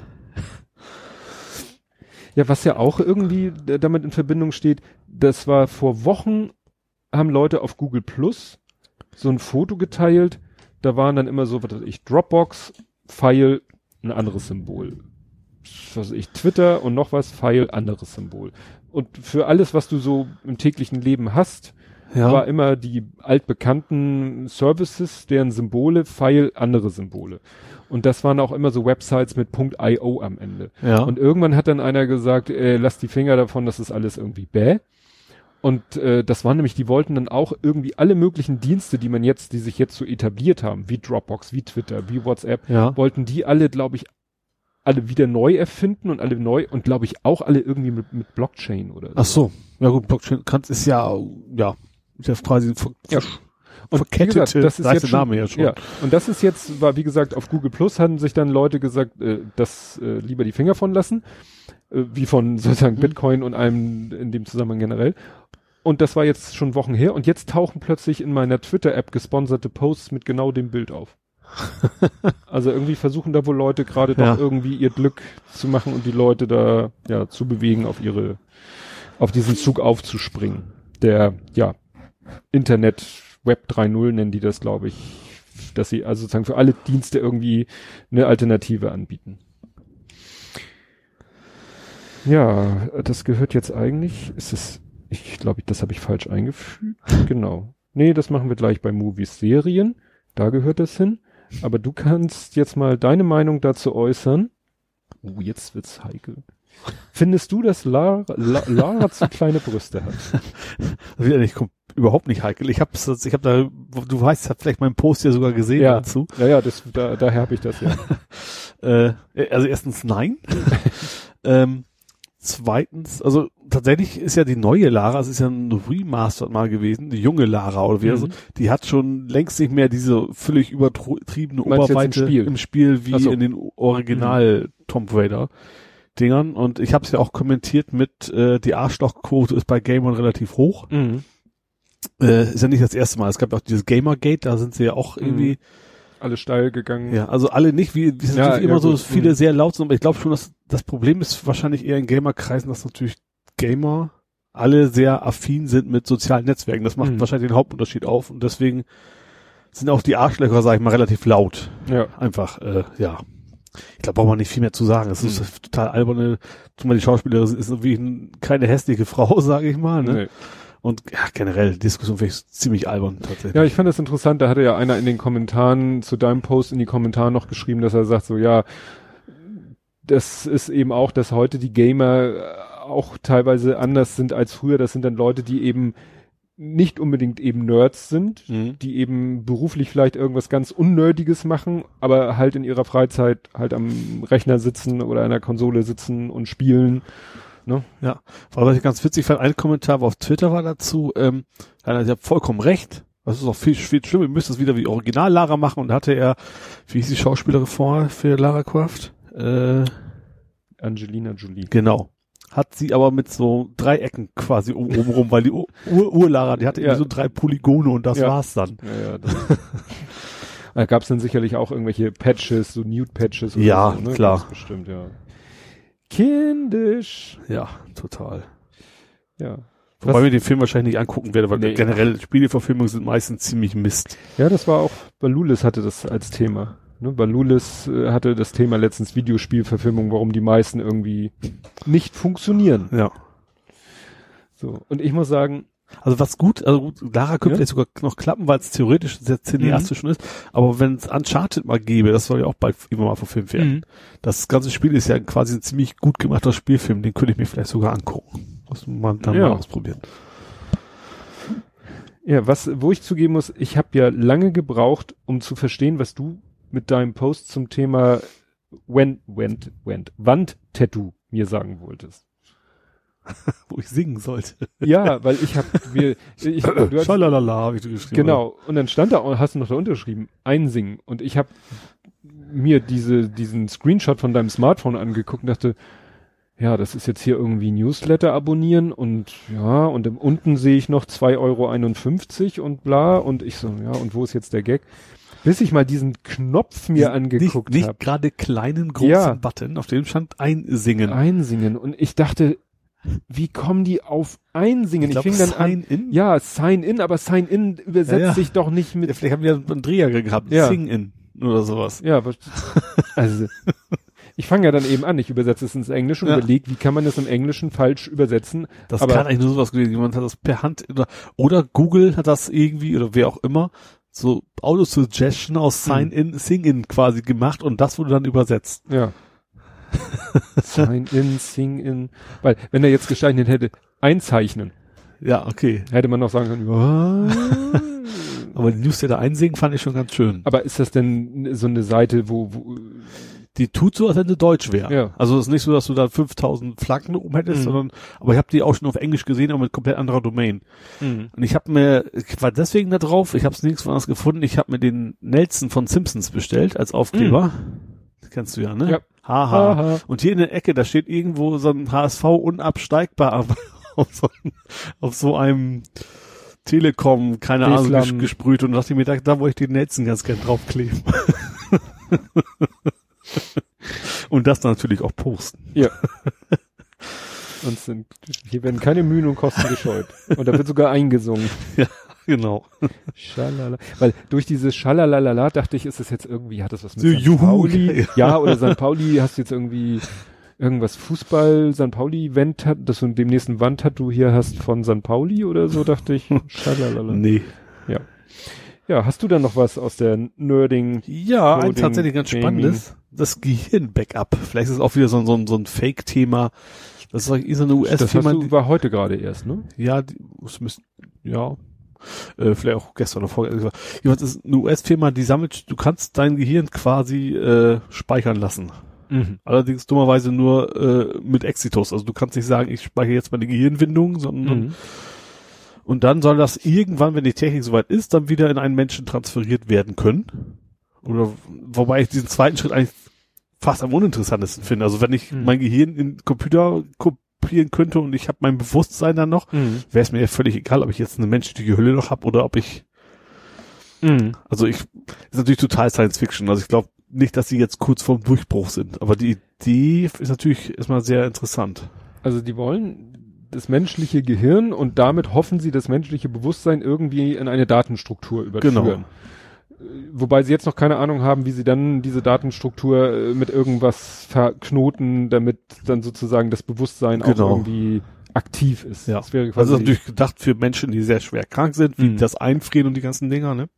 Ja, was ja auch irgendwie äh, damit in Verbindung steht, das war vor Wochen, haben Leute auf Google Plus so ein Foto geteilt, da waren dann immer so, was weiß ich, Dropbox, File, ein anderes Symbol. Was weiß ich, Twitter und noch was, File, anderes Symbol. Und für alles, was du so im täglichen Leben hast, ja. war immer die altbekannten Services, deren Symbole, File, andere Symbole. Und das waren auch immer so Websites mit .io am Ende. Ja. Und irgendwann hat dann einer gesagt, äh, lass die Finger davon, das ist alles irgendwie bäh. Und äh, das waren nämlich, die wollten dann auch irgendwie alle möglichen Dienste, die man jetzt, die sich jetzt so etabliert haben, wie Dropbox, wie Twitter, wie WhatsApp, ja. wollten die alle, glaube ich, alle wieder neu erfinden und alle neu und glaube ich auch alle irgendwie mit, mit Blockchain oder so. Ach so. Ja gut, Blockchain kann, ist ja, ja, ist ja quasi ver, ja. Und verkettete, gesagt, das ist jetzt schon, Name ja schon. Ja. Und das ist jetzt, war wie gesagt, auf Google Plus haben sich dann Leute gesagt, äh, das äh, lieber die Finger von lassen, äh, wie von sozusagen mhm. Bitcoin und allem in dem Zusammenhang generell. Und das war jetzt schon Wochen her und jetzt tauchen plötzlich in meiner Twitter-App gesponserte Posts mit genau dem Bild auf. Also irgendwie versuchen da wohl Leute gerade ja. doch irgendwie ihr Glück zu machen und die Leute da ja zu bewegen, auf ihre, auf diesen Zug aufzuspringen. Der, ja, Internet Web drei Punkt null nennen die das, glaube ich, dass sie also sozusagen für alle Dienste irgendwie eine Alternative anbieten. Ja, das gehört jetzt eigentlich, ist es, ich glaube, das habe ich falsch eingefügt. Genau. Nee, das machen wir gleich bei Movies, Serien. Da gehört das hin. Aber du kannst jetzt mal deine Meinung dazu äußern. Oh, jetzt wird's heikel. Findest du, dass Lara, La, Lara zu kleine Brüste hat? Wieder nicht, kommt überhaupt nicht heikel. Ich hab's, ich hab da, du weißt, hab vielleicht meinen Post ja sogar gesehen ja. dazu. Ja, ja, das, da, daher habe ich das ja. äh, also erstens nein. ähm, zweitens, also tatsächlich ist ja die neue Lara, es ist ja ein Remastered mal gewesen, die junge Lara oder wie mhm. so, die hat schon längst nicht mehr diese völlig übertriebene Oberweite im Spiel? im Spiel wie so. in den Original mhm. Tomb Raider Dingern. Und ich habe es ja auch kommentiert mit, äh, die Arschlochquote ist bei Gamern relativ hoch. Mhm. Äh, ist ja nicht das erste Mal. Es gab auch dieses Gamergate, da sind sie ja auch irgendwie mhm. alle steil gegangen. Ja, also alle nicht, wie, wie es ja, natürlich ja, immer gut. so viele mhm. sehr laut sind, aber ich glaube schon, dass das Problem ist wahrscheinlich eher in Gamerkreisen, dass natürlich Gamer alle sehr affin sind mit sozialen Netzwerken. Das macht mhm. wahrscheinlich den Hauptunterschied auf und deswegen sind auch die Arschlöcher, sag ich mal, relativ laut. Ja. Einfach, äh, ja. Ich glaube, braucht man nicht viel mehr zu sagen. Das ist mhm. total alberne, zumal die Schauspielerin ist irgendwie keine hässliche Frau, sage ich mal, ne? Nee. Und ja, generell, die Diskussion finde ich ziemlich albern tatsächlich. Ja, ich fand das interessant, da hatte ja einer in den Kommentaren zu deinem Post in die Kommentare noch geschrieben, dass er sagt so, ja, das ist eben auch, dass heute die Gamer auch teilweise anders sind als früher. Das sind dann Leute, die eben nicht unbedingt eben Nerds sind, mhm. die eben beruflich vielleicht irgendwas ganz Unnötiges machen, aber halt in ihrer Freizeit halt am Rechner sitzen oder an der Konsole sitzen und spielen. Ne? Ja, was ich ganz witzig fand, ein Kommentar auf Twitter war dazu, ähm, einer, ich habe vollkommen recht, das ist auch viel, viel schlimmer, ihr müsst das wieder wie Original Lara machen und da hatte er, wie hieß die Schauspielerin vor für Lara Croft? Äh, Angelina Jolie. Genau. Hat sie aber mit so Dreiecken quasi um, oben rum, weil die Ur-Lara, die hatte ja irgendwie so drei Polygone und das ja. war's dann. Ja, ja, das da gab's dann sicherlich auch irgendwelche Patches, so Nude-Patches oder ja, so. Ne? Klar. Ganz bestimmt, ja. Kindisch. Ja, total. Ja. Wobei wir den Film wahrscheinlich nicht angucken werden, weil nee. generell Spieleverfilmungen sind meistens ziemlich Mist. Ja, das war auch, Balulis hatte das als Thema. Ne, Balulis äh, hatte das Thema letztens Videospielverfilmung, warum die meisten irgendwie nicht funktionieren. Ja. So. Und ich muss sagen, also was gut, also gut, Lara könnte ja? vielleicht sogar noch klappen, weil es theoretisch sehr cineastisch mhm. ist, aber wenn es Uncharted mal gäbe, das soll ja auch bald immer mal verfilmt werden. Mhm. Das ganze Spiel ist ja quasi ein ziemlich gut gemachter Spielfilm, den könnte ich mir vielleicht sogar angucken. Muss man dann ja. mal ausprobieren. Ja, was, wo ich zugeben muss, ich habe ja lange gebraucht, um zu verstehen, was du mit deinem Post zum Thema Wend, Wend, Wend, Wandtattoo mir sagen wolltest. Wo ich singen sollte. Ja, weil ich habe mir ich, du Schalalala, habe ich geschrieben. Genau, und dann stand da und hast du noch da unterschrieben, einsingen. Und ich habe mir diese diesen Screenshot von deinem Smartphone angeguckt und dachte, ja, das ist jetzt hier irgendwie Newsletter abonnieren und ja, und im, unten sehe ich noch zwei Euro einundfünfzig und bla und ich so, ja, und wo ist jetzt der Gag? Bis ich mal diesen Knopf mir angeguckt habe. Nicht, nicht gerade kleinen, großen ja. Button, auf dem stand Einsingen. Einsingen. Und ich dachte, wie kommen die auf Einsingen? Ich, ich fing dann Sign an, in? Ja, Sign in, aber Sign in übersetzt ja, ja. sich doch nicht mit. Ja, vielleicht haben wir einen Dreher gehabt, ja. Sing in oder sowas. Ja, also Ich fange ja dann eben an, ich übersetze es ins Englische und Ja. überlege, wie kann man das im Englischen falsch übersetzen. Das aber kann eigentlich nur sowas gewesen. Jemand hat das per Hand oder, oder Google hat das irgendwie oder wer auch immer so Auto-Suggestion aus Sign-In, Sing-In quasi gemacht und das wurde dann übersetzt. Ja. Sign in, sing in. Weil, wenn er jetzt gezeichnet hätte, einzeichnen, Ja, okay. hätte man noch sagen können, ja. Aber die Newsletter einsingen fand ich schon ganz schön. Aber ist das denn so eine Seite, wo, wo Die tut so, als wenn sie Deutsch wäre. Ja. Also es ist nicht so, dass du da fünftausend Flaggen oben hättest, Mhm. sondern, aber ich habe die auch schon auf Englisch gesehen, aber mit komplett anderer Domain. Mhm. Und ich habe mir, ich war deswegen da drauf, ich habe es nirgends anders gefunden, ich habe mir den Nelson von Simpsons bestellt als Aufkleber. Das kennst du ja, ne? Ja. Haha. Aha. Und hier in der Ecke, da steht irgendwo so ein H S V unabsteigbar auf, auf, so, auf so einem Telekom, keine Ahnung, Islam. ges gesprüht und dachte ich mir, da, da wollte ich den Nelson ganz gern draufkleben. Und das dann natürlich auch posten. Ja. Und sind, hier werden keine Mühen und Kosten gescheut. Und da wird sogar eingesungen. Genau. Schalala. Weil durch dieses Schalalalala dachte ich, ist das jetzt irgendwie, hat das was mit So, Sankt juhu, Pauli? ja. Ja, oder Sankt Pauli, hast du jetzt irgendwie irgendwas Fußball, Sankt Pauli-Event hat, dass du demnächst ein Wandtattoo hier hast von Sankt Pauli oder so, dachte ich. Schalalala. Nee. Ja. Ja, hast du dann noch was aus der Nerding? Ja, ein Coding, tatsächlich ganz Gaming. spannendes. Das Gehirn-Backup. Vielleicht ist es auch wieder so, ein- so, ein- so ein Fake-Thema. Das ist so eine Das hast U S-Firma. du, war heute gerade erst, ne? Ja, die, es müsst, ja, äh, vielleicht auch gestern oder vorgestern. Jemand ist eine U S-Firma, die sammelt, du kannst dein Gehirn quasi äh, speichern lassen. Mhm. Allerdings dummerweise nur äh, mit Exitus. Also du kannst nicht sagen, ich speichere jetzt meine Gehirnwindung, sondern Mhm. und dann soll das irgendwann, wenn die Technik soweit ist, dann wieder in einen Menschen transferiert werden können. Oder wobei ich diesen zweiten Schritt eigentlich fast am uninteressantesten finde. Also wenn ich Mhm. mein Gehirn in den Computer kopieren könnte und ich habe mein Bewusstsein dann noch, Mhm. wäre es mir ja völlig egal, ob ich jetzt eine menschliche Hülle noch habe oder ob ich, Mhm. also ich, ist natürlich total Science Fiction. Also ich glaube nicht, dass sie jetzt kurz vorm Durchbruch sind. Aber die Idee ist natürlich erstmal sehr interessant. Also die wollen das menschliche Gehirn und damit hoffen sie, das menschliche Bewusstsein irgendwie in eine Datenstruktur überführen. Genau. Wobei sie jetzt noch keine Ahnung haben, wie sie dann diese Datenstruktur äh, mit irgendwas verknoten, damit dann sozusagen das Bewusstsein auch Genau. irgendwie aktiv ist. Ja. Das wäre Also quasi, das ist natürlich gedacht für Menschen, die sehr schwer krank sind, wie Mhm. das Einfrieren und die ganzen Dinger, ne?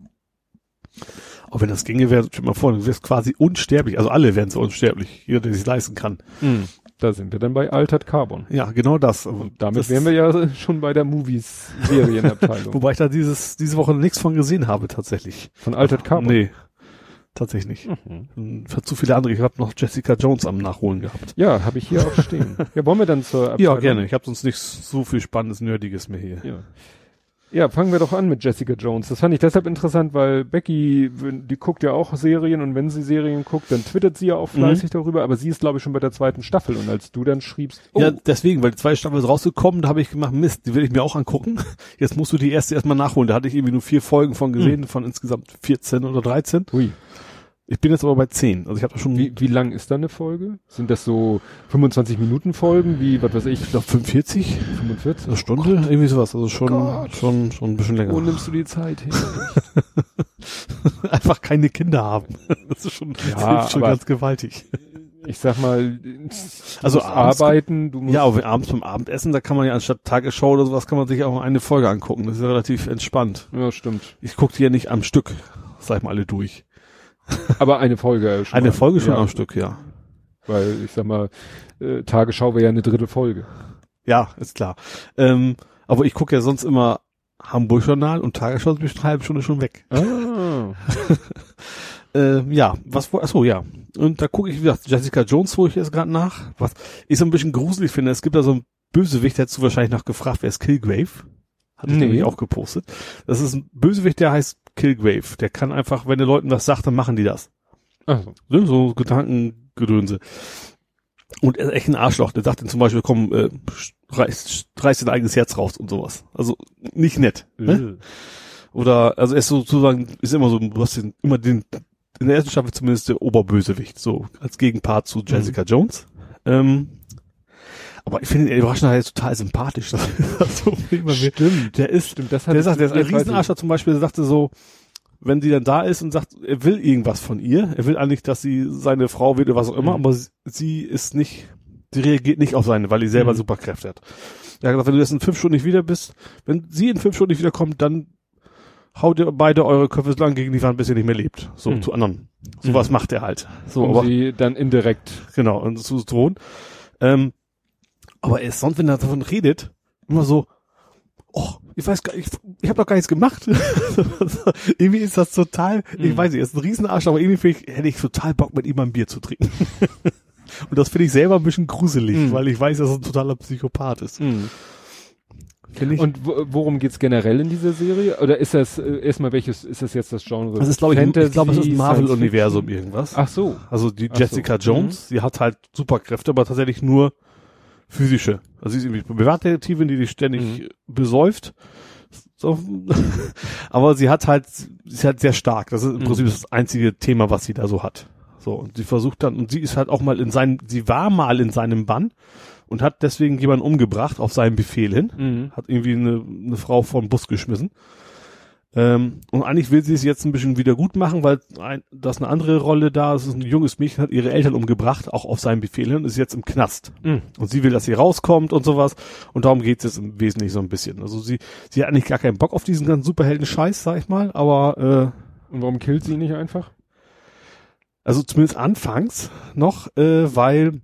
Aber wenn das ginge, wäre, stell dir mal vor, du wärst quasi unsterblich. Also alle wären so unsterblich, jeder, der sich leisten kann. Mh, da sind wir dann bei Altered Carbon. Ja, genau das. Aber Und damit das, wären wir ja schon bei der Movies-Serienabteilung. Wobei ich da dieses, diese Woche nichts von gesehen habe, tatsächlich. Von Altered Carbon. Nee, tatsächlich nicht. Mhm. Für zu viele andere. Ich habe noch Jessica Jones am Nachholen gehabt. Ja, habe ich hier auch stehen. Ja, wollen wir dann zur Ja, Abteilung? gerne. Ich habe sonst nicht so viel Spannendes, Nerdiges mehr hier. Ja. Ja, fangen wir doch an mit Jessica Jones. Das fand ich deshalb interessant, weil Becky, wenn- die guckt ja auch Serien und wenn sie Serien guckt, dann twittert sie ja auch fleißig darüber, aber sie ist, glaube ich, schon bei der zweiten Staffel und als du dann schriebst, oh, Ja, deswegen, weil die zweite Staffel ist rausgekommen, da habe ich gemacht, Mist, die will ich mir auch angucken. Jetzt musst du die erste erstmal nachholen. Da hatte ich irgendwie nur vier Folgen von gesehen, von insgesamt vierzehn oder dreizehn. hui. Ich bin jetzt aber bei zehn. Also ich habe da schon Wie, wie lang ist da eine Folge? Sind das so fünfundzwanzig Minuten Folgen, wie, was weiß ich, ich glaube fünfundvierzig, fünfundvierzig? eine Stunde, irgendwie sowas. Also schon, Gott. schon, schon ein bisschen länger. Wo nimmst du die Zeit her? Einfach keine Kinder haben. Das ist schon, Ja, das ist schon aber- ganz gewaltig. Ich sag mal, du Also musst abends- arbeiten, du musst, Ja, aber abends beim Abendessen, da kann man ja anstatt Tagesschau oder sowas, kann man sich auch eine Folge angucken. Das ist ja relativ entspannt. ja, stimmt. Ich gucke die ja nicht am Stück, sag ich mal, alle durch. Aber eine Folge schon. Eine mal. Folge schon ja, am Stück, ja. Weil, ich sag mal, äh, Tagesschau wäre ja eine dritte Folge. Ja, ist klar. Ähm, aber ich gucke ja sonst immer Hamburg-Journal und Tagesschau ist eine halbe Stunde schon weg. Ah. Ähm, ja, was, wo- achso, ja. Und da gucke ich, wie gesagt, Jessica Jones hole ich jetzt gerade nach. Was ich so ein bisschen gruselig finde, es gibt da so einen Bösewicht, der hättest du wahrscheinlich noch gefragt, wer ist Killgrave? Hatte ich Nee. nämlich auch gepostet. Das ist ein Bösewicht, der heißt Killgrave. Der kann einfach, wenn der Leuten was sagt, dann machen die das. Also, Ne? So Gedankengedönse. Und er ist echt ein Arschloch. Der sagt dann zum Beispiel, komm, äh, reiß, reiß dein eigenes Herz raus und sowas. Also nicht nett. Ne? Oder, also er ist sozusagen, ist immer so, du hast den, immer den, in der ersten Staffel zumindest der Oberbösewicht, so als Gegenpart zu Jessica Jones. Ähm, aber ich finde ihn überraschenderweise total sympathisch. Das ist so immer wieder- Stimmt. Der ist, Stimmt, das der hattest sagt, du- der ist ein jetzt weiß ich. Riesenarschloch zum Beispiel, der sagte so, wenn sie dann da ist und sagt, er will irgendwas von ihr, er will eigentlich, dass sie seine Frau wird oder was auch immer, mhm. aber sie, sie ist nicht, sie reagiert nicht auf seine, weil sie selber mhm. Superkräfte hat. Er hat gesagt, wenn du jetzt in fünf Stunden nicht wieder bist, wenn sie in fünf Stunden nicht wiederkommt, dann haut ihr beide eure Köpfe so lang gegen die Wand, bis ihr nicht mehr lebt. So, mhm. zu anderen. Sowas mhm. macht er halt. So, um aber, sie dann indirekt. Genau, und zu drohen. Ähm, aber er ist sonst, wenn er davon redet, immer so, oh, ich weiß gar nicht, ich, ich habe doch gar nichts gemacht. Irgendwie ist das total, mhm. ich weiß nicht, er ist ein Riesenarsch, aber irgendwie ich, hätte ich total Bock, mit ihm ein Bier zu trinken. Und das finde ich selber ein bisschen gruselig, mhm. weil ich weiß, dass er ein totaler Psychopath ist. Mhm. Und wo, worum geht's generell in dieser Serie? Oder ist das äh, erstmal welches, ist das jetzt das Genre? Das ist, glaube ich, Fantasy, ich glaube, es ist ein Marvel-Universum irgendwas. Ach so. Also die Ach Jessica so. Jones, mhm. die hat halt Superkräfte, aber tatsächlich nur physische. Also sie ist irgendwie Privatdetektivin, die dich ständig mhm. besäuft. So. Aber sie hat halt, sie ist halt sehr stark. Das ist im mhm. Prinzip das einzige Thema, was sie da so hat. So, und sie versucht dann, und sie ist halt auch mal in seinem, sie war mal in seinem Bann und hat deswegen jemanden umgebracht auf seinen Befehl hin. Mhm. Hat irgendwie eine, eine Frau vom Bus geschmissen. Ähm, und eigentlich will sie es jetzt ein bisschen wieder gut machen, weil ein, das eine andere Rolle da ist. Ein junges Mädchen hat ihre Eltern umgebracht, auch auf seinen Befehl hin, und ist jetzt im Knast. Mhm. Und sie will, dass sie rauskommt und sowas. Und darum geht's jetzt im Wesentlichen so ein bisschen. Also sie, sie hat eigentlich gar keinen Bock auf diesen ganzen Superhelden-Scheiß, sag ich mal, aber, äh, und warum killt sie nicht einfach? Also zumindest anfangs noch, äh, weil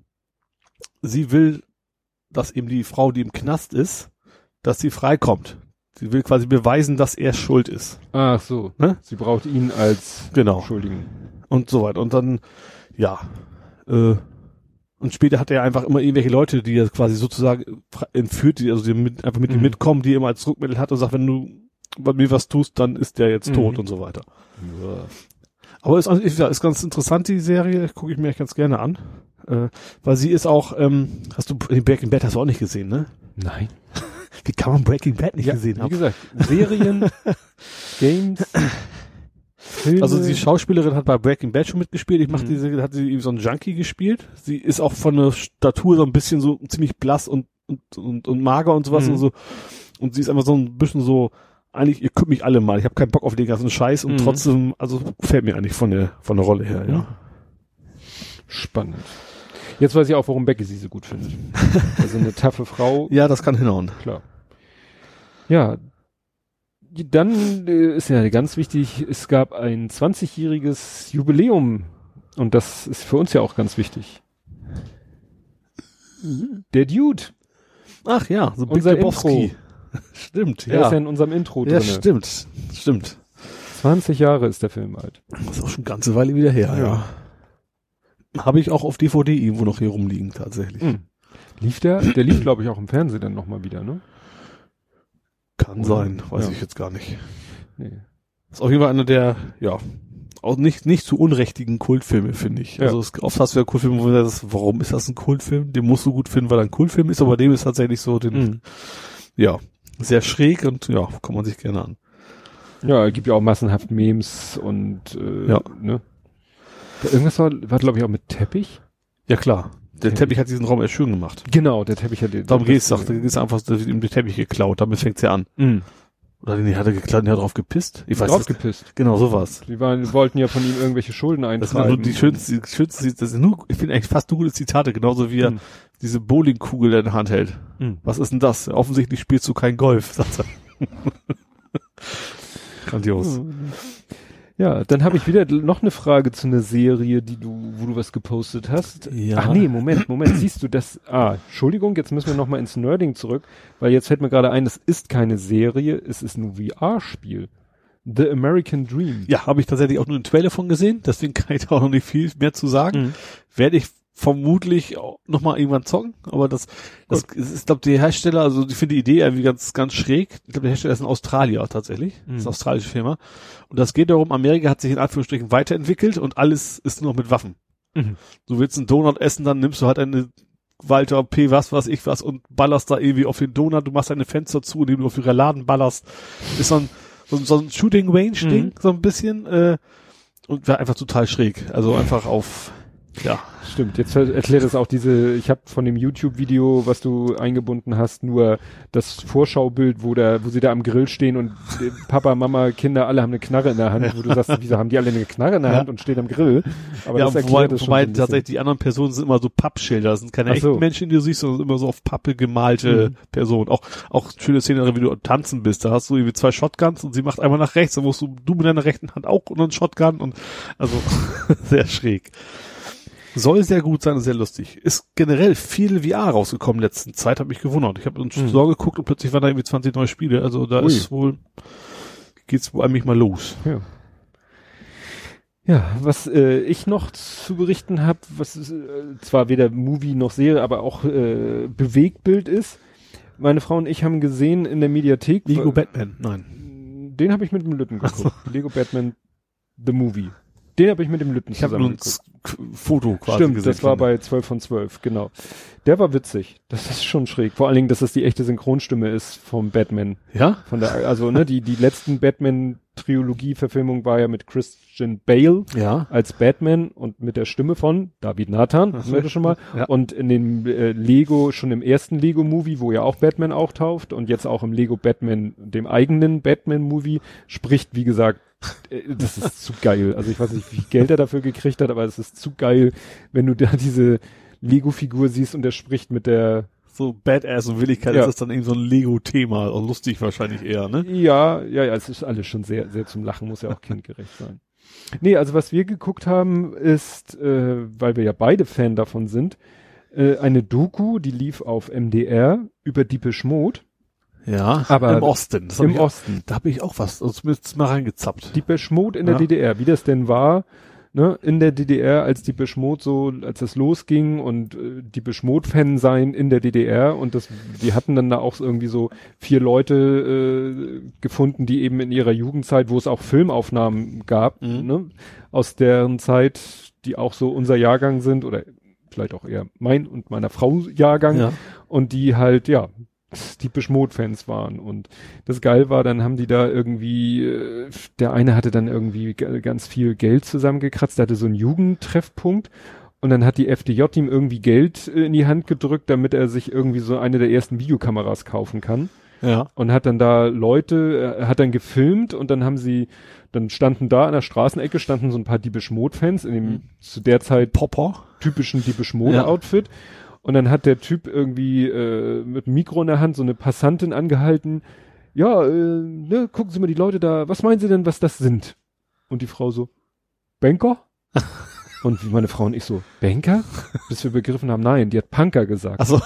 sie will, dass eben die Frau, die im Knast ist, dass sie freikommt. Sie will quasi beweisen, dass er schuld ist. Ach so. Ne? Sie braucht ihn als genau. Schuldigen. Und so weiter. Und dann, ja. Äh, und später hat er einfach immer irgendwelche Leute, die er quasi sozusagen entführt, die also die mit, einfach mit mhm. ihm mitkommen, die er immer als Druckmittel hat und sagt, wenn du bei mir was tust, dann ist der jetzt mhm. tot und so weiter. Ja. Aber ist, ist, ist ganz interessant, die Serie, gucke ich mir echt ganz gerne an. Äh, weil sie ist auch, ähm, hast du Breaking Bad hast du auch nicht gesehen, ne? Nein. Wie kann man Breaking Bad nicht ja, gesehen haben? Wie gesagt, Serien, Games, Filme. Also die Schauspielerin hat bei Breaking Bad schon mitgespielt. Ich mache mhm. diese, hat sie eben so einen Junkie gespielt. Sie ist auch von der Statur so ein bisschen so ziemlich blass und und und, und mager und sowas mhm. und so. Und sie ist einfach so ein bisschen so, eigentlich, ihr könnt mich alle mal. Ich habe keinen Bock auf den ganzen Scheiß und mhm. trotzdem, also gefällt mir eigentlich von der von der Rolle her, ja. Spannend. Jetzt weiß ich auch, warum Becky sie so gut findet. Also eine taffe Frau. Ja, das kann hinhauen. Klar. Ja. Dann äh, ist ja ganz wichtig, es gab ein zwanzigjähriges Jubiläum. Und das ist für uns ja auch ganz wichtig. Der Dude. Ach ja, so Big Lebowski. Stimmt, der ja. ist ja in unserem Intro drin. Ja, stimmt, stimmt. zwanzig Jahre ist der Film alt. Das ist auch schon eine ganze Weile wieder her, ja. ja. Habe ich auch auf D V D irgendwo noch hier rumliegen, tatsächlich. Mhm. Lief der? Der lief, glaube ich, auch im Fernsehen dann nochmal wieder, ne? Kann Oder? sein, weiß ja. ich jetzt gar nicht. Nee. Ist auf jeden Fall einer der, ja, auch nicht, nicht zu unrechtigen Kultfilme, finde ich. Ja. Also es, oft hast du ja Kultfilme, wo du sagst, warum ist das ein Kultfilm? Den musst du gut finden, weil er ein Kultfilm ist, aber dem ist tatsächlich so, den, mhm. ja, sehr schräg und ja, kann man sich gerne an. Ja, es gibt ja auch massenhaft Memes und, äh, ja. ne? Irgendwas war, war glaube ich, auch mit Teppich. Ja, klar. Der Teppich, Teppich hat diesen Raum erst schön gemacht. Genau, der Teppich hat den. Darum geht's doch. Da ist einfach, da wird ihm der Teppich geklaut. Damit fängt's ja an. Mhm. Oder nee, hat er geklaut, der hat drauf gepisst? Ich weiß drauf gepisst. Genau, sowas. Die waren, wollten ja von ihm irgendwelche Schulden eintreiben. Das sind nur die schönsten, die schönsten, das sind nur, ich finde eigentlich fast nur gute Zitate, genauso wie er mhm. diese Bowlingkugel in der Hand hält. Mhm. Was ist denn das? Offensichtlich spielst du kein Golf, sagt er. Grandios. Mhm. Ja, dann habe ich wieder noch eine Frage zu einer Serie, die du, wo du was gepostet hast. Ja. Ach nee, Moment, Moment, siehst du das? Ah, Entschuldigung, jetzt müssen wir noch mal ins Nerding zurück, weil jetzt fällt mir gerade ein, das ist keine Serie, es ist ein V R-Spiel. The American Dream. Ja, habe ich tatsächlich auch nur einen Trailer von gesehen, deswegen kann ich da auch noch nicht viel mehr zu sagen. Mhm. Werde ich vermutlich noch mal irgendwann zocken, aber das, das ist, glaube der Hersteller, also ich finde die Idee irgendwie ganz, ganz schräg. Ich glaube, der Hersteller ist ein Australier tatsächlich, mhm. das ist eine australische Firma. Und das geht darum, Amerika hat sich in Anführungsstrichen weiterentwickelt und alles ist nur noch mit Waffen. Mhm. Du willst einen Donut essen, dann nimmst du halt eine Walter P, was, was ich was und ballerst da irgendwie auf den Donut, du machst deine Fenster zu, indem du auf ihre Laden ballerst. Ist so ein, so, so ein Shooting Range Ding, mhm. so ein bisschen, äh, und war einfach total schräg. Also einfach auf, Ja. Stimmt, jetzt erklärt es auch diese, ich habe von dem YouTube-Video, was du eingebunden hast, nur das Vorschaubild, wo da, wo sie da am Grill stehen und Papa, Mama, Kinder, alle haben eine Knarre in der Hand, ja. Wo du sagst, wieso haben die alle eine Knarre in der Hand ja. und stehen am Grill? Aber ja, das erklärt wobei, das schon wobei so ein tatsächlich die anderen Personen sind immer so Pappschilder, das sind keine Ach so. echten Menschen, die du siehst, sondern immer so auf Pappe gemalte mhm. Personen. Auch, auch schöne Szene, wie du am Tanzen bist, da hast du irgendwie zwei Shotguns und sie macht einmal nach rechts, dann musst du, du mit deiner rechten Hand auch und einen Shotgun und, also, sehr schräg. Soll sehr gut sein und sehr lustig. Ist generell viel V R rausgekommen in der letzten Zeit, hat mich gewundert. Ich habe uns mhm. so geguckt und plötzlich waren da irgendwie zwanzig neue Spiele. Also da Ui. ist wohl, geht's wohl eigentlich mal los. Ja, ja was äh, ich noch zu berichten habe, was ist, äh, zwar weder Movie noch Serie, aber auch äh, Bewegtbild ist. Meine Frau und ich haben gesehen in der Mediathek. Lego Batman, nein. Den habe ich mit dem Lütten geguckt. Lego Batman, The Movie. Den habe ich mit dem Lütten zusammen geguckt. Ich habe ein Foto quasi Stimmt, gesehen. das war bei zwölf von zwölf, genau. Der war witzig. Das ist schon schräg. Vor allen Dingen, dass das die echte Synchronstimme ist vom Batman. Ja? Von der, also, ne, die, die letzten Batman-Trilogie-Verfilmung war ja mit Christian Bale ja. als Batman und mit der Stimme von David Nathan, das wir das schon mal. Ja. Und in dem äh, Lego, schon im ersten Lego-Movie, wo ja auch Batman auftaucht und jetzt auch im Lego Batman, dem eigenen Batman-Movie, spricht, wie gesagt, das ist zu geil. Also ich weiß nicht, wie viel Geld er dafür gekriegt hat, aber es ist zu geil, wenn du da diese Lego-Figur siehst und der spricht mit der so Badass und Willigkeit, ja. Ist das dann irgendwie so ein Lego-Thema und lustig wahrscheinlich eher, ne? Ja, ja, ja, es ist alles schon sehr, sehr zum Lachen, muss ja auch kindgerecht sein. Nee, also was wir geguckt haben, ist, äh, weil wir ja beide Fan davon sind, äh, eine Doku, die lief auf M D R über Depeche Mode. Ja, aber im Osten. Das Im ich Osten. Auch, da habe ich auch was, also zumindest mal reingezappt. Depeche Mode in der ja. D D R, wie das denn war, ne, in der D D R, als Depeche Mode so, als das losging und äh, Depeche Mode Fan sein in der D D R und das, die hatten dann da auch irgendwie so vier Leute äh, gefunden, die eben in ihrer Jugendzeit, wo es auch Filmaufnahmen gab, mhm. ne, aus deren Zeit, die auch so unser Jahrgang sind oder vielleicht auch eher mein und meiner Frau Jahrgang ja. und die halt, ja, Depeche Mode Fans waren und das geil war, dann haben die da irgendwie, äh, der eine hatte dann irgendwie g- ganz viel Geld zusammengekratzt, der hatte so einen Jugendtreffpunkt und dann hat die F D J ihm irgendwie Geld äh, in die Hand gedrückt, damit er sich irgendwie so eine der ersten Videokameras kaufen kann. Ja. Und hat dann da Leute, äh, hat dann gefilmt und dann haben sie, dann standen da an der Straßenecke standen so ein paar Depeche Mode Fans in dem mhm. zu der Zeit Popper typischen Depeche Mode ja. Outfit. Und dann hat der Typ irgendwie äh, mit dem Mikro in der Hand so eine Passantin angehalten. Ja, äh, ne, gucken Sie mal die Leute da, was meinen Sie denn, was das sind? Und die Frau so, Banker? Und wie meine Frau und ich so, Banker? Bis wir begriffen haben, nein, die hat Punker gesagt. Ach so.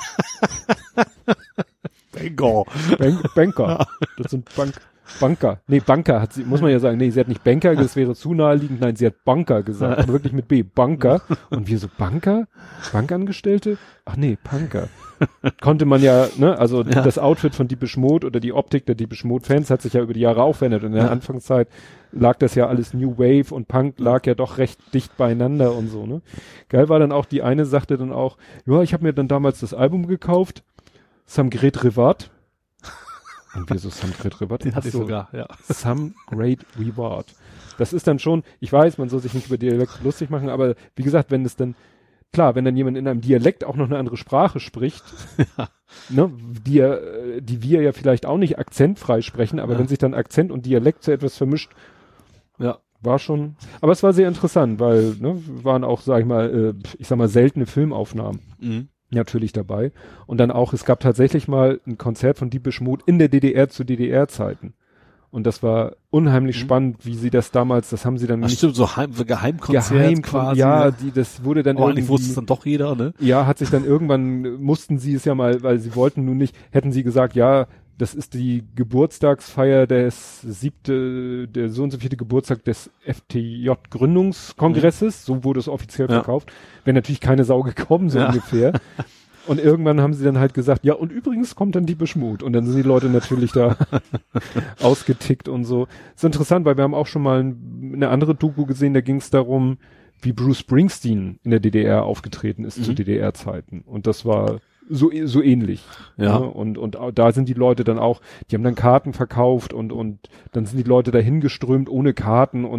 Banker. Bank, Banker. Das sind Bank, Banker. Nee, Banker hat sie, muss man ja sagen, nee, sie hat nicht Banker, das wäre zu naheliegend, nein, sie hat Banker gesagt, aber wirklich mit B, Banker. Und wir so, Banker? Bankangestellte? Ach nee, Punker. Konnte man ja, ne, also ja. das Outfit von Depeche Mode oder die Optik der Depeche Mode Fans hat sich ja über die Jahre auch verändert. Und in der ja. Anfangszeit lag das ja alles New Wave und Punk lag ja doch recht dicht beieinander und so, ne. Geil war dann auch, die eine sagte dann auch, ja, ich habe mir dann damals das Album gekauft, Some Great Reward. Und wir so Some Great Reward? Den hatte ich sogar, ja. Some Great Reward. Das ist dann schon, ich weiß, man soll sich nicht über Dialekt lustig machen, aber wie gesagt, wenn es dann, klar, wenn dann jemand in einem Dialekt auch noch eine andere Sprache spricht, ja. ne, die, ja, die wir ja vielleicht auch nicht akzentfrei sprechen, aber ja. wenn sich dann Akzent und Dialekt zu etwas vermischt, ja. war schon, aber es war sehr interessant, weil, ne, waren auch, sag ich mal, äh, ich sag mal, seltene Filmaufnahmen. Mhm. Natürlich dabei. Und dann auch, es gab tatsächlich mal ein Konzert von Depeche Mode in der D D R zu D D R-Zeiten. Und das war unheimlich mhm. spannend, wie sie das damals, das haben sie dann Ach nicht... Stimmt, so Heim, Geheimkonzert Geheim, quasi. Ja, die, das wurde dann aber irgendwie... eigentlich wusste es dann doch jeder, ne? Ja, hat sich dann irgendwann, mussten sie es ja mal, weil sie wollten nun nicht, hätten sie gesagt, ja, das ist die Geburtstagsfeier des siebte, der so und so vierte Geburtstag des F T J-Gründungskongresses, mhm. so wurde es offiziell ja. verkauft. Wäre natürlich keine Sau gekommen, so ja. ungefähr. Und irgendwann haben sie dann halt gesagt, ja, und übrigens kommt dann Depeche Mode. Und dann sind die Leute natürlich da ausgetickt und so. Ist interessant, weil wir haben auch schon mal ein, eine andere Doku gesehen, da ging es darum, wie Bruce Springsteen in der D D R aufgetreten ist mhm. zu D D R-Zeiten. Und das war so, so ähnlich. Ja. Ne? Und, und da sind die Leute dann auch, die haben dann Karten verkauft und, und dann sind die Leute dahin geströmt ohne Karten und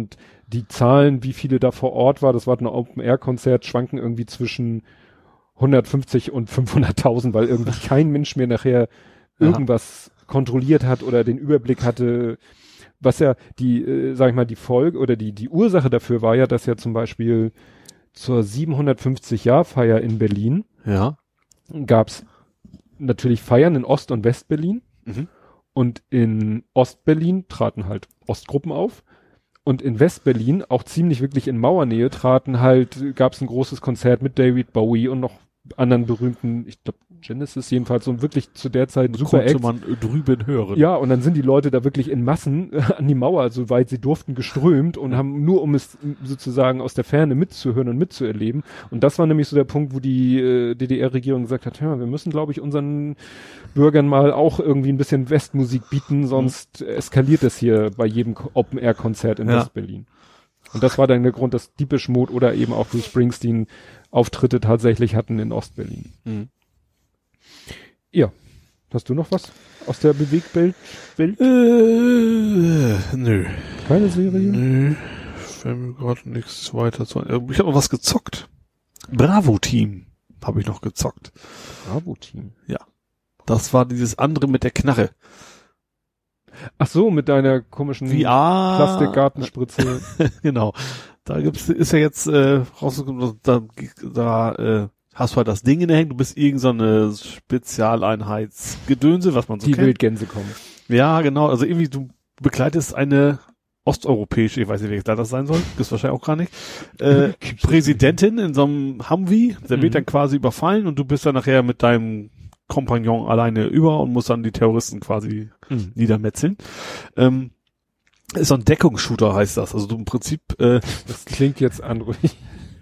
die Zahlen, wie viele da vor Ort war, das war ein Open-Air-Konzert, schwanken irgendwie zwischen hundertfünfzig und fünfhunderttausend, weil irgendwie kein Mensch mehr nachher Ja. irgendwas kontrolliert hat oder den Überblick hatte, was ja die, äh, sag ich mal, die Folge oder die, die Ursache dafür war ja, dass ja zum Beispiel zur siebenhundertfünfzig-Jahr-Feier in Berlin Ja. gab's natürlich Feiern in Ost- und West-Berlin Mhm. und in Ost-Berlin traten halt Ostgruppen auf und in West-Berlin, auch ziemlich wirklich in Mauernähe, traten halt, gab's ein großes Konzert mit David Bowie und noch anderen berühmten, ich glaube Genesis jedenfalls, so wirklich zu der Zeit ein super Konnte Act. man drüben hören. Ja, und dann sind die Leute da wirklich in Massen äh, an die Mauer, soweit sie durften, geströmt und haben nur, um es sozusagen aus der Ferne mitzuhören und mitzuerleben. Und das war nämlich so der Punkt, wo die äh, D D R-Regierung gesagt hat, ja, wir müssen, glaube ich, unseren Bürgern mal auch irgendwie ein bisschen Westmusik bieten, sonst mhm. eskaliert es hier bei jedem Open-Air-Konzert in Ja. West-Berlin. Und das war dann der Grund, dass Depeche Mode oder eben auch Bruce Springsteen Auftritte tatsächlich hatten in Ost-Berlin. Mhm. Ja. Hast du noch was aus der Bewegtbild? Welt? Äh, nö. Keine Serie? Nö. Fällt mir gerade nichts weiter zu. Ich habe noch was gezockt. Bravo Team habe ich noch gezockt. Bravo Team. Ja. Das war dieses andere mit der Knarre. Ach so, mit deiner komischen V R Plastikgartenspritze. Genau. Da gibt's, ist ja jetzt äh, rausgekommen, da, da äh, hast du halt das Ding in der Hand, du bist irgend so eine Spezialeinheitsgedönse, was man so Die kennt. Wildgänse kommen. Ja, genau, also irgendwie du begleitest eine osteuropäische, ich weiß nicht, welches Land das sein soll, gibt's wahrscheinlich auch gar nicht, äh, Präsidentin in so einem Humvee, der Mhm. wird dann quasi überfallen und du bist dann nachher mit deinem Kompagnon alleine über und musst dann die Terroristen quasi Mhm. niedermetzeln. Ähm, ist so ein Deckungsshooter, heißt das. Also du im Prinzip äh, Das klingt jetzt anrüchig.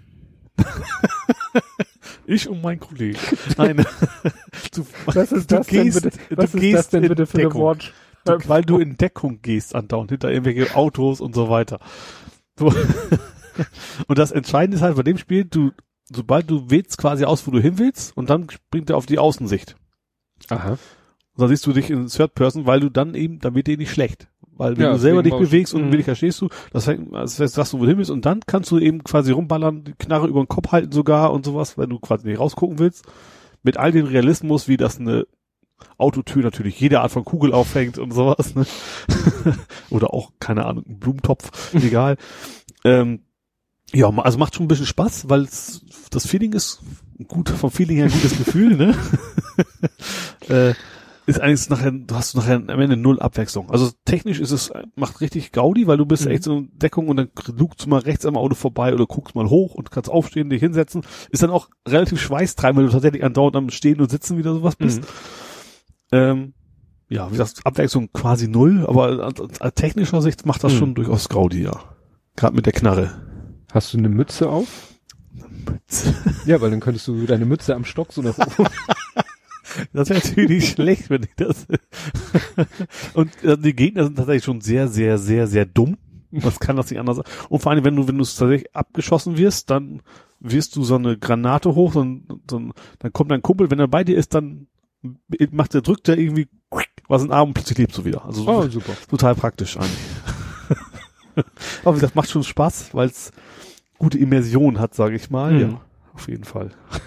ich und mein Kollege. Nein. du, Was ist du das denn gehst, bitte? du Was ist gehst das denn in bitte für eine Deckung. Wort? Du, weil du in Deckung gehst andauernd hinter irgendwelche Autos und so weiter. So. Und das Entscheidende ist halt bei dem Spiel, du, sobald du wählst quasi aus, wo du hin willst, und dann springt er auf die Außensicht. Aha. Und dann siehst du dich in Third Person, weil du dann eben, dann wird dir nicht schlecht. Weil wenn Ja, du selber dich deswegen bewegst und mhm. williger stehst du, das heißt, das heißt, sagst du, wohin willst, und dann kannst du eben quasi rumballern, die Knarre über den Kopf halten sogar und sowas, wenn du quasi nicht rausgucken willst. Mit all dem Realismus, wie das eine Autotür natürlich jede Art von Kugel aufhängt und sowas, ne? Oder auch, keine Ahnung, ein Blumentopf, egal. ähm, ja, also macht schon ein bisschen Spaß, weil das Feeling ist gut, vom Feeling her ein gutes Gefühl, ne? äh, ist eigentlich nachher, du hast nachher am Ende null Abwechslung. Also technisch ist es, macht richtig Gaudi, weil du bist Mhm. echt so in Deckung und dann lugst du mal rechts am Auto vorbei oder guckst mal hoch und kannst aufstehen, dich hinsetzen. Ist dann auch relativ schweißtreibend, weil du tatsächlich andauernd am Stehen und Sitzen wieder sowas bist. Mhm. Ähm, ja, wie gesagt, Abwechslung quasi null, aber aus, aus technischer Sicht macht das Mhm. schon durchaus Gaudi, ja. Gerade mit der Knarre. Hast du eine Mütze auf? Ja, weil dann könntest du deine Mütze am Stock so nach oben. Das wäre natürlich schlecht, wenn ich das. Und äh, die Gegner sind tatsächlich schon sehr, sehr, sehr, sehr dumm. Was kann das nicht anders sein? Und vor allem, wenn du, wenn du tatsächlich abgeschossen wirst, dann wirst du so eine Granate hoch, und, und dann kommt dein Kumpel, wenn er bei dir ist, dann macht der, drückt er irgendwie was in den Arm und plötzlich lebst du wieder. Also Oh, super. total praktisch eigentlich. Aber wie gesagt, macht schon Spaß, weil es gute Immersion hat, sage ich mal. Mhm. Ja, auf jeden Fall.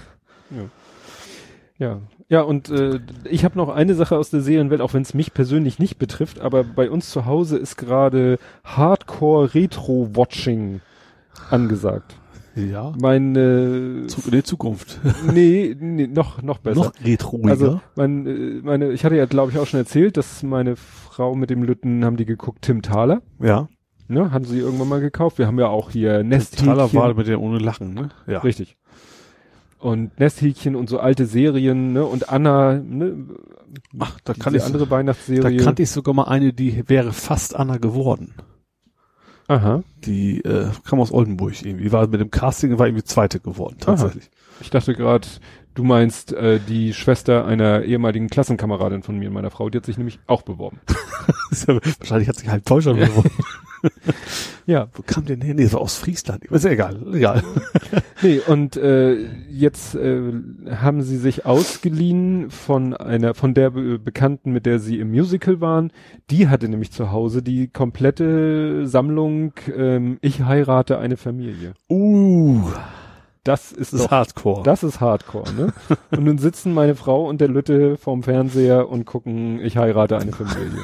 Ja. Ja, und äh, ich habe noch eine Sache aus der Serienwelt, auch wenn es mich persönlich nicht betrifft, aber bei uns zu Hause ist gerade Hardcore Retro-Watching angesagt. Ja. Meine Zurück in die Zukunft. nee, nee, noch noch besser. Noch retroiger. Also mein, äh, meine, ich hatte ja glaube ich auch schon erzählt, dass meine Frau mit dem Lütten haben die geguckt, Tim Thaler, ja. ne, hatten sie irgendwann mal gekauft. Wir haben ja auch hier Nesthäkchen. Thaler war mit der ohne Lachen, ne? Ja. Richtig. Und Nesthäkchen und so alte Serien, ne, und Anna, ne, Ach, da diese kann ich andere Da Weihnachtsserie. kannte ich sogar mal eine, die wäre fast Anna geworden. Aha. Die äh, kam aus Oldenburg irgendwie. Die war mit dem Casting war irgendwie zweite geworden, tatsächlich. Ich dachte gerade, du meinst äh, die Schwester einer ehemaligen Klassenkameradin von mir und meiner Frau, die hat sich nämlich auch beworben. Wahrscheinlich hat sich halt Täuscher beworben. Ja. Wo kam denn her? Nee, das war aus Friesland. Ist ja egal, egal. Nee, und äh, jetzt äh, haben sie sich ausgeliehen von einer, von der Be- Bekannten, mit der sie im Musical waren. Die hatte nämlich zu Hause die komplette Sammlung ähm, Ich heirate eine Familie. Uh. Das ist, das ist doch, Hardcore. Das ist Hardcore, ne? Und nun sitzen meine Frau und der Lütte vorm Fernseher und gucken, ich heirate eine Familie.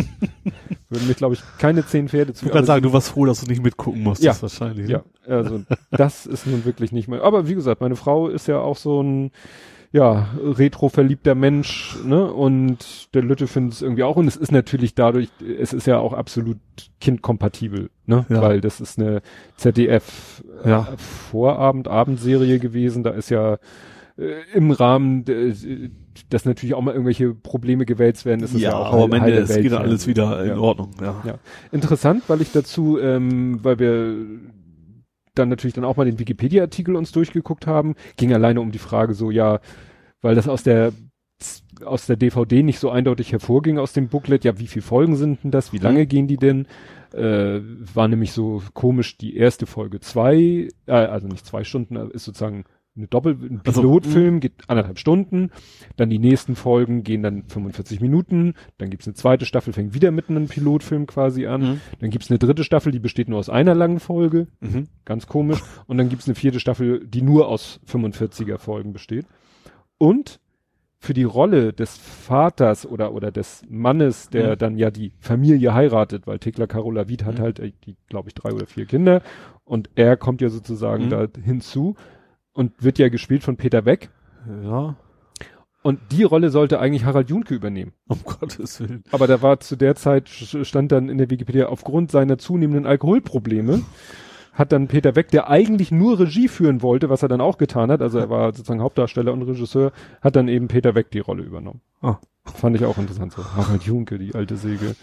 Würden mich, glaube ich, keine zehn Pferde zu. Ich kann sagen, du warst froh, dass du nicht mitgucken musstest, ja, wahrscheinlich. Ja, also das ist nun wirklich nicht mehr. Aber wie gesagt, meine Frau ist ja auch so ein, ja, retro-verliebter Mensch, ne? Und der Lütte findet es irgendwie auch. Und es ist natürlich dadurch, es ist ja auch absolut kindkompatibel, ne? Ja. Weil das ist eine Z D F Ja. äh, Vorabend, Abendserie gewesen. Da ist ja äh, im Rahmen, de, dass natürlich auch mal irgendwelche Probleme gewälzt werden. Das ist ja, ja auch aber am Ende heile es Welt geht dann alles wieder in ja. Ordnung. Ja. ja. Interessant, weil ich dazu, ähm, weil wir dann natürlich dann auch mal den Wikipedia-Artikel uns durchgeguckt haben, ging alleine um die Frage so, ja, weil das aus der aus der D V D nicht so eindeutig hervorging aus dem Booklet, ja, wie viele Folgen sind denn das, wie lange mhm. gehen die denn? Äh, war nämlich so komisch, die erste Folge zwei, äh, also nicht zwei Stunden, ist sozusagen eine Doppel, ein Pilotfilm, also, geht anderthalb Stunden, dann die nächsten Folgen gehen dann fünfundvierzig Minuten, dann gibt's eine zweite Staffel, fängt wieder mit einem Pilotfilm quasi an, mhm. dann gibt's eine dritte Staffel, die besteht nur aus einer langen Folge, mhm. ganz komisch, und dann gibt's eine vierte Staffel, die nur aus fünfundvierziger Folgen besteht. Und für die Rolle des Vaters oder oder des Mannes, der mhm. dann ja die Familie heiratet, weil Thekla Carola Wied hat mhm. halt, die glaube ich, drei oder vier Kinder und er kommt ja sozusagen mhm. da hinzu und wird ja gespielt von Peter Weck. Ja. Und die Rolle sollte eigentlich Harald Junke übernehmen. Um Gottes Willen. Aber da war zu der Zeit, stand dann in der Wikipedia, aufgrund seiner zunehmenden Alkoholprobleme, hat dann Peter Weck, der eigentlich nur Regie führen wollte, was er dann auch getan hat, also er war sozusagen Hauptdarsteller und Regisseur, hat dann eben Peter Weck die Rolle übernommen. Ah. Fand ich auch interessant so. Harald Junke, die alte Säge.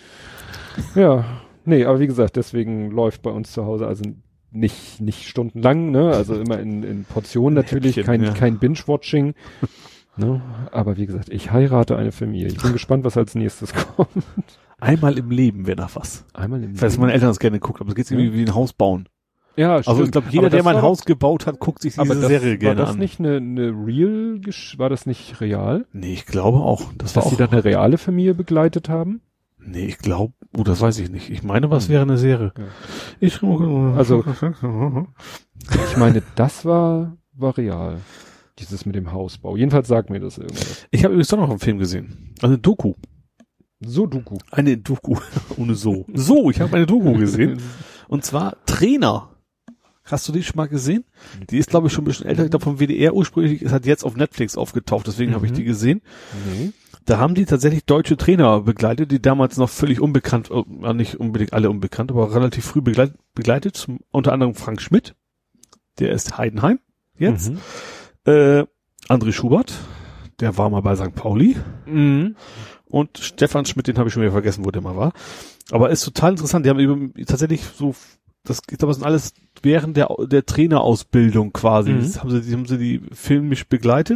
Ja, nee, aber wie gesagt, deswegen läuft bei uns zu Hause also nicht nicht stundenlang, ne, also immer in, in Portionen natürlich, Häppchen, kein ja. kein Binge-Watching, ne, aber wie gesagt, ich heirate eine Familie. Ich bin gespannt, was als nächstes kommt. Einmal im Leben wäre noch was. Einmal im Leben. Falls meine Eltern das gerne gucken, aber es geht irgendwie ja. wie ein Haus bauen. Ja, stimmt. Also ich glaube, jeder, der mal ein Haus gebaut hat, guckt sich diese aber das, Serie gerne an. War das an. nicht eine, eine real, war das nicht real? Nee, ich glaube auch. Das Dass war sie dann eine reale Familie begleitet haben? Nee, ich glaube, oh, das weiß ich nicht. Ich meine, was wäre eine Serie? Ja. Ich, also, ich meine, das war, war real. Dieses mit dem Hausbau. Jedenfalls sagt mir das irgendwas. Ich habe übrigens doch noch einen Film gesehen. Also eine Doku. So Doku. Eine Doku. Ohne so. So, ich habe eine Doku gesehen. Und zwar Trainer. Hast du die schon mal gesehen? Die ist, glaube ich, schon ein bisschen älter. Ich glaube, vom W D R ursprünglich. Es hat jetzt auf Netflix aufgetaucht. Deswegen mhm. habe ich die gesehen. Mhm. Da haben die tatsächlich deutsche Trainer begleitet, die damals noch völlig unbekannt, äh, nicht unbedingt alle unbekannt, aber relativ früh begleit, begleitet. Unter anderem Frank Schmidt. Der ist Heidenheim jetzt. Mhm. Äh, André Schubert. Der war mal bei Sankt Pauli. Mhm. Und Stefan Schmidt, den habe ich schon wieder vergessen, wo der mal war. Aber ist total interessant. Die haben eben tatsächlich so, das, ich glaube, das sind alles während der, der Trainerausbildung quasi. Mhm. Das haben sie, die haben sie die filmisch begleitet.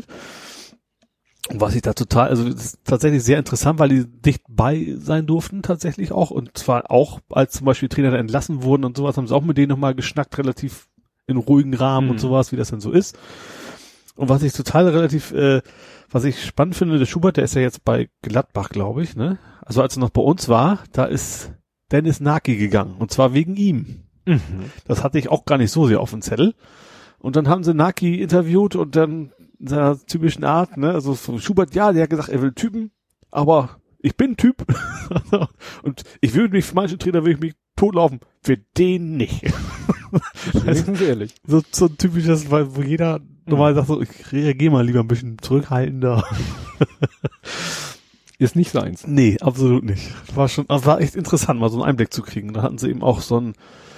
Und was ich da total, also das ist tatsächlich sehr interessant, weil die dicht bei sein durften tatsächlich auch. Und zwar auch, als zum Beispiel Trainer da entlassen wurden und sowas, haben sie auch mit denen nochmal geschnackt, relativ in ruhigen Rahmen mhm. und sowas, wie das denn so ist. Und was ich total relativ, äh, was ich spannend finde, der Schubert, der ist ja jetzt bei Gladbach, glaube ich, ne? Also als er noch bei uns war, da ist Dennis Naki gegangen. Und zwar wegen ihm. Mhm. Das hatte ich auch gar nicht so sehr auf dem Zettel. Und dann haben sie Naki interviewt und dann in seiner typischen Art, ne? Also von Schubert, ja, der hat gesagt, er will Typen, aber ich bin Typ. Und ich würde mich, für manche Trainer würde ich mich totlaufen. Für den nicht. Wenigstens ehrlich. So, so ein typisches, weil, wo jeder normal sagt so, ich reagiere mal lieber ein bisschen zurückhaltender. Ist nicht seins. Nee, absolut nicht. War schon, war echt interessant, mal so einen Einblick zu kriegen. Da hatten sie eben auch so einen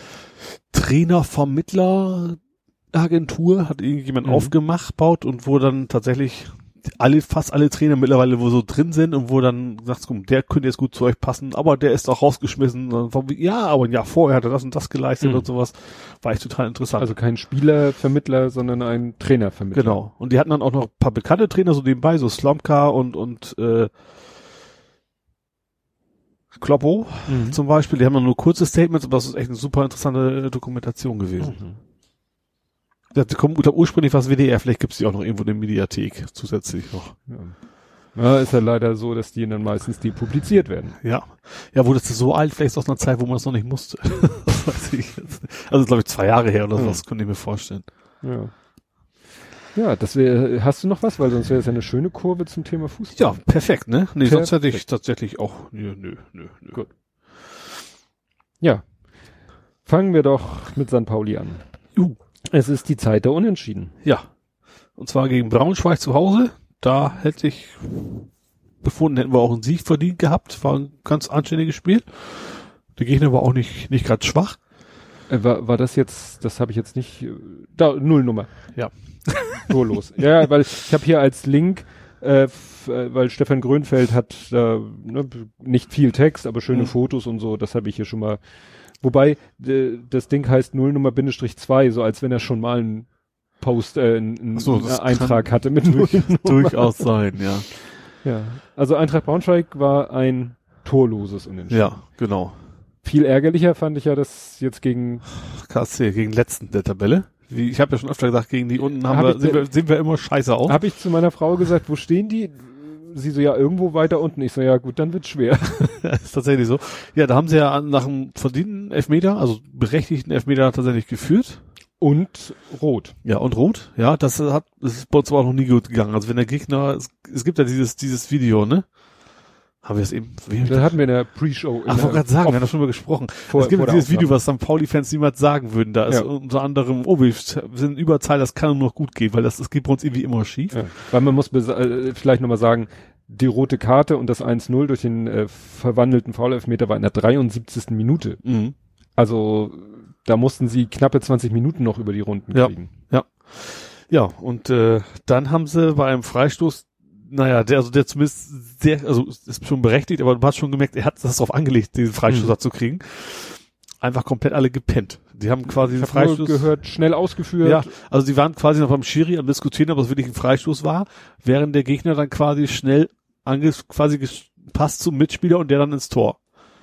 Trainer-Vermittler-Agentur, hat irgendjemand mhm. aufgemacht, baut und wo dann tatsächlich alle, fast alle Trainer mittlerweile wo so drin sind und wo dann sagst du, der könnte jetzt gut zu euch passen, aber der ist auch rausgeschmissen. Ja, aber ein Jahr vorher hat er das und das geleistet mhm. und sowas. War echt total interessant. Also kein Spielervermittler, sondern ein Trainervermittler. Genau. Und die hatten dann auch noch ein paar bekannte Trainer so nebenbei, so Slomka und, und, äh, Kloppo Mhm. zum Beispiel, die haben nur kurze Statements, aber das ist echt eine super interessante äh, Dokumentation gewesen. Mhm. Das kommt ursprünglich was W D R, vielleicht gibt's die auch noch irgendwo in der Mediathek zusätzlich noch. Ja. Ja, ist ja leider so, dass die dann meistens depubliziert werden. Ja. Ja, wurde das so alt, vielleicht aus einer Zeit, wo man das noch nicht musste. Das weiß ich jetzt nicht. Also, glaube ich, zwei Jahre her oder Mhm. sowas, könnte ich mir vorstellen. Ja. Ja, das wäre, hast du noch was? Weil sonst wäre es ja eine schöne Kurve zum Thema Fußball. Ja, perfekt, ne? Nee, Perfekt. sonst hätte ich tatsächlich auch, nö, nö, nö, nö. Gut. Ja. Fangen wir doch mit Sankt Pauli an. Uh. Es ist die Zeit der Unentschieden. Ja. Und zwar gegen Braunschweig zu Hause. Da hätte ich befunden, hätten wir auch einen Sieg verdient gehabt. War ein ganz anständiges Spiel. Der Gegner war auch nicht, nicht gerade schwach. Äh, war, war das jetzt, das habe ich jetzt nicht, äh, da, Nullnummer. Ja. Torlos. Ja, weil ich habe hier als Link, äh, f, äh, weil Stefan Grönfeld hat äh, ne, nicht viel Text, aber schöne Mhm. Fotos und so, das habe ich hier schon mal. Wobei, äh, das Ding heißt Nullnummer Bindestrich zwei, so als wenn er schon mal einen Post, äh, einen, Ach so, einen das Eintrag kann hatte mit durch- Nullnummer. Durchaus sein, ja. Ja. Also Eintracht Braunschweig war ein torloses Unentschieden. Ja, genau. Viel ärgerlicher fand ich ja, dass jetzt gegen K S C gegen letzten der Tabelle. Wie, ich habe ja schon öfter gesagt, gegen die unten haben Hab wir, ich- sehen wir, sehen wir immer scheiße aus. habe ich zu meiner Frau gesagt, wo stehen die? Sie so, ja, irgendwo weiter unten. Ich so, ja gut, dann wird's schwer. ist tatsächlich so. Ja, da haben sie ja nach einem verdienten Elfmeter, also berechtigten Elfmeter tatsächlich geführt. Und rot. Ja, und rot. Ja, das hat, das ist bei uns aber auch noch nie gut gegangen. Also wenn der Gegner, es, es gibt ja dieses, dieses Video, ne? Haben wir es eben, wie Das hatten wir in der Pre-Show. Ach, ich wollte gerade sagen, wir haben das schon mal gesprochen. vor, es gibt vor der dieses Aufnahme. Video, was Sankt Pauli-Fans niemals sagen würden. Da ist Ja. unter anderem, oh, wir sind in Überzahl, das kann nur noch gut gehen, weil das, das geht bei uns irgendwie immer schief. Ja. Weil man muss besa- äh, vielleicht nochmal sagen, die rote Karte und das eins null durch den äh, verwandelten Foul-Elfmeter war in der dreiundsiebzigsten Minute. Mhm. Also da mussten sie knappe zwanzig Minuten noch über die Runden Ja. kriegen. Ja, und äh, dann haben sie bei einem Freistoß, naja, der, also der zumindest sehr, also ist schon berechtigt, aber du hast schon gemerkt, er hat das darauf angelegt, diesen Freistoß Mhm. zu kriegen. Einfach komplett alle gepennt. Die haben quasi den Ich habe nur Freistoß gehört, schnell ausgeführt. Ja, also die waren quasi noch beim Schiri am Diskutieren, ob es wirklich ein Freistoß war, während der Gegner dann quasi schnell anges quasi gepasst zum Mitspieler und der dann ins Tor.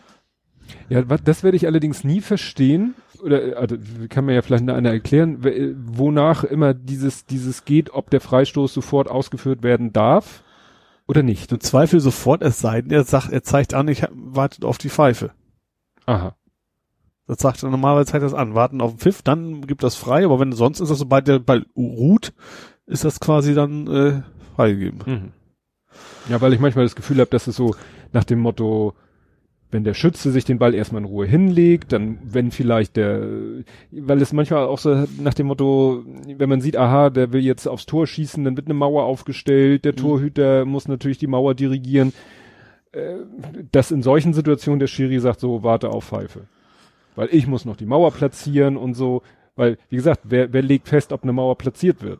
Ja, wa- das werde ich allerdings nie verstehen. Oder also, kann mir ja vielleicht einer erklären, w- wonach immer dieses dieses geht, ob der Freistoß sofort ausgeführt werden darf oder nicht. Im Zweifel sofort, es sei denn, er sagt, er zeigt an, ich hab- wartet auf die Pfeife. Aha. Das sagt er normalerweise, zeigt das an, warten auf den Pfiff, dann gibt das frei, aber wenn sonst ist das, sobald der Ball ruht, ist das quasi dann äh, freigegeben. Mhm. Ja, weil ich manchmal das Gefühl habe, dass es so nach dem Motto, wenn der Schütze sich den Ball erstmal in Ruhe hinlegt, dann wenn vielleicht der, weil es manchmal auch so nach dem Motto, wenn man sieht, aha, der will jetzt aufs Tor schießen, dann wird eine Mauer aufgestellt, der Mhm. Torhüter muss natürlich die Mauer dirigieren, äh, dass in solchen Situationen der Schiri sagt so, warte auf Pfeife. Weil ich muss noch die Mauer platzieren und so, weil, wie gesagt, wer, wer legt fest, ob eine Mauer platziert wird?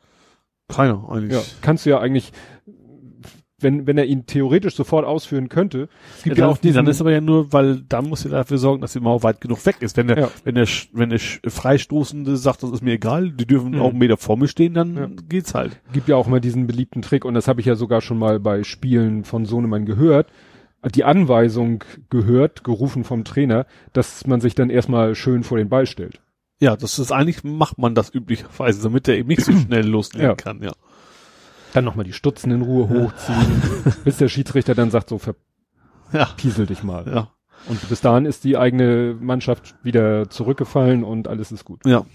Keiner eigentlich. Ja, kannst du ja eigentlich, wenn, wenn er ihn theoretisch sofort ausführen könnte, es gibt Ja, ja, dann, auch diesen, dann ist aber ja nur, weil dann muss er dafür sorgen, dass die Mauer weit genug weg ist. Wenn der, Ja. wenn der, Sch- wenn der Sch- Freistoßende sagt, das ist mir egal, die dürfen Mhm. auch einen Meter vor mir stehen, dann Ja. geht's halt. gibt ja auch mal diesen beliebten Trick und das habe ich ja sogar schon mal bei Spielen von Sohnemann gehört, die Anweisung gehört, gerufen vom Trainer, dass man sich dann erstmal schön vor den Ball stellt. Ja, das ist eigentlich, macht man das üblicherweise, damit der eben nicht so schnell loslegen Ja. kann, ja. Dann nochmal die Stutzen in Ruhe hochziehen, bis der Schiedsrichter dann sagt, so Ja. verpiesel dich mal. Ja. Und bis dahin ist die eigene Mannschaft wieder zurückgefallen und alles ist gut. Ja.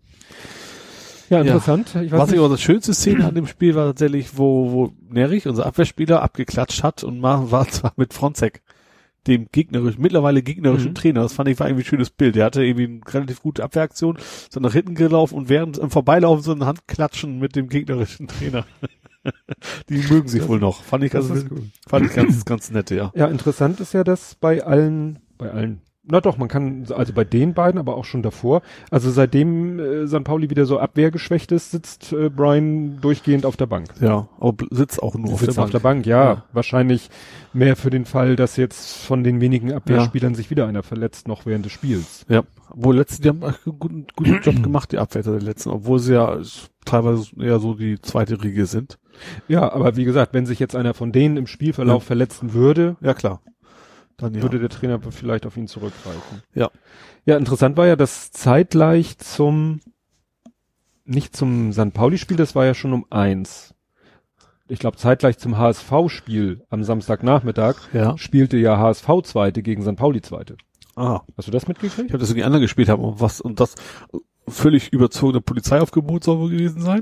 Ja, interessant. Ich weiß Was ich nicht. aber das schönste Szene an dem Spiel war tatsächlich, wo, wo Nerich, unser Abwehrspieler, abgeklatscht hat und war, war zwar mit Fronzek, dem gegnerischen, mittlerweile gegnerischen Mhm. Trainer. Das fand ich war irgendwie ein schönes Bild. Der hatte irgendwie eine relativ gute Abwehraktion, so nach hinten gelaufen und während im Vorbeilaufen so ein Handklatschen mit dem gegnerischen Trainer. Die mögen sich Das- wohl noch. Fand ich, das also, ist cool. fand ich ganz, ganz nette, ja. Ja, interessant ist ja, dass bei allen, bei allen, na doch, man kann, also bei den beiden, aber auch schon davor, also seitdem äh, Sankt Pauli wieder so abwehrgeschwächt ist, sitzt äh, Brian durchgehend auf der Bank. Ja, aber bl- sitzt auch nur auf der Sitzt Bank. auf der Bank, ja, Ja. wahrscheinlich mehr für den Fall, dass jetzt von den wenigen Abwehrspielern sich wieder einer verletzt, noch während des Spiels. Ja, obwohl letzten, die haben echt einen guten, guten Job gemacht, die Abwehr der letzten, obwohl sie ja teilweise eher so die zweite Riege sind. Ja, aber wie gesagt, wenn sich jetzt einer von denen im Spielverlauf Ja. verletzen würde, Ja, klar. Dann ja. würde der Trainer vielleicht auf ihn zurückgreifen. Ja. Ja, interessant war ja, dass zeitgleich zum, nicht zum Sankt Pauli-Spiel, das war ja schon um eins. Ich glaube, zeitgleich zum H S V-Spiel am Samstagnachmittag Ja. spielte ja H S V Zweite gegen Sankt Pauli Zweite. Ah. Hast du das mitgekriegt? Ich habe das gegen andere gespielt haben und was, und das völlig überzogene Polizeiaufgebot soll wohl gewesen sein?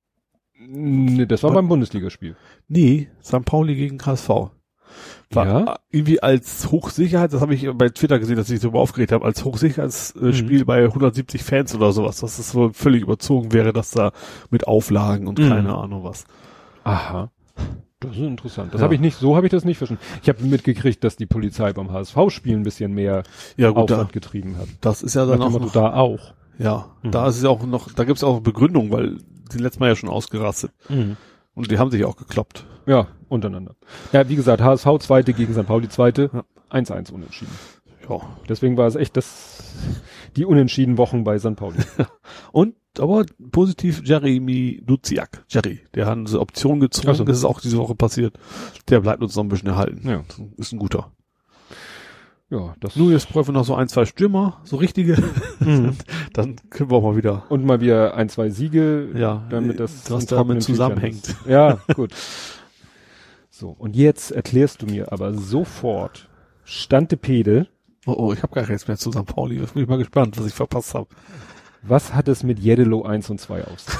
Nee, das war Was? beim Bundesligaspiel. Nee, Sankt Pauli gegen H S V. War Ja? irgendwie als Hochsicherheit, das habe ich bei Twitter gesehen, dass ich sich darüber aufgeregt habe, als Hochsicherheitsspiel Mhm. bei hundertsiebzig Fans oder sowas, dass es wohl völlig überzogen wäre, dass da mit Auflagen und Mhm. keine Ahnung was. Aha. Das ist interessant. Das Ja. habe ich nicht, so habe ich das nicht verstanden. Ich habe mitgekriegt, dass die Polizei beim H S V-Spiel ein bisschen mehr Ja gut, da, Aufwand getrieben hat. das ist ja dann Nach auch dem Motto, noch, da auch. ja, Mhm. da ist es ja auch noch, da gibt es auch eine Begründung, weil die letztes Mal ja schon ausgerastet und die haben sich auch gekloppt. Ja, untereinander. Ja, wie gesagt, H S V Zweite gegen Sankt Pauli Zweite, Ja. eins eins unentschieden. Ja. Deswegen war es echt das, die unentschieden Wochen bei Sankt Pauli. Und, aber positiv Jeremy Duziak, Jerry, der hat eine Option gezogen, Ach so. das ist auch diese Woche passiert. Der bleibt uns noch ein bisschen erhalten. Ja. Ist ein guter. Ja, das Nur jetzt brauchen wir noch so ein, zwei Stürmer, so richtige. Mhm. Dann können wir auch mal wieder, Und mal wieder ein, zwei Siege, ja, damit das was in damit trockenen zusammenhängt. Tüchern ist. Ja, gut. So, und jetzt erklärst du mir aber sofort, Stantepede, Oh, oh, ich habe gar nichts mehr zu Sankt Pauli. Jetzt bin ich mal gespannt, was ich verpasst habe. was hat es mit Jeddelo eins und zwei auf sich?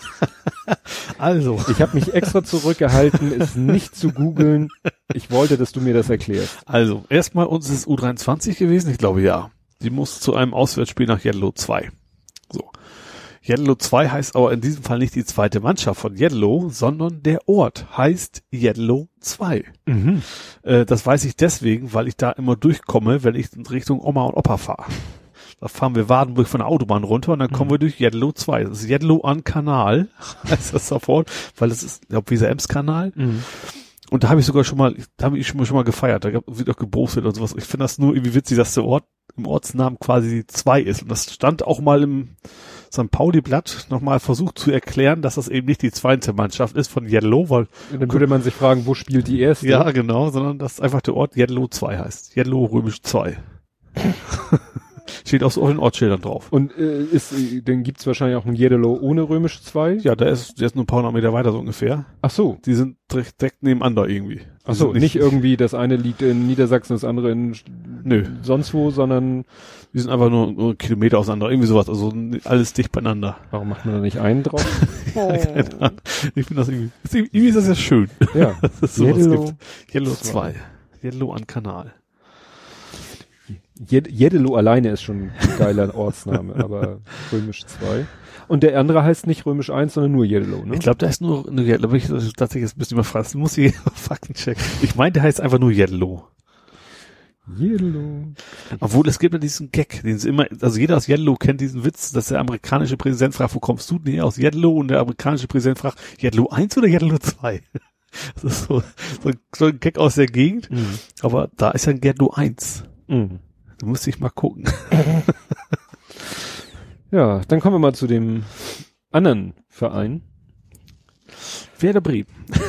Also, Ich habe mich extra zurückgehalten, es nicht zu googeln. Ich wollte, dass du mir das erklärst. also, erstmal uns ist U dreiundzwanzig gewesen, ich glaube ja. Die muss zu einem Auswärtsspiel nach Jeddelo zwei. So. Jeddelo zwei heißt aber in diesem Fall nicht die zweite Mannschaft von Jeddelo, sondern der Ort heißt Jeddelo zwei. Mhm. Äh, das weiß ich deswegen, weil ich da immer durchkomme, wenn ich in Richtung Oma und Opa fahre. Da fahren wir Wadenburg von der Autobahn runter und dann kommen wir durch Jeddelo zwei. Das ist Jeddelo an Kanal, heißt das sofort, weil das ist, ich glaube, Weser Ems Kanal. Mhm. Und da habe ich sogar schon mal, da habe ich schon mal, schon mal gefeiert. Da gab, wird auch gepostet und sowas. Ich finde das nur irgendwie witzig, dass der Ort im Ortsnamen quasi zwei ist. Und das stand auch mal im Sankt Pauli-Blatt nochmal versucht zu erklären, dass das eben nicht die zweite Mannschaft ist von Jeddelo, weil, Und dann würde man sich fragen, wo spielt die erste? ja genau, sondern dass einfach der Ort Jeddelo zwei heißt. Jeddelo römisch zwei. Steht auch so auf den Ortsschildern drauf. Und äh, ist, äh, dann gibt's wahrscheinlich auch ein Jeddelo ohne römisch zwei? Ja, der ist, der ist nur ein paar hundert Meter weiter so ungefähr. Ach so. Die sind direkt, direkt nebeneinander irgendwie. Die Ach so, sind nicht irgendwie, das eine liegt in Niedersachsen, das andere in Nö. sonst wo, sondern Die sind einfach nur, nur Kilometer auseinander, irgendwie sowas, also alles dicht beieinander. warum macht man da nicht einen drauf? Keine Ahnung. Ich finde das irgendwie, irgendwie ist das ja schön. Ja. dass es sowas Jeddelo gibt. Jeddelo zwei. zwei. Jeddelo an Kanal. Jed Jeddelo alleine ist schon ein geiler Ortsname, aber römisch zwei. Und der andere heißt nicht römisch eins, sondern nur Jeddelo, ne? Ich glaube, da ist nur, nur Jeddelo, da bin ich tatsächlich jetzt ein bisschen überfragt. Das muss ich Faktencheck. Ich meine, der heißt einfach nur Jeddelo. Jeddelo. Obwohl, es gibt ja diesen Gag, den sie immer, also jeder aus Jeddelo kennt diesen Witz, dass der amerikanische Präsident fragt, wo kommst du? Nee, aus Jeddelo, und der amerikanische Präsident fragt, Jeddelo eins oder Jeddelo zwei? Das ist so, so, ein- so ein Gag aus der Gegend, Mhm. aber da ist ja ein Jeddelo eins. Mhm. Da musste ich mal gucken. Ja, dann kommen wir mal zu dem anderen Verein. Werder Bremen.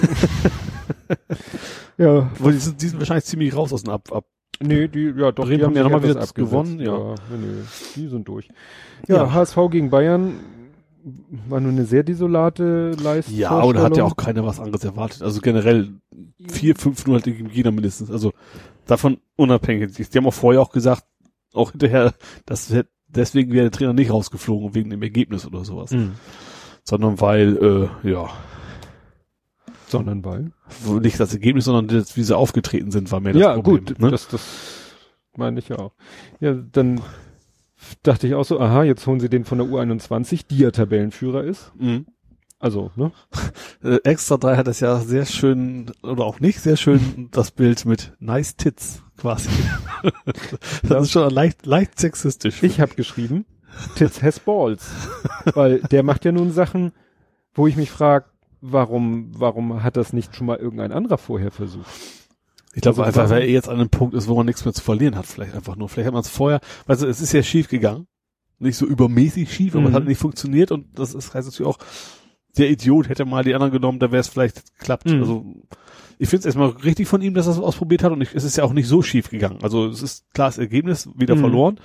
Ja. Wo die sind, die sind wahrscheinlich ziemlich raus aus dem Ab, Ab. Nee, die, ja doch, Bremen die haben ja sich noch mal etwas wieder gewonnen, ja. ja nee, nee, die sind durch. Ja, Ja. H S V gegen Bayern war nur eine sehr desolate Leistung. Ja, und hat ja auch keiner was anderes erwartet. Also generell vier, fünf null hatte jeder mindestens. Also davon unabhängig. Die haben auch vorher auch gesagt, auch hinterher, dass wir- deswegen wäre der Trainer nicht rausgeflogen, wegen dem Ergebnis oder sowas. Mhm. Sondern weil, äh, ja, Sondern weil. wo- nicht das Ergebnis, sondern das, wie sie aufgetreten sind, war mehr das Ja, Problem. gut, ne? das, das meine ich ja auch. Ja, dann dachte ich auch so, aha, jetzt holen sie den von der U einundzwanzig, die ja Tabellenführer ist. Mhm. Also, ne? Äh, Extra drei hat das ja sehr schön, oder auch nicht sehr schön, das Bild mit Nice Tits quasi. Das ist schon leicht, leicht sexistisch. Ich habe geschrieben, Tits has balls. Weil der macht ja nun Sachen, wo ich mich frage, warum, warum hat das nicht schon mal irgendein anderer vorher versucht? Ich glaube Also einfach, warum- weil er jetzt an einem Punkt ist, wo man nichts mehr zu verlieren hat, vielleicht einfach nur. Vielleicht hat man es vorher, weißt du, es ist ja schief gegangen. Nicht so übermäßig schief, aber Mhm. es hat nicht funktioniert, und das ist, heißt natürlich auch, der Idiot hätte mal die anderen genommen, da wäre es vielleicht geklappt. Mhm. Also ich finde es erstmal richtig von ihm, dass er es ausprobiert hat und ich, es ist ja auch nicht so schief gegangen. Also es ist klar, das Ergebnis wieder mhm. verloren.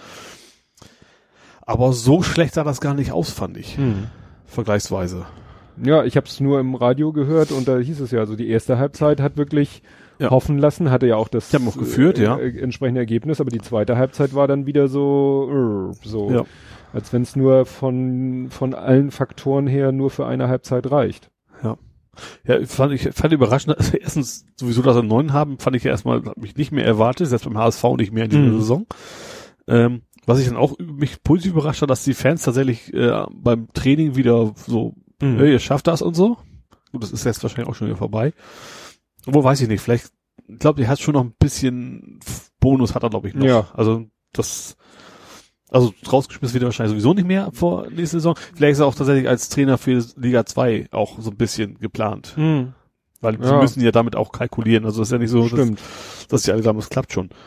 Aber so schlecht sah das gar nicht aus, fand ich. Mhm. Vergleichsweise. Ja, ich habe es nur im Radio gehört und da hieß es ja, also die erste Halbzeit hat wirklich ja. hoffen lassen, hatte ja auch das auch geführt, äh, ja. äh, entsprechende Ergebnis, aber die zweite Halbzeit war dann wieder so, äh, so ja. als wenn es nur von von allen Faktoren her nur für eine Halbzeit reicht. Ja. Ja, fand ich fand überraschend. Also erstens sowieso, dass sie neun haben, fand ich ja erstmal, hab mich nicht mehr erwartet, selbst beim H S V nicht mehr in dieser mhm. Saison. Ähm, was ich dann auch mich positiv überrascht hat, dass die Fans tatsächlich äh, beim Training wieder so, mhm. hey, ihr schafft das und so. Gut, das ist jetzt wahrscheinlich auch schon wieder vorbei. Obwohl, weiß ich nicht, vielleicht, ich glaube, der hat schon noch ein bisschen Bonus, hat er, glaube ich, noch. Ja. Also das, also rausgeschmissen wird er wahrscheinlich sowieso nicht mehr vor nächste Saison. Vielleicht ist er auch tatsächlich als Trainer für Liga zwei auch so ein bisschen geplant. Mhm. Weil ja. sie müssen ja damit auch kalkulieren. Also es ist ja nicht so, Stimmt. dass, dass die alle sagen, es klappt schon.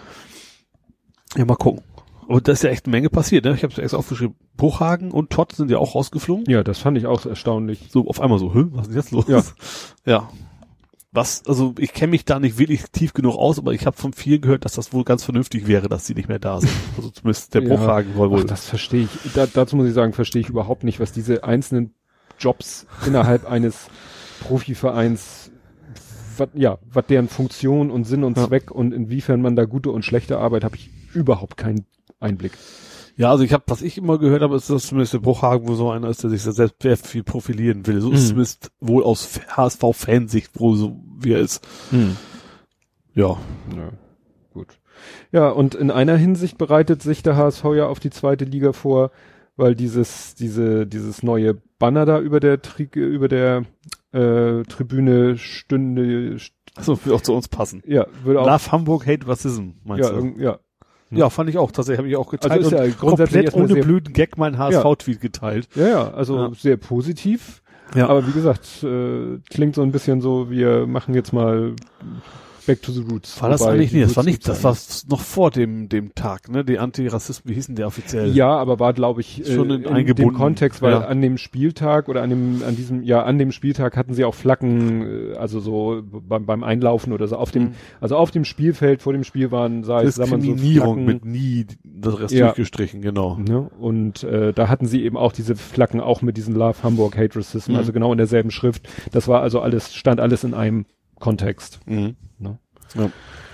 Ja, mal gucken. Aber da ist ja echt eine Menge passiert, ne? Ich habe es extra aufgeschrieben. Bruchhagen und Todd sind ja auch rausgeflogen. Ja, das fand ich auch erstaunlich. So auf einmal so, hä, was ist jetzt los? Ja. Ja. Was, also ich kenne mich da nicht wirklich tief genug aus, aber ich habe von vielen gehört, dass das wohl ganz vernünftig wäre, dass sie nicht mehr da sind. Also zumindest der Bruchhagen ja. wohl wohl. Ach, das verstehe ich. Da, dazu muss ich sagen, verstehe ich überhaupt nicht, was diese einzelnen Jobs innerhalb eines Profivereins, wat, ja, was deren Funktion und Sinn und ja. Zweck und inwiefern man da gute und schlechte Arbeit, habe ich überhaupt keinen Einblick. Ja, also ich habe, was ich immer gehört habe, ist, dass zumindest der Bruchhagen wohl so einer ist, der sich selbst sehr viel profilieren will. So mhm. ist zumindest wohl aus H S V-Fansicht wohl so, wie er ist. Mhm. Ja. Ja, gut. Ja, und in einer Hinsicht bereitet sich der H S V ja auf die zweite Liga vor, weil dieses, diese, dieses neue Banner da über der, Tri über der äh, Tribüne stünde. St Achso, würde auch zu uns passen. Ja, würde auch. Love Hamburg, Hate Racism, meinst ja, du? Ja. Ja, fand ich auch. Tatsächlich habe ich auch geteilt. Also ist ja und grundsätzlich komplett ohne sehr, blöden Gag mein H S V-Tweet geteilt. Ja, ja, also ja. sehr positiv. Ja. Aber wie gesagt, äh, klingt so ein bisschen so, wir machen jetzt mal Back to the Roots. War das eigentlich nicht? Das war nicht, das war noch vor dem, dem Tag, ne? Die Antirassismus, wie hießen der offiziell? Ja, aber war, glaube ich, schon äh, in, in eingebunden. dem Kontext, weil ja. an dem Spieltag oder an dem, an diesem, ja, an dem Spieltag hatten sie auch Flaggen, äh, also so beim, beim Einlaufen oder so auf dem, mhm. also auf dem Spielfeld vor dem Spiel waren, sei es, Diskriminierung so mit nie, das Rest ja. durchgestrichen, genau. Ne? Und äh, da hatten sie eben auch diese Flaggen auch mit diesen Love Hamburg Hate Racism, mhm. also genau in derselben Schrift. Das war also alles, stand alles in einem Kontext. Mhm. Ne? Ja.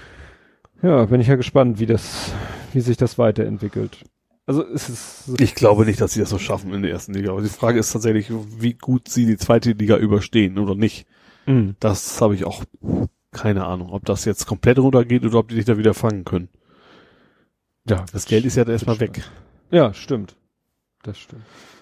Ja, bin ich ja gespannt, wie das, wie sich das weiterentwickelt. Also es ist. Ich glaube nicht, dass sie das so schaffen in der ersten Liga. Aber die Frage ist tatsächlich, wie gut sie die zweite Liga überstehen oder nicht. Mhm. Das habe ich auch keine Ahnung, ob das jetzt komplett runtergeht oder ob die sich da wieder fangen können. Ja, das Geld ist ja da erstmal weg. Ja, stimmt. Das stimmt.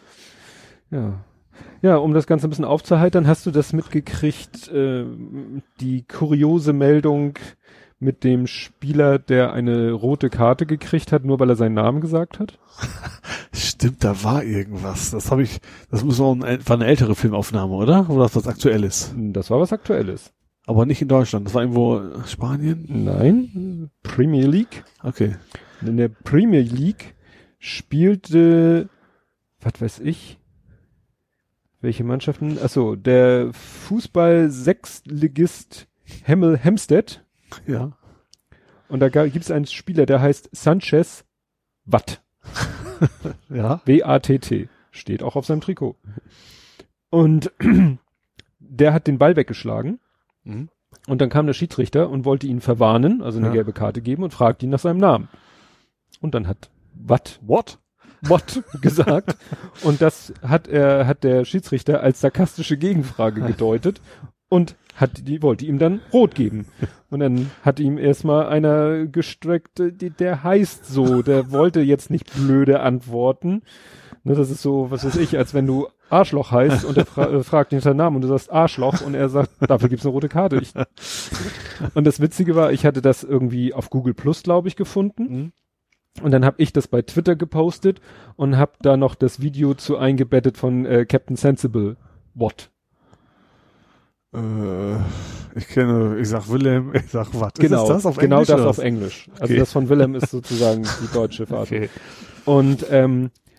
Ja. Ja, um das Ganze ein bisschen aufzuheitern, hast du das mitgekriegt, äh, die kuriose Meldung mit dem Spieler, der eine rote Karte gekriegt hat, nur weil er seinen Namen gesagt hat? Stimmt, da war irgendwas. Das habe ich, das muss auch ein, war eine ältere Filmaufnahme, oder? Oder was Aktuelles? Das war was Aktuelles. Aber nicht in Deutschland. Das war irgendwo Spanien? Nein, Premier League. Okay. In der Premier League spielte, was weiß ich, welche Mannschaften? Achso, der Fußball-Sechstligist Hemel Hempstead. Ja. Und da gibt es einen Spieler, der heißt Sanchez Watt. Ja. W A T T. Steht auch auf seinem Trikot. Und der hat den Ball weggeschlagen. Mhm. Und dann kam der Schiedsrichter und wollte ihn verwarnen, also eine ja. gelbe Karte geben und fragte ihn nach seinem Namen. Und dann hat Watt. What? Watt gesagt. Und das hat er, hat der Schiedsrichter als sarkastische Gegenfrage gedeutet. Und hat, die wollte ihm dann rot geben. Und dann hat ihm erstmal einer gestreckt, der heißt so, der wollte jetzt nicht blöde antworten. Ne, das ist so, was weiß ich, als wenn du Arschloch heißt und er fra äh, fragt dich seinen Namen und du sagst Arschloch und er sagt, dafür gibt's eine rote Karte. Ich, und das Witzige war, ich hatte das irgendwie auf Google Plus, glaube ich, gefunden. Mhm. Und dann habe ich das bei Twitter gepostet und habe da noch das Video zu eingebettet von äh, Captain Sensible. What? Äh, ich kenne, ich sag Willem, ich sag was. Genau, ist das auf genau Englisch, das oder? auf Englisch. Also okay. das von Willem ist sozusagen die deutsche Fassung. Okay. Und ähm,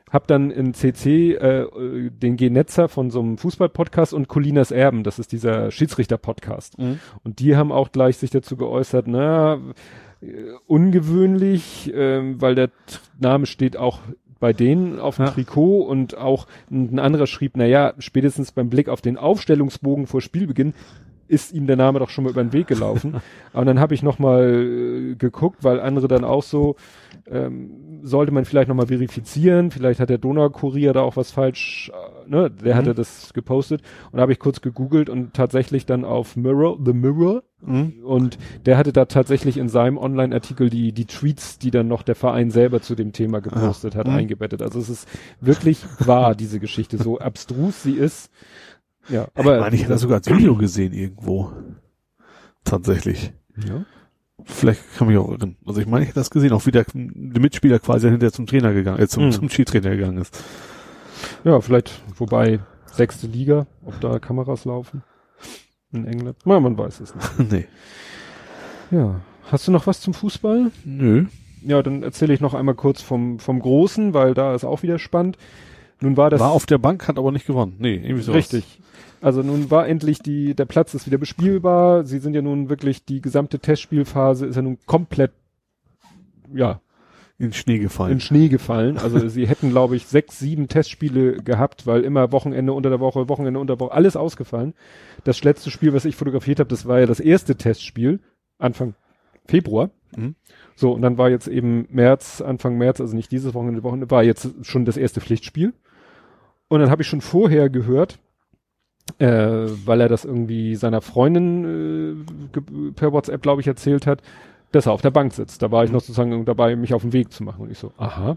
hab dann in C C äh, den Genetzer von so einem Fußball-Podcast und Colinas Erben, das ist dieser Schiedsrichter-Podcast. Mhm. Und die haben auch gleich sich dazu geäußert, na, äh, ungewöhnlich, äh, weil der T- Name steht auch bei denen auf dem ja. Trikot und auch ein anderer schrieb, naja, spätestens beim Blick auf den Aufstellungsbogen vor Spielbeginn ist ihm der Name doch schon mal über den Weg gelaufen. Aber dann habe ich nochmal äh, geguckt, weil andere dann auch so, ähm, sollte man vielleicht nochmal verifizieren, vielleicht hat der Donaukurier da auch was falsch, äh, ne, der mhm. hatte das gepostet und habe ich kurz gegoogelt und tatsächlich dann auf Mirror, The Mirror mhm. und der hatte da tatsächlich in seinem Online-Artikel die, die Tweets, die dann noch der Verein selber zu dem Thema gepostet ah. hat, mhm. eingebettet. Also es ist wirklich wahr, diese Geschichte, so abstrus sie ist. Ja, aber ich meine, ich hätte das sogar als Video gesehen irgendwo. Tatsächlich. Ja. Vielleicht kann mich auch irren. Also ich meine, ich hätte das gesehen, auch wie der, der Mitspieler quasi hinterher zum Trainer gegangen, äh, zum, mhm. zum Schiedsrichter gegangen ist. Ja, vielleicht, wobei sechste Liga, ob da Kameras laufen in England. Na, man weiß es nicht. Nee. Ja. Hast du noch was zum Fußball? Nö. Ja, dann erzähle ich noch einmal kurz vom, vom Großen, weil da ist auch wieder spannend. Nun war das. War auf der Bank, hat aber nicht gewonnen. Nee, irgendwie so. Richtig. Also nun war endlich die, der Platz ist wieder bespielbar. Sie sind ja nun wirklich, die gesamte Testspielphase ist ja nun komplett, ja. In Schnee gefallen. In Schnee gefallen. Also sie hätten, glaube ich, sechs, sieben Testspiele gehabt, weil immer Wochenende unter der Woche, Wochenende unter der Woche, alles ausgefallen. Das letzte Spiel, was ich fotografiert habe, das war ja das erste Testspiel, Anfang Februar. Mhm. So, und dann war jetzt eben März, Anfang März, also nicht dieses Wochenende, Wochenende, war jetzt schon das erste Pflichtspiel. Und dann habe ich schon vorher gehört, äh, weil er das irgendwie seiner Freundin äh, per WhatsApp, glaube ich, erzählt hat, dass er auf der Bank sitzt. Da war ich noch sozusagen dabei, mich auf den Weg zu machen. Und ich so, aha.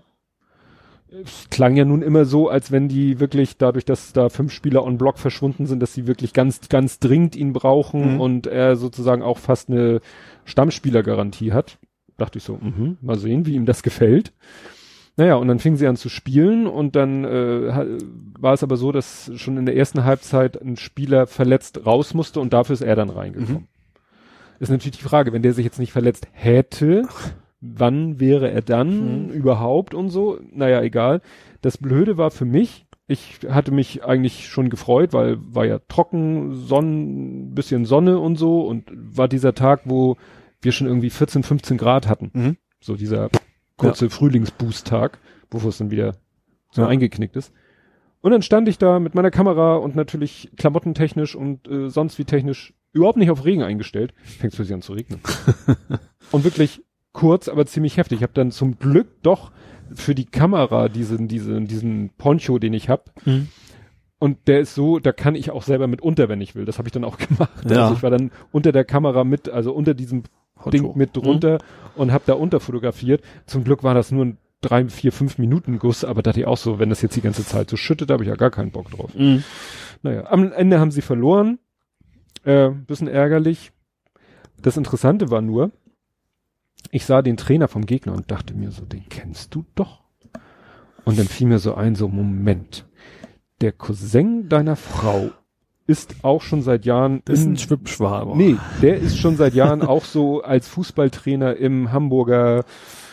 Es klang ja nun immer so, als wenn die wirklich dadurch, dass da fünf Spieler on Block verschwunden sind, dass sie wirklich ganz, ganz dringend ihn brauchen mhm. und er sozusagen auch fast eine Stammspielergarantie hat. Dachte ich so, mh, mal sehen, wie ihm das gefällt. Naja, und dann fingen sie an zu spielen und dann äh, war es aber so, dass schon in der ersten Halbzeit ein Spieler verletzt raus musste und dafür ist er dann reingekommen. Mhm. Ist natürlich die Frage, wenn der sich jetzt nicht verletzt hätte, wann wäre er dann mhm. überhaupt und so? Naja, egal. Das Blöde war für mich, ich hatte mich eigentlich schon gefreut, weil war ja trocken, Sonnen, bisschen Sonne und so und war dieser Tag, wo wir schon irgendwie vierzehn, fünfzehn Grad hatten. Mhm. So dieser kurze ja. Frühlingsboost-Tag, bevor es dann wieder so ja. eingeknickt ist. Und dann stand ich da mit meiner Kamera und natürlich klamottentechnisch und äh, sonst wie technisch überhaupt nicht auf Regen eingestellt. Fängt es plötzlich an zu regnen. Und wirklich kurz, aber ziemlich heftig. Ich habe dann zum Glück doch für die Kamera diesen, diesen, diesen Poncho, den ich habe. Mhm. Und der ist so, da kann ich auch selber mit unter, wenn ich will. Das habe ich dann auch gemacht. Ja. Also ich war dann unter der Kamera mit, also unter diesem Hotto. Ding mit drunter mhm. und habe da unter fotografiert. Zum Glück war das nur ein drei, vier, fünf Minuten Guss, aber dachte ich auch so, wenn das jetzt die ganze Zeit so schüttet, habe ich ja gar keinen Bock drauf. Mhm. Naja, am Ende haben sie verloren. Äh, bisschen ärgerlich. Das Interessante war nur, ich sah den Trainer vom Gegner und dachte mir so, den kennst du doch. Und dann fiel mir so ein, so Moment, der Cousin deiner Frau ist auch schon seit Jahren... Das ist ein Schwippschwaber. Nee, der ist schon seit Jahren auch so als Fußballtrainer im Hamburger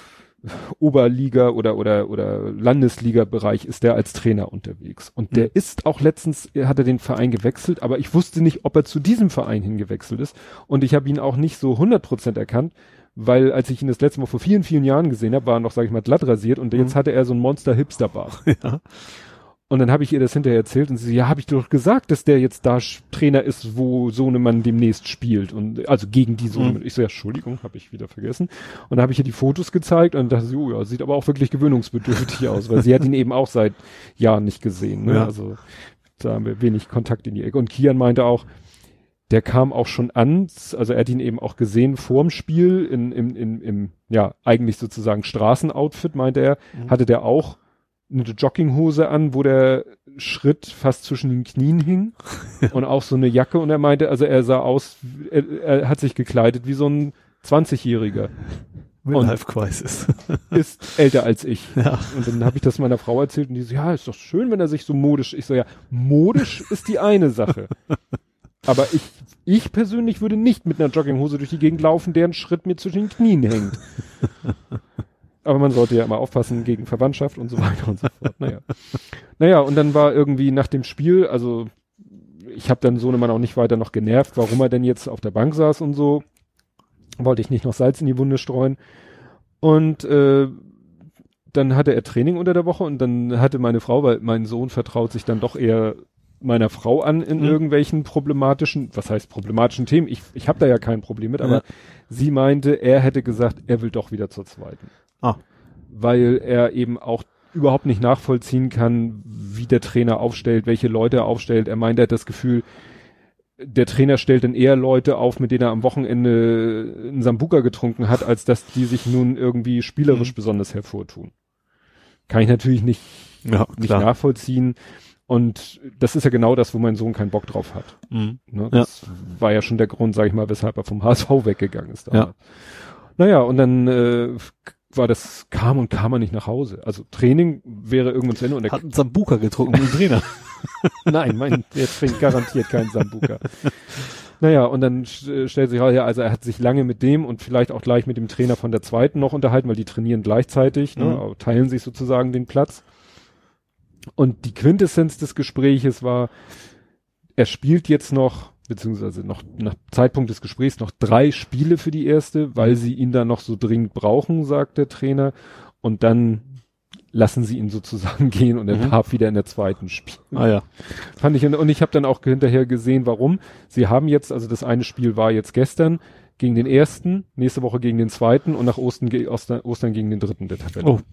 Oberliga oder oder oder Landesliga-Bereich ist der als Trainer unterwegs. Und der mhm. ist auch letztens, er hatte den Verein gewechselt, aber ich wusste nicht, ob er zu diesem Verein hingewechselt ist. Und ich habe ihn auch nicht so hundert Prozent erkannt, weil als ich ihn das letzte Mal vor vielen, vielen Jahren gesehen habe, war er noch, sag ich mal, glatt rasiert und mhm. jetzt hatte er so ein Monster-Hipster-Bart. Ja. Und dann habe ich ihr das hinterher erzählt und sie, ja, habe ich doch gesagt, dass der jetzt da Trainer ist, wo Sohnemann demnächst spielt und also gegen die Sohnemann. Mhm. Ich so, ja, Entschuldigung, habe ich wieder vergessen. Und dann habe ich ihr die Fotos gezeigt und dachte sie, oh ja, sieht aber auch wirklich gewöhnungsbedürftig aus, weil sie hat ihn eben auch seit Jahren nicht gesehen. Ne? Ja. Also da haben wir wenig Kontakt in die Ecke. Und Kian meinte auch, der kam auch schon an, also er hat ihn eben auch gesehen vorm Spiel in, in, in, im, ja, eigentlich sozusagen Straßenoutfit, meinte er, mhm. hatte der auch eine Jogginghose an, wo der Schritt fast zwischen den Knien hing und auch so eine Jacke und er meinte, also er sah aus, er, er hat sich gekleidet wie so ein zwanzigjähriger. Midlife Crisis. Ist älter als ich. Ja. Und dann habe ich das meiner Frau erzählt und die so, ja, ist doch schön, wenn er sich so modisch, ich so, ja, modisch ist die eine Sache. Aber ich, ich persönlich würde nicht mit einer Jogginghose durch die Gegend laufen, deren Schritt mir zwischen den Knien hängt. Aber man sollte ja immer aufpassen gegen Verwandtschaft und so weiter und so fort. Naja. Naja, und dann war irgendwie nach dem Spiel, also ich habe dann Sohnemann auch nicht weiter noch genervt, warum er denn jetzt auf der Bank saß und so. Wollte ich nicht noch Salz in die Wunde streuen. Und äh, dann hatte er Training unter der Woche und dann hatte meine Frau, weil mein Sohn vertraut sich dann doch eher meiner Frau an in mhm. irgendwelchen problematischen, was heißt problematischen Themen. Ich, ich habe da ja kein Problem mit, aber ja. sie meinte, er hätte gesagt, er will doch wieder zur zweiten. Ah. Weil er eben auch überhaupt nicht nachvollziehen kann, wie der Trainer aufstellt, welche Leute er aufstellt. Er meint, er hat das Gefühl, der Trainer stellt dann eher Leute auf, mit denen er am Wochenende einen Sambuca getrunken hat, als dass die sich nun irgendwie spielerisch mhm. besonders hervortun. Kann ich natürlich nicht, ja, nicht nachvollziehen. Und das ist ja genau das, wo mein Sohn keinen Bock drauf hat. Mhm. Ne? Das ja. war ja schon der Grund, sag ich mal, weshalb er vom H S V weggegangen ist. Ja. Naja, und dann äh, war das, kam und kam er nicht nach Hause. Also Training wäre irgendwann zu Ende. Und er hat einen Sambuca getrunken mit dem Trainer. Nein, mein, der trinkt garantiert keinen Sambuca. Naja, und dann stellt sich raus, ja, also er hat sich lange mit dem und vielleicht auch gleich mit dem Trainer von der zweiten noch unterhalten, weil die trainieren gleichzeitig, mhm. ne, teilen sich sozusagen den Platz. Und die Quintessenz des Gespräches war, er spielt jetzt noch, beziehungsweise noch nach Zeitpunkt des Gesprächs noch drei Spiele für die erste, weil sie ihn da noch so dringend brauchen, sagt der Trainer. Und dann lassen sie ihn sozusagen gehen und er mhm. darf wieder in der zweiten spielen. Ah ja. Fand ich, und ich habe dann auch hinterher gesehen, warum. Sie haben jetzt, also das eine Spiel war jetzt gestern gegen den ersten, nächste Woche gegen den zweiten und nach Ostern, Ostern, Ostern gegen den dritten der Tabelle. Oh.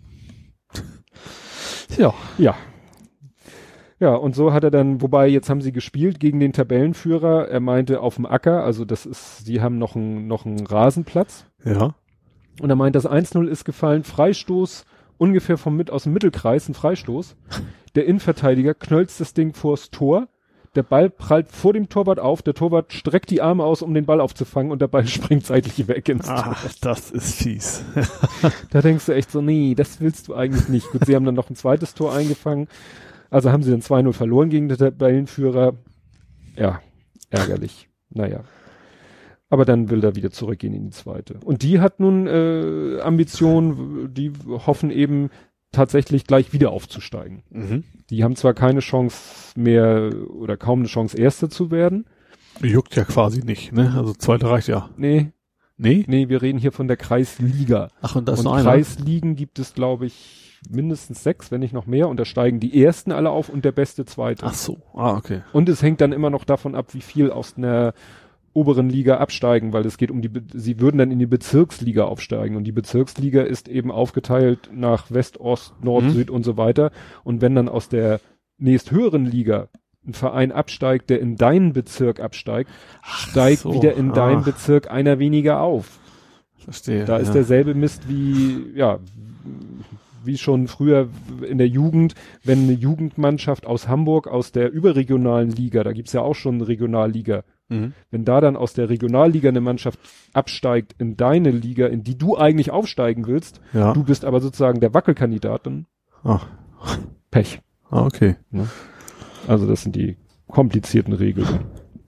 Ja. Ja. Ja, und so hat er dann, wobei jetzt haben sie gespielt gegen den Tabellenführer. Er meinte auf dem Acker, also das ist, die haben noch einen noch einen Rasenplatz. Ja. Und er meint, das eins null ist gefallen, Freistoß, ungefähr vom mit aus dem Mittelkreis, ein Freistoß. Der Innenverteidiger knölzt das Ding vors Tor. Der Ball prallt vor dem Torwart auf. Der Torwart streckt die Arme aus, um den Ball aufzufangen und der Ball springt seitlich weg ins Tor. Ach, das ist fies. Da denkst du echt so, nee, das willst du eigentlich nicht. Gut, sie haben dann noch ein zweites Tor eingefangen. Also haben sie dann zwei null verloren gegen den Tabellenführer. Ja, ärgerlich. Naja. Aber dann will er wieder zurückgehen in die zweite. Und die hat nun äh, Ambitionen, die hoffen eben tatsächlich gleich wieder aufzusteigen. Mhm. Die haben zwar keine Chance mehr oder kaum eine Chance, Erste zu werden. Juckt ja quasi nicht, ne? Also zweite reicht ja. Nee. Nee? Nee, wir reden hier von der Kreisliga. Ach, und das ist und noch einer? Kreisligen gibt es, glaube ich, mindestens sechs, wenn nicht noch mehr. Und da steigen die Ersten alle auf und der beste Zweite. Ach so. Ah, okay. Und es hängt dann immer noch davon ab, wie viel aus einer oberen Liga absteigen, weil es geht um die, Be- sie würden dann in die Bezirksliga aufsteigen und die Bezirksliga ist eben aufgeteilt nach West, Ost, Nord, mhm. Süd und so weiter. Und wenn dann aus der nächsthöheren Liga ein Verein absteigt, der in deinen Bezirk absteigt, Ach steigt so. wieder in ah. deinen Bezirk einer weniger auf. Verstehe. Da ja. ist derselbe Mist wie, ja, wie schon früher in der Jugend, wenn eine Jugendmannschaft aus Hamburg, aus der überregionalen Liga, da gibt's ja auch schon eine Regionalliga, Mhm. wenn da dann aus der Regionalliga eine Mannschaft absteigt in deine Liga, in die du eigentlich aufsteigen willst, Ja. du bist aber sozusagen der Wackelkandidat, dann Ach. Pech. Ah, okay. Ne? Also das sind die komplizierten Regeln.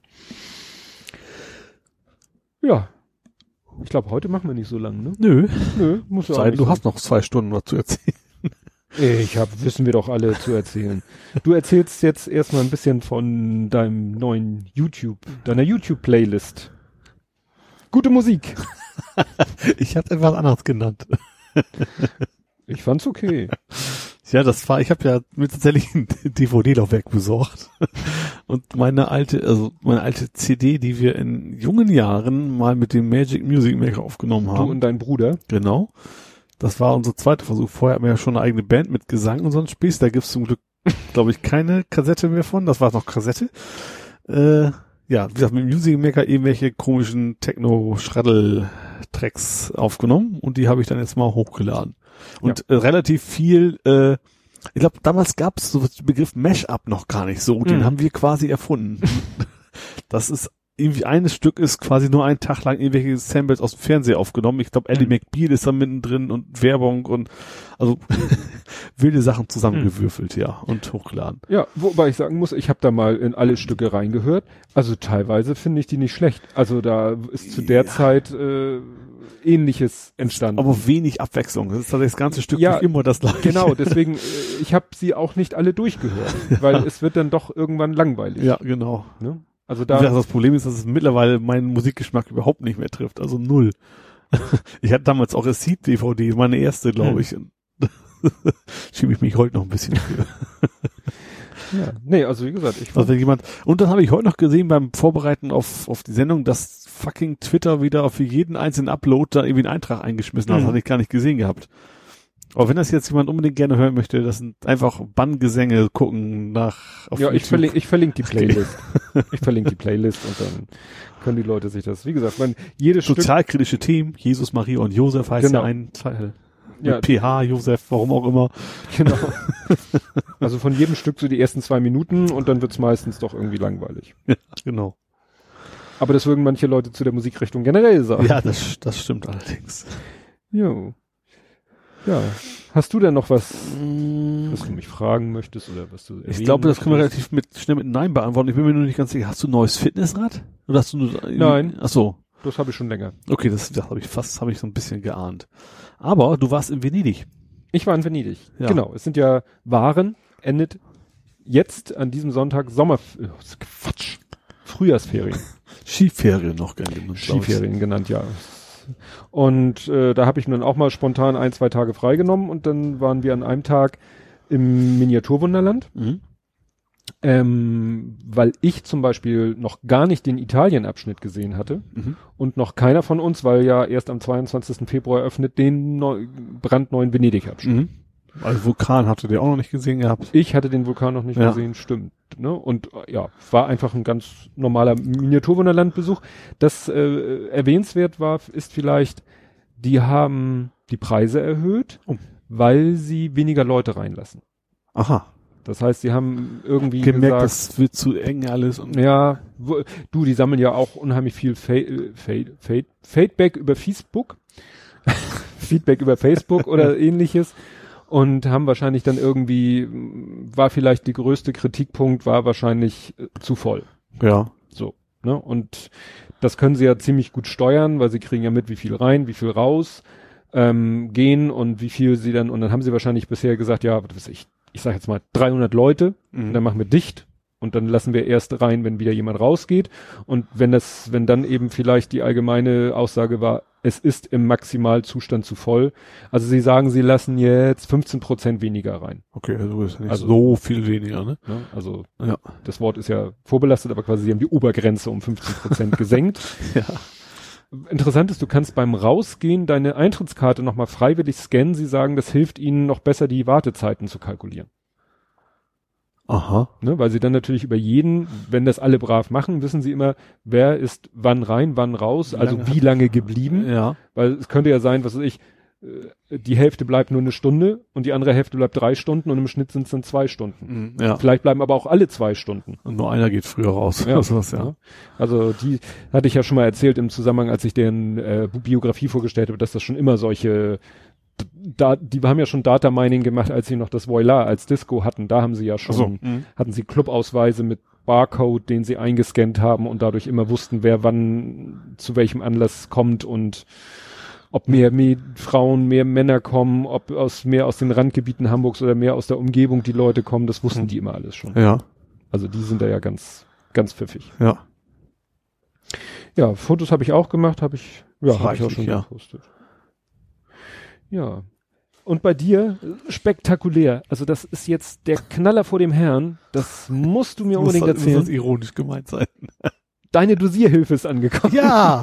Ja. Ich glaube, heute machen wir nicht so lange, ne? Nö. Nö, muss ja auch Sei, nicht du so. hast noch zwei Stunden was zu erzählen. Ich hab, wissen wir doch alle zu erzählen. Du erzählst jetzt erstmal ein bisschen von deinem neuen YouTube, deiner YouTube-Playlist. Gute Musik. Ich hatte etwas anderes genannt. Ich fand's okay. Ja, das war, ich habe ja mir tatsächlich ein D V D-Laufwerk besorgt. Und meine alte, also meine alte C D, die wir in jungen Jahren mal mit dem Magic Music Maker aufgenommen haben. Du und dein Bruder. Genau. Das war unser zweiter Versuch. Vorher hatten wir ja schon eine eigene Band mit Gesang und so ein Spieß. Da gibt's zum Glück, glaube ich, keine Kassette mehr von. Das war noch Kassette. Äh, ja, wie gesagt, mit Music Maker irgendwelche komischen Techno-Schraddel-Tracks aufgenommen. Und die habe ich dann jetzt mal hochgeladen. Und ja. äh, relativ viel, äh, ich glaube, damals gab es so den Begriff Mash-up noch gar nicht so. Den mhm. haben wir quasi erfunden. Das ist irgendwie eines Stück ist quasi nur einen Tag lang irgendwelche Samples aus dem Fernseher aufgenommen. Ich glaube, Ellie mhm. McBeal ist da mittendrin und Werbung und also wilde Sachen zusammengewürfelt, mhm. ja, und hochgeladen. Ja, wobei ich sagen muss, ich habe da mal in alle Stücke reingehört. Also teilweise finde ich die nicht schlecht. Also da ist zu der ja. Zeit äh, Ähnliches entstanden. Aber wenig Abwechslung. Das ist das ganze Stück ja, nicht immer das gleiche. Genau, deswegen, äh, ich habe sie auch nicht alle durchgehört, ja. weil es wird dann doch irgendwann langweilig. Ja, genau. Ne? Also da. Das Problem ist, dass es mittlerweile meinen Musikgeschmack überhaupt nicht mehr trifft. Also null. Ich hatte damals auch Seed-D V D, meine erste, glaube ich. Hm. Schiebe ich mich heute noch ein bisschen für. Ja, nee, also wie gesagt, ich also wenn jemand, und dann habe ich heute noch gesehen beim Vorbereiten auf auf die Sendung, dass fucking Twitter wieder für jeden einzelnen Upload da irgendwie einen Eintrag eingeschmissen hat. Mhm. Das hatte ich gar nicht gesehen gehabt. Aber wenn das jetzt jemand unbedingt gerne hören möchte, das sind einfach Banngesänge gucken nach auf Ja, YouTube. ich verlinke ich verlinke die Playlist. Ich verlinke die Playlist und dann können die Leute sich das, wie gesagt, man jedes sozialkritische Stück, Themen, Jesus, Maria und Josef heißt genau. ja ein Teil. Mit ja. P H, Josef, warum auch immer. Genau. Also von jedem Stück so die ersten zwei Minuten und dann wird's meistens doch irgendwie langweilig. Ja, genau. Aber das würden manche Leute zu der Musikrichtung generell sagen. Ja, das, das stimmt allerdings. Jo. Ja. Hast du denn noch was, mm. was du mich fragen möchtest oder was du Ich glaube, das können wir relativ mit, schnell mit Nein beantworten. Ich bin mir nur nicht ganz sicher. Hast du ein neues Fitnessrad? Oder hast du nur, Nein. Ach so. Das habe ich schon länger. Okay, das, das habe ich fast, habe ich so ein bisschen geahnt. Aber du warst in Venedig. Ich war in Venedig. Ja. Genau. Es sind ja Waren, endet jetzt an diesem Sonntag Sommer, Quatsch, Frühjahrsferien. Skiferien noch gerne genannt. Skiferien genannt, ja. Und äh, da habe ich mir dann auch mal spontan ein, zwei Tage freigenommen und dann waren wir an einem Tag im Miniaturwunderland. Mhm. Ähm, weil ich zum Beispiel noch gar nicht den Italien-Abschnitt gesehen hatte mhm. und noch keiner von uns, weil ja erst am zweiundzwanzigsten Februar öffnet, den neu, brandneuen Venedig-Abschnitt. Mhm. Also Vulkan hatte der auch noch nicht gesehen gehabt. Ich hatte den Vulkan noch nicht ja. gesehen, stimmt. Ne? Und ja, war einfach ein ganz normaler Miniaturwunderlandbesuch. Das äh, erwähnenswert war, ist vielleicht, die haben die Preise erhöht, oh. weil sie weniger Leute reinlassen. Aha. Das heißt, sie haben irgendwie gemerkt, gesagt, das wird zu eng alles. Und ja, wo, du, die sammeln ja auch unheimlich viel Fe- Fe- Fe- Feedback über Facebook, Feedback über Facebook oder ähnliches und haben wahrscheinlich dann irgendwie, war vielleicht die größte Kritikpunkt, war wahrscheinlich äh, zu voll. Ja. So, ne? Und das können sie ja ziemlich gut steuern, weil sie kriegen ja mit, wie viel rein, wie viel raus ähm, gehen und wie viel sie dann, und dann haben sie wahrscheinlich bisher gesagt, ja, was weiß ich, ich sag jetzt mal dreihundert Leute, mhm. und dann machen wir dicht und dann lassen wir erst rein, wenn wieder jemand rausgeht. Und wenn das, wenn dann eben vielleicht die allgemeine Aussage war, es ist im Maximalzustand zu voll. Also sie sagen, sie lassen jetzt fünfzehn Prozent weniger rein. Okay, also ist nicht also, so viel weniger, ne? ne also ja. Das Wort ist ja vorbelastet, aber quasi sie haben die Obergrenze um fünfzehn Prozent gesenkt. Ja. Interessant ist, du kannst beim Rausgehen deine Eintrittskarte nochmal freiwillig scannen. Sie sagen, das hilft ihnen noch besser, die Wartezeiten zu kalkulieren. Aha. Ne, weil sie dann natürlich über jeden, wenn das alle brav machen, wissen sie immer, wer ist wann rein, wann raus, wie also wie lange geblieben. Ja. Weil es könnte ja sein, was weiß ich, die Hälfte bleibt nur eine Stunde und die andere Hälfte bleibt drei Stunden und im Schnitt sind es dann zwei Stunden. Ja. Vielleicht bleiben aber auch alle zwei Stunden. Und nur einer geht früher raus. Ja. Also, was, ja. Also die hatte ich ja schon mal erzählt im Zusammenhang, als ich deren äh, Biografie vorgestellt habe, dass das schon immer solche, da, die haben ja schon Data Mining gemacht, als sie noch das Voila als Disco hatten. Da haben sie ja schon, so. mhm. hatten sie Clubausweise mit Barcode, den sie eingescannt haben und dadurch immer wussten, wer wann zu welchem Anlass kommt und ob mehr, mehr Frauen, mehr Männer kommen, ob aus mehr aus den Randgebieten Hamburgs oder mehr aus der Umgebung die Leute kommen, das wussten mhm. die immer alles schon. Ja. Also die sind da ja ganz, ganz pfiffig. Ja. Ja, Fotos habe ich auch gemacht, habe ich, ja, habe ich auch schon ja. gepostet. Ja. Und bei dir, spektakulär. Also das ist jetzt der Knaller vor dem Herrn. Das musst du mir unbedingt muss, erzählen. Muss das ironisch gemeint sein. Deine Dosierhilfe ist angekommen. Ja.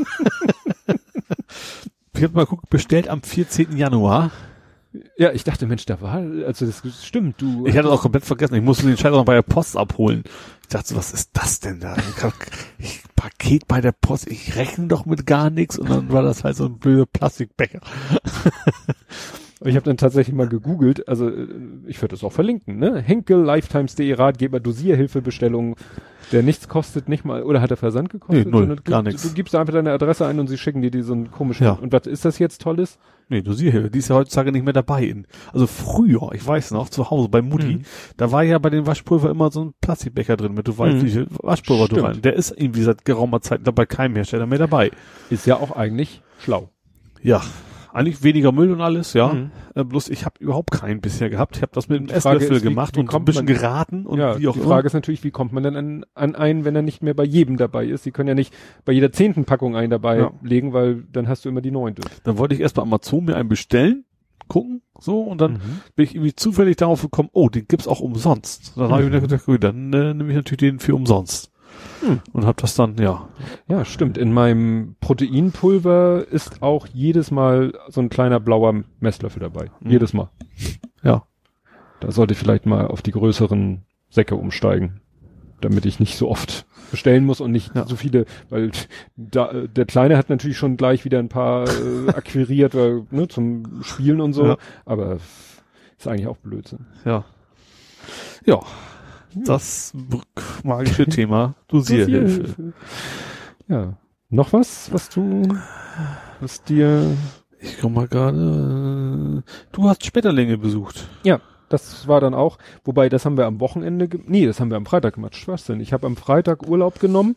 Ich hab mal geguckt, bestellt am vierzehnten Januar. Ja, ich dachte, Mensch, da war, also das stimmt, du. Ich hatte es auch komplett vergessen. Ich musste den Scheiß noch bei der Post abholen. Ich dachte, was ist das denn da? Ich, Paket bei der Post, ich rechne doch mit gar nichts und dann war das halt so ein blöder Plastikbecher. Ich habe dann tatsächlich mal gegoogelt, also ich würde das auch verlinken, ne? Henkel, Lifetimes.de, Ratgeber, Dosierhilfebestellung, der nichts kostet, nicht mal, oder hat der Versand gekostet? Nee, null, du, gar nichts. Du gibst da einfach deine Adresse ein und sie schicken dir die so einen komischen, ja. Und was ist das jetzt Tolles? Nee, Dosierhilfe, die ist ja heutzutage nicht mehr dabei. In, also früher, ich weiß noch, zu Hause bei Mutti, mhm. da war ja bei den Waschpulver immer so ein Plastikbecher drin, mit du weißt, mhm. wie viel Waschpulver du rein. Der ist irgendwie seit geraumer Zeit dabei keinem Hersteller mehr dabei. Ist ja auch eigentlich schlau. Ja, eigentlich weniger Müll und alles, ja. Mhm. Äh, bloß ich habe überhaupt keinen bisher gehabt. Ich habe das mit dem Die Frage Esslöffel ist, wie- gemacht wie und ein kommt bisschen man- geraten und ja, wie auch die immer. Frage ist natürlich, wie kommt man denn an, an einen, wenn er nicht mehr bei jedem dabei ist? Sie können ja nicht bei jeder zehnten Packung einen dabei Ja. legen, weil dann hast du immer die neunte. Dann wollte ich erst bei Amazon mir einen bestellen, gucken, so, und dann Mhm. bin ich irgendwie zufällig darauf gekommen, oh, den gibt's auch umsonst. Dann habe ich mir gedacht, gut, dann äh, nehme ich natürlich den für umsonst. Hm. Und habe das dann, ja. Ja, stimmt. In meinem Proteinpulver ist auch jedes Mal so ein kleiner blauer Messlöffel dabei. Mhm. Jedes Mal. Ja. Da sollte ich vielleicht mal auf die größeren Säcke umsteigen, damit ich nicht so oft bestellen muss und nicht Ja. so viele, weil da, der Kleine hat natürlich schon gleich wieder ein paar äh, akquiriert, weil, ne, zum Spielen und so, Ja. aber ist eigentlich auch Blödsinn. Ja. Ja. Das magische Thema Dosierhilfe. Ja. Noch was, was du, was dir, Ich komm mal gerade. äh, Du hast Schmetterlinge besucht. ja, das war dann auch, wobei das haben wir am Wochenende, ge- nee, das haben wir am Freitag gemacht, Schwachsinn. Ich habe am Freitag Urlaub genommen,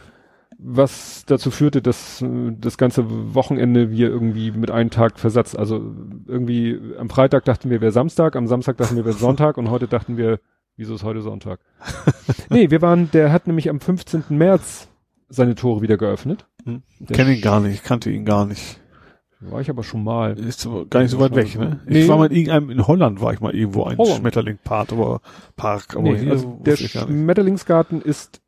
was dazu führte, dass äh, das ganze Wochenende wir irgendwie mit einem Tag Versatz, also irgendwie am Freitag dachten wir, wäre Samstag, am Samstag dachten wir, wäre Sonntag und heute dachten wir, wieso ist heute Sonntag? Nee, wir waren, der hat nämlich am fünfzehnten März seine Tore wieder geöffnet. Hm. Der Kenne ihn gar nicht, ich kannte ihn gar nicht. War ich aber schon mal. Ist so, gar nicht so weit weg, ne? Nee. Ich war mal in irgendeinem, in Holland war ich mal irgendwo ein Holland. Schmetterling-Park, aber Park, aber Nee, hier also der wusste ich gar nicht. Schmetterlingsgarten ist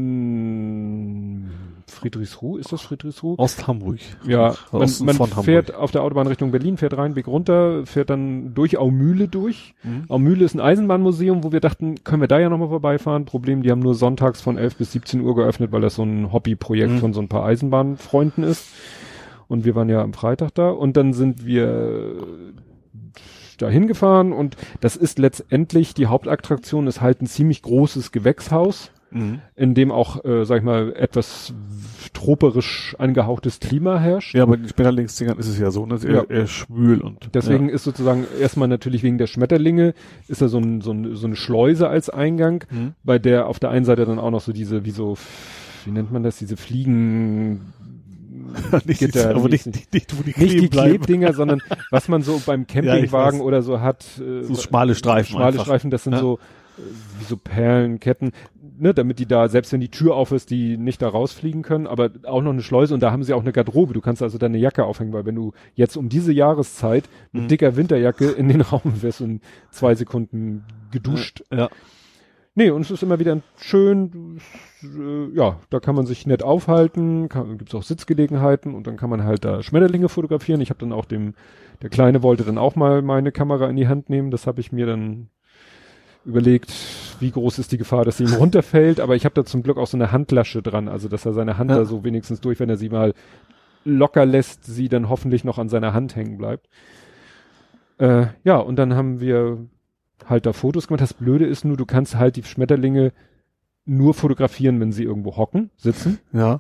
in Friedrichsruh, ist das Friedrichsruh? Ost-Hamburg. Ja, man, Osten man von Hamburg. fährt auf der Autobahn Richtung Berlin, fährt rein, Weg runter, fährt dann durch Aumühle durch. Mhm. Aumühle ist ein Eisenbahnmuseum, wo wir dachten, können wir da ja nochmal vorbeifahren. Problem, die haben nur sonntags von elf bis siebzehn Uhr geöffnet, weil das so ein Hobbyprojekt Mhm. von so ein paar Eisenbahnfreunden ist. Und wir waren ja am Freitag da und dann sind wir da hingefahren und das ist letztendlich, die Hauptattraktion ist halt ein ziemlich großes Gewächshaus, Mhm. in dem auch, äh, sag ich mal, etwas troperisch angehauchtes Klima herrscht. Ja, bei den Schmetterlingsdingern ist es ja so, ne? Eher, Ja. eher schwül und. Deswegen ist sozusagen erstmal natürlich wegen der Schmetterlinge ist da so, ein, so, ein, so eine Schleuse als Eingang, Ja. Mhm. bei der auf der einen Seite dann auch noch so diese, wie so, wie nennt man das, diese Fliegen, nicht, Gitter, aber wie nicht, ist nicht, nicht, wo die nicht die kleben bleiben. Klebdinger, sondern was man so beim Campingwagen weiß. oder so hat. Äh, So schmale Streifen Schmale einfach. Streifen, das sind Ja. so äh, wie so Perlenketten, ne, damit die da, selbst wenn die Tür auf ist, die nicht da rausfliegen können, aber auch noch eine Schleuse und da haben sie auch eine Garderobe. Du kannst also deine Jacke aufhängen, weil wenn du jetzt um diese Jahreszeit mit Mhm. dicker Winterjacke in den Raum wirst und zwei Sekunden geduscht. Ja. Nee, und es ist immer wieder schön, äh, ja, da kann man sich nett aufhalten, kann, gibt's auch Sitzgelegenheiten und dann kann man halt da Schmetterlinge fotografieren. Ich habe dann auch dem, der Kleine wollte dann auch mal meine Kamera in die Hand nehmen, das habe ich mir dann überlegt, wie groß ist die Gefahr, dass sie ihm runterfällt, aber ich habe da zum Glück auch so eine Handlasche dran, also dass er seine Hand Ja. da so wenigstens durch, wenn er sie mal locker lässt, sie dann hoffentlich noch an seiner Hand hängen bleibt. Äh, ja, und dann haben wir halt da Fotos gemacht. Das Blöde ist nur, du kannst halt die Schmetterlinge nur fotografieren, wenn sie irgendwo hocken, sitzen. Ja.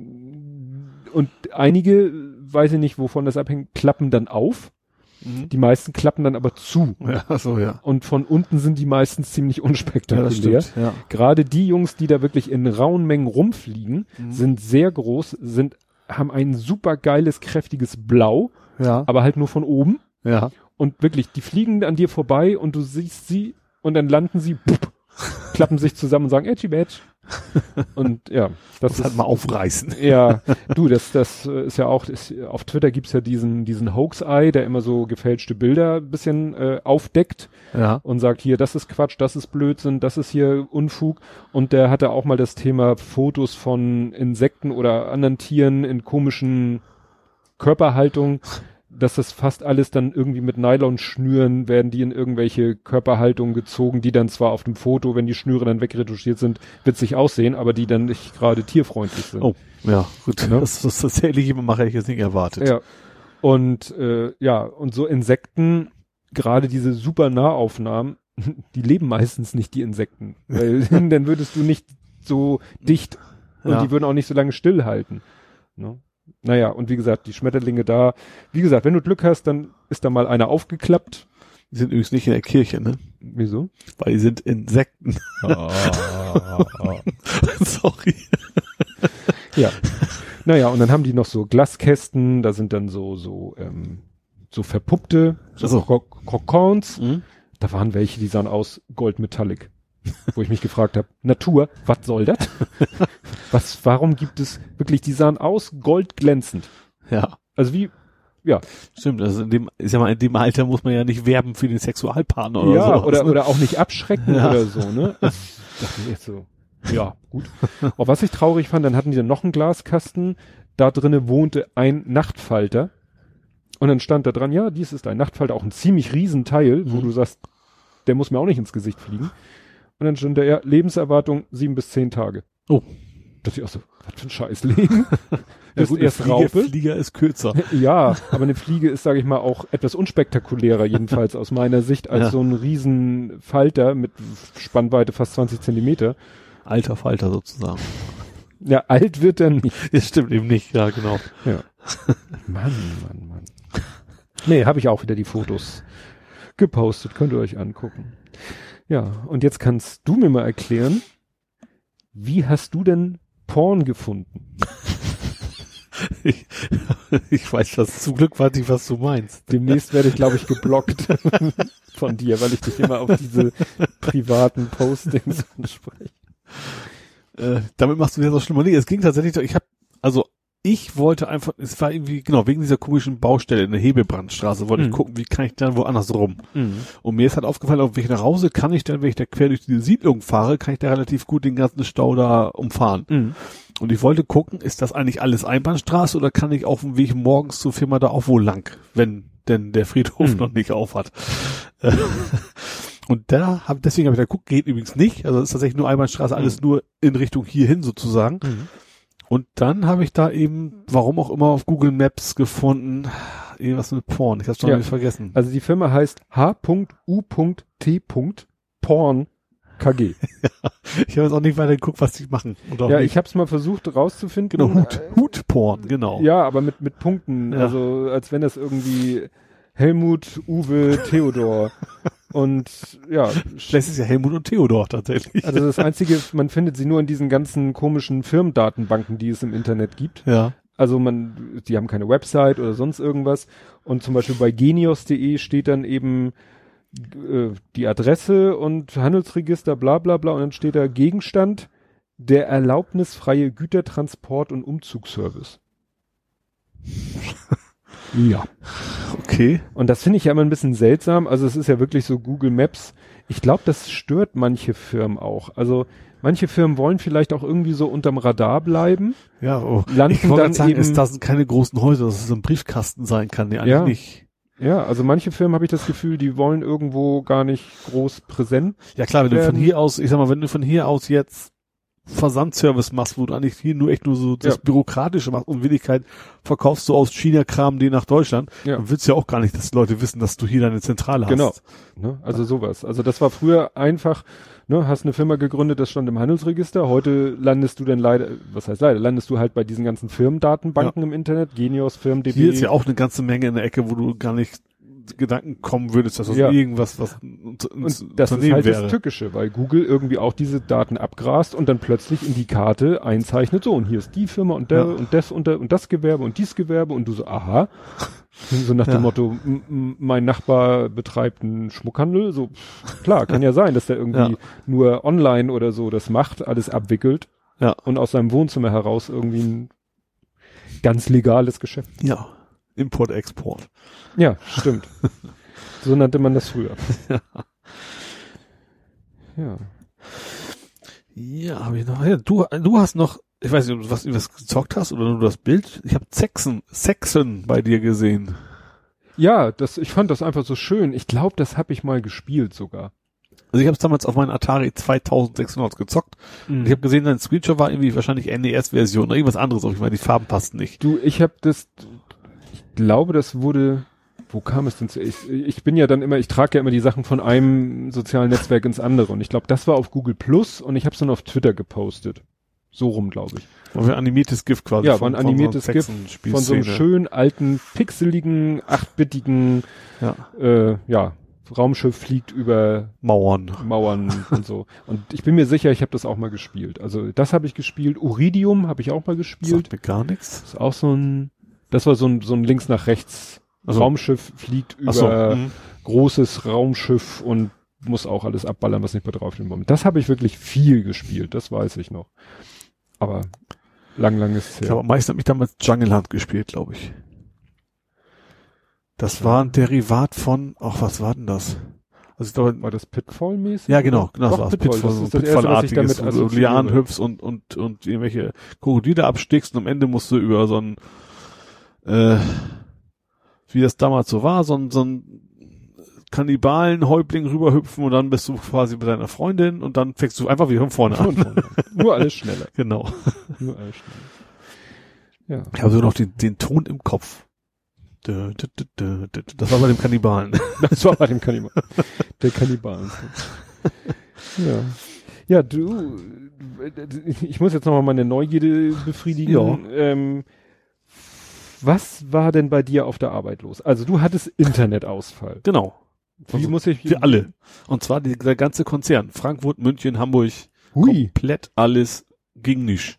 Und einige, weiß ich nicht, wovon das abhängt, klappen dann auf. Mhm. Die meisten klappen dann aber zu. Ja, so, ja. Und von unten sind die meistens ziemlich Ja, das unspektakulär. stimmt. Ja. Gerade die Jungs, die da wirklich in rauen Mengen rumfliegen, Mhm. sind sehr groß, sind, haben ein super geiles, kräftiges Blau, Ja. aber halt nur von oben. Ja. Und wirklich, die fliegen an dir vorbei und du siehst sie und dann landen sie, pup, klappen sich zusammen und sagen, Edgy Badge. Und ja, das Das ist halt mal aufreißen. ja, du, das, das äh, ist ja auch, ist, auf Twitter gibt's ja diesen, diesen Hoax-Eye, der immer so gefälschte Bilder ein bisschen äh, aufdeckt Ja. und sagt, hier, das ist Quatsch, das ist Blödsinn, das ist hier Unfug. Und der hatte auch mal das Thema Fotos von Insekten oder anderen Tieren in komischen Körperhaltungen, dass das fast alles dann irgendwie mit Nylonschnüren werden die in irgendwelche Körperhaltungen gezogen, die dann zwar auf dem Foto, wenn die Schnüre dann wegretuschiert sind, witzig aussehen, aber die dann nicht gerade tierfreundlich sind. Oh, ja, gut. Ja. Das, das tatsächlich mache ich jetzt nicht erwartet. Ja. Und äh, ja, und so Insekten, gerade diese super Nahaufnahmen, die leben meistens nicht, die Insekten. Weil dann würdest du nicht so dicht und Ja. die würden auch nicht so lange stillhalten. Ne? Naja, und wie gesagt, die Schmetterlinge da, wie gesagt, wenn du Glück hast, dann ist da mal einer aufgeklappt. Die sind übrigens nicht in der Kirche, ne? Wieso? Weil die sind Insekten. Sorry. Ja. Naja, und dann haben die noch so Glaskästen, da sind dann so, so, ähm, so verpuppte, so Also. Kokons. Mhm. Da waren welche, die sahen aus Goldmetallic. Wo ich mich gefragt habe, Natur, was soll das? Was, warum gibt es wirklich, die sahen aus goldglänzend. Ja. Also wie, ja. Stimmt, also in dem, ich sag mal, in dem Alter muss man ja nicht werben für den Sexualpartner oder ja, sowas, oder, ne? oder auch nicht abschrecken Ja. oder so, ne? Das dachte ich echt so, ja, gut. Auch was ich traurig fand, dann hatten die dann noch einen Glaskasten, da drinnen wohnte ein Nachtfalter. Und dann stand da dran, ja, dies ist ein Nachtfalter, auch ein ziemlich riesen Teil, wo Mhm. du sagst, der muss mir auch nicht ins Gesicht fliegen. Und dann stand da, ja, Lebenserwartung sieben bis zehn Tage. Oh. Da dachte ich auch so, was für ein Scheißleben. Ja, Bist gut, erst der Flieger, Raupe. Flieger ist kürzer. Ja, aber eine Fliege ist, sage ich mal, auch etwas unspektakulärer, jedenfalls aus meiner Sicht, als Ja. so ein riesen Falter mit Spannweite fast zwanzig Zentimeter. Alter Falter sozusagen. Ja, alt wird er nicht. Das stimmt eben nicht, ja, genau. Ja. Mann, Mann, Mann. Nee, habe ich auch wieder die Fotos gepostet, könnt ihr euch angucken. Ja, und jetzt kannst du mir mal erklären, wie hast du denn Porn gefunden? Ich, ich weiß was, zum Glück weiß ich, was du meinst. Demnächst werde ich, glaube ich, geblockt von dir, weil ich dich immer auf diese privaten Postings anspreche. Äh, damit machst du mir das schlimmer. Nee, es ging tatsächlich, doch- ich habe, also ich wollte einfach, es war irgendwie, genau, wegen dieser komischen Baustelle in der Hebebrandstraße, wollte Mhm. ich gucken, wie kann ich dann woanders rum. Mhm. Und mir ist halt aufgefallen, auf welche nach Hause kann ich dann, wenn ich da quer durch diese Siedlung fahre, kann ich da relativ gut den ganzen Stau da umfahren. Mhm. Und ich wollte gucken, ist das eigentlich alles Einbahnstraße oder kann ich auf dem Weg morgens zur Firma da auch wohl lang, wenn denn der Friedhof Mhm. noch nicht auf hat. Und da hab, deswegen habe ich da geguckt, geht übrigens nicht. Also ist tatsächlich nur Einbahnstraße, alles nur in Richtung hierhin sozusagen. Mhm. Und dann habe ich da eben, warum auch immer, auf Google Maps gefunden, irgendwas mit Porn. Ich hab's schon Ja. wieder vergessen. Also die Firma heißt H U T Porn K G. Ich habe jetzt auch nicht weiter geguckt, was die machen. Und auch Ja, nicht. ich habe es mal versucht rauszufinden. Genau, Hut, Hutporn, genau. Ja, aber mit mit Punkten, Ja. also als wenn das irgendwie Helmut, Uwe, Theodor und ja, Das ist ja Helmut und Theodor tatsächlich. also das Einzige, man findet sie nur in diesen ganzen komischen Firmendatenbanken, die es im Internet gibt. Ja. Also man, die haben keine Website oder sonst irgendwas. Und zum Beispiel bei genios punkt de steht dann eben äh, die Adresse und Handelsregister, bla bla bla. Und dann steht da Gegenstand, der erlaubnisfreie Gütertransport- und Umzugsservice. Ja. Okay. Und das finde ich ja immer ein bisschen seltsam. Also es ist ja wirklich so Google Maps. Ich glaube, das stört manche Firmen auch. Also manche Firmen wollen vielleicht auch irgendwie so unterm Radar bleiben. Ja, oh. Landen Ich wollte dann gerade sagen, eben- es, das sind keine großen Häuser, dass es so ein Briefkasten sein kann. Nee, eigentlich Ja. nicht. Ja, also manche Firmen habe ich das Gefühl, die wollen irgendwo gar nicht groß präsent. Ja klar, wenn du von Ähm, hier aus, ich sag mal, wenn du von hier aus jetzt Versandservice machst, wo du eigentlich hier nur echt nur so das Ja. Bürokratische machst und in Wirklichkeit verkaufst du aus China Kram den nach Deutschland, Ja. dann willst du ja auch gar nicht, dass Leute wissen, dass du hier deine Zentrale hast. Genau. Ne? Also sowas. Also das war früher einfach, ne, hast eine Firma gegründet, das stand im Handelsregister. Heute landest du dann leider, was heißt leider, landest du halt bei diesen ganzen Firmendatenbanken im Internet, Genios, Firmen, D B. Hier ist ja auch eine ganze Menge in der Ecke, wo du gar nicht Gedanken kommen würdest, dass das Ja. irgendwas, was ein Und das ist halt das Tückische, weil Google irgendwie auch diese Daten abgrast und dann plötzlich in die Karte einzeichnet, so, und hier ist die Firma und der Ja. und das und, der, und das Gewerbe und dies Gewerbe und du so, aha. So nach Ja. dem Motto, m- m- mein Nachbar betreibt einen Schmuckhandel, so, pff, klar, kann ja sein, dass der irgendwie Ja. nur online oder so das macht, alles abwickelt Ja. und aus seinem Wohnzimmer heraus irgendwie ein ganz legales Geschäft. Ja. Import, Export. Ja, stimmt. So nannte man das früher. Ja. Ja, habe ich noch. Ja, du, du hast noch, ich weiß nicht, ob du was, was gezockt hast oder nur das Bild. Ich habe Sexen, Sexen bei dir gesehen. Ja, das, ich fand das einfach so schön. Ich glaube, das habe ich mal gespielt sogar. Also ich habe es damals auf meinen Atari zweitausendsechshundert gezockt. Mhm. Und ich habe gesehen, dein Screenshot war irgendwie wahrscheinlich N E S-Version oder irgendwas anderes. Auch ich meine, die Farben passten nicht. Du, ich habe das, ich glaube, das wurde, wo kam es denn zu? Ich, ich bin ja dann immer, ich trage ja immer die Sachen von einem sozialen Netzwerk ins andere. Und ich glaube, das war auf Google Plus und ich habe es dann auf Twitter gepostet. So rum, glaube ich. War ein animiertes GIF quasi. Ja, von, war ein animiertes von so einer GIF von so einem Sexen-Spielszene. schön alten, pixeligen, achtbittigen, Ja. äh, ja, Raumschiff fliegt über Mauern. Mauern und so. Und ich bin mir sicher, ich habe das auch mal gespielt. Also das habe ich gespielt. Uridium habe ich auch mal gespielt. Sagt mir gar nichts. Das ist auch so ein, das war so ein, so ein links nach rechts Also, Raumschiff, fliegt über so, mhm. großes Raumschiff und muss auch alles abballern, was nicht mehr drauf ist. Das habe ich wirklich viel gespielt, das weiß ich noch. Aber lang, lang ist es her. Ich glaube, am meisten habe ich damals Jungle Hunt gespielt, glaube ich. Das war ein Derivat von, ach, was war denn das? Also ich glaube, war das Pitfall-mäßig? ja, genau, genau, Doch, das war Pitfall, Pitfall, das ist so das erste, was ich Pitfall-artiges, damit wo du assoziiere. Lianen hüpfst und, und, und irgendwelche Krokodile abstickst und am Ende musst du über so ein, äh, wie das damals so war, so ein, so ein Kannibalen-Häuptling rüberhüpfen und dann bist du quasi bei deiner Freundin und dann fängst du einfach wieder von vorne an. Von vorne. Nur alles schneller. Genau. Nur alles schneller. Ja. Ich habe so noch den, den Ton im Kopf. Das war bei dem Kannibalen. Das war bei dem Kannibalen. Der Kannibalen. Ja. Ja, du, ich muss jetzt nochmal meine Neugierde befriedigen. Ja. Ähm, was war denn bei dir auf der Arbeit los? Also du hattest Internetausfall. Genau. Wie Also, muss ich? wir alle. Und zwar die, der ganze Konzern. Frankfurt, München, Hamburg. Hui. Komplett alles ging nicht.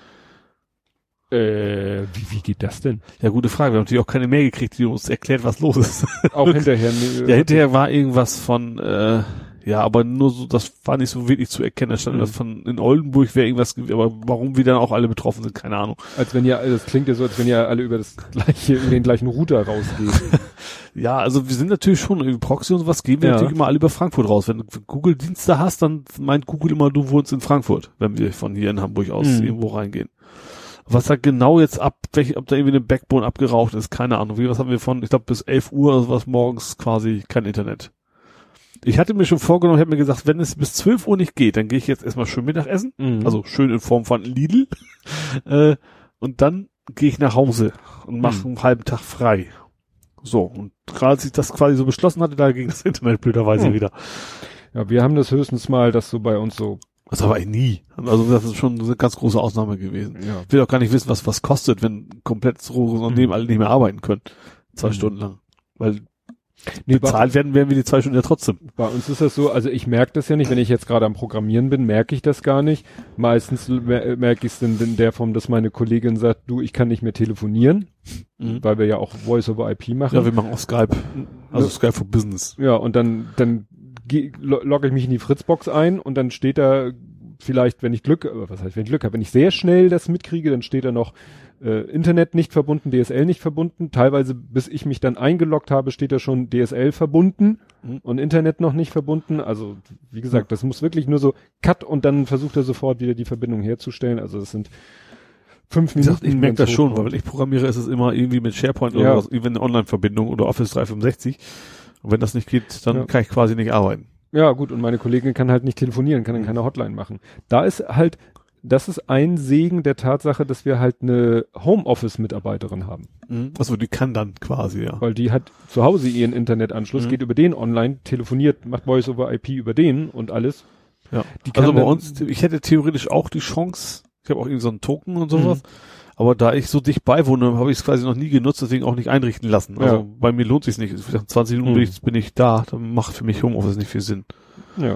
Äh, wie, wie geht das denn? Ja, gute Frage. Wir haben natürlich auch keine Mail gekriegt, die uns erklärt, was los ist. Auch hinterher. Ne, Ja, hinterher war irgendwas von, äh, ja, aber nur so, das war nicht so wirklich zu erkennen. Da stand Mhm. was von, in Oldenburg wäre irgendwas, aber warum wir dann auch alle betroffen sind, keine Ahnung. Als wenn ihr, das klingt ja so, als wenn ihr alle über das gleiche, über den gleichen Router rausgeht. Ja, also wir sind natürlich schon, über Proxy und sowas gehen wir Ja. natürlich immer alle über Frankfurt raus. Wenn du Google-Dienste hast, dann meint Google immer, du wohnst in Frankfurt, wenn wir von hier in Hamburg aus Mhm. irgendwo reingehen. Was da genau jetzt ab, welche, ob da irgendwie eine Backbone abgeraucht ist, keine Ahnung. Wie, was haben wir von, ich glaube bis elf Uhr oder was morgens quasi kein Internet. Ich hatte mir schon vorgenommen, ich habe mir gesagt, wenn es bis zwölf Uhr nicht geht, dann gehe ich jetzt erstmal schön Mittagessen, Mhm. also schön in Form von Lidl, äh, und dann gehe ich nach Hause und mache Mhm. einen halben Tag frei. So, und gerade als ich das quasi so beschlossen hatte, da ging das Internet blöderweise Mhm. wieder. Ja, wir haben das höchstens mal, dass so bei uns so, Das aber nie. Also das ist schon eine ganz große Ausnahme gewesen. ja, Ich will auch gar nicht wissen, was was kostet, wenn komplett so Unternehmen Mhm. alle nicht mehr arbeiten können. Zwei Mhm. Stunden lang. Weil nee, bei, bezahlt werden, werden wir die zwei Stunden ja trotzdem. bei uns ist das so, also ich merke das ja nicht, wenn ich jetzt gerade am Programmieren bin, merke ich das gar nicht. Meistens mer merke ich es in, in der Form, dass meine Kollegin sagt, du, ich kann nicht mehr telefonieren, Mhm. weil wir ja auch Voice over I P machen. Ja, wir machen auch Skype. Also Ne? Skype for Business. Ja, und dann, dann geh- lo- logge ich mich in die Fritzbox ein und dann steht da vielleicht, wenn ich Glück, äh, was heißt, wenn ich Glück habe, wenn ich sehr schnell das mitkriege, dann steht da noch äh, Internet nicht verbunden, D S L nicht verbunden. Teilweise, bis ich mich dann eingeloggt habe, steht da schon D S L verbunden Mhm. und Internet noch nicht verbunden. Also, wie gesagt, das muss wirklich nur so Cut und dann versucht er sofort wieder die Verbindung herzustellen. Also, das sind fünf Wie Minuten. gesagt, ich merke das wenn's schon, hochkommt. weil wenn ich programmiere, ist es immer irgendwie mit SharePoint Ja. oder was, irgendwie eine Online-Verbindung oder Office dreihundertfünfundsechzig. Und wenn das nicht geht, dann Ja. kann ich quasi nicht arbeiten. Ja, gut, und meine Kollegin kann halt nicht telefonieren, kann dann keine Hotline machen. Da ist halt, das ist ein Segen der Tatsache, dass wir halt eine Homeoffice-Mitarbeiterin haben. Mhm. Also die kann dann quasi, ja. Weil die hat zu Hause ihren Internetanschluss, Mhm. geht über den online, telefoniert, macht Voice over I P über den und alles. Ja. Die kann Also bei dann- uns, ich hätte theoretisch auch die Chance, ich habe auch irgendwie so einen Token und sowas, Mhm. aber da ich so dicht bei wohne, habe ich es quasi noch nie genutzt, deswegen auch nicht einrichten lassen. Also Ja. bei mir lohnt sich's nicht. zwanzig Minuten Mhm. bin, ich, bin ich da, dann macht für mich Homeoffice nicht viel Sinn. Ja.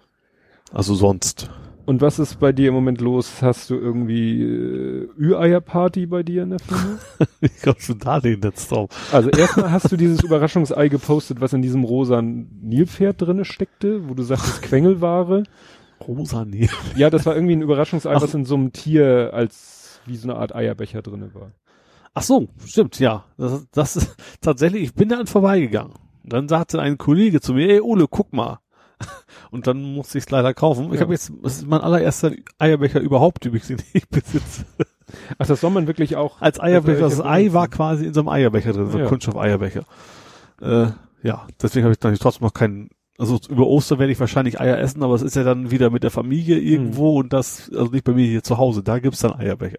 Also sonst. Und was ist bei dir im Moment los? Hast du irgendwie äh, Ü-Eier-Party bei dir in der Firma? Ich glaube schon da den jetzt drauf. Also erstmal hast du dieses Überraschungsei gepostet, was in diesem rosa Nilpferd drinne steckte, wo du sagtest Quengelware. Rosa, nee. Ja, das war irgendwie ein Überraschungsei, Ach. was in so einem Tier als wie so eine Art Eierbecher drinne war. Ach so, stimmt, ja. Das, das ist tatsächlich, ich bin da an vorbeigegangen. Und dann sagte ein Kollege zu mir, ey Ole, guck mal. Und dann musste ich es leider kaufen. Ich Ja. habe jetzt, das ist mein allererster Eierbecher überhaupt, den ich nicht besitze. Ach, das soll man wirklich auch Als Eierbecher, Also, das ich hab- Ei war quasi in so einem Eierbecher drin, so ein Ja. Kunststoff-Eierbecher. Äh, ja, deswegen habe ich dann trotzdem noch keinen, also über Ostern werde ich wahrscheinlich Eier essen, aber es ist ja dann wieder mit der Familie irgendwo und das, also nicht bei mir hier zu Hause, da gibt's dann Eierbecher.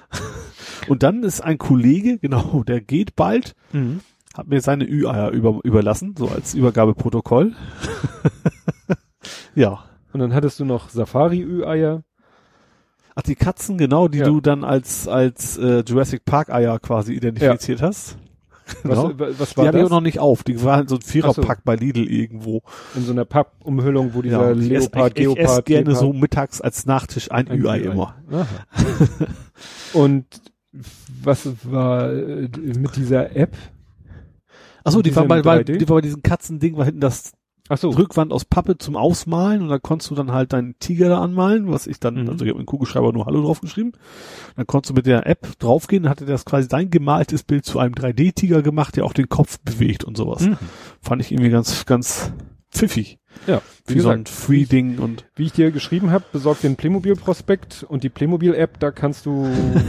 Und dann ist ein Kollege, genau, der geht bald, Mhm. hat mir seine Ü-Eier über, überlassen, so als Übergabeprotokoll. Ja. Und dann hattest du noch Safari-Ü-Eier. Ach, die Katzen, genau, die Ja. du dann als, als äh, Jurassic Park Eier quasi identifiziert hast. Genau. Was, was Die war habe ich das? auch noch nicht auf. Die war halt so ein Viererpack Ach so. bei Lidl irgendwo. In so einer Pappumhüllung, wo dieser Ja, ich esse Leopard, ich, ich Geopard, ess gerne Gepard- so mittags als Nachtisch ein, ein Ü-Ei Ü-Ei. immer. Aha. Und was war äh, mit dieser App? Achso, die Diesem war bei, bei, drei D? die war bei diesem Katzending, war hinten das Ach so. Rückwand aus Pappe zum Ausmalen und da konntest du dann halt deinen Tiger da anmalen, was ich dann, Mhm. also ich habe mit dem Kugelschreiber nur Hallo draufgeschrieben. Dann konntest du mit der App draufgehen, dann hatte das quasi dein gemaltes Bild zu einem drei D Tiger gemacht, der auch den Kopf bewegt und sowas. Mhm. Fand ich irgendwie ganz, ganz pfiffig. Ja, Wie so ein Free-Ding und wie ich dir geschrieben habe, besorg dir einen Playmobil-Prospekt und die Playmobil-App, da kannst du,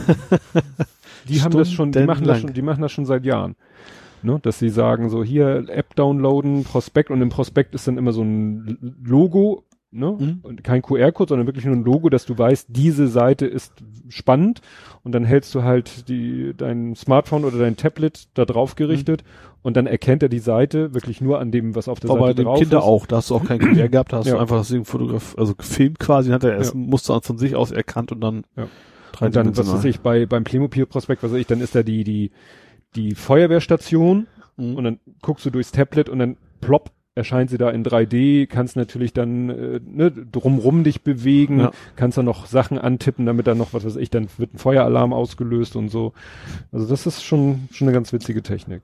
die haben das schon, die machen das schon, die machen das schon seit Jahren. Ne, dass sie sagen, so hier App downloaden, Prospekt und im Prospekt ist dann immer so ein Logo, ne, Mhm. und kein Q R-Code, sondern wirklich nur ein Logo, dass du weißt, diese Seite ist spannend und dann hältst du halt die, dein Smartphone oder dein Tablet da drauf gerichtet mhm. und dann erkennt er die Seite wirklich nur an dem, was auf der aber Seite bei drauf den Kinder ist. auch, da hast du auch kein Q R gehabt, da hast Ja. du einfach das Ding fotograf, also gefilmt quasi, hat er erst Ja. ein Muster von sich aus erkannt und dann Ja. Und dann, was weiß ich, bei, beim Playmobil-Prospekt, was weiß ich, dann ist da die, die, die Feuerwehrstation Mhm. und dann guckst du durchs Tablet und dann plopp, erscheint sie da in drei D, kannst natürlich dann äh, ne, drumrum dich bewegen, Ja. kannst dann noch Sachen antippen, damit dann noch, was weiß ich, dann wird ein Feueralarm ausgelöst und so. Also das ist schon, schon eine ganz witzige Technik.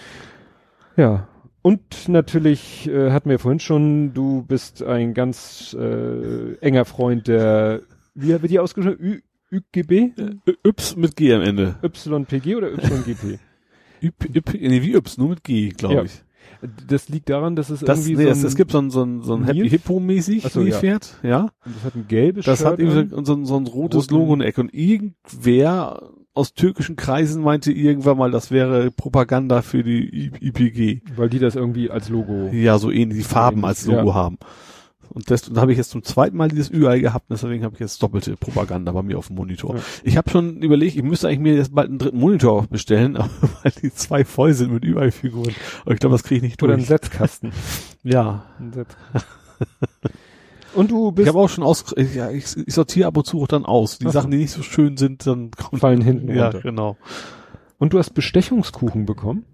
Ja. Und natürlich äh, hatten wir vorhin schon, du bist ein ganz äh, enger Freund der, wie wird die ausgesprochen? Ü, ÜGB? Yps mit G am Ende. Y P G oder Y G P? Yp, Yp, nee, wie Yps, nur mit G, glaube Ja. ich. Das liegt daran, dass es Das, irgendwie nee, so es, ein, es gibt so ein, so ein, so ein Happy Nils? Hippo mäßig Ach so, ja. Pferd, ja. das hat ein gelbes Das Shirt hat irgendwie an. so, so, ein- so ein rotes Roten- Logo in der Ecke und irgendwer aus türkischen Kreisen meinte irgendwann mal, das wäre Propaganda für die I- I P G. weil die das irgendwie als Logo. Ja, so ähnlich, die Farben ähnlich, als Logo ja. haben. Und das, und da habe ich jetzt zum zweiten Mal dieses Ü-Ei gehabt, und deswegen habe ich jetzt doppelte Propaganda bei mir auf dem Monitor. Ja. Ich habe schon überlegt, ich müsste eigentlich mir jetzt bald einen dritten Monitor bestellen, aber weil die zwei voll sind mit Ü-Ei-Figuren. Aber ich glaube, das kriege ich nicht Oder ein durch. Setzkasten. Ja. Ein Setzkasten. Und du Ich bist habe auch schon aus, ich, ja, ich, ich sortiere ab und zu auch dann aus. Die Ach so. Sachen, die nicht so schön sind, dann kommen, fallen hinten ja, runter. genau. Und du hast Bestechungskuchen bekommen?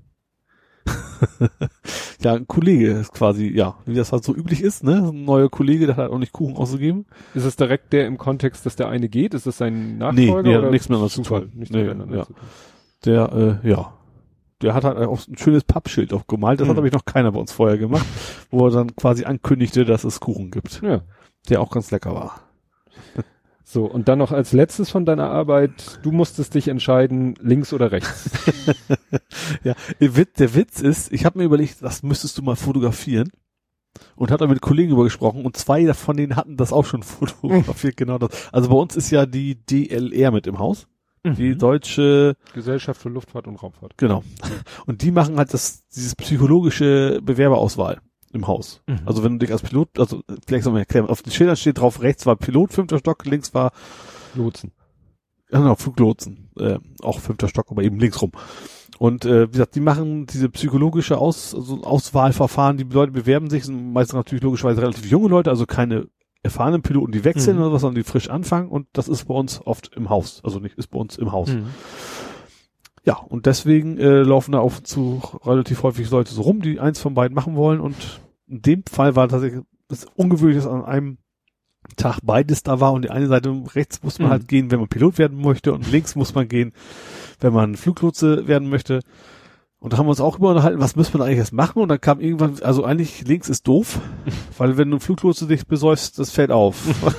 Ja, ein Kollege ist quasi, ja, wie das halt so üblich ist, ne? Ein neuer Kollege, der hat halt auch nicht Kuchen ausgegeben. Ist es direkt der im Kontext, dass der eine geht? Ist das sein Nee, Nachfolger? nee, oder nichts miteinander zu Zufall? tun. Nichts Nee, miteinander ja. zu tun. Der, äh, ja. Der hat halt auch ein schönes Pappschild auch gemalt. Das Mhm. hat aber ich noch keiner bei uns vorher gemacht, wo er dann quasi ankündigte, dass es Kuchen gibt. Ja. Der auch ganz lecker war. So, und dann noch als letztes von deiner Arbeit, du musstest dich entscheiden, links oder rechts. Ja, der Witz, der Witz ist, ich habe mir überlegt, das müsstest du mal fotografieren. Und hat dann mit Kollegen darüber gesprochen und zwei von denen hatten das auch schon fotografiert, genau das. Also bei uns ist ja die D L R mit im Haus. Die deutsche, Gesellschaft für Luftfahrt und Raumfahrt. genau. Und die machen halt das, dieses psychologische Bewerberauswahl im Haus. Mhm. Also wenn du dich als Pilot, also vielleicht soll man erklären, auf den Schildern steht drauf, rechts war Pilot, fünfter Stock, links war, Lotsen. genau, Fluglotsen, äh, auch fünfter Stock, aber eben links rum. Und äh, wie gesagt, die machen diese psychologische Aus, also Auswahlverfahren, die Leute bewerben sich, sind meistens natürlich logischerweise relativ junge Leute, also keine erfahrenen Piloten, die wechseln Mhm. oder was, sondern die frisch anfangen und das ist bei uns oft im Haus, also nicht, ist bei uns im Haus. Mhm. Ja, und deswegen äh, laufen da auf und zu relativ häufig Leute so rum, die eins von beiden machen wollen und in dem Fall war tatsächlich das ungewöhnlich, dass an einem Tag beides da war und die eine Seite rechts muss man Mhm. halt gehen, wenn man Pilot werden möchte und links muss man gehen, wenn man Fluglotse werden möchte. Und da haben wir uns auch über unterhalten, was müssen wir da eigentlich jetzt machen? Und dann kam irgendwann, also eigentlich links ist doof, weil wenn du Fluglotse dich besäufst, das fällt auf.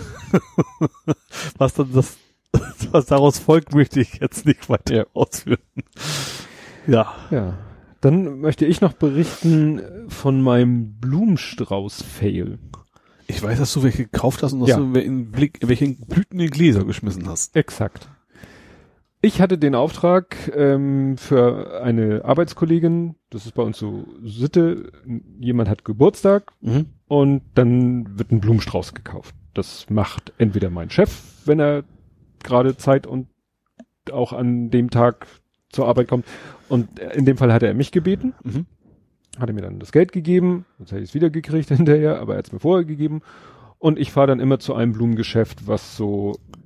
Was dann das, was daraus folgt, möchte ich jetzt nicht weiter Ja. ausführen. Ja. Ja. Dann möchte ich noch berichten von meinem Blumenstrauß-Fail. Ich weiß, dass du welche gekauft hast und dass Ja. du in Blick, welche Blüten in Gläser geschmissen hast. Exakt. Ich hatte den Auftrag ähm, für eine Arbeitskollegin, das ist bei uns so Sitte, jemand hat Geburtstag Mhm. und dann wird ein Blumenstrauß gekauft. Das macht entweder mein Chef, wenn er gerade Zeit und auch an dem Tag zur Arbeit kommt. Und in dem Fall hatte er mich gebeten, Mhm. hat er mir dann das Geld gegeben, jetzt habe ich es wieder gekriegt hinterher, aber er hat es mir vorher gegeben. Und ich fahre dann immer zu einem Blumengeschäft, was so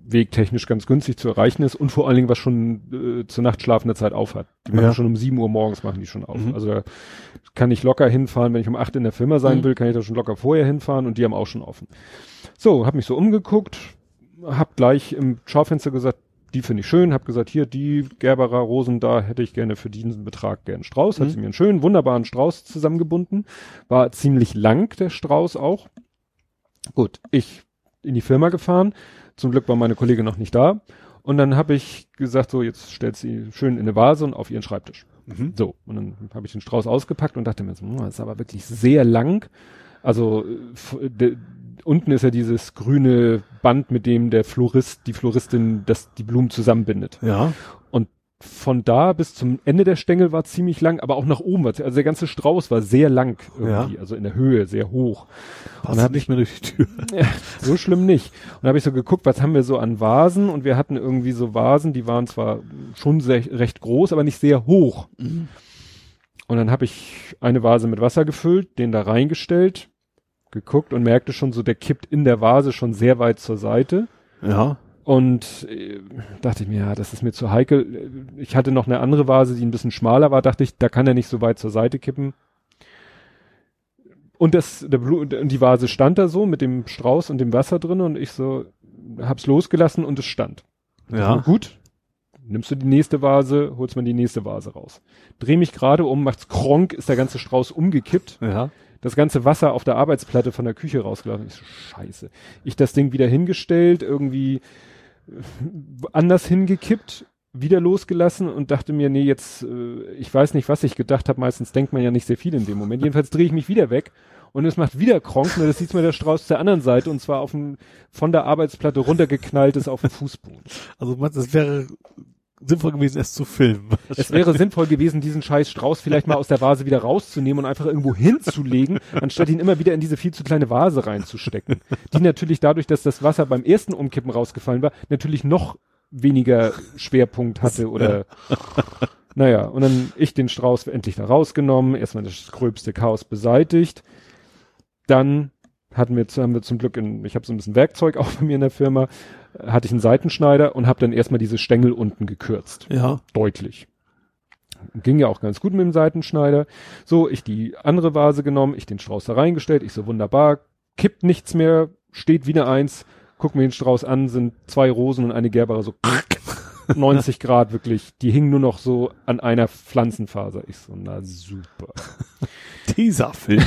wegtechnisch ganz günstig zu erreichen ist und vor allen Dingen was schon äh, zur Nachtschlafender Zeit auf hat. Die machen Ja. schon um sieben Uhr morgens machen die schon auf. Mhm. Also da kann ich locker hinfahren, wenn ich um acht in der Firma sein Mhm. will, kann ich da schon locker vorher hinfahren und die haben auch schon offen. So, hab mich so umgeguckt, hab gleich im Schaufenster gesagt, die finde ich schön, hab gesagt, hier, die Gerberer Rosen, da hätte ich gerne für diesen Betrag gern Strauß. Hat Mhm. sie mir einen schönen, wunderbaren Strauß zusammengebunden. War ziemlich lang, der Strauß auch. Gut, ich in die Firma gefahren. Zum Glück war meine Kollegin noch nicht da. Und dann habe ich gesagt, so, jetzt stellt sie schön in eine Vase und auf ihren Schreibtisch. Mhm. So, und dann habe ich den Strauß ausgepackt und dachte mir, so, hm, das ist aber wirklich sehr lang. Also f- de, unten ist ja dieses grüne Band, mit dem der Florist, die Floristin, das die Blumen zusammenbindet. Ja. Und von da bis zum Ende der Stängel war ziemlich lang, aber auch nach oben war, also der ganze Strauß war sehr lang irgendwie, Ja. also in der Höhe, sehr hoch. Passt hab nicht mehr durch die Tür. Ja, so schlimm nicht. Und da habe ich so geguckt, was haben wir so an Vasen, und wir hatten irgendwie so Vasen, die waren zwar schon sehr, recht groß, aber nicht sehr hoch. Mhm. Und dann habe ich eine Vase mit Wasser gefüllt, den da reingestellt, geguckt und merkte schon so, der kippt in der Vase schon sehr weit zur Seite. Ja. Und äh, dachte ich mir, ja, das ist mir zu heikel. Ich hatte noch eine andere Vase, die ein bisschen schmaler war, dachte ich, da kann er nicht so weit zur Seite kippen. Und das, der Blu und die Vase stand da so mit dem Strauß und dem Wasser drin, und ich so hab's losgelassen und es stand. Ja. Gut, nimmst du die nächste Vase, holst man die nächste Vase raus. Dreh mich gerade um, macht's kronk, ist der ganze Strauß umgekippt. Ja. Das ganze Wasser auf der Arbeitsplatte von der Küche rausgelassen. Ich so, scheiße. Ich das Ding wieder hingestellt, irgendwie anders hingekippt, wieder losgelassen und dachte mir, nee, jetzt, äh, ich weiß nicht, was ich gedacht habe. Meistens denkt man ja nicht sehr viel in dem Moment. Jedenfalls drehe ich mich wieder weg und es macht wieder Kronk. Und das sieht mir der Strauß zur anderen Seite, und zwar auf dem, von der Arbeitsplatte runtergeknallt ist auf den Fußboden. Also meinst du, es wäre sinnvoll gewesen, es zu filmen? Es wäre sinnvoll gewesen, diesen scheiß Strauß vielleicht mal aus der Vase wieder rauszunehmen und einfach irgendwo hinzulegen, anstatt ihn immer wieder in diese viel zu kleine Vase reinzustecken. Die natürlich dadurch, dass das Wasser beim ersten Umkippen rausgefallen war, natürlich noch weniger Schwerpunkt hatte oder, naja, und dann ich den Strauß endlich da rausgenommen, erstmal das gröbste Chaos beseitigt, dann hatten wir, haben wir zum Glück, in, ich habe so ein bisschen Werkzeug auch bei mir in der Firma, hatte ich einen Seitenschneider und habe dann erstmal diese Stängel unten gekürzt. Ja. Deutlich. Ging ja auch ganz gut mit dem Seitenschneider. So, ich die andere Vase genommen, ich den Strauß da reingestellt, ich so wunderbar, kippt nichts mehr, steht wieder eins, guck mir den Strauß an, sind zwei Rosen und eine Gerbera, so neunzig Grad wirklich, die hingen nur noch so an einer Pflanzenfaser. Ich so, na super. Dieser Film.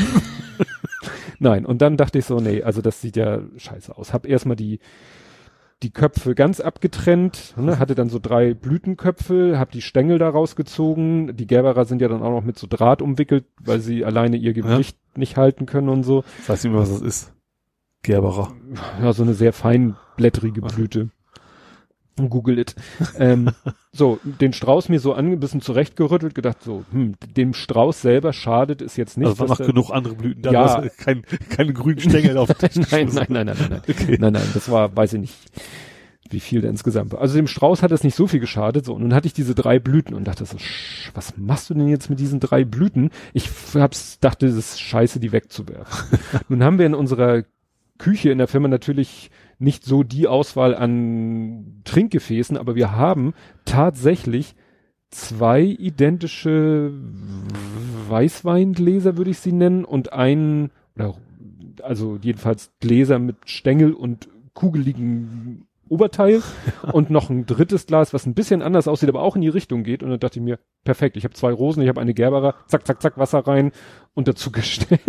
Nein, und dann dachte ich so, nee, also das sieht ja scheiße aus. Hab erstmal die die Köpfe ganz abgetrennt, ne, hatte dann so drei Blütenköpfe, hab die Stängel da rausgezogen. Die Gerbera sind ja dann auch noch mit so Draht umwickelt, weil sie alleine ihr Gewicht ja. nicht halten können und so. Ich weiß nicht mehr, was das ist. Gerberer. Ja, so eine sehr feinblättrige Blüte. Google it. ähm, so, den Strauß mir so ein bisschen zurechtgerüttelt, gedacht so, hm, dem Strauß selber schadet es jetzt nicht. Also waren noch genug andere Blüten da, ja. dass kein, keine grünen Stängel auf dem Tisch. nein, nein, nein, nein, nein, nein. Okay. Nein, nein, das war, weiß ich nicht, wie viel da insgesamt war. Also dem Strauß hat es nicht so viel geschadet, so, und nun hatte ich diese drei Blüten und dachte so, sch, was machst du denn jetzt mit diesen drei Blüten? Ich hab's, dachte, es ist scheiße, die wegzuwerfen. Nun haben wir in unserer Küche in der Firma natürlich nicht so die Auswahl an Trinkgefäßen, aber wir haben tatsächlich zwei identische Weißweingläser, würde ich sie nennen, und ein, oder, also jedenfalls Gläser mit Stängel und kugeligen Oberteil und noch ein drittes Glas, was ein bisschen anders aussieht, aber auch in die Richtung geht. Und dann dachte ich mir, perfekt, ich habe zwei Rosen, ich habe eine Gerbera, zack, zack, zack, Wasser rein und dazu gestellt.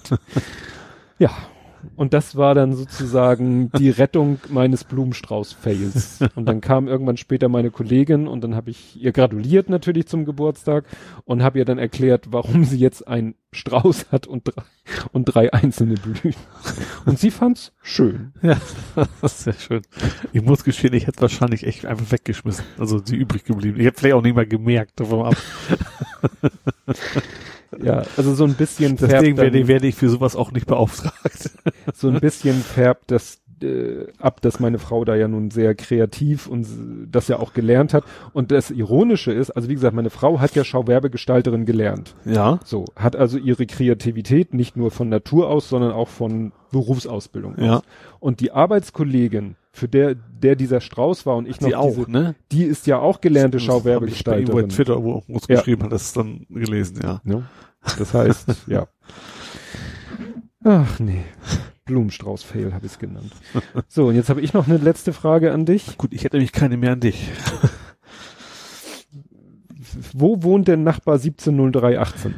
Ja. Und das war dann sozusagen die Rettung meines Blumenstrauß-Fails. Und dann kam irgendwann später meine Kollegin und dann habe ich ihr gratuliert natürlich zum Geburtstag und habe ihr dann erklärt, warum sie jetzt einen Strauß hat und drei, und drei einzelne Blüten. Und sie fand's schön. Ja, das ist sehr schön. Ich muss gestehen, ich hätte wahrscheinlich echt einfach weggeschmissen. Also sie übrig geblieben. Ich hätte vielleicht auch nicht mal gemerkt davon ab. Ja, also so ein bisschen Deswegen werde, werde ich für sowas auch nicht beauftragt. So ein bisschen färbt das äh, ab, dass meine Frau da ja nun sehr kreativ und das ja auch gelernt hat. Und das Ironische ist, also wie gesagt, meine Frau hat ja Schauwerbegestalterin gelernt. Ja. So, hat also ihre Kreativität nicht nur von Natur aus, sondern auch von Berufsausbildung aus. Ja. Und die Arbeitskollegin, für der, der dieser Strauß war und ich noch Die auch, diese, ne? die ist ja auch gelernte Das hab ich bei Schauwerbegestalterin. irgendwo bei Twitter, wo wo es Ja. geschrieben hat, das ist dann gelesen, ja. Ne? Das heißt, ja. Ach nee, Blumenstrauß-Fail habe ich es genannt. So, und jetzt habe ich noch eine letzte Frage an dich. Gut, ich hätte nämlich keine mehr an dich. Wo wohnt denn Nachbar siebzehn null drei achtzehn?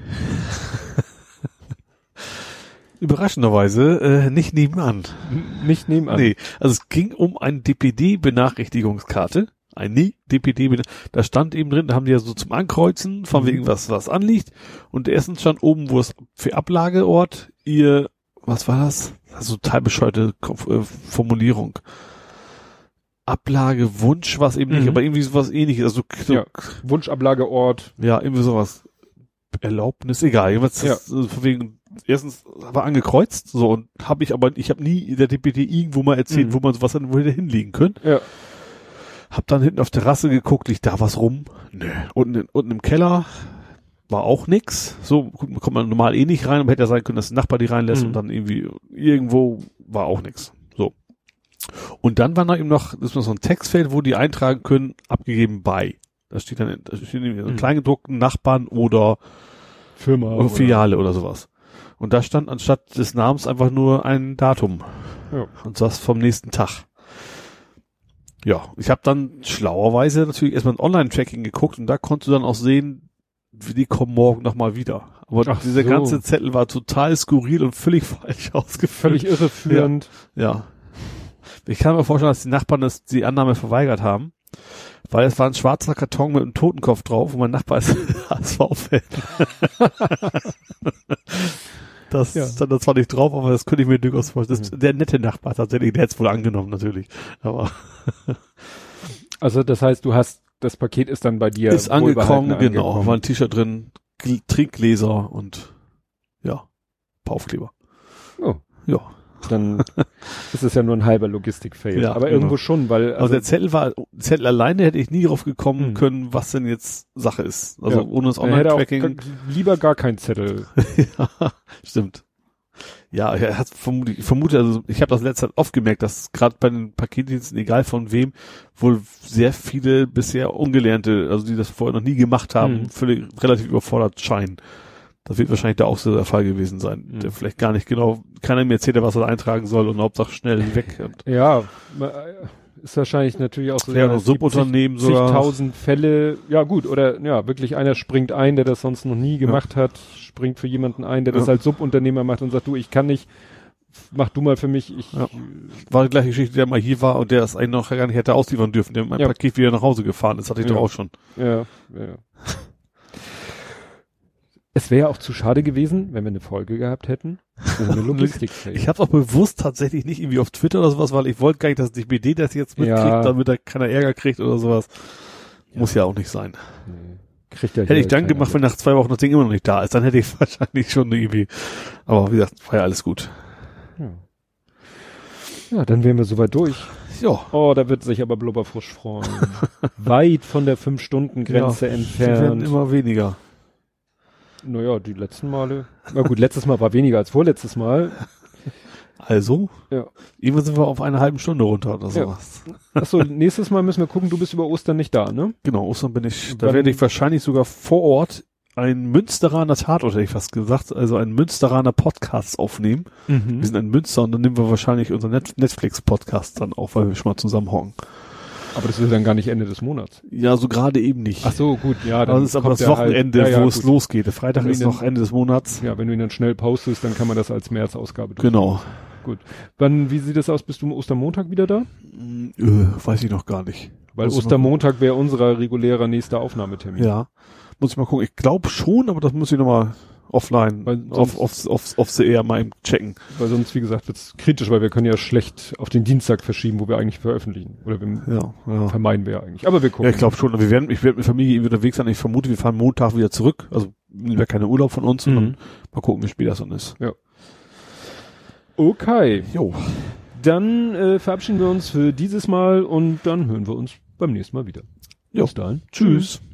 Überraschenderweise äh, nicht nebenan. N- Nicht nebenan. Nee, also es ging um eine D P D-Benachrichtigungskarte. Eine D P D, da stand eben drin, da haben die ja so zum Ankreuzen, von Mhm. wegen was, was anliegt. Und erstens stand oben, wo es für Ablageort ihr, was war das? Also total bescheuerte äh, Formulierung. Ablagewunsch, was eben nicht, Mhm. aber irgendwie sowas ähnliches. Also so, Ja. Wunschablageort. ja, irgendwie sowas. Erlaubnis, egal. Jedenfalls Ja. das, äh, von wegen, erstens war angekreuzt, so, und habe ich aber, ich habe nie in der D P D irgendwo mal erzählt, Mhm. wo man sowas dann wohl hinlegen könnte. Ja. Hab dann hinten auf Terrasse geguckt, liegt da was rum? Nö. Unten, in, unten im Keller war auch nix. So gut, kommt man normal eh nicht rein, aber hätte ja sein können, dass der Nachbar die reinlässt Mhm. und dann irgendwie irgendwo war auch nix. So. Und dann war da eben noch, das ist noch so ein Textfeld, wo die eintragen können, abgegeben bei. Da steht dann, da steht irgendwie so Mhm. Kleingedruckten Nachbarn oder Firma. oder Filiale oder sowas. Und da stand anstatt des Namens einfach nur ein Datum. Ja. Und das vom nächsten Tag. Ja, ich habe dann schlauerweise natürlich erstmal ein Online-Tracking geguckt und da konntest du dann auch sehen, wie die kommen morgen nochmal wieder. Aber Ach dieser so. ganze Zettel war total skurril und völlig falsch ausgefüllt. Völlig irreführend. Ja. Ich kann mir vorstellen, dass die Nachbarn das, die Annahme verweigert haben, weil es war ein schwarzer Karton mit einem Totenkopf drauf und mein Nachbar ist H S V-Fan. Das Ja. stand da zwar nicht drauf, aber das könnte ich mir durchaus vorstellen. Das Mhm. ist der nette Nachbar tatsächlich, der hätte es wohl angenommen natürlich. Aber Also das heißt, du hast, das Paket ist dann bei dir ist angekommen, wohlbehalten genau. angekommen. War ein T-Shirt drin, Gl- Trinkgläser und ja, paar Aufkleber. Oh. Ja. Dann ist es ja nur ein halber Logistik-Fail. Ja, aber genau. irgendwo schon, weil Also also der Zettel war, Zettel alleine hätte ich nie drauf gekommen Mhm. können, was denn jetzt Sache ist. Also Ja. ohne das er hätte auch Online-Tracking. gar- lieber gar kein Zettel. Ja, stimmt. Ja, er hat vermutlich, ich vermute, also ich habe das letzte Zeit oft gemerkt, dass gerade bei den Paketdiensten, egal von wem, wohl sehr viele bisher Ungelernte, also die das vorher noch nie gemacht haben, Mhm. völlig relativ überfordert scheinen. Das wird wahrscheinlich da auch so der Fall gewesen sein. Mhm. Der vielleicht gar nicht genau, keiner mir erzählt, was er eintragen soll und Hauptsache schnell weg. Und Ja, ma- ist wahrscheinlich natürlich auch so. ja, noch es gibt Subunternehmen zig- sogar. zigtausend Fälle. Ja gut, oder ja, wirklich einer springt ein, der das sonst noch nie gemacht hat, springt für jemanden ein, der das Ja. als Subunternehmer macht und sagt, du, ich kann nicht, mach du mal für mich. Ich, Ja. War die gleiche Geschichte, der mal hier war und der es eigentlich noch gar nicht hätte ausliefern dürfen, der mit meinem Ja. Paket wieder nach Hause gefahren ist, hatte ich Ja. doch auch schon. ja, ja. Es wäre auch zu schade gewesen, wenn wir eine Folge gehabt hätten, ohne Logistik. Ich habe auch bewusst tatsächlich nicht irgendwie auf Twitter oder sowas, weil ich wollte gar nicht, dass D B D das jetzt mitkriegt, Ja. damit er keiner Ärger kriegt oder sowas. Ja. Muss ja auch nicht sein. Nee. Kriegt ja Hätte hier ich dann keiner gemacht, mit. wenn nach zwei Wochen das Ding immer noch nicht da ist, dann hätte ich wahrscheinlich schon irgendwie, aber wie gesagt, war ja alles gut. Ja. Ja, dann wären wir soweit durch. Ja. Oh, da wird sich aber Blubberfrosch freuen. Weit von der fünf-Stunden-Grenze Ja, die werden entfernt. immer weniger. Naja, die letzten Male. Na gut, letztes Mal war weniger als vorletztes Mal. Also, Ja. irgendwann sind wir auf eine halbe Stunde runter oder Ja. sowas. Achso, nächstes Mal müssen wir gucken, du bist über Ostern nicht da, ne? Genau, Ostern bin ich, da Wann- werde ich wahrscheinlich sogar vor Ort ein Münsteraner Tatort, hätte ich fast gesagt, also ein Münsteraner Podcast aufnehmen. Wir Mhm. sind in Münster und dann nehmen wir wahrscheinlich unseren Net Netflix-Podcast dann auf, weil wir schon mal zusammenhocken. Aber das ist dann gar nicht Ende des Monats. Ja, so gerade eben nicht. Ach so, gut, ja. das ist aber kommt das der halt- Wochenende, ja, ja, wo es gut. losgeht. Der Freitag Wenn ist du noch ihn- Ende des Monats. Ja, wenn du ihn dann schnell postest, dann kann man das als März-Ausgabe tun. Genau. Gut. Wann, wie sieht das aus? Bist du am Ostermontag wieder da? Hm, äh, weiß ich noch gar nicht. Weil Muss ich mal Ostermontag wäre unser regulärer nächster Aufnahmetermin. Ja. Muss ich mal gucken. Ich glaube schon, aber das muss ich nochmal offline, Weil auf, sonst- auf, auf, auf the air mal eben checken. Weil sonst, wie gesagt, wird's kritisch, weil wir können ja schlecht auf den Dienstag verschieben, wo wir eigentlich veröffentlichen. Oder wir Ja, ja. vermeiden wir ja eigentlich. Aber wir gucken. Ja, ich glaube schon. Wir werden, ich werde mit Familie irgendwie unterwegs sein. Ich vermute, wir fahren Montag wieder zurück. Also, wäre kein Urlaub von uns, sondern Mhm. mal gucken, wie spät das dann ist. Okay. Jo. dann äh, verabschieden wir uns für dieses Mal und dann hören wir uns beim nächsten Mal wieder. Jo. Bis dahin. Tschüss.